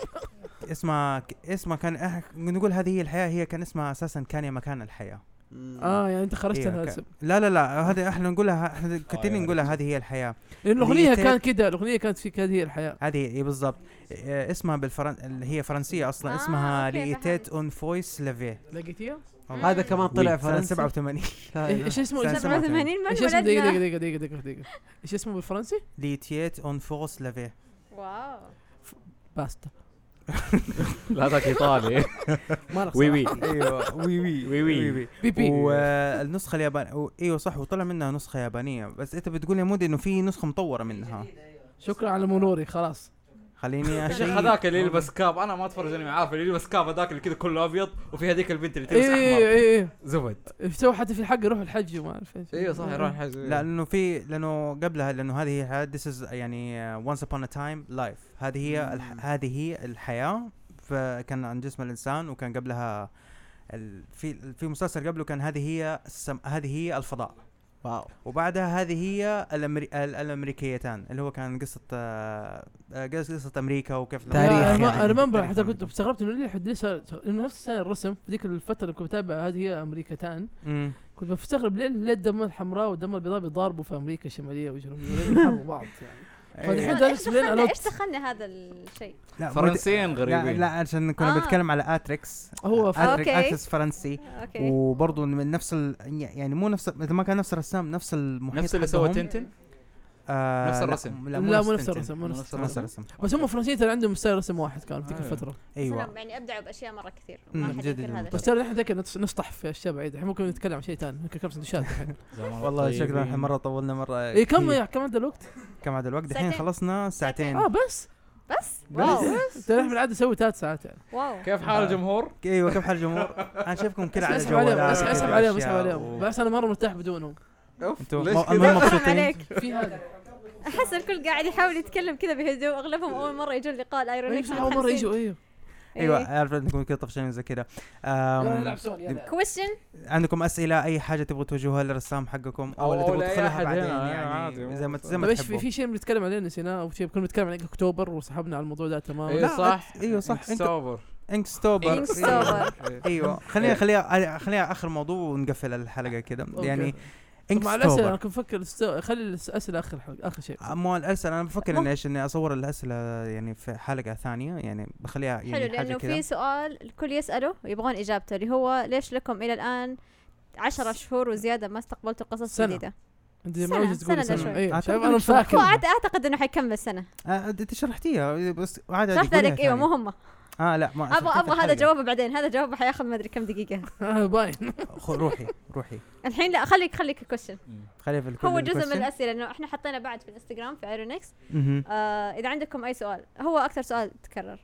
[SPEAKER 1] اسمها اسمها كان إح- نقول هذه هي الحياة. هي كان اسمها اساسا كان يا مكان الحياة.
[SPEAKER 5] مم.
[SPEAKER 2] اه يعني انت خرجت
[SPEAKER 1] إيه،
[SPEAKER 2] لها
[SPEAKER 1] ك-
[SPEAKER 2] الاسم.
[SPEAKER 1] لا لا لا هذا احنا نقولها احنا كثير
[SPEAKER 3] آه،
[SPEAKER 1] نقولها هذه هي الحياة.
[SPEAKER 2] لأن الاغنيه
[SPEAKER 1] ليتك-
[SPEAKER 2] كانت كذا الاغنيه كانت في كذا هي الحياه.
[SPEAKER 1] هذه ايه بالضبط. إيه اسمها بالفرن اللي هي فرنسية اصلا.
[SPEAKER 4] آه،
[SPEAKER 1] اسمها
[SPEAKER 4] أوكي،
[SPEAKER 1] ليتيت اون فويس لافي.
[SPEAKER 2] لقيتيها؟
[SPEAKER 5] هذا كمان طلع
[SPEAKER 1] سنة
[SPEAKER 5] فرنسي.
[SPEAKER 1] سبعة وثمانين.
[SPEAKER 5] لا،
[SPEAKER 2] إيه،
[SPEAKER 5] لا.
[SPEAKER 2] ايش اسمه؟
[SPEAKER 1] سنة
[SPEAKER 2] ايش
[SPEAKER 1] سبعة
[SPEAKER 2] اسمه؟
[SPEAKER 1] وثمانين.
[SPEAKER 4] ثمانين من
[SPEAKER 2] ايش اسمه؟ دقيقه
[SPEAKER 4] ولدنا.
[SPEAKER 2] دقيقه دقيقه دقيقه دقيقه ايش اسمه بالفرنسي؟
[SPEAKER 1] ليتيت اون فويس لافي.
[SPEAKER 4] واو.
[SPEAKER 2] باستا.
[SPEAKER 3] لا ذاك ايطالي.
[SPEAKER 2] ما نقص.
[SPEAKER 3] وي وي
[SPEAKER 1] ايوه وي وي
[SPEAKER 3] وي وي.
[SPEAKER 2] بي بي.
[SPEAKER 1] والنسخة اليابانية ايوه صح وطلع منها نسخة يابانية. بس انت بتقول يا مودي انه في نسخة مطورة منها.
[SPEAKER 2] شكرا على مروري خلاص.
[SPEAKER 1] خليني
[SPEAKER 3] يا شيخ
[SPEAKER 1] اشيء
[SPEAKER 3] هذاك اللي يلبس كاب انا ما اتفرج انمي عارف اللي يلبس كاب هذاك اللي كذا كله ابيض وفي هذيك البنت اللي تلبس
[SPEAKER 2] ايه
[SPEAKER 3] احمر
[SPEAKER 2] ايه ايه
[SPEAKER 3] زبد.
[SPEAKER 2] سووا حتى في الحق يروح الحج وما اعرف ايش.
[SPEAKER 3] ايوه صح يروح الحج.
[SPEAKER 1] لا لانه في لانه قبلها لانه هذه هي this is يعني uh, once upon a time life. هذه هي الح... هذه هي الحياة. فكان عن جسم الانسان وكان قبلها ال... في في مسلسل قبله كان هذه هي السم... هذه هي الفضاء.
[SPEAKER 5] واو.
[SPEAKER 1] وبعدها هذه هي الأمري... ال- الامريكيتان اللي هو كان قصة آه، آه، قصة امريكا وكيف
[SPEAKER 5] تاريخ
[SPEAKER 2] لا،
[SPEAKER 5] يعني.
[SPEAKER 2] انا ريمبر
[SPEAKER 1] تاريخ
[SPEAKER 2] حتى كنت
[SPEAKER 1] أمريكا.
[SPEAKER 2] استغربت انه ليه حد لسه انه نفس سنه الرسم في ذيك الفتره اللي كنت بتابع هذه هي امريكتان.
[SPEAKER 1] مم.
[SPEAKER 2] كنت بستغرب ليه ليه الدم الحمراء والدم البيضاء بيضاربوا في امريكا الشماليه وجنوبيه وليه بيحاربوا بعض يعني. فالحين
[SPEAKER 4] ايش
[SPEAKER 2] ده اسم لين
[SPEAKER 4] دخلنا
[SPEAKER 2] ألوت.
[SPEAKER 4] ايش دخلنا هذا الشيء؟
[SPEAKER 1] لا
[SPEAKER 3] فرنسيين
[SPEAKER 1] لا
[SPEAKER 3] غريبين.
[SPEAKER 1] لا عشان كنا
[SPEAKER 4] آه.
[SPEAKER 1] بنتكلم على اتريكس.
[SPEAKER 2] هو ف-
[SPEAKER 1] اتريكس
[SPEAKER 4] أوكي.
[SPEAKER 1] اتريكس فرنسي.
[SPEAKER 4] اوكي.
[SPEAKER 1] وبرضه من نفس ال... يعني مو نفس اذا ما كان نفس الرسام نفس المحيط
[SPEAKER 3] نفس اللي سوى
[SPEAKER 1] حقهم.
[SPEAKER 3] تنتن.
[SPEAKER 1] آه
[SPEAKER 3] نفس
[SPEAKER 1] لا،
[SPEAKER 3] الرسم.
[SPEAKER 1] لا
[SPEAKER 2] لا مو نفس
[SPEAKER 1] تنتن.
[SPEAKER 2] الرسم مو نفس
[SPEAKER 3] نفس
[SPEAKER 2] الرسم
[SPEAKER 1] الرسم.
[SPEAKER 2] بس هم فرنسيين ترى عندهم ستايل رسم واحد كان في ذيك
[SPEAKER 3] آه.
[SPEAKER 2] الفتره.
[SPEAKER 1] ايوه
[SPEAKER 4] سلام، يعني ابدعوا باشياء مره كثير.
[SPEAKER 1] مم،
[SPEAKER 4] ما حد
[SPEAKER 1] جد
[SPEAKER 4] ينكر هذا
[SPEAKER 1] جد.
[SPEAKER 2] بس
[SPEAKER 4] الشيء.
[SPEAKER 2] ترى نحن ذاك نص- نصطح في اشياء بعيده الحين ممكن نتكلم عن شيء ثاني ممكن كم سندوتشات الحين.
[SPEAKER 1] والله شكرا الحين مره طولنا مره.
[SPEAKER 2] اي كم
[SPEAKER 1] كثير.
[SPEAKER 2] يا كم عدى الوقت؟
[SPEAKER 1] كم عاد الوقت الحين
[SPEAKER 4] ساعتين.
[SPEAKER 1] خلصنا ساعتين.
[SPEAKER 2] اه بس
[SPEAKER 4] بس واو
[SPEAKER 2] ترى احنا بالعاده نسوي ثلاث ساعات يعني.
[SPEAKER 4] واو.
[SPEAKER 3] كيف حال الجمهور؟
[SPEAKER 1] ايوه كيف حال الجمهور؟ انا شايفكم كذا على
[SPEAKER 2] اسحب عليهم
[SPEAKER 1] جوالات
[SPEAKER 2] اسحب
[SPEAKER 1] وكذا
[SPEAKER 2] عليهم
[SPEAKER 1] أشياء
[SPEAKER 2] اسحب عليهم
[SPEAKER 1] و-
[SPEAKER 2] بس انا مره مرتاح بدونهم.
[SPEAKER 1] انتوا
[SPEAKER 3] ليش
[SPEAKER 1] مو-
[SPEAKER 3] كذا؟
[SPEAKER 1] المهم
[SPEAKER 4] حرام
[SPEAKER 1] مبسوطين.
[SPEAKER 4] عليك.
[SPEAKER 2] في هذا
[SPEAKER 4] احس الكل قاعد يحاول يتكلم كذا بهدوء. اغلبهم اول مره يجون لقاء الايرونيكس.
[SPEAKER 2] اول مره يجوا ايوه
[SPEAKER 1] ايوه عارف نكون كذا طفشانين زي كذا. آم،
[SPEAKER 4] كويستشن.
[SPEAKER 1] عندكم اسئله اي حاجه تبغوا توجهوها للرسام حقكم او اللي
[SPEAKER 3] أو
[SPEAKER 1] تبغوا
[SPEAKER 3] لأي
[SPEAKER 1] تدخلها
[SPEAKER 3] أحد
[SPEAKER 1] بعدين
[SPEAKER 3] هنا،
[SPEAKER 1] يعني
[SPEAKER 3] عادي.
[SPEAKER 1] زي ما زي
[SPEAKER 2] طيب
[SPEAKER 1] ما
[SPEAKER 2] ايش في
[SPEAKER 1] تحبوا.
[SPEAKER 2] في شيء بنتكلم عليه نسيناه او شيء كنا بنتكلم عن اكتوبر وسحبنا على الموضوع ده تماما.
[SPEAKER 3] اي
[SPEAKER 1] لا،
[SPEAKER 3] صح
[SPEAKER 1] ايوه صح انك
[SPEAKER 3] انكستوبر.
[SPEAKER 1] انكستوبر
[SPEAKER 4] إنكستوبر.
[SPEAKER 1] ايوه خلينا خليها خليها اخر موضوع ونقفل الحلقه كذا يعني
[SPEAKER 2] طب مع الاسئله انا
[SPEAKER 1] انكستوبر.
[SPEAKER 2] كنت بفكر استو... خلي الاسئله اخر حلقه اخر شيء.
[SPEAKER 1] مو الاسئله انا بفكر
[SPEAKER 4] مو-
[SPEAKER 1] اني ايش اني اصور الاسئله يعني في حلقه ثانيه يعني بخليها
[SPEAKER 4] حلو
[SPEAKER 1] يعني حاجه
[SPEAKER 4] لانه
[SPEAKER 1] كذا.
[SPEAKER 4] في سؤال الكل يساله ويبغون اجابته اللي هو ليش لكم الى الان عشرة شهور وزياده ما استقبلتوا قصص
[SPEAKER 2] سنة.
[SPEAKER 4] جديده؟
[SPEAKER 2] انت
[SPEAKER 4] سنة-
[SPEAKER 2] ما وجدت تقول
[SPEAKER 4] سنة
[SPEAKER 2] سنه
[SPEAKER 4] شوي.
[SPEAKER 2] اي
[SPEAKER 1] أعتقد
[SPEAKER 2] شايف انا
[SPEAKER 1] إنك شرحت.
[SPEAKER 2] فاكر
[SPEAKER 4] هو أعت- اعتقد انه حيكمل سنه.
[SPEAKER 1] آه، انت شرحتيها بس عادي
[SPEAKER 4] شرحت
[SPEAKER 1] قوليها
[SPEAKER 4] لك ايوه
[SPEAKER 1] ثاني.
[SPEAKER 4] مو هم.
[SPEAKER 1] اه لا ما
[SPEAKER 4] ابغى
[SPEAKER 1] شرحتها في
[SPEAKER 4] ابغى هذا
[SPEAKER 1] الحلقة.
[SPEAKER 4] جوابه بعدين. هذا جوابه حياخذ ما ادري كم دقيقه.
[SPEAKER 2] آه، باين.
[SPEAKER 1] خو- روحي روحي
[SPEAKER 4] الحين لا خليك خليك الكويشن.
[SPEAKER 1] خليها في الكل
[SPEAKER 4] هو جزء من
[SPEAKER 1] الكويستشن.
[SPEAKER 4] الاسئله انه احنا حطينا بعد في الانستغرام في ايرونكس.
[SPEAKER 1] مهم.
[SPEAKER 4] آه اذا عندكم اي سؤال هو اكثر سؤال تكرر.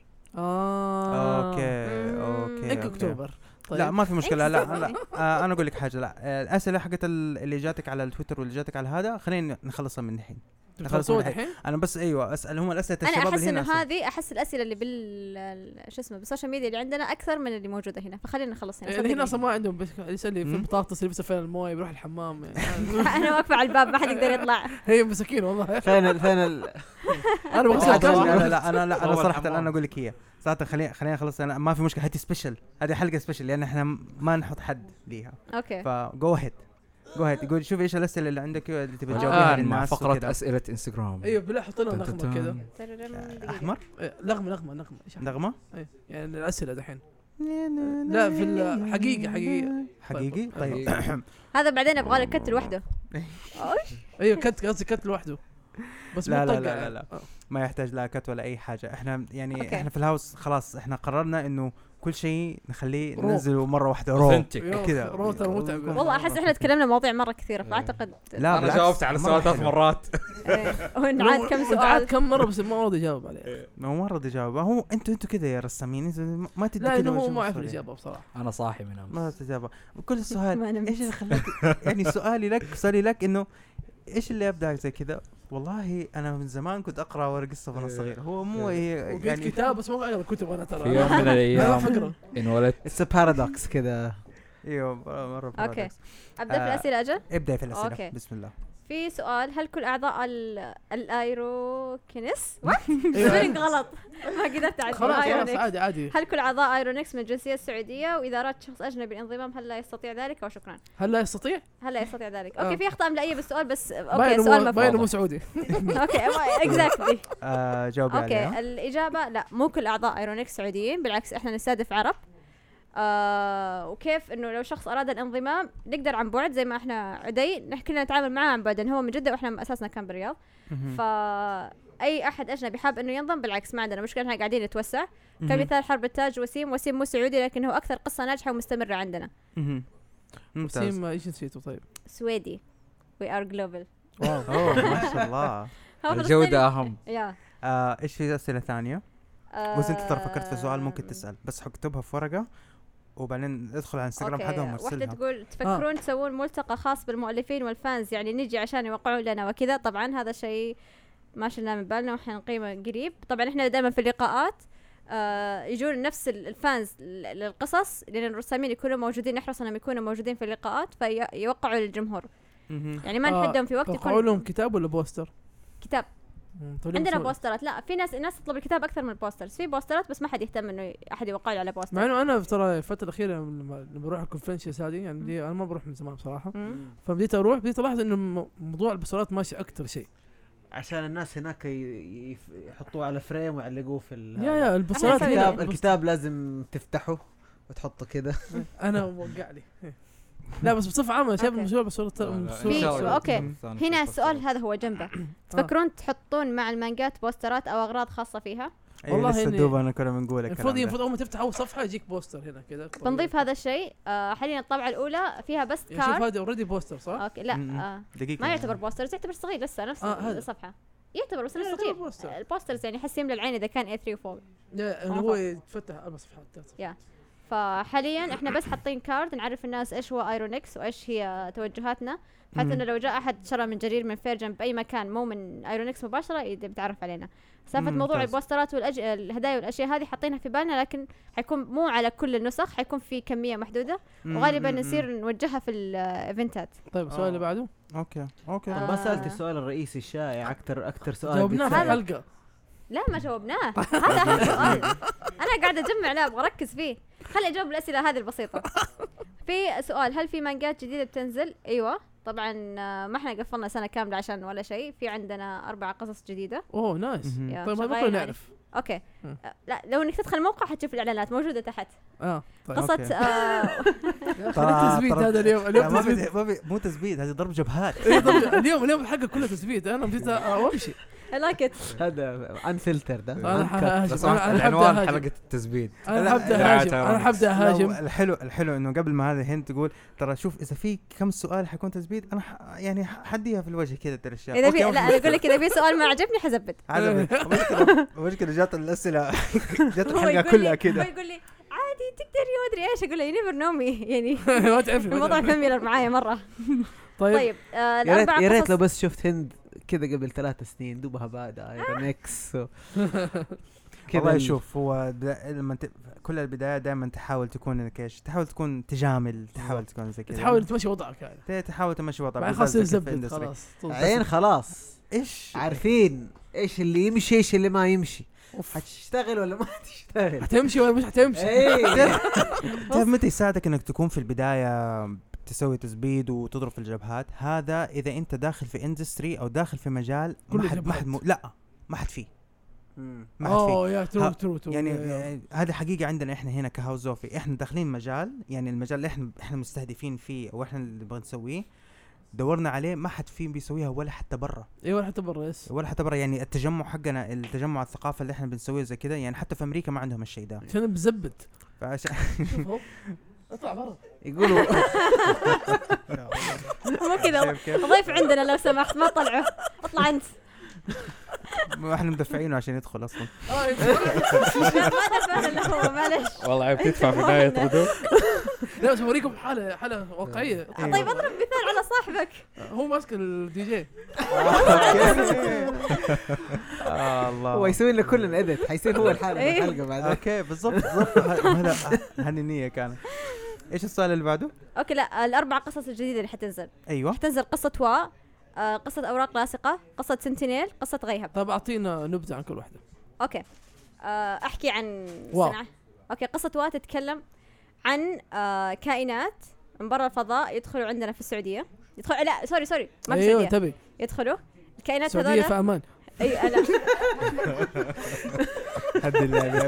[SPEAKER 2] اه
[SPEAKER 1] اوكي
[SPEAKER 4] مم.
[SPEAKER 1] اوكي
[SPEAKER 2] انك
[SPEAKER 1] أوكي.
[SPEAKER 2] اكتوبر. طيب
[SPEAKER 1] لا ما في مشكله لا
[SPEAKER 4] إكس.
[SPEAKER 1] لا آه انا اقول لك حاجه لا آه الاسئله حقت ال- اللي جاتك على التويتر واللي جاتك على هذا خلينا نخلصها من الحين. خلاص
[SPEAKER 2] خلصوا
[SPEAKER 1] من
[SPEAKER 2] الحين.
[SPEAKER 1] انا بس ايوه اسال هم الاسئله
[SPEAKER 4] انا
[SPEAKER 1] الشباب
[SPEAKER 4] احس
[SPEAKER 1] اللي هنا
[SPEAKER 4] انه
[SPEAKER 1] أسأل.
[SPEAKER 4] هذه احس الاسئله اللي بال شو اسمه بالسوشيال ميديا اللي عندنا اكثر من اللي موجوده هنا فخلينا نخلص هنا.
[SPEAKER 2] اللي هنا
[SPEAKER 4] صدقني.
[SPEAKER 2] اصلا ما عندهم بس يسالني في
[SPEAKER 1] مم.
[SPEAKER 2] البطاطس اللي فين المويه بيروح الحمام يعني.
[SPEAKER 4] انا واقفه على الباب ما حد يقدر يطلع.
[SPEAKER 2] هي مساكين والله.
[SPEAKER 5] فين ال فين ال
[SPEAKER 2] انا بغسل
[SPEAKER 1] لا
[SPEAKER 2] الكاس.
[SPEAKER 1] لا لا انا لا انا
[SPEAKER 3] أول
[SPEAKER 1] صراحه
[SPEAKER 3] حمام.
[SPEAKER 1] انا اقول لك هي صراحه خلينا خلينا نخلص انا ما في مشكله هاتي سبيشل هذه حلقه سبيشل لان احنا ما نحط حد ليها
[SPEAKER 4] اوكي.
[SPEAKER 1] فجو هيد جو هيد يقول شوف ايش الاسئله اللي عندك اللي تبي تجاوبيها
[SPEAKER 3] الان مع
[SPEAKER 1] للناس
[SPEAKER 3] فقره
[SPEAKER 1] وكذا.
[SPEAKER 3] اسئله انستغرام.
[SPEAKER 2] ايوه بالله حط لنا نغمه كذا.
[SPEAKER 1] احمر
[SPEAKER 2] إيه، نغمه نغمه نغمه ايش
[SPEAKER 1] نغمه
[SPEAKER 2] إيه، يعني الاسئله دحين. لا في ال- حقيقة- حقيقة.
[SPEAKER 1] حقيقي طيب
[SPEAKER 4] هذا بعدين ابغى له كت لوحده.
[SPEAKER 2] ايوه كت قصدي كت لوحده بس
[SPEAKER 1] لا
[SPEAKER 2] مو
[SPEAKER 1] لا
[SPEAKER 2] طقة
[SPEAKER 1] لا
[SPEAKER 2] يعني.
[SPEAKER 1] لا. ما يحتاج لا كت ولا اي حاجه احنا يعني
[SPEAKER 4] أوكي.
[SPEAKER 1] احنا في الهاوس خلاص احنا قررنا انه كل شيء نخليه
[SPEAKER 2] رو.
[SPEAKER 1] ننزله مره واحده رو
[SPEAKER 3] Authentic.
[SPEAKER 2] يوه،
[SPEAKER 1] كذا.
[SPEAKER 2] روتر متعب.
[SPEAKER 4] والله احس احنا تكلمنا مواضيع مره كثيره فاعتقد
[SPEAKER 1] لا
[SPEAKER 3] انا
[SPEAKER 1] بالعكس،
[SPEAKER 3] جاوبت على
[SPEAKER 1] مرة
[SPEAKER 3] السؤال ثلاث
[SPEAKER 1] حلو.
[SPEAKER 3] مرات.
[SPEAKER 4] ونعاد كم
[SPEAKER 2] وأنت عاد
[SPEAKER 4] سؤال.
[SPEAKER 2] كم مره بس ما راضي يجاوب عليه.
[SPEAKER 1] ما هو مره اجابه هو انتوا انتوا كذا يا رسامين انتوا ما تدي
[SPEAKER 2] لا
[SPEAKER 1] كذا
[SPEAKER 2] انه هو
[SPEAKER 1] وجه
[SPEAKER 2] ما يعرف
[SPEAKER 1] مصري.
[SPEAKER 2] الاجابه بصراحه.
[SPEAKER 3] انا صاحي من
[SPEAKER 1] ما
[SPEAKER 3] امس.
[SPEAKER 1] تجابه كل سؤال
[SPEAKER 4] ما نمت.
[SPEAKER 1] ايش اللي خلاك يعني سؤالي لك سؤالي لك انه ايش اللي ابدا زي كذا؟ والله انا من زمان كنت اقرا ورق قصه وانا صغير. هو مو هي
[SPEAKER 2] يعني كتاب بس مو اقرا كتب انا ترى
[SPEAKER 3] في يوم من الايام انولدت.
[SPEAKER 5] اتس ا بارادوكس كذا.
[SPEAKER 1] ايوه مره
[SPEAKER 4] اوكي ابدا في الاسئله اجل.
[SPEAKER 1] ابدا في الاسئله.
[SPEAKER 4] أوكي.
[SPEAKER 1] بسم الله.
[SPEAKER 4] في سؤال، هل كل اعضاء الايروكينس وات غلط ما قدرت اعرف
[SPEAKER 2] خلاص عادي عادي
[SPEAKER 4] هل كل اعضاء ايرونكس من الجنسيه السعوديه؟ واذا اراد شخص اجنبي الانضمام هل لا يستطيع ذلك؟ وشكرا.
[SPEAKER 2] هل لا يستطيع
[SPEAKER 4] هل لا يستطيع ذلك؟
[SPEAKER 2] آه.
[SPEAKER 4] اوكي في اخطاء املائيه بالسؤال بس اوكي السؤال مفهوم.
[SPEAKER 2] باين مو سعودي.
[SPEAKER 4] اوكي اكزاكتلي.
[SPEAKER 1] جاوب عليها.
[SPEAKER 4] اوكي الاجابه لا، مو كل اعضاء ايرونكس سعوديين، بالعكس احنا نستهدف عرب. آه وكيف انه لو شخص اراد الانضمام نقدر عن بعد زي ما احنا عدي نحكي لنا نتعامل معاه عن بعد، هو من جده واحنا اساسنا كان بالرياض. فاي احد اجنبي حاب انه ينضم بالعكس ما عندنا مشكله، احنا قاعدين نتوسع. كمثال حرب التاج وسيم، وسيم مو سعودي لكن هو اكثر قصه ناجحه ومستمره عندنا.
[SPEAKER 2] وسيم ايش نسيته طيب؟
[SPEAKER 4] سويدي. وي ار جلوبال.
[SPEAKER 1] واو ما شاء الله.
[SPEAKER 3] الجوده اهم.
[SPEAKER 4] يا
[SPEAKER 1] ايش في اسئله ثانيه؟ بس انت ترى فكرت في سؤال ممكن تسال، بس حكتبها في ورقه وبعدين ادخل على انستغرام حقهم وارسلها.
[SPEAKER 4] واحدة تقول تفكرون آه. تسوون ملتقى خاص بالمؤلفين والفانز، يعني نجي عشان يوقعون لنا وكذا. طبعا هذا شيء ما شلناه من بالنا واحنا نقيمه قريب. طبعا احنا دائما في اللقاءات آه يجون نفس الفانز للقصص، لان الرسامين يكونوا موجودين، نحرص انهم يكونوا موجودين في اللقاءات فيوقعوا للجمهور. يعني ما نحدهم في وقت يكون.
[SPEAKER 2] يوقعوا لهم كتاب ولا بوستر؟
[SPEAKER 4] كتاب. عندنا بوسترات. لا في ناس الناس تطلب الكتاب اكثر من البوسترز. في بوسترات بس ما حد يهتم انه احد يوقع له على بوستر.
[SPEAKER 2] مع انه انا ترى الفتره الاخيره لما بروح الكونفنشنز هذه يعني انا ما بروح من زمان بصراحه، فبديت اروح بديت الاحظ انه موضوع البوسترات ماشي اكثر شيء
[SPEAKER 5] عشان الناس هناك يحطوه على فريم ويعلقوه في
[SPEAKER 2] يا يا البوسترات.
[SPEAKER 5] الكتاب, الكتاب لازم تفتحه وتحطه كذا.
[SPEAKER 2] انا موقع لي. لا بس بصفة عامة شايف المشروع بصورة
[SPEAKER 4] اوكي. هنا السؤال هذا هو جنبه. تفكرون تحطون مع المانجات بوسترات او اغراض خاصة فيها؟
[SPEAKER 1] والله لسه دوب انا كنا بنقول
[SPEAKER 2] المفروض المفروض اول ما تفتح اول صفحة يجيك بوستر هنا كذا.
[SPEAKER 4] بنضيف هذا الشيء. آه حاليا الطبعة الاولى فيها بس كارد.
[SPEAKER 2] شوف هذا اوريدي بوستر صح؟
[SPEAKER 4] اوكي لا آه ما يعتبر بوستر، يعتبر صغير لسه نفس آه الصفحة يعتبر بس لسه صغير. البوسترز يعني حس يملى العين اذا كان إيه ثري وفوق.
[SPEAKER 2] لا هو يتفتح اربع صفحات.
[SPEAKER 4] يا فحاليا احنا بس حاطين كارد نعرف الناس ايش هو ايرونكس وايش هي توجهاتنا، بحيث انه لو جاء احد شرى من جرير من فيرجن باي مكان مو من ايرونكس مباشره يقدر يتعرف علينا. سالفه موضوع البوسترات والهدايا والاشياء هذه حاطينها في بالنا، لكن حيكون مو على كل النسخ، حيكون في كميه محدوده وغالبا نصير نوجهها في الايفنتات.
[SPEAKER 2] طيب السؤال اللي بعده.
[SPEAKER 1] اوكي اوكي
[SPEAKER 5] طب ما سالت السؤال الرئيسي الشائع اكثر اكثر سؤال
[SPEAKER 2] جاوبناه في الحلقه.
[SPEAKER 4] لا ما جاوبناه. هذا اهم سؤال انا قاعده اجمع لا ابغى اركز فيه. خلي اجاوب الاسئله هذه البسيطه. في سؤال، هل في مانجات جديده بتنزل؟ ايوه طبعا ما احنا قفلنا سنه كامله عشان ولا شيء. في عندنا اربع قصص جديده.
[SPEAKER 2] اوه نايس. طيب ما بقول نعرف.
[SPEAKER 4] اوكي لا لو انك تدخل الموقع حتشوف الاعلانات موجوده تحت.
[SPEAKER 2] اه
[SPEAKER 4] طيب قصه
[SPEAKER 2] تثبيت هذا اليوم. اليوم
[SPEAKER 1] تثبيت مو تثبيت، هذه ضرب جبهات.
[SPEAKER 2] اليوم اليوم الحلقه كلها تثبيت. انا بديت امشي.
[SPEAKER 4] I like it.
[SPEAKER 5] هذا عن فلتر ده.
[SPEAKER 2] انا هاجم.
[SPEAKER 3] انا عنوان حلقه التثبيت.
[SPEAKER 2] انا حبدا هاجم. انا حبدا هاجم.
[SPEAKER 1] الحلو الحلو انه قبل ما هذا هند تقول ترى شوف اذا في كم سؤال حيكون تثبيت انا يعني حديها في الوجه كذا ترى الاشياء.
[SPEAKER 4] اذا في لا انا اقول لك اذا في سؤال ما عجبني حزبد.
[SPEAKER 1] المشكله جات الاسئله جات الحلقه كلها كذا.
[SPEAKER 4] هو يقول لي عادي تقدري ما ادري ايش، اقول له يو نيفر نو مي يعني
[SPEAKER 2] ما تعرف
[SPEAKER 4] الموضوع فاميلر معايا مره.
[SPEAKER 2] طيب
[SPEAKER 4] طيب
[SPEAKER 5] يا ريت لو بس شفت هند كذا قبل ثلاث سنين دوبها بادئ ايرونكس
[SPEAKER 1] كذا. شوف هو لما كل البدايه دائما تحاول تكون انك ايش، تحاول تكون تجامل، تحاول تكون زي كذا،
[SPEAKER 2] تحاول تمشي وضعك يعني،
[SPEAKER 1] تحاول تمشي وضعك
[SPEAKER 2] خلاص يزبط خلاص
[SPEAKER 5] عين خلاص ايش عارفين ايش اللي يمشي ايش اللي ما يمشي، هتشتغل ولا ما هتشتغل،
[SPEAKER 2] هتمشي ولا مش هتمشي.
[SPEAKER 1] تعرف متى يساعدك انك تكون في البدايه تسوي تزبيد وتضرب في الجبهات؟ هذا اذا انت داخل في اندستري او داخل في مجال ما حد ما حد م... لا ما حد فيه
[SPEAKER 2] ما حد فيه يا ترو ترو ترو
[SPEAKER 1] يعني هذا حقيقه عندنا احنا هنا كهاوزوفي، احنا داخلين مجال يعني المجال اللي احنا احنا مستهدفين فيه واحنا اللي نبغى نسويه دورنا عليه ما حد فيه بيسويها ولا حتى برا.
[SPEAKER 2] اي ولا حتى برا يس
[SPEAKER 1] ولا حتى برا، يعني التجمع حقنا التجمع الثقافه اللي احنا بنسويه زي كذا يعني حتى في امريكا ما عندهم الشيء ده
[SPEAKER 2] عشان بزبط
[SPEAKER 1] فعشان
[SPEAKER 2] اطلع برا
[SPEAKER 5] يقولوا
[SPEAKER 4] مو كذا ضيف عندنا لو سمحت ما تطلعه اطلع انت.
[SPEAKER 1] ما احنا مدفعينه عشان يدخل اصلا.
[SPEAKER 4] ما دفعنا له هو معلش
[SPEAKER 3] والله عيب تدفع في نهاية غدو.
[SPEAKER 2] لا بس اوريكم حاله حاله واقعيه.
[SPEAKER 4] طيب اضرب مثال على صاحبك
[SPEAKER 2] هو ماسك الدي جي.
[SPEAKER 1] آه الله.
[SPEAKER 5] هو يسوي لنا كلنا ادت حيصير هو الحلقه
[SPEAKER 4] إيه.
[SPEAKER 5] الحلقه بعد.
[SPEAKER 1] اوكي بالضبط بالضبط. هذا هذه النية كانت. ايش السؤال اللي بعده؟
[SPEAKER 4] اوكي لا الاربع قصص الجديده اللي حتنزل
[SPEAKER 1] ايوه
[SPEAKER 4] حتنزل قصه وا آه، قصه اوراق لاصقه، قصه سنتينيل، قصه غيهب.
[SPEAKER 2] طب اعطينا نبذه عن كل واحده.
[SPEAKER 4] اوكي آه، احكي عن
[SPEAKER 2] واو.
[SPEAKER 4] صناعة. اوكي قصه وا تتكلم عن آه، كائنات من برا الفضاء يدخلوا عندنا في السعوديه. يدخلوا لا سوري سوري ما في
[SPEAKER 2] ايوه
[SPEAKER 4] السعوديه،
[SPEAKER 2] تبي
[SPEAKER 4] يدخلوا الكائنات
[SPEAKER 2] السعوديه
[SPEAKER 4] هذول.
[SPEAKER 2] في امان.
[SPEAKER 4] اي انا
[SPEAKER 1] هدي اللعبة.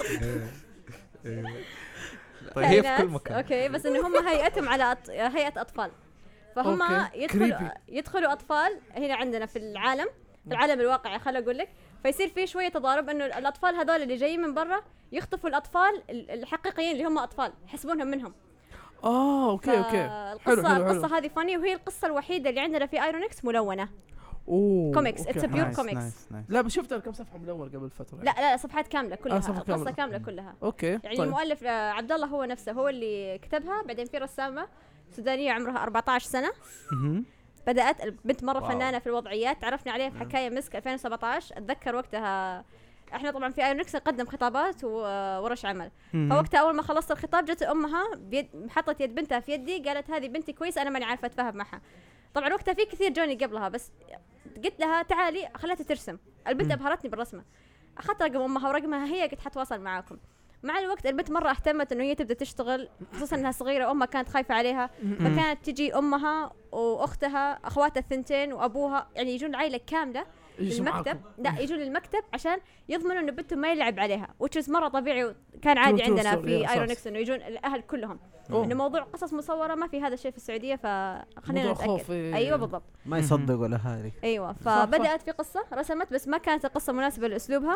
[SPEAKER 3] طيب هي في
[SPEAKER 4] كائنات،
[SPEAKER 3] كل مكان.
[SPEAKER 4] اوكي بس انه هم هيئتهم على أط... هيئه اطفال، فهم
[SPEAKER 2] أوكي.
[SPEAKER 4] يدخلوا
[SPEAKER 2] Creepy.
[SPEAKER 4] يدخلوا اطفال هنا عندنا في العالم، في العالم الواقعي خليني اقول لك. فيصير في شويه تضارب انه الاطفال هذول اللي جايين من برا يخطفوا الاطفال ال- الحقيقيين اللي هم اطفال يحسبونهم منهم.
[SPEAKER 2] اه اوكي اوكي. حلو
[SPEAKER 4] القصه
[SPEAKER 2] حلو حلو.
[SPEAKER 4] القصه هذه فاني، وهي القصه الوحيده اللي عندنا في ايرونكس ملونه
[SPEAKER 2] اوه
[SPEAKER 4] كوميكس.
[SPEAKER 2] أوكي.
[SPEAKER 4] اتس بيور كوميكس.
[SPEAKER 2] لا بس شفت كم صفحه ملون قبل فتره.
[SPEAKER 4] لا لا صفحات كامله كلها،
[SPEAKER 2] آه، صفحة
[SPEAKER 4] القصه
[SPEAKER 2] كاملة.
[SPEAKER 4] كامله كلها.
[SPEAKER 2] اوكي
[SPEAKER 4] يعني
[SPEAKER 2] طيب.
[SPEAKER 4] المؤلف آه، عبد الله هو نفسه هو اللي كتبها. بعدين في رسامه سودانيه عمرها أربعة عشر سنه بدأت البنت مرة
[SPEAKER 3] واو.
[SPEAKER 4] فنانة في الوضعيات، تعرفنا عليها في حكاية مسك ألفين وسبعة عشر. أتذكر وقتها احنا طبعا في ايرونكس نقدم خطابات وورش عمل، فوقتها اول ما خلصت الخطاب جت امها بيد حطت يد بنتها في يدي، قالت هذه بنتي كويسه انا ماني عارفه اتفاهم معها. طبعا وقتها في كثير جوني قبلها، بس قلت لها تعالي خليتها ترسم. البنت ابهرتني بالرسمه، اخذت رقم امها ورقمها هي، قلت حتواصل معاكم. مع الوقت البنت مره اهتمت انه هي تبدا تشتغل، خصوصا انها صغيره وامها كانت خايفه عليها، فكانت تجي امها واختها اخواتها الثنتين وابوها، يعني يجون العائله كامله للمكتب. لا يجون للمكتب عشان يضمنوا انه بنتهم ما يلعب عليها، وتشز مره طبيعي كان عادي عندنا في ايرونكس انه يجون الاهل كلهم. انه موضوع قصص مصوره ما في هذا الشيء في السعوديه، فخلينا نتاكد. ايوه بالضبط
[SPEAKER 5] ما يصدقوا ولا هذه.
[SPEAKER 4] ايوه فبدات في قصه رسمت، بس ما كانت القصه مناسبه لاسلوبها،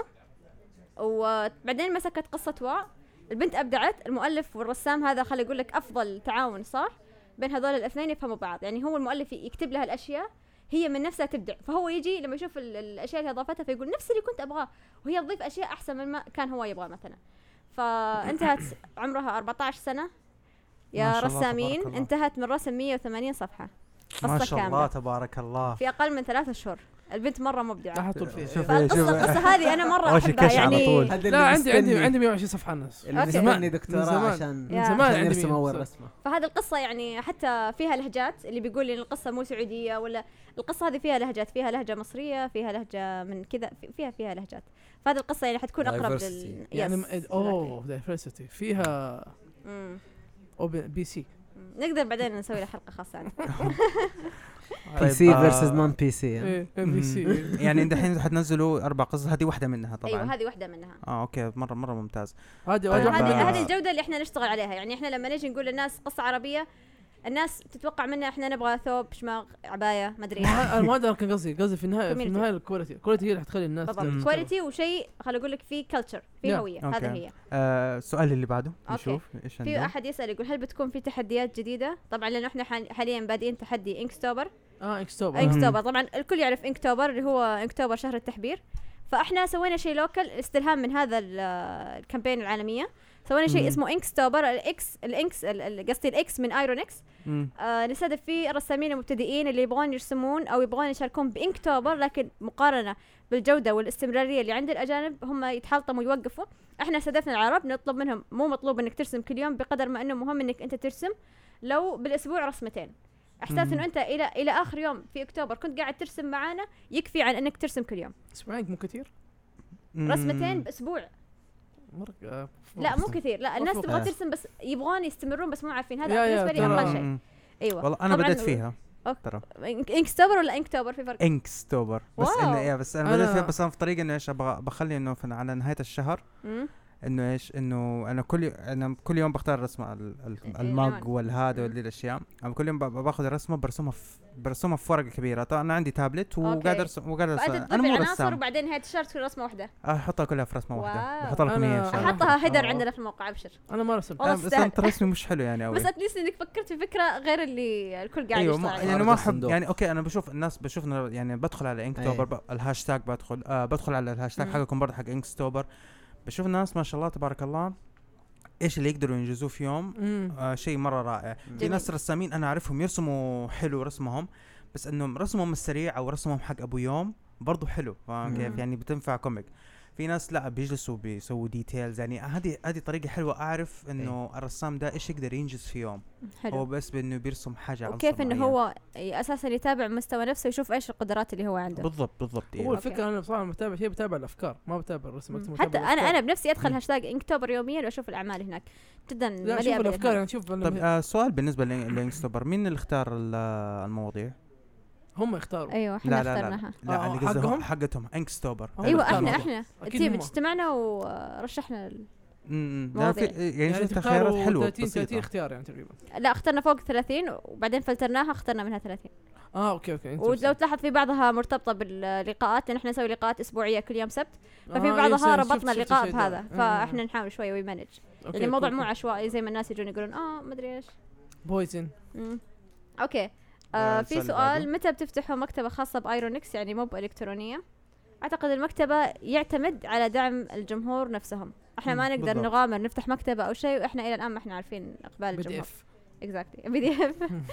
[SPEAKER 4] وبعدين مسكت قصه وا. البنت ابدعت، المؤلف والرسام هذا خلي اقول لك افضل تعاون صار بين هذول الاثنين، يفهموا بعض. يعني هو المؤلف يكتب لها الاشياء، هي من نفسها تبدع، فهو يجي لما يشوف الاشياء اللي اضافتها فيقول نفس اللي كنت ابغاه، وهي تضيف اشياء احسن من ما كان هو يبغاه مثلا. فانتهت عمرها أربعة عشر سنه يا رسامين، انتهت من رسم مية وثمانين صفحه
[SPEAKER 1] ما
[SPEAKER 4] قصه
[SPEAKER 1] شاء الله
[SPEAKER 4] كامله
[SPEAKER 1] تبارك الله
[SPEAKER 4] في اقل من ثلاثة اشهر. البنت مره مبدعه.
[SPEAKER 1] فالقصه
[SPEAKER 4] القصه هذه انا مره احبها يعني.
[SPEAKER 2] لا عندي عندي عندي مية وعشرين صفحه الناس
[SPEAKER 5] اللي زمان دكتوراه عشان
[SPEAKER 2] من زمان
[SPEAKER 5] نرسم اول رسمه.
[SPEAKER 4] فهذه القصه يعني حتى فيها لهجات، اللي بيقول لي القصه مو سعوديه ولا القصه هذه فيها لهجات، فيها لهجه مصريه، فيها لهجه من كذا، فيها فيها لهجات. فهذه القصه يعني حتكون اقرب لل
[SPEAKER 2] يعني اوه دايفرسيتي فيها او بي سي.
[SPEAKER 4] نقدر بعدين نسوي له حلقه خاصه عنها.
[SPEAKER 5] بي سي فيرسز نون بي سي.
[SPEAKER 2] ايه بي سي.
[SPEAKER 1] يعني انت الحين حتنزلوا اربع قصص، هذه واحده منها طبعا.
[SPEAKER 4] ايوه هذه واحده منها.
[SPEAKER 1] اه اوكي مره مره ممتاز.
[SPEAKER 2] هذه
[SPEAKER 4] هذه هذه الجوده اللي احنا نشتغل عليها. يعني احنا لما نجي نقول للناس قصه عربيه، الناس تتوقع منا احنا نبغى ثوب شماغ عبايه ما ادري.
[SPEAKER 2] انا ما ادري كان قصدي قصدي في النهايه في النهايه الكواليتي الكواليتي هي اللي حتخلي الناس
[SPEAKER 4] بالضبط. كواليتي وشيء خليني اقول لك في كلتشر، في هويه. هذا هي.
[SPEAKER 1] آه السؤال اللي بعده نشوف ايش
[SPEAKER 4] في احد يسال يقول هل بتكون في تحديات جديده؟ طبعا لانه احنا حاليا بادئين تحدي انكستوبر.
[SPEAKER 2] اه انكستوبر
[SPEAKER 4] انكستوبر طبعا الكل يعرف انكتوبر اللي هو انكتوبر شهر التحبير. فاحنا سوينا شيء لوكال استلهام من هذا الكامبين العالميه. سوينا شيء اسمه انكستوبر. الاكس الانكس قصدي الاكس من ايرونكس. آه نستهدف فيه الرسامين المبتدئين اللي يبغون يرسمون او يبغون يشاركون بانكتوبر، لكن مقارنه بالجوده والاستمراريه اللي عند الاجانب هم يتحلطموا ويوقفوا. احنا استهدفنا العرب، نطلب منهم مو مطلوب انك ترسم كل يوم بقدر ما انه مهم انك انت ترسم لو بالاسبوع رسمتين. احساس انه انت الى الى اخر يوم في اكتوبر كنت قاعد ترسم معانا يكفي عن انك ترسم كل يوم.
[SPEAKER 2] اسبوعين مو كثير؟
[SPEAKER 4] رسمتين باسبوع
[SPEAKER 2] مرة
[SPEAKER 4] لا مو كثير. لا الناس تبغى ترسم بس يبغون يستمرون بس مو عارفين. هذا بالنسبه لي اقل شيء. ايوه
[SPEAKER 1] والله انا بدأت فيها
[SPEAKER 4] ترى. انكستوبر ولا انكتوبر في فرق؟
[SPEAKER 1] انكستوبر بس انه ايه بس انا بدأت فيها، بس انا في طريقه انه ايش ابغى بخلي انه على نهايه الشهر انه ايش انه انا كل انا كل يوم بختار رسمه الماج والهذا واللي الاشياء. انا كل يوم باخذ الرسمه برسمها في برسمها في ورقه كبيره. طبعا انا عندي تابلت وقاعد ارسم وقاعد ارسم.
[SPEAKER 4] انا مو رسام. وبعدين نهايه الشهر تكون رسمه واحده.
[SPEAKER 1] احطها كلها في رسمه واحده. بحط لك مية ان شاء الله.
[SPEAKER 4] احطها هيدر عندنا في الموقع. ابشر.
[SPEAKER 2] انا ما رسمت
[SPEAKER 1] بس انت رسمي مش حلو يعني قوي.
[SPEAKER 4] بس اتليست انك فكرت في فكره غير اللي الكل قاعد يشتغل عليها.
[SPEAKER 1] يعني ما احب يعني اوكي انا بشوف الناس بشوف يعني بدخل على انكتوبر الهاشتاج بدخل آه بدخل على الهاشتاج حقكم برضه حق انكستوبر. بشوف الناس ما شاء الله تبارك الله ايش اللي يقدروا ينجزوه في يوم. آه شيء مره رائع. في
[SPEAKER 4] جميل.
[SPEAKER 1] ناس رسامين انا اعرفهم يرسموا حلو رسمهم، بس انهم رسمهم السريع او رسمهم حق ابو يوم برضو حلو، فاهم كيف؟ يعني بتنفع كوميك. في ناس لا بيجلسوا بيسووا ديتيلز، يعني هذه هذه طريقه حلوه اعرف انه الرسام ده ايش يقدر ينجز في يوم.
[SPEAKER 4] حلو.
[SPEAKER 1] هو بس بانه بيرسم حاجه
[SPEAKER 4] وكيف انه هو اساسا يتابع مستوى نفسه ويشوف ايش القدرات اللي هو عنده.
[SPEAKER 1] بالضبط بالضبط.
[SPEAKER 2] هو
[SPEAKER 1] إيه.
[SPEAKER 2] الفكره انا بصراحه بتابع شيء، بتابع الافكار ما بتابع الرسم أكتر،
[SPEAKER 4] حتى
[SPEAKER 2] بتابع
[SPEAKER 4] انا
[SPEAKER 2] الأفكار.
[SPEAKER 4] انا بنفسي ادخل هاشتاج انكتوبر يوميا واشوف الاعمال هناك جدا
[SPEAKER 2] لا شوف
[SPEAKER 4] مليئه
[SPEAKER 2] الافكار
[SPEAKER 4] بالإلهام.
[SPEAKER 2] يعني شوف
[SPEAKER 1] طيب آه سؤال بالنسبه لإنكستوبر، مين اللي اختار ال- المواضيع؟
[SPEAKER 2] هم يختاروا.
[SPEAKER 4] ايوه احنا
[SPEAKER 1] لا لا لا
[SPEAKER 4] اخترناها.
[SPEAKER 1] لا
[SPEAKER 2] آه،
[SPEAKER 1] اللي قصدهم
[SPEAKER 2] حقهم؟
[SPEAKER 1] حقتهم انكستوبر.
[SPEAKER 2] هم
[SPEAKER 4] ايوه
[SPEAKER 2] اختاروا
[SPEAKER 4] احنا
[SPEAKER 2] هذا.
[SPEAKER 4] احنا
[SPEAKER 2] أكيد
[SPEAKER 4] التيم
[SPEAKER 2] هم.
[SPEAKER 4] اجتمعنا ورشحنا ال...
[SPEAKER 1] امم لا
[SPEAKER 4] مواضيع.
[SPEAKER 1] في يعني,
[SPEAKER 2] يعني
[SPEAKER 1] شفت خيارات
[SPEAKER 2] تختاروا
[SPEAKER 1] حلوه
[SPEAKER 2] ثلاثين ثلاثين
[SPEAKER 1] بسيطه.
[SPEAKER 2] اختيار يعني تقريبا.
[SPEAKER 4] لا اخترنا فوق ثلاثين وبعدين فلترناها اخترنا منها ثلاثين.
[SPEAKER 2] اه اوكي اوكي انت
[SPEAKER 4] ولو تلاحظ في بعضها مرتبطه باللقاءات لان احنا نسوي لقاءات اسبوعيه كل يوم سبت، ففي
[SPEAKER 2] آه
[SPEAKER 4] بعضها
[SPEAKER 2] إيه،
[SPEAKER 4] ربطنا
[SPEAKER 2] شفت- شفت
[SPEAKER 4] اللقاء
[SPEAKER 2] الشيء ده.
[SPEAKER 4] بهذا،
[SPEAKER 2] آه.
[SPEAKER 4] فاحنا نحاول شوي ويمانج
[SPEAKER 2] أوكي،
[SPEAKER 4] لان الموضوع
[SPEAKER 2] كول،
[SPEAKER 4] مو
[SPEAKER 2] كول.
[SPEAKER 4] عشوائي زي ما الناس يجون يقولون اه مدري ايش.
[SPEAKER 2] بويزن.
[SPEAKER 4] مم. اوكي
[SPEAKER 1] آه،
[SPEAKER 4] آه في
[SPEAKER 1] السؤال اللي
[SPEAKER 4] سؤال، متى بتفتحوا مكتبه خاصه بايرونكس يعني مو بالكترونيه؟ اعتقد المكتبه يعتمد على دعم الجمهور نفسهم، احنا ما
[SPEAKER 1] مم،
[SPEAKER 4] نقدر
[SPEAKER 1] بالضبط.
[SPEAKER 4] نغامر نفتح مكتبه او شيء واحنا الى الان ما احنا عارفين اقبال
[SPEAKER 2] بي دي
[SPEAKER 4] الجمهور.
[SPEAKER 2] اف.
[SPEAKER 4] اكزاكتلي بي دي اف.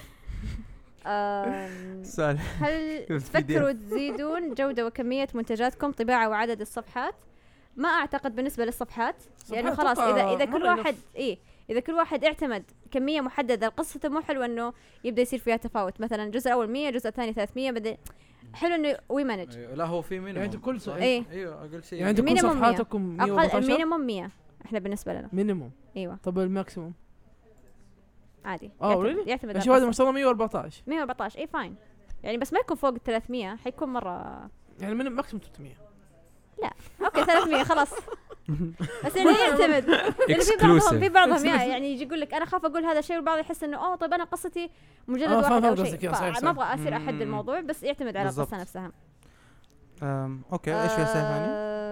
[SPEAKER 1] سؤال
[SPEAKER 4] هل
[SPEAKER 1] بي دي
[SPEAKER 4] تفكروا تزيدون جودة وكمية منتجاتكم طباعة وعدد الصفحات؟ ما أعتقد بالنسبة للصفحات، لأنه
[SPEAKER 2] صفحات
[SPEAKER 4] خلاص إذا
[SPEAKER 2] أتوقع
[SPEAKER 4] إذا كل
[SPEAKER 2] مرة
[SPEAKER 4] واحد إيه إذا كل واحد اعتمد كمية محددة قصته مو حلوة إنه يبدأ يصير فيها تفاوت، مثلا الجزء الأول مية الجزء الثاني ثلاثمية بعدين حلو إنه وي مانج.
[SPEAKER 3] أيوة. لا هو في منهم
[SPEAKER 2] يعني كل سؤال
[SPEAKER 4] إيه
[SPEAKER 3] ايوه اقل شيء
[SPEAKER 2] يعني عندكم
[SPEAKER 4] مينيموم مية.
[SPEAKER 2] صفحاتكم مية
[SPEAKER 4] أقل
[SPEAKER 2] وأربعة عشر
[SPEAKER 4] المينيموم مية إحنا بالنسبة لنا
[SPEAKER 2] مينيموم.
[SPEAKER 4] أيوة
[SPEAKER 2] طب الماكسيموم
[SPEAKER 4] عادي.
[SPEAKER 2] اه
[SPEAKER 4] يعتمد,
[SPEAKER 2] ريلي
[SPEAKER 4] يعتمد
[SPEAKER 2] يعني
[SPEAKER 4] على
[SPEAKER 2] شو هذا ما
[SPEAKER 4] القصة.
[SPEAKER 2] شاء الله مية وأربعة عشر
[SPEAKER 4] مية وأربعة عشر إيه فاين يعني، بس ما يكون فوق ثلاثمية حيكون مرة
[SPEAKER 2] يعني من ماكسيموم ثلاثمية.
[SPEAKER 4] اوكي ثلاثمية خلاص. بس يعني يعتمد يعني في بعضهم في بعضهم يعني, يعني يجي يقول لك انا خاف اقول هذا الشيء والبعض يحس انه اوه طيب انا قصتي مجرد
[SPEAKER 2] آه، فاهم-
[SPEAKER 4] واحد او
[SPEAKER 2] فاهم
[SPEAKER 4] شيء،
[SPEAKER 2] قصدك، يا صحيح،
[SPEAKER 4] فما
[SPEAKER 2] صحيح.
[SPEAKER 4] ابغى اصير احد
[SPEAKER 1] مم.
[SPEAKER 4] الموضوع بس يعتمد على
[SPEAKER 1] بالضبط.
[SPEAKER 4] القصه نفسها.
[SPEAKER 1] أم، اوكي ايش في اسئله ثانيه؟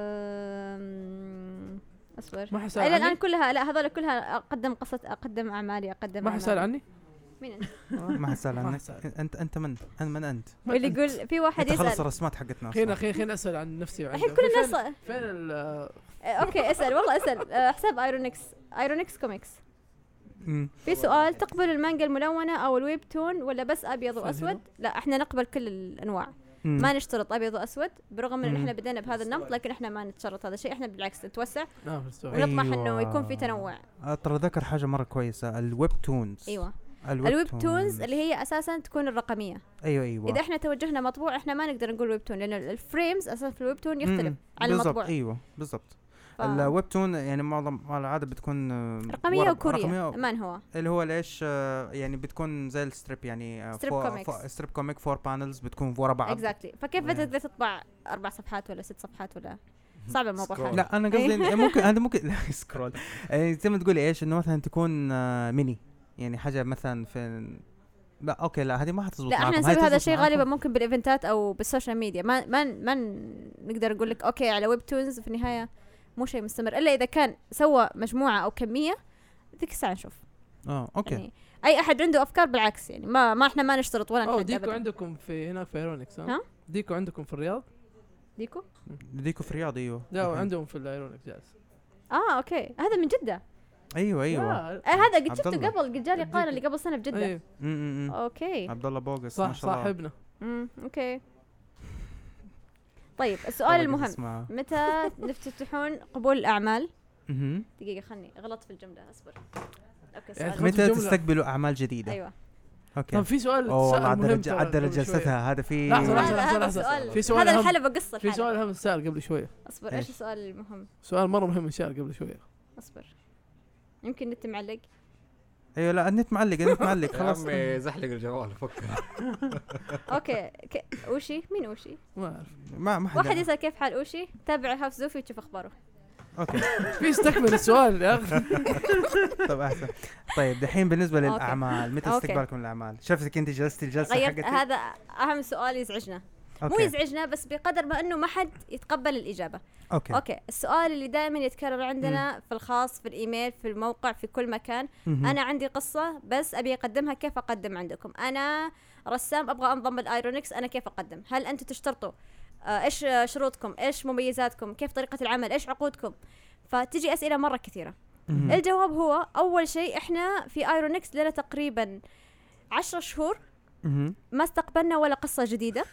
[SPEAKER 4] أم، اصبر
[SPEAKER 2] ما حسأل
[SPEAKER 4] الى الان
[SPEAKER 2] عني
[SPEAKER 4] كلها لا هذول كلها اقدم قصه اقدم اعمالي اقدم
[SPEAKER 2] ما حسأل
[SPEAKER 4] أعمالي.
[SPEAKER 2] عني
[SPEAKER 4] مين انت؟
[SPEAKER 1] ما حسال
[SPEAKER 2] ما
[SPEAKER 1] عنك.
[SPEAKER 2] حسأل.
[SPEAKER 1] انت انت من أنا من انت؟
[SPEAKER 4] واللي يقول في واحد
[SPEAKER 1] انت خلص
[SPEAKER 4] يسال
[SPEAKER 1] الرسمات حقتنا
[SPEAKER 2] خلينا
[SPEAKER 1] أصلاً.
[SPEAKER 2] خلينا خلينا اسال عن نفسي
[SPEAKER 4] الحين
[SPEAKER 2] وعنده.
[SPEAKER 4] كل
[SPEAKER 2] فين-
[SPEAKER 4] الناس
[SPEAKER 2] فين ال
[SPEAKER 4] آه، اوكي اسال والله اسال آه، حساب ايرونكس ايرونكس كوميكس.
[SPEAKER 1] مم.
[SPEAKER 4] في سؤال، تقبل المانجا الملونة أو الويب تون ولا بس أبيض وأسود؟ لا احنا نقبل كل الأنواع،
[SPEAKER 1] مم.
[SPEAKER 4] ما نشترط أبيض وأسود، برغم إن
[SPEAKER 1] مم.
[SPEAKER 4] احنا بدينا بهذا النمط لكن احنا ما نتشرط هذا الشيء، احنا بالعكس نتوسع
[SPEAKER 2] اه في السؤال.
[SPEAKER 1] أي-
[SPEAKER 4] ونطمح
[SPEAKER 1] أيوة.
[SPEAKER 4] إنه يكون في تنوع.
[SPEAKER 1] آه، ترى ذكر حاجه مره كويسه، الويب تونز.
[SPEAKER 4] أيوة الويب تونز
[SPEAKER 1] تونز
[SPEAKER 4] اللي هي أساسا تكون الرقمية.
[SPEAKER 1] ايوه ايوه
[SPEAKER 4] إذا احنا توجهنا مطبوع احنا ما نقدر نقول ويب تون لأن الفريمز أساسا في الويب تون يختلف
[SPEAKER 1] مم.
[SPEAKER 4] عن
[SPEAKER 1] بالضبط،
[SPEAKER 4] المطبوع.
[SPEAKER 1] ايوه بالضبط.
[SPEAKER 4] ف-
[SPEAKER 1] الويب تون يعني معظم على العاده بتكون آه،
[SPEAKER 4] رقمية
[SPEAKER 1] ورق-
[SPEAKER 4] وكورية
[SPEAKER 1] رقمية
[SPEAKER 4] من هو؟
[SPEAKER 1] اللي هو ليش آه، يعني بتكون زي الستريب يعني
[SPEAKER 4] ستريب كوميكس.
[SPEAKER 1] ستريب كوميك فور بانلز بتكون ورا بعض.
[SPEAKER 4] اكزاكتلي فكيف
[SPEAKER 1] يعني.
[SPEAKER 4] تقدر تطبع أربع صفحات ولا ست صفحات ولا صعب الموضوع
[SPEAKER 3] سكرول.
[SPEAKER 4] حاجة.
[SPEAKER 1] لا انا قصدي إن ممكن هذا ممكن لا سكرول يعني زي ما تقولي ايش انه مثلا تكون آه، ميني يعني حاجه مثلا في لا اوكي لا هذه ما حتزبط
[SPEAKER 4] لا احنا
[SPEAKER 1] معاكم.
[SPEAKER 4] نسوي
[SPEAKER 1] هاي
[SPEAKER 4] هذا
[SPEAKER 1] تزبط
[SPEAKER 4] الشيء
[SPEAKER 1] معاكم؟
[SPEAKER 4] غالبا ممكن بالايفنتات او بالسوشيال ميديا، ما ما ما نقدر نقول لك اوكي على ويب تونز في النهايه مو شيء مستمر الا اذا كان سوى مجموعه او كميه ذيك الساعه نشوف.
[SPEAKER 1] اه اوكي
[SPEAKER 4] يعني اي احد عنده افكار بالعكس يعني ما ما احنا ما نشترط ولا
[SPEAKER 2] اوه
[SPEAKER 4] نحد
[SPEAKER 2] ديكو
[SPEAKER 4] أبداً.
[SPEAKER 2] عندكم في هناك في ايرونكس ها؟
[SPEAKER 4] ها؟
[SPEAKER 2] ديكو عندكم في الرياض؟
[SPEAKER 4] ديكو
[SPEAKER 1] ديكو في الرياض ايوه
[SPEAKER 2] لا
[SPEAKER 1] الحين.
[SPEAKER 2] عندهم في الايرونكس جالس.
[SPEAKER 4] اه اوكي هذا من جده.
[SPEAKER 1] ايوه ايوه
[SPEAKER 2] لا،
[SPEAKER 4] آه هذا قد
[SPEAKER 1] عبد
[SPEAKER 4] شفته
[SPEAKER 1] الله.
[SPEAKER 4] قبل قد جالي قال اللي قبل سنه في جده.
[SPEAKER 2] أيوه.
[SPEAKER 1] م- م- م.
[SPEAKER 4] اوكي
[SPEAKER 1] عبد الله بوغس ما
[SPEAKER 2] صح
[SPEAKER 1] شاء الله.
[SPEAKER 2] صاحبنا.
[SPEAKER 4] امم اوكي طيب السؤال
[SPEAKER 1] والله قد
[SPEAKER 4] المهم،
[SPEAKER 1] اسمعه.
[SPEAKER 4] متى تفتتحون قبول الاعمال؟
[SPEAKER 1] مهم.
[SPEAKER 4] دقيقه خلني غلط في الجمله اصبر. اوكي
[SPEAKER 2] يعني
[SPEAKER 4] سؤال.
[SPEAKER 2] مت-
[SPEAKER 1] متى
[SPEAKER 2] الجملة.
[SPEAKER 1] تستقبلوا اعمال جديده؟
[SPEAKER 4] ايوه
[SPEAKER 1] اوكي
[SPEAKER 2] طب في سؤال
[SPEAKER 1] اوه
[SPEAKER 2] سؤال
[SPEAKER 1] عدل
[SPEAKER 2] مهم
[SPEAKER 1] الج-
[SPEAKER 2] ترى
[SPEAKER 1] عدل
[SPEAKER 2] قبل شوية.
[SPEAKER 1] جلستها هذا في
[SPEAKER 2] لحظة، لحظة،
[SPEAKER 4] هذا
[SPEAKER 2] لحظة،
[SPEAKER 4] هذا
[SPEAKER 2] لحظة.
[SPEAKER 4] سؤال
[SPEAKER 2] في سؤال
[SPEAKER 4] هذا
[SPEAKER 2] أهم.
[SPEAKER 4] الحلبة قصة
[SPEAKER 2] في
[SPEAKER 4] الحالة.
[SPEAKER 2] سؤال اهم سأل قبل شويه.
[SPEAKER 4] اصبر
[SPEAKER 1] إيش؟
[SPEAKER 4] ايش السؤال المهم؟
[SPEAKER 2] سؤال مره مهم انشال قبل شويه.
[SPEAKER 4] اصبر يمكن نت معلق.
[SPEAKER 1] ايوه لا النت معلق النت معلق
[SPEAKER 3] يا
[SPEAKER 1] خلاص.
[SPEAKER 3] عمي زحلق الجوال فكر.
[SPEAKER 4] اوكي ك... اوشي مين اوشي؟
[SPEAKER 2] ما اعرف.
[SPEAKER 1] ما ما حد
[SPEAKER 4] واحد يسأل كيف حال اوشي؟ تابع هاوس زوفي تشوف اخباره.
[SPEAKER 1] اوكي
[SPEAKER 2] في استكمل السؤال يا اخي.
[SPEAKER 1] طب احسن. طيب دحين بالنسبه
[SPEAKER 4] أوكي.
[SPEAKER 1] للاعمال متى
[SPEAKER 4] أوكي.
[SPEAKER 1] استقبالكم الاعمال؟ شفتك انت جلستي الجلسه
[SPEAKER 4] غيرت
[SPEAKER 1] حقتك.
[SPEAKER 4] هذا اهم سؤال يزعجنا. مو
[SPEAKER 1] أوكي.
[SPEAKER 4] يزعجنا بس بقدر ما انه ما حد يتقبل الاجابه.
[SPEAKER 1] اوكي
[SPEAKER 4] اوكي السؤال اللي دائما يتكرر عندنا في الخاص في الايميل في الموقع في كل مكان،
[SPEAKER 1] مهم.
[SPEAKER 4] انا عندي قصه بس ابي اقدمها كيف اقدم عندكم؟ انا رسام ابغى انضم للايرونكس انا كيف اقدم؟ هل انتم تشترطوا آه ايش شروطكم؟ ايش مميزاتكم؟ كيف طريقه العمل؟ ايش عقودكم؟ فتجي اسئله مره كثيره. الجواب هو أول شيء إحنا في ايرونكس لنا تقريبا عشرة شهور ما استقبلنا ولا قصة جديدة،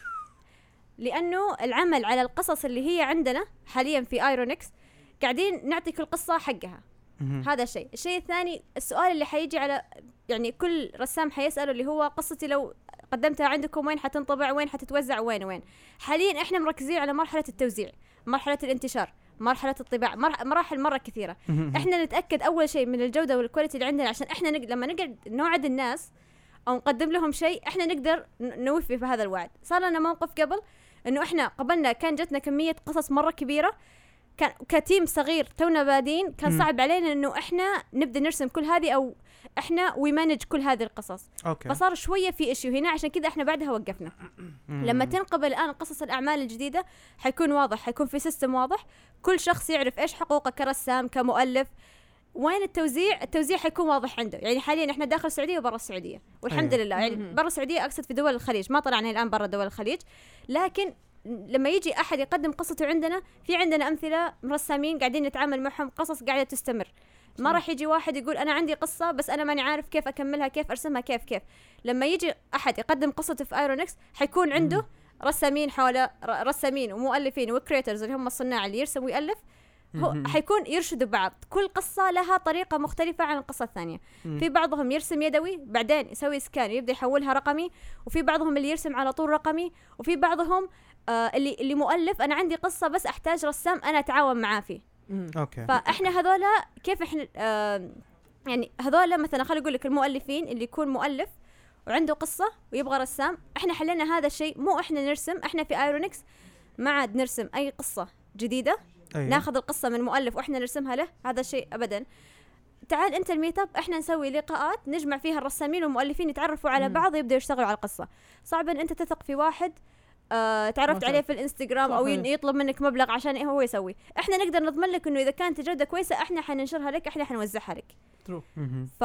[SPEAKER 4] لأنه العمل على القصص اللي هي عندنا حاليا في ايرونكس قاعدين نعطي كل قصة حقها. هذا شيء. الشيء الثاني، السؤال اللي حيجي على يعني كل رسام حيسأله اللي هو قصتي لو قدمتها عندكم وين حتنطبع، وين حتتوزع، وين وين. حاليا احنا مركزين على مرحلة التوزيع، مرحلة الانتشار، مرحلة الطباعة، مراحل مرة كثيرة. احنا نتأكد أول شيء من الجودة والكواليتي اللي عندنا، عشان احنا نق... لما نقعد نوعد الناس أو نقدم لهم شيء احنا نقدر نوفي بهذا الوعد. صار لنا موقف قبل إنه احنا قبلنا كان جتنا كمية قصص مرة كبيرة، كان كتيم صغير تونا بادين، كان صعب علينا إنه احنا نبدأ نرسم كل هذه أو احنا ويمانج كل هذه القصص. أوكي. فصار شوية في إشيو هنا، عشان كذا احنا بعدها وقفنا. لما تنقبل الآن قصص الأعمال الجديدة حيكون واضح، حيكون في سيستم واضح، كل شخص يعرف إيش حقوقه كرسام كمؤلف، وين التوزيع. التوزيع حيكون واضح عنده. يعني حاليا احنا داخل السعودية وبرا السعودية والحمد أيوه. لله. يعني برا السعودية أقصد في دول الخليج، ما طلعنا الآن برا دول الخليج. لكن لما يجي أحد يقدم قصته عندنا، في عندنا أمثلة رسامين قاعدين نتعامل معهم، قصص قاعدة تستمر. ما راح يجي واحد يقول أنا عندي قصة بس أنا ماني عارف كيف أكملها، كيف أرسمها، كيف كيف. لما يجي أحد يقدم قصته في ايرونكس حيكون عنده رسامين حوله، رسامين ومؤلفين وكريترز اللي هم الصناع اللي يرسم ويألف، هو حيكون يرشدوا بعض. كل قصة لها طريقة مختلفة عن القصة الثانية. في بعضهم يرسم يدوي بعدين يسوي سكان يبدأ يحولها رقمي، وفي بعضهم اللي يرسم على طول رقمي، وفي بعضهم آه اللي اللي مؤلف أنا عندي قصة بس أحتاج رسام أنا أتعاون معاه فيه. أوكي. فإحنا هذولا كيف إحنا آه يعني هذولا مثلا خلي أقول لك المؤلفين اللي يكون مؤلف وعنده قصة ويبغى رسام، إحنا حلنا هذا الشيء. مو إحنا نرسم، إحنا في ايرونكس ما عاد نرسم أي قصة جديدة. أيه. ناخذ القصة من مؤلف وإحنا نرسمها له، هذا الشيء أبدا. تعال أنت الميت اب، إحنا نسوي لقاءات نجمع فيها الرسامين والمؤلفين يتعرفوا على بعض ويبدأوا يشتغلوا على القصة. صعب أن أنت تثق في واحد آه تعرفت عليه في الانستغرام او يطلب منك مبلغ عشان إيه هو يسوي. احنا نقدر نضمن لك انه اذا كانت الجوده كويسه احنا حننشرها لك، احنا حنوزعها لك. ترو. ف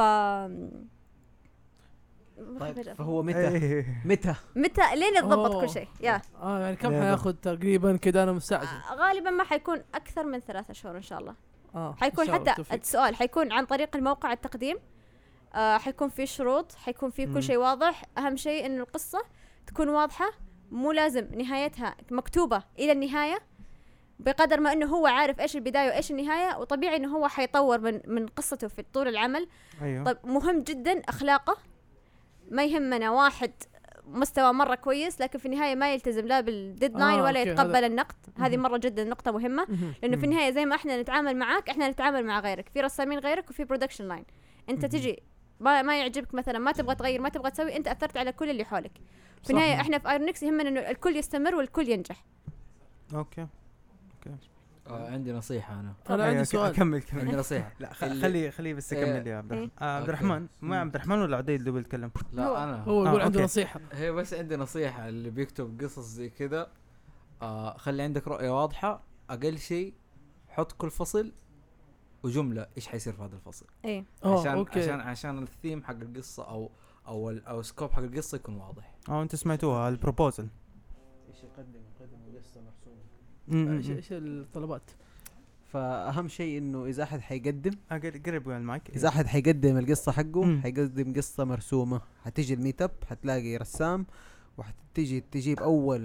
[SPEAKER 5] طيب فهو متى متى
[SPEAKER 4] متى لين يتضبط كل شيء؟ يا
[SPEAKER 2] اه يعني كم حياخذ تقريبا كده؟ انا مستعجل.
[SPEAKER 4] آه غالبا ما حيكون اكثر من ثلاثة شهور ان شاء الله. اه حيكون حتى توفيق. السؤال حيكون عن طريق الموقع التقديم، آه حيكون في شروط، حيكون في كل شيء واضح. اهم شيء انه القصه تكون واضحه، مو لازم نهايتها مكتوبة إلى النهاية، بقدر ما إنه هو عارف إيش البداية وإيش النهاية، وطبيعي إنه هو حيطور من من قصته في طول العمل. أيوه. طيب مهم جدا أخلاقه، ما يهمنا واحد مستوى مرة كويس لكن في النهاية ما يلتزم لا بالديدلاين آه ولا يتقبل هذا. النقد. هذه مرة جدا نقطة مهمة، لأنه في النهاية زي ما إحنا نتعامل معاك إحنا نتعامل مع غيرك، في رسامين غيرك وفي برودكشن لاين. أنت تجي ما ما يعجبك مثلا، ما تبغى تغير، ما تبغى تسوي، أنت أثرت على كل اللي حولك. في النهاية احنا في ايرونكس يهمنا انه الكل يستمر والكل ينجح.
[SPEAKER 1] اوكي اوكي.
[SPEAKER 3] آه عندي نصيحة انا.
[SPEAKER 2] انا عندي سؤال.
[SPEAKER 1] كمل كمل.
[SPEAKER 3] عندي نصيحة.
[SPEAKER 1] لا خلي خلي بس يكمل يا عبد الرحمن. آه عبد الرحمن ما عبد الرحمن ولا عدي اللي بيتكلم؟
[SPEAKER 3] لا انا.
[SPEAKER 2] هو يقول آه عنده نصيحة.
[SPEAKER 3] هي بس عندي نصيحة اللي بيكتب قصص زي كذا، آه خلي عندك رؤية واضحة. اقل شيء حط كل فصل وجملة ايش حيصير في هذا الفصل.
[SPEAKER 4] ايه
[SPEAKER 3] عشان أوكي. عشان عشان الثيم حق القصة او او او سكوب حق القصة يكون واضح.
[SPEAKER 1] اه انت سمعتوها البروبوزل
[SPEAKER 5] ايش يقدم يقدم قصة مرسومة،
[SPEAKER 2] ايش ايش الطلبات.
[SPEAKER 5] فاهم شيء انه اذا احد حيقدم
[SPEAKER 1] قرب من المايك،
[SPEAKER 5] اذا احد حيقدم القصة حقه حيقدم قصة مرسومة، حتيجي الميت اب حتلاقي رسام وحتيجي تجيب اول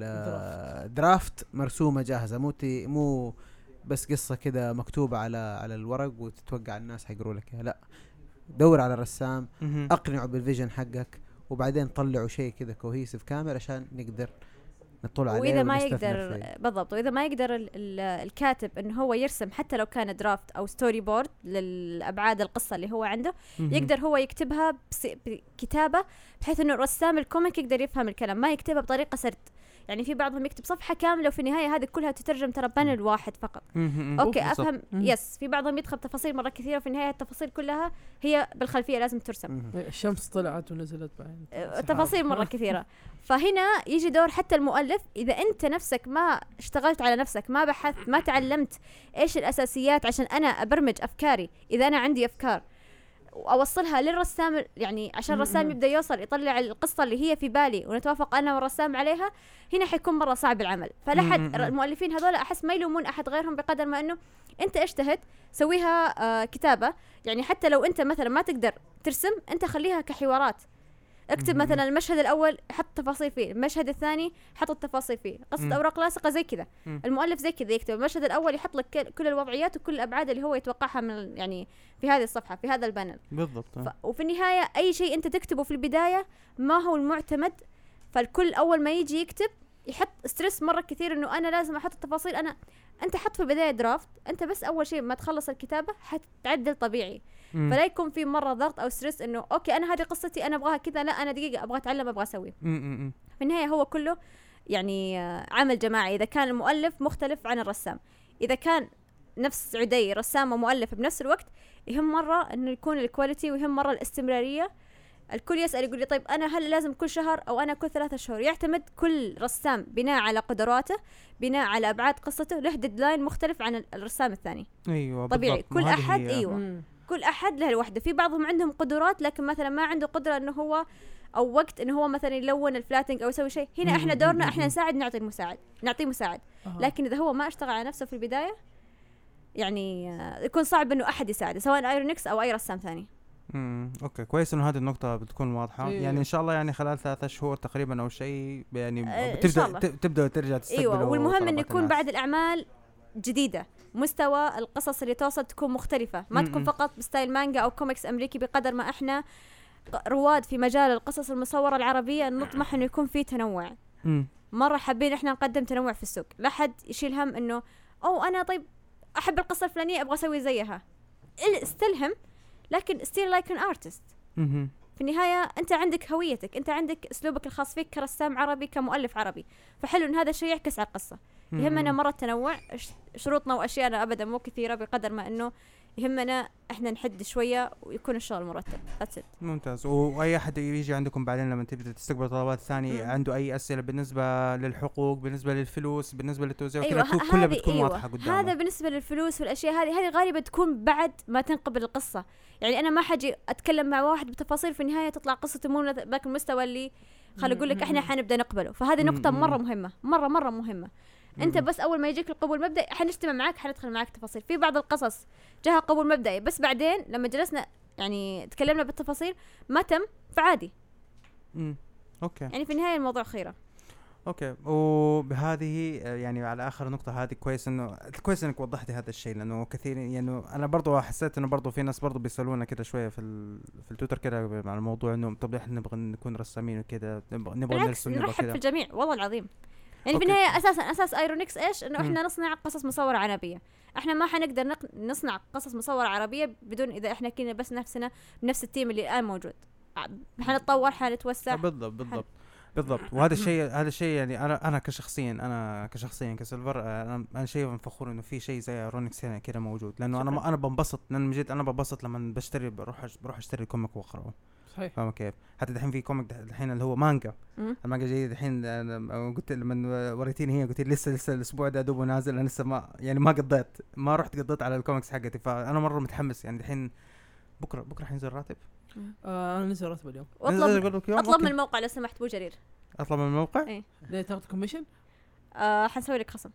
[SPEAKER 5] آه درافت مرسومة جاهزة، مو تي مو بس قصة كده مكتوبة على على الورق وتتوقع الناس حيقروا لك. لا، دور على الرسام، اقنعه بالفيجن حقك، وبعدين طلعوا شيء كده كوهيسيف كامل عشان نقدر نطلع عليه.
[SPEAKER 4] واذا ما يقدر بالضبط، واذا ما يقدر ال ال الكاتب انه هو يرسم حتى لو كان درافت او ستوري بورد للابعاد القصه اللي هو عنده، يقدر هو يكتبها بكتابه بحيث انه الرسام الكوميك يقدر يفهم الكلام، ما يكتبها بطريقه سرد. يعني في بعضهم يكتب صفحة كاملة وفي النهاية هذه كلها تترجم ترى بانل واحد فقط. اوكي افهم. يس في بعضهم يدخل تفاصيل مرة كثيرة وفي النهاية التفاصيل كلها هي بالخلفية لازم ترسم.
[SPEAKER 2] الشمس طلعت ونزلت بعدين
[SPEAKER 4] تفاصيل مرة كثيرة. فهنا يجي دور حتى المؤلف، إذا أنت نفسك ما اشتغلت على نفسك، ما بحثت، ما تعلمت إيش الأساسيات عشان أنا أبرمج أفكاري. إذا أنا عندي أفكار واوصلها للرسام يعني عشان الرسام يبدا يوصل يطلع القصه اللي هي في بالي ونتوافق انا والرسام عليها، هنا حيكون مره صعب العمل. فلا حد المؤلفين هذول احس ما يلومون احد غيرهم بقدر ما انه انت اجتهد سويها آه كتابه، يعني حتى لو انت مثلا ما تقدر ترسم انت خليها كحوارات، اكتب مثلا المشهد الاول حط تفاصيل فيه، المشهد الثاني حط التفاصيل فيه، قصه اوراق لاصقه زي كذا. المؤلف زي كذا يكتب المشهد الاول يحط لك كل الوضعيات وكل الابعاد اللي هو يتوقعها من يعني في هذه الصفحه في هذا البانل
[SPEAKER 1] بالضبط.
[SPEAKER 4] ف... وفي النهايه اي شيء انت تكتبه في البدايه ما هو المعتمد، فالكل اول ما يجي يكتب يحط ستريس مره كثير انه انا لازم احط التفاصيل. انا انت حط في البدايه درافت، انت بس اول شيء ما تخلص الكتابه حتعدل طبيعي. مم. فلا يكون في مره ضغط او ستريس انه اوكي انا هذه قصتي انا ابغاها كذا، لا انا دقيقه ابغى اتعلم ابغى اسوي. في النهايه هو كله يعني عمل جماعي. اذا كان المؤلف مختلف عن الرسام، اذا كان نفس عدي رسام ومؤلف بنفس الوقت، يهم مره انه يكون الكواليتي ويهم مره الاستمراريه. الكل يسأل يقول لي طيب أنا هل لازم كل شهر أو أنا كل ثلاثة شهور؟ يعتمد كل رسام بناء على قدراته، بناء على أبعاد قصته، له ديدلاين مختلف عن الرسام الثاني.
[SPEAKER 1] أيوة
[SPEAKER 4] طبيعي كل أحد أيوة مم. كل أحد له الوحدة. في بعضهم عندهم قدرات لكن مثلا ما عنده قدرة إنه هو أو وقت إنه هو مثلا يلون الفلاتنج أو يسوي شيء. هنا إحنا دورنا إحنا نساعد، نعطي المساعد نعطيه مساعد. لكن إذا هو ما اشتغل على نفسه في البداية يعني يكون صعب إنه أحد يساعده سواء ايرونكس أو أي رسام ثاني.
[SPEAKER 1] امم اوكي كويس انه هذه النقطة بتكون واضحة. إيه. يعني ان شاء الله يعني خلال ثلاثة شهور تقريبا او شيء يعني أه بتبدا تبدا ترجع تستقبلوا.
[SPEAKER 4] ايوه والمهم انه يكون الناس. بعد الاعمال جديدة، مستوى القصص اللي توصل تكون مختلفة، ما م-م. تكون فقط بستايل مانجا او كوميكس امريكي. بقدر ما احنا رواد في مجال القصص المصورة العربية نطمح انه يكون في تنوع. م. مرة حابين احنا نقدم تنوع في السوق، لا حد يشيل هم انه او انا طيب احب القصة الفلانية ابغى اسوي زيها. استلهم لكن still like an artist. في النهاية أنت عندك هويتك، أنت عندك أسلوبك الخاص فيك كرسام عربي كمؤلف عربي، فحلو إن هذا الشيء يعكس على القصة. يهمنا مرة التنوع، شروطنا وأشياءنا أبدا مو كثيرة بقدر ما إنه يهمنا إحنا نحد شوية ويكون الشغل مرتب. That's it.
[SPEAKER 1] ممتاز. وأي أحد يجي عندكم بعدين لما تبدأ تستقبل طلبات ثانية عنده أي أسئلة بالنسبة للحقوق، بالنسبة للفلوس، بالنسبة للتوزيع،
[SPEAKER 4] أيوة
[SPEAKER 1] كلها كلها بتكون
[SPEAKER 4] أيوة
[SPEAKER 1] واضحة قدامه.
[SPEAKER 4] هذا بالنسبة للفلوس والأشياء هذه هذه غالبا تكون بعد ما تنقبل القصة. يعني أنا ما حاجي أتكلم مع واحد بتفاصيل في النهاية تطلع قصته مو ذاك المستوى اللي خلي أقول لك إحنا حنبدأ نقبله. فهذه نقطة مرة مهمة مرة مرة مهمة. انت بس اول ما يجيك القبول مبدئي حنجتمع معاك حندخل معاك تفاصيل. في بعض القصص جاها قبول مبدئي بس بعدين لما جلسنا يعني تكلمنا بالتفاصيل ما تم فعادي.
[SPEAKER 1] امم اوكي.
[SPEAKER 4] يعني في النهايه الموضوع خيره.
[SPEAKER 1] اوكي. وبهذه يعني على اخر نقطه هذه كويس انه كويس انك وضحتي هذا الشيء، لانه كثير يعني انا برضو حسيت انه برضو في ناس برضو بيسالونا كده شويه في في التويتر كده على الموضوع انه طب احنا نبغى نكون رسامين وكده، نبغى نبغى نرسم
[SPEAKER 4] نبغى كده. نرحب في الجميع والله العظيم. يعني أوكي. في النهاية أساسا أساس ايرونكس إيش؟ إنه إحنا نصنع قصص مصورة عربية. إحنا ما حنقدر نق... نصنع قصص مصورة عربية بدون إذا إحنا كنا بس نفسنا بنفس التيم اللي الآن موجود. حنتطور حنتوسع.
[SPEAKER 1] بالضبط بالضبط بالضبط. وهذا الشيء هذا الشيء يعني أنا أنا كشخصيا أنا كشخصيا كسيلفر أنا أنا شيء فخور إنه في شيء زي ايرونكس هنا كده موجود، لأنه أنا أنا بنبسط لأن من جد أنا بنبسط لما بشتري بروح بروح أشتري كوميك وأقرأه. صحيح. فاهم كيف؟ حتى دحين في كوميك الحين اللي هو مانجا. المانجا جديد الحين قلت لما وريتيني هي قلت لي لسه لسه الاسبوع ده دوبه نازل، انا لسه ما يعني ما قضيت ما رحت قضيت على الكوميكس حقتي، فانا مره متحمس. يعني الحين بكره بكره حينزل راتب.
[SPEAKER 2] آه انا نزل راتب اليوم.
[SPEAKER 4] اطلب اطلب من الموقع لو سمحت بو جرير.
[SPEAKER 1] اطلب من الموقع؟
[SPEAKER 4] ايه
[SPEAKER 2] ليه تاخذ كوميشن؟
[SPEAKER 4] آه حنسوي لك خصم.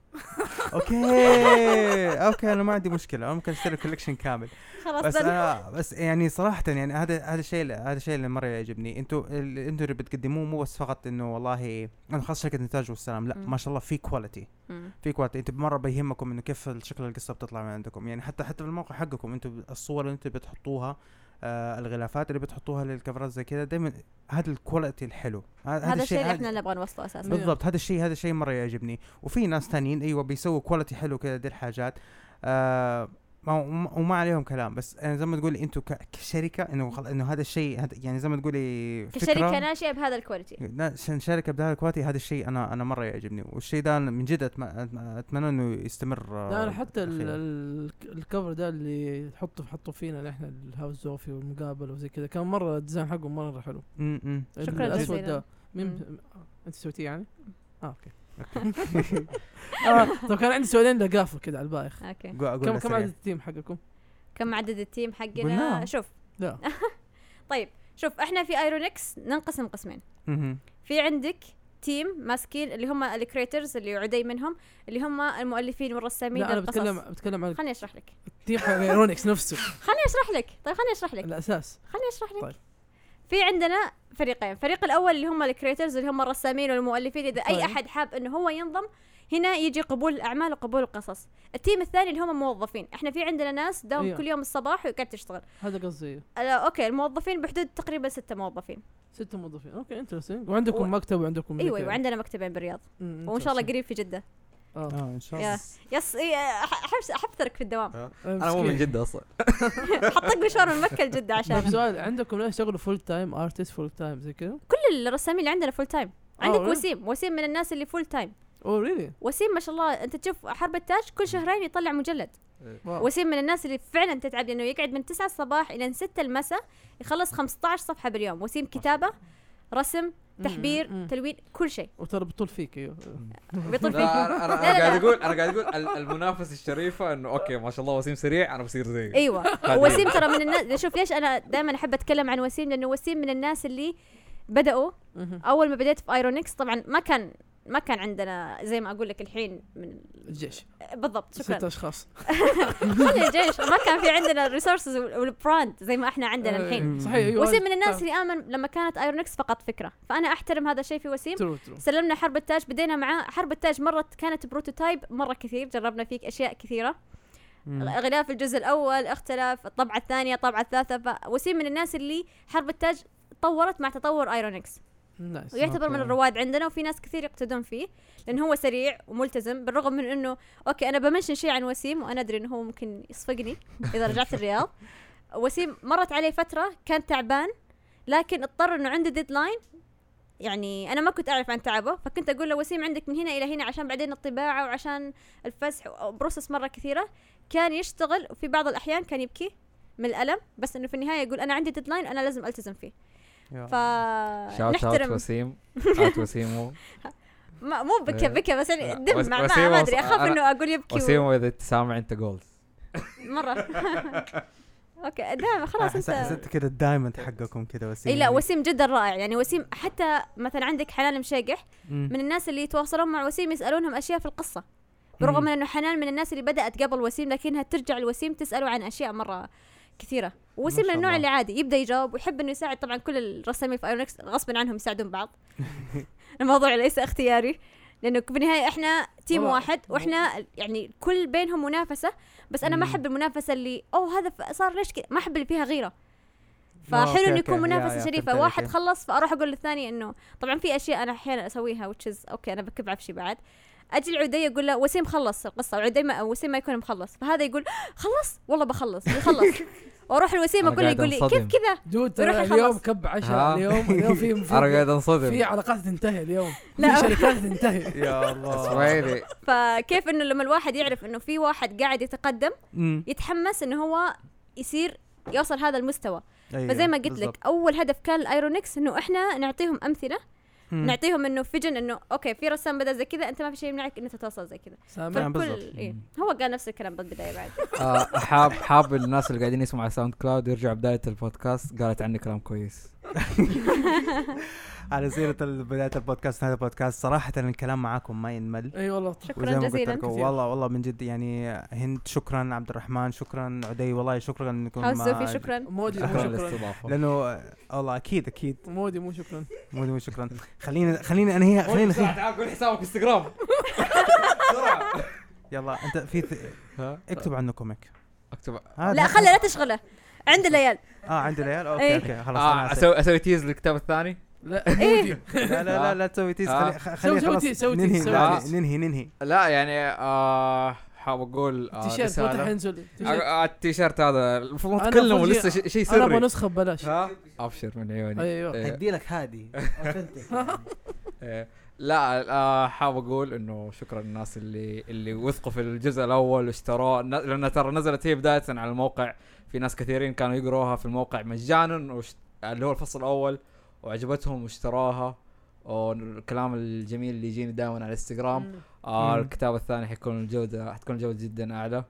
[SPEAKER 1] اوكي اوكي انا ما عندي مشكله، انا ممكن اشتري كولكشن كامل.
[SPEAKER 4] خلاص
[SPEAKER 1] بس أنا بس يعني صراحه يعني هذا هذا الشيء هذا الشيء اللي مره يعجبني. انتوا انتوا اللي بتقدموه مو بس فقط انه والله انا خاص شركه انتاج والسلام، لا م. ما شاء الله في كواليتي في كواليتي. انتوا مره بيهمكم انه كيف شكل القصه بتطلع من عندكم. يعني حتى حتى في الموقع حقكم انتوا الصور اللي انتوا بتحطوها آه الغلافات اللي بتحطوها للكفرات زي كده دايما هذا الكواليتي الحلو.
[SPEAKER 4] هذا الشيء اللي احنا نبغى نوصله اساسا.
[SPEAKER 1] بالضبط هذا الشيء هذا الشيء مره يعجبني. وفي ناس ثانيين ايوه بيسووا كواليتي حلو كده دي الحاجات آه وما عليهم كلام. بس انا زي ما تقولي انتوا كشركه انه خل... انه هذا الشيء يعني زي ما تقولي
[SPEAKER 4] كشركه ناشئه بهذا الكواليتي،
[SPEAKER 1] شركه بهذا الكواليتي، هذا الشيء انا انا مره يعجبني. والشيء ده من جد أتم... اتمنى انه يستمر.
[SPEAKER 2] لا حتى ال... الكفر ده اللي تحطه حطوا فينا نحن الهاوس زوفي والمقابله وزي كذا كان مره الديزاين حقه مره حلو.
[SPEAKER 1] امم
[SPEAKER 4] شكرا
[SPEAKER 2] الاسود ده مين انت سويتيه يعني؟ اه اوكي اوكي اه طب كان عندي سؤالين دقافه كده على البايخ.
[SPEAKER 4] اوكي
[SPEAKER 2] كم كم عدد التيم حقكم؟
[SPEAKER 4] كم عدد التيم حقنا؟ شوف
[SPEAKER 2] لا
[SPEAKER 4] طيب شوف احنا في ايرونكس ننقسم قسمين.
[SPEAKER 1] مهم.
[SPEAKER 4] في عندك تيم ماسكين اللي هم الكريترز اللي عدي منهم اللي هم المؤلفين والرسامين
[SPEAKER 2] لا انا
[SPEAKER 4] للقصص.
[SPEAKER 2] بتكلم بتكلم عن
[SPEAKER 4] خليني اشرح لك
[SPEAKER 2] تيم حق ايرونكس نفسه
[SPEAKER 4] خليني اشرح لك طيب خليني اشرح لك
[SPEAKER 2] الاساس.
[SPEAKER 4] خليني اشرح لك
[SPEAKER 2] طيب.
[SPEAKER 4] في عندنا فريقين. الفريق الاول اللي هم الكريترز اللي هم الرسامين والمؤلفين اذا اي
[SPEAKER 2] طيب.
[SPEAKER 4] احد حاب انه هو ينضم هنا يجي قبول الاعمال وقبول القصص. التيم الثاني اللي هم موظفين. احنا في عندنا ناس داوم
[SPEAKER 2] أيوه.
[SPEAKER 4] كل يوم الصباح وقاعد تشتغل.
[SPEAKER 2] هذا قصدي
[SPEAKER 4] آه، اوكي الموظفين بحدود تقريبا ستة موظفين.
[SPEAKER 2] ستة موظفين. اوكي انترستنج. وعندكم
[SPEAKER 4] و-
[SPEAKER 2] مكتب وعندكم
[SPEAKER 4] ايوه
[SPEAKER 2] ذيك-
[SPEAKER 4] ايوه عندنا مكتبين بالرياض
[SPEAKER 2] مم،
[SPEAKER 4] وان شاء الله
[SPEAKER 2] interesting.
[SPEAKER 4] قريب في جده.
[SPEAKER 2] اه
[SPEAKER 1] اه ان شاء
[SPEAKER 4] يا
[SPEAKER 1] الله.
[SPEAKER 4] يس إيه، أح- احب احبثرك في الدوام.
[SPEAKER 3] انا مو من جده اصلا.
[SPEAKER 4] حطك مشوار من مكه لجده
[SPEAKER 2] طيب
[SPEAKER 4] عشان
[SPEAKER 2] سؤال، عندكم ناس يشتغلوا فول تايم ارتست فول تايم زي كذا؟
[SPEAKER 4] كل الرسامين اللي عندنا فول تايم. عندك
[SPEAKER 2] really?
[SPEAKER 4] وسيم وسيم من الناس اللي فول تايم.
[SPEAKER 2] اوه ريلي؟
[SPEAKER 4] وسيم ما شاء الله انت تشوف حرب التاج كل شهرين يطلع مجلد. وسيم من الناس اللي فعلا تتعب لانه يقعد من تسعة الصباح الى ستة المساء يخلص خمسة عشر صفحه باليوم. وسيم كتابه رسم تحبير
[SPEAKER 2] مم.
[SPEAKER 4] تلوين كل شيء
[SPEAKER 2] وترى بطول فيك ايوه.
[SPEAKER 4] بيطل فيك.
[SPEAKER 3] لا انا
[SPEAKER 4] لا،
[SPEAKER 3] انا
[SPEAKER 4] لا،
[SPEAKER 3] قاعد
[SPEAKER 4] لا.
[SPEAKER 3] اقول انا قاعد اقول ال- المنافس الشريفه انه اوكي ما شاء الله وسيم سريع انا بصير زيه.
[SPEAKER 4] ايوه وسيم ترى من الناس. شوف ليش انا دائما احب اتكلم عن وسيم لانه وسيم من الناس اللي بدأوا
[SPEAKER 2] مهم.
[SPEAKER 4] اول ما بديت في ايرونكس طبعا ما كان ما كان عندنا زي ما اقول لك الحين من
[SPEAKER 2] الجيش
[SPEAKER 4] بالضبط شكرا
[SPEAKER 2] ست اشخاص.
[SPEAKER 4] خلي الجيش ما كان في عندنا الريسورسز والبراند زي ما احنا عندنا الحين.
[SPEAKER 2] صحيح ايوه.
[SPEAKER 4] وسيم من الناس اللي امن لما كانت ايرونكس فقط فكره فانا احترم هذا الشيء في وسيم.
[SPEAKER 2] ترو ترو.
[SPEAKER 4] سلمنا حرب التاج بدينا معاه. حرب التاج مرة كانت بروتوتايب مرة كثير جربنا فيك اشياء كثيره. غلاف الجزء الاول اختلف الطبعه الثانيه الطبعه الثالثه. فوسيم من الناس اللي حرب التاج تطورت مع تطور ايرونكس
[SPEAKER 2] نايس.
[SPEAKER 4] ويعتبر من الرواد عندنا وفي ناس كثير يقتدون فيه لأنه هو سريع وملتزم بالرغم من إنه أوكي أنا بمنشن شيء عن وسيم وأنا أدري إنه هو ممكن يصفقني إذا رجعت الرياض. وسيم مرت عليه فترة كان تعبان لكن اضطر إنه عنده ديدلاين. يعني أنا ما كنت أعرف عن تعبه فكنت أقول له وسيم عندك من هنا إلى هنا عشان بعدين الطباعة وعشان الفسح بروسس مرة كثيرة. كان يشتغل وفي بعض الأحيان كان يبكي من الألم بس إنه في النهاية يقول أنا عندي ديدلاين أنا لازم ألتزم فيه.
[SPEAKER 3] شاوت اوت
[SPEAKER 4] فنحترم
[SPEAKER 3] وسيم اوت وسيمو
[SPEAKER 4] ما مو بكى بكى بس يعني
[SPEAKER 3] لا،
[SPEAKER 4] دم
[SPEAKER 3] وس-
[SPEAKER 4] مع ما,
[SPEAKER 3] وسيم
[SPEAKER 4] ما
[SPEAKER 3] وص-
[SPEAKER 4] ادري اخاف
[SPEAKER 3] أنا-
[SPEAKER 4] انه اقول يبكي و-
[SPEAKER 3] وسيمو اذا تسامع انت جولد.
[SPEAKER 4] مره اوكي دائما خلاص انت
[SPEAKER 1] حسيت كذا الدايموند حقكم كذا وسيم.
[SPEAKER 4] اي لا وسيم جدا رائع. يعني وسيم حتى مثلا عندك حنان مشيقح
[SPEAKER 1] مم.
[SPEAKER 4] من الناس اللي يتواصلون مع وسيم يسالونهم اشياء في القصه برغم
[SPEAKER 1] مم.
[SPEAKER 4] من انه حنان من الناس اللي بدات قبل وسيم لكنها ترجع لوسيم تساله عن اشياء مره كثيره. وسيم من
[SPEAKER 1] شاء
[SPEAKER 4] النوع
[SPEAKER 1] الله.
[SPEAKER 4] اللي عادي يبدا يجاوب ويحب انه يساعد. طبعا كل الرسامين في ايرونكس غصبا عنهم يساعدون بعض. الموضوع ليس اختياري لانه بالنهايه احنا تيم
[SPEAKER 2] والله.
[SPEAKER 4] واحد واحنا يعني كل بينهم منافسه بس انا ما احب المنافسه اللي اوه هذا ف- صار ليش كذا. ما احب اللي غيره غيره.
[SPEAKER 1] آه،
[SPEAKER 4] فحلو
[SPEAKER 1] أوكي،
[SPEAKER 4] انه يكون
[SPEAKER 1] أوكي. يا-
[SPEAKER 4] منافسه
[SPEAKER 1] يا،
[SPEAKER 4] شريفه.
[SPEAKER 1] فهمت
[SPEAKER 4] واحد
[SPEAKER 1] عليك.
[SPEAKER 4] خلص فاروح اقول للثاني انه طبعا في اشياء انا احيانا اسويها وتشز اوكي انا بكب عفشي بعد. اجي العدي اقول له وسيم خلص القصه وعدي ما وسيم ما يكون مخلص فهذا يقول خلص والله بخلص يخلص واروح الوسيم
[SPEAKER 3] أنا
[SPEAKER 4] اقول له
[SPEAKER 3] قاعد
[SPEAKER 4] يقول لي
[SPEAKER 3] أنصدم.
[SPEAKER 4] كيف كذا.
[SPEAKER 2] دود
[SPEAKER 4] يروح
[SPEAKER 2] ترى
[SPEAKER 4] يخلص.
[SPEAKER 2] اليوم كب عشاء
[SPEAKER 3] ها؟
[SPEAKER 2] اليوم اليوم في
[SPEAKER 3] انا قاعد
[SPEAKER 2] في,
[SPEAKER 3] انصدم.
[SPEAKER 2] في علاقات تنتهي اليوم.
[SPEAKER 4] لا.
[SPEAKER 2] في شركات تنتهي.
[SPEAKER 1] يا الله.
[SPEAKER 3] اسمعيلي
[SPEAKER 4] فكيف انه لما الواحد يعرف انه في واحد قاعد يتقدم
[SPEAKER 1] مم.
[SPEAKER 4] يتحمس انه هو يصير يوصل هذا المستوى.
[SPEAKER 1] أيوة،
[SPEAKER 4] فزي ما قلت
[SPEAKER 1] بالضبط.
[SPEAKER 4] لك اول هدف كان الايرونكس انه احنا نعطيهم امثله
[SPEAKER 1] مم.
[SPEAKER 4] نعطيهم انه فيجن انه اوكي في رسام بدا زي كذا انت ما في شيء يمنعك انك توصل زي كذا.
[SPEAKER 2] سامع؟
[SPEAKER 1] نعم،
[SPEAKER 4] فالكل
[SPEAKER 1] بالضبط.
[SPEAKER 4] إيه. هو قال نفس الكلام بالبدايه بعد.
[SPEAKER 3] آه، حاب حاب الناس اللي قاعدين يسمعوا على ساوند كلاود يرجعوا بدايه البودكاست قالت عني كلام كويس.
[SPEAKER 1] على سيرة ال- بداية البودكاست هذا البودكاست صراحة الكلام معاكم ما ينمل.
[SPEAKER 2] اي والله.
[SPEAKER 1] وزي
[SPEAKER 4] شكرا
[SPEAKER 1] ما قلت
[SPEAKER 4] جزيلا.
[SPEAKER 1] لكم والله والله من جد يعني هند شكرا عبد الرحمن شكرا عدي والله شكرا انكم
[SPEAKER 4] هاوس
[SPEAKER 1] مع-
[SPEAKER 4] زوفي شكرا.
[SPEAKER 2] مودي مو
[SPEAKER 3] شكرا
[SPEAKER 2] شكرا.
[SPEAKER 3] للاستضافه.
[SPEAKER 1] لانه آه، والله اكيد اكيد
[SPEAKER 2] مودي مو شكرا.
[SPEAKER 1] مو مو شكرا. خليني خليني انهيها خليني
[SPEAKER 3] تعال قول حسابك انستغرام.
[SPEAKER 1] يلا انت في ث-
[SPEAKER 3] ها
[SPEAKER 1] اكتب عنه كوميك.
[SPEAKER 3] اكتب
[SPEAKER 1] هذا-
[SPEAKER 4] لا خله لا تشغله عند العيال.
[SPEAKER 1] اه عندي العيال اوكي
[SPEAKER 4] إيه.
[SPEAKER 1] اوكي خلاص
[SPEAKER 3] آه
[SPEAKER 1] أنا آسف.
[SPEAKER 3] اسوي اسوي تيز للكتاب الثاني.
[SPEAKER 2] لا
[SPEAKER 4] إيه.
[SPEAKER 2] مودي.
[SPEAKER 1] لا لا لا لا تسوي تيز
[SPEAKER 3] آه.
[SPEAKER 1] خلي خ- خلي
[SPEAKER 2] سوي
[SPEAKER 1] خلاص
[SPEAKER 2] تيز، سوي
[SPEAKER 1] ننهي
[SPEAKER 2] تيز، سوي
[SPEAKER 1] لا،
[SPEAKER 3] تيز.
[SPEAKER 1] ننهي ننهي
[SPEAKER 3] لا يعني آه حاب اقول آه
[SPEAKER 2] تيشيرت
[SPEAKER 3] رسالة.
[SPEAKER 2] فتح ينزل. تيشيرت.
[SPEAKER 3] آه، آه، التيشيرت هذا المفروض
[SPEAKER 2] أنا
[SPEAKER 3] نتكلم
[SPEAKER 2] أفضل
[SPEAKER 3] ولسه
[SPEAKER 2] شيء-
[SPEAKER 3] شيء شيء
[SPEAKER 2] انا ابغى
[SPEAKER 3] سري.
[SPEAKER 2] نسخه ببلاش.
[SPEAKER 3] ها ابشر من عيوني.
[SPEAKER 2] ايوه.
[SPEAKER 3] إيه.
[SPEAKER 5] هدي لك هادي
[SPEAKER 3] إيه. لا آه حاب اقول انه شكرا للناس اللي اللي وثقوا في الجزء الاول واشتروه ن- لان ترى نزلت هي بدايه على الموقع. في ناس كثيرين كانوا يقروها في الموقع مجانا وش... اللي هو الفصل الاول وعجبتهم واشتراها. والكلام الجميل اللي يجيني دائما على الانستغرام. آه
[SPEAKER 1] مم.
[SPEAKER 3] الكتاب الثاني حيكون الجوده حتكون الجوده جدا اعلى.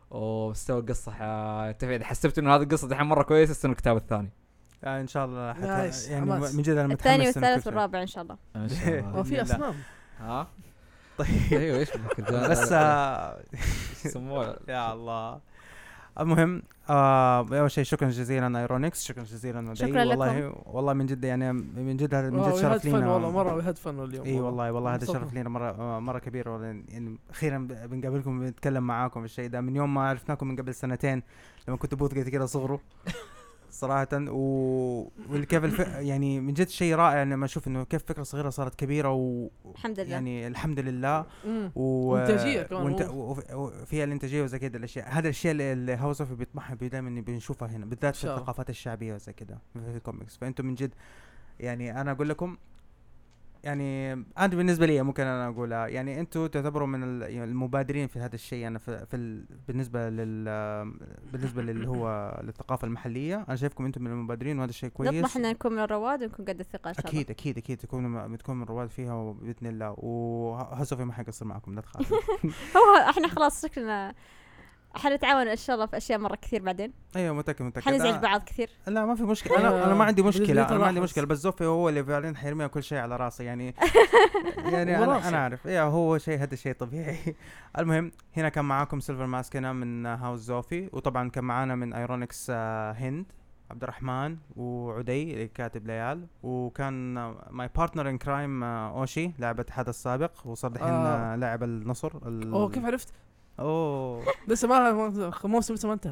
[SPEAKER 3] ومستوى القصه ح... حسبت انه هذه القصه دحين مره كويسه استنى الكتاب الثاني
[SPEAKER 1] آه ان شاء الله حتى
[SPEAKER 2] نايس،
[SPEAKER 1] يعني
[SPEAKER 2] حماس.
[SPEAKER 1] من جد انا متحمس
[SPEAKER 4] الثاني
[SPEAKER 1] إنه
[SPEAKER 4] والثالث
[SPEAKER 1] كل شيء.
[SPEAKER 4] والرابع ان شاء الله.
[SPEAKER 3] ان شاء الله.
[SPEAKER 2] وفي اصنام
[SPEAKER 3] ها
[SPEAKER 1] طيب
[SPEAKER 3] ايوه ايش
[SPEAKER 1] بس آه،
[SPEAKER 3] سموه
[SPEAKER 1] يا الله. المهم آه اول شيء شكرا جزيلا ايرونكس، شكرا جزيلا ودي.
[SPEAKER 4] شكراً
[SPEAKER 1] والله
[SPEAKER 4] لكم.
[SPEAKER 1] والله من جد يعني من جد هذا من
[SPEAKER 2] واو،
[SPEAKER 1] جد شرف
[SPEAKER 2] يهد فن
[SPEAKER 1] لينا
[SPEAKER 2] والله مره ويهد فن اليوم.
[SPEAKER 1] اي والله والله هذا
[SPEAKER 2] انبسطنا.
[SPEAKER 1] شرف لينا مره آه، مره كبير والله. يعني اخيرا ب- بنقابلكم بنتكلم معاكم بالشيء ده من يوم ما عرفناكم من قبل سنتين لما كنتوا بوث قد كده صغروا صراحة. و... والكيف الف... يعني من جد شيء رائع لما اشوف انه كيف فكرة صغيرة صارت كبيرة و...
[SPEAKER 4] الحمد لله.
[SPEAKER 1] يعني الحمد لله.
[SPEAKER 2] مم.
[SPEAKER 1] و...
[SPEAKER 2] وإنتاجية كمان.
[SPEAKER 1] وانت... وف- وفيها الانتاجية وزي كده الاشياء. هذا الشيء اللي- اللي هاوس اوف بيطمح به دائما بنشوفها هنا بالذات في
[SPEAKER 2] شاء الله.
[SPEAKER 1] الثقافات الشعبية وزي كده في الكوميكس. فانتم من جد يعني انا اقول لكم يعني انا بالنسبه لي ممكن انا اقولها يعني انتم تعتبروا من ال- يعني المبادرين في هذا الشيء. انا في, في ال بالنسبه لل بالنسبه للي هو للثقافه المحليه انا شايفكم انتم من المبادرين وهذا شيء كويس.
[SPEAKER 4] نطمح ان نكون من الرواد ونكون قد الثقة ان شاء الله.
[SPEAKER 1] اكيد اكيد اكيد تكونوا تكون من رواد فيها باذن الله. وهسوفي ما حيقصر معكم لا تخافوا.
[SPEAKER 4] هو احنا خلاص شكلنا حنتعاون ان شاء الله في اشياء مرة كثير بعدين.
[SPEAKER 1] ايوه متاكد متاكد.
[SPEAKER 4] حنزعج
[SPEAKER 1] آه،
[SPEAKER 4] بعض كثير.
[SPEAKER 1] لا ما في مشكله. انا انا ما عندي
[SPEAKER 2] بالنسبة
[SPEAKER 1] مشكله
[SPEAKER 2] لي
[SPEAKER 1] انا ما عندي
[SPEAKER 2] تلاحظ.
[SPEAKER 1] مشكله بس زوفي هو اللي فعلا حيرمي كل شيء على راسي يعني. يعني
[SPEAKER 2] هو
[SPEAKER 1] انا
[SPEAKER 2] راسي.
[SPEAKER 1] انا عارف ايه هو شيء هذا شيء طبيعي. المهم هنا كان معاكم سيلفر ماسكنا من هاوس زوفي وطبعا كان معانا من ايرونكس آه، هند عبد الرحمن وعدي اللي كاتب ليال وكان ماي بارتنر ان كرايم اوشي لاعب الاتحاد السابق وصار دحين
[SPEAKER 2] آه.
[SPEAKER 1] آه. لاعب النصر ال-
[SPEAKER 2] اوه كيف عرفت؟
[SPEAKER 1] اوه
[SPEAKER 2] لسه ما موسم لسه ما انتهى.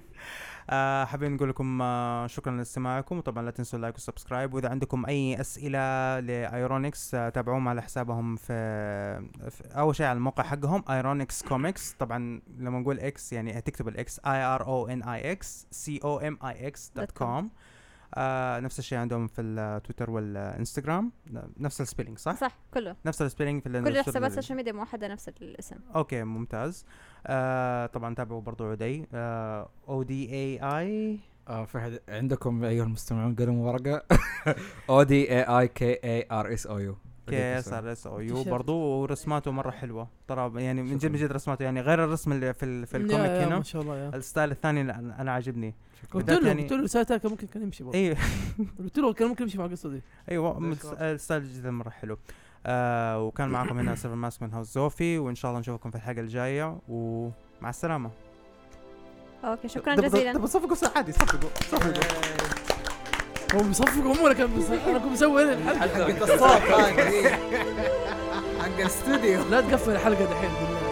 [SPEAKER 1] آه حابين نقول لكم آه شكرا لاستماعكم وطبعا لا تنسوا اللايك والسبسكرايب. واذا عندكم اي اسئله لايرونكس آه تابعوهم على حسابهم في, في اول شيء على الموقع حقهم ايرونكس كوميكس. طبعا لما نقول اكس يعني تكتب الاكس اي ار او ان اي اكس سي او ام اي اكس دوت كوم. آه نفس الشيء عندهم في التويتر والانستغرام نفس السبيلينج صح؟
[SPEAKER 4] صح كله.
[SPEAKER 1] نفس السبيلينج في
[SPEAKER 4] كل
[SPEAKER 1] الانستغرام.
[SPEAKER 4] حسابات السوشيال ميديا موحدة نفس الاسم.
[SPEAKER 1] اوكي ممتاز. آه طبعا تابعوا برضو عدي آه او دي اي اي
[SPEAKER 3] آه في حد عندكم ايها المستمعون قلم ورقه او دي اي اي كي اي ار اس او يو
[SPEAKER 1] كي اس ار اس او يو
[SPEAKER 2] تيشيرت.
[SPEAKER 1] برضو ورسماته مره حلوه ترى يعني من جد من جد رسماته يعني غير الرسم اللي في ال- في الكوميك
[SPEAKER 2] يا- يا
[SPEAKER 1] هنا
[SPEAKER 2] ما شاء الله يا
[SPEAKER 1] الستايل الثاني انا أنا عاجبني.
[SPEAKER 2] قلت
[SPEAKER 1] بالذات
[SPEAKER 2] له
[SPEAKER 1] يعني-
[SPEAKER 2] قلت له ساعتها كان ممكن كان يمشي برضه.
[SPEAKER 1] ايوه
[SPEAKER 2] قلت له كان ممكن يمشي مع القصه دي.
[SPEAKER 1] ايوه
[SPEAKER 2] ليش
[SPEAKER 1] مت- الستايل جدا مره حلو. آه وكان معكم هنا سيلفر ماسك من هاوس زوفي وان شاء الله نشوفكم في الحلقه الجايه ومع السلامه.
[SPEAKER 4] اوكي شكرا
[SPEAKER 1] ده بص-
[SPEAKER 4] جزيلا.
[SPEAKER 1] ده بصفقوا عادي صفقوا صفقوا.
[SPEAKER 2] هو بيصفقوا هم ولا كان بيص- انا كنت مسوي هنا الحلقه.
[SPEAKER 5] حق الصوت حق الاستوديو.
[SPEAKER 2] لا تقفل الحلقه دحين بالله.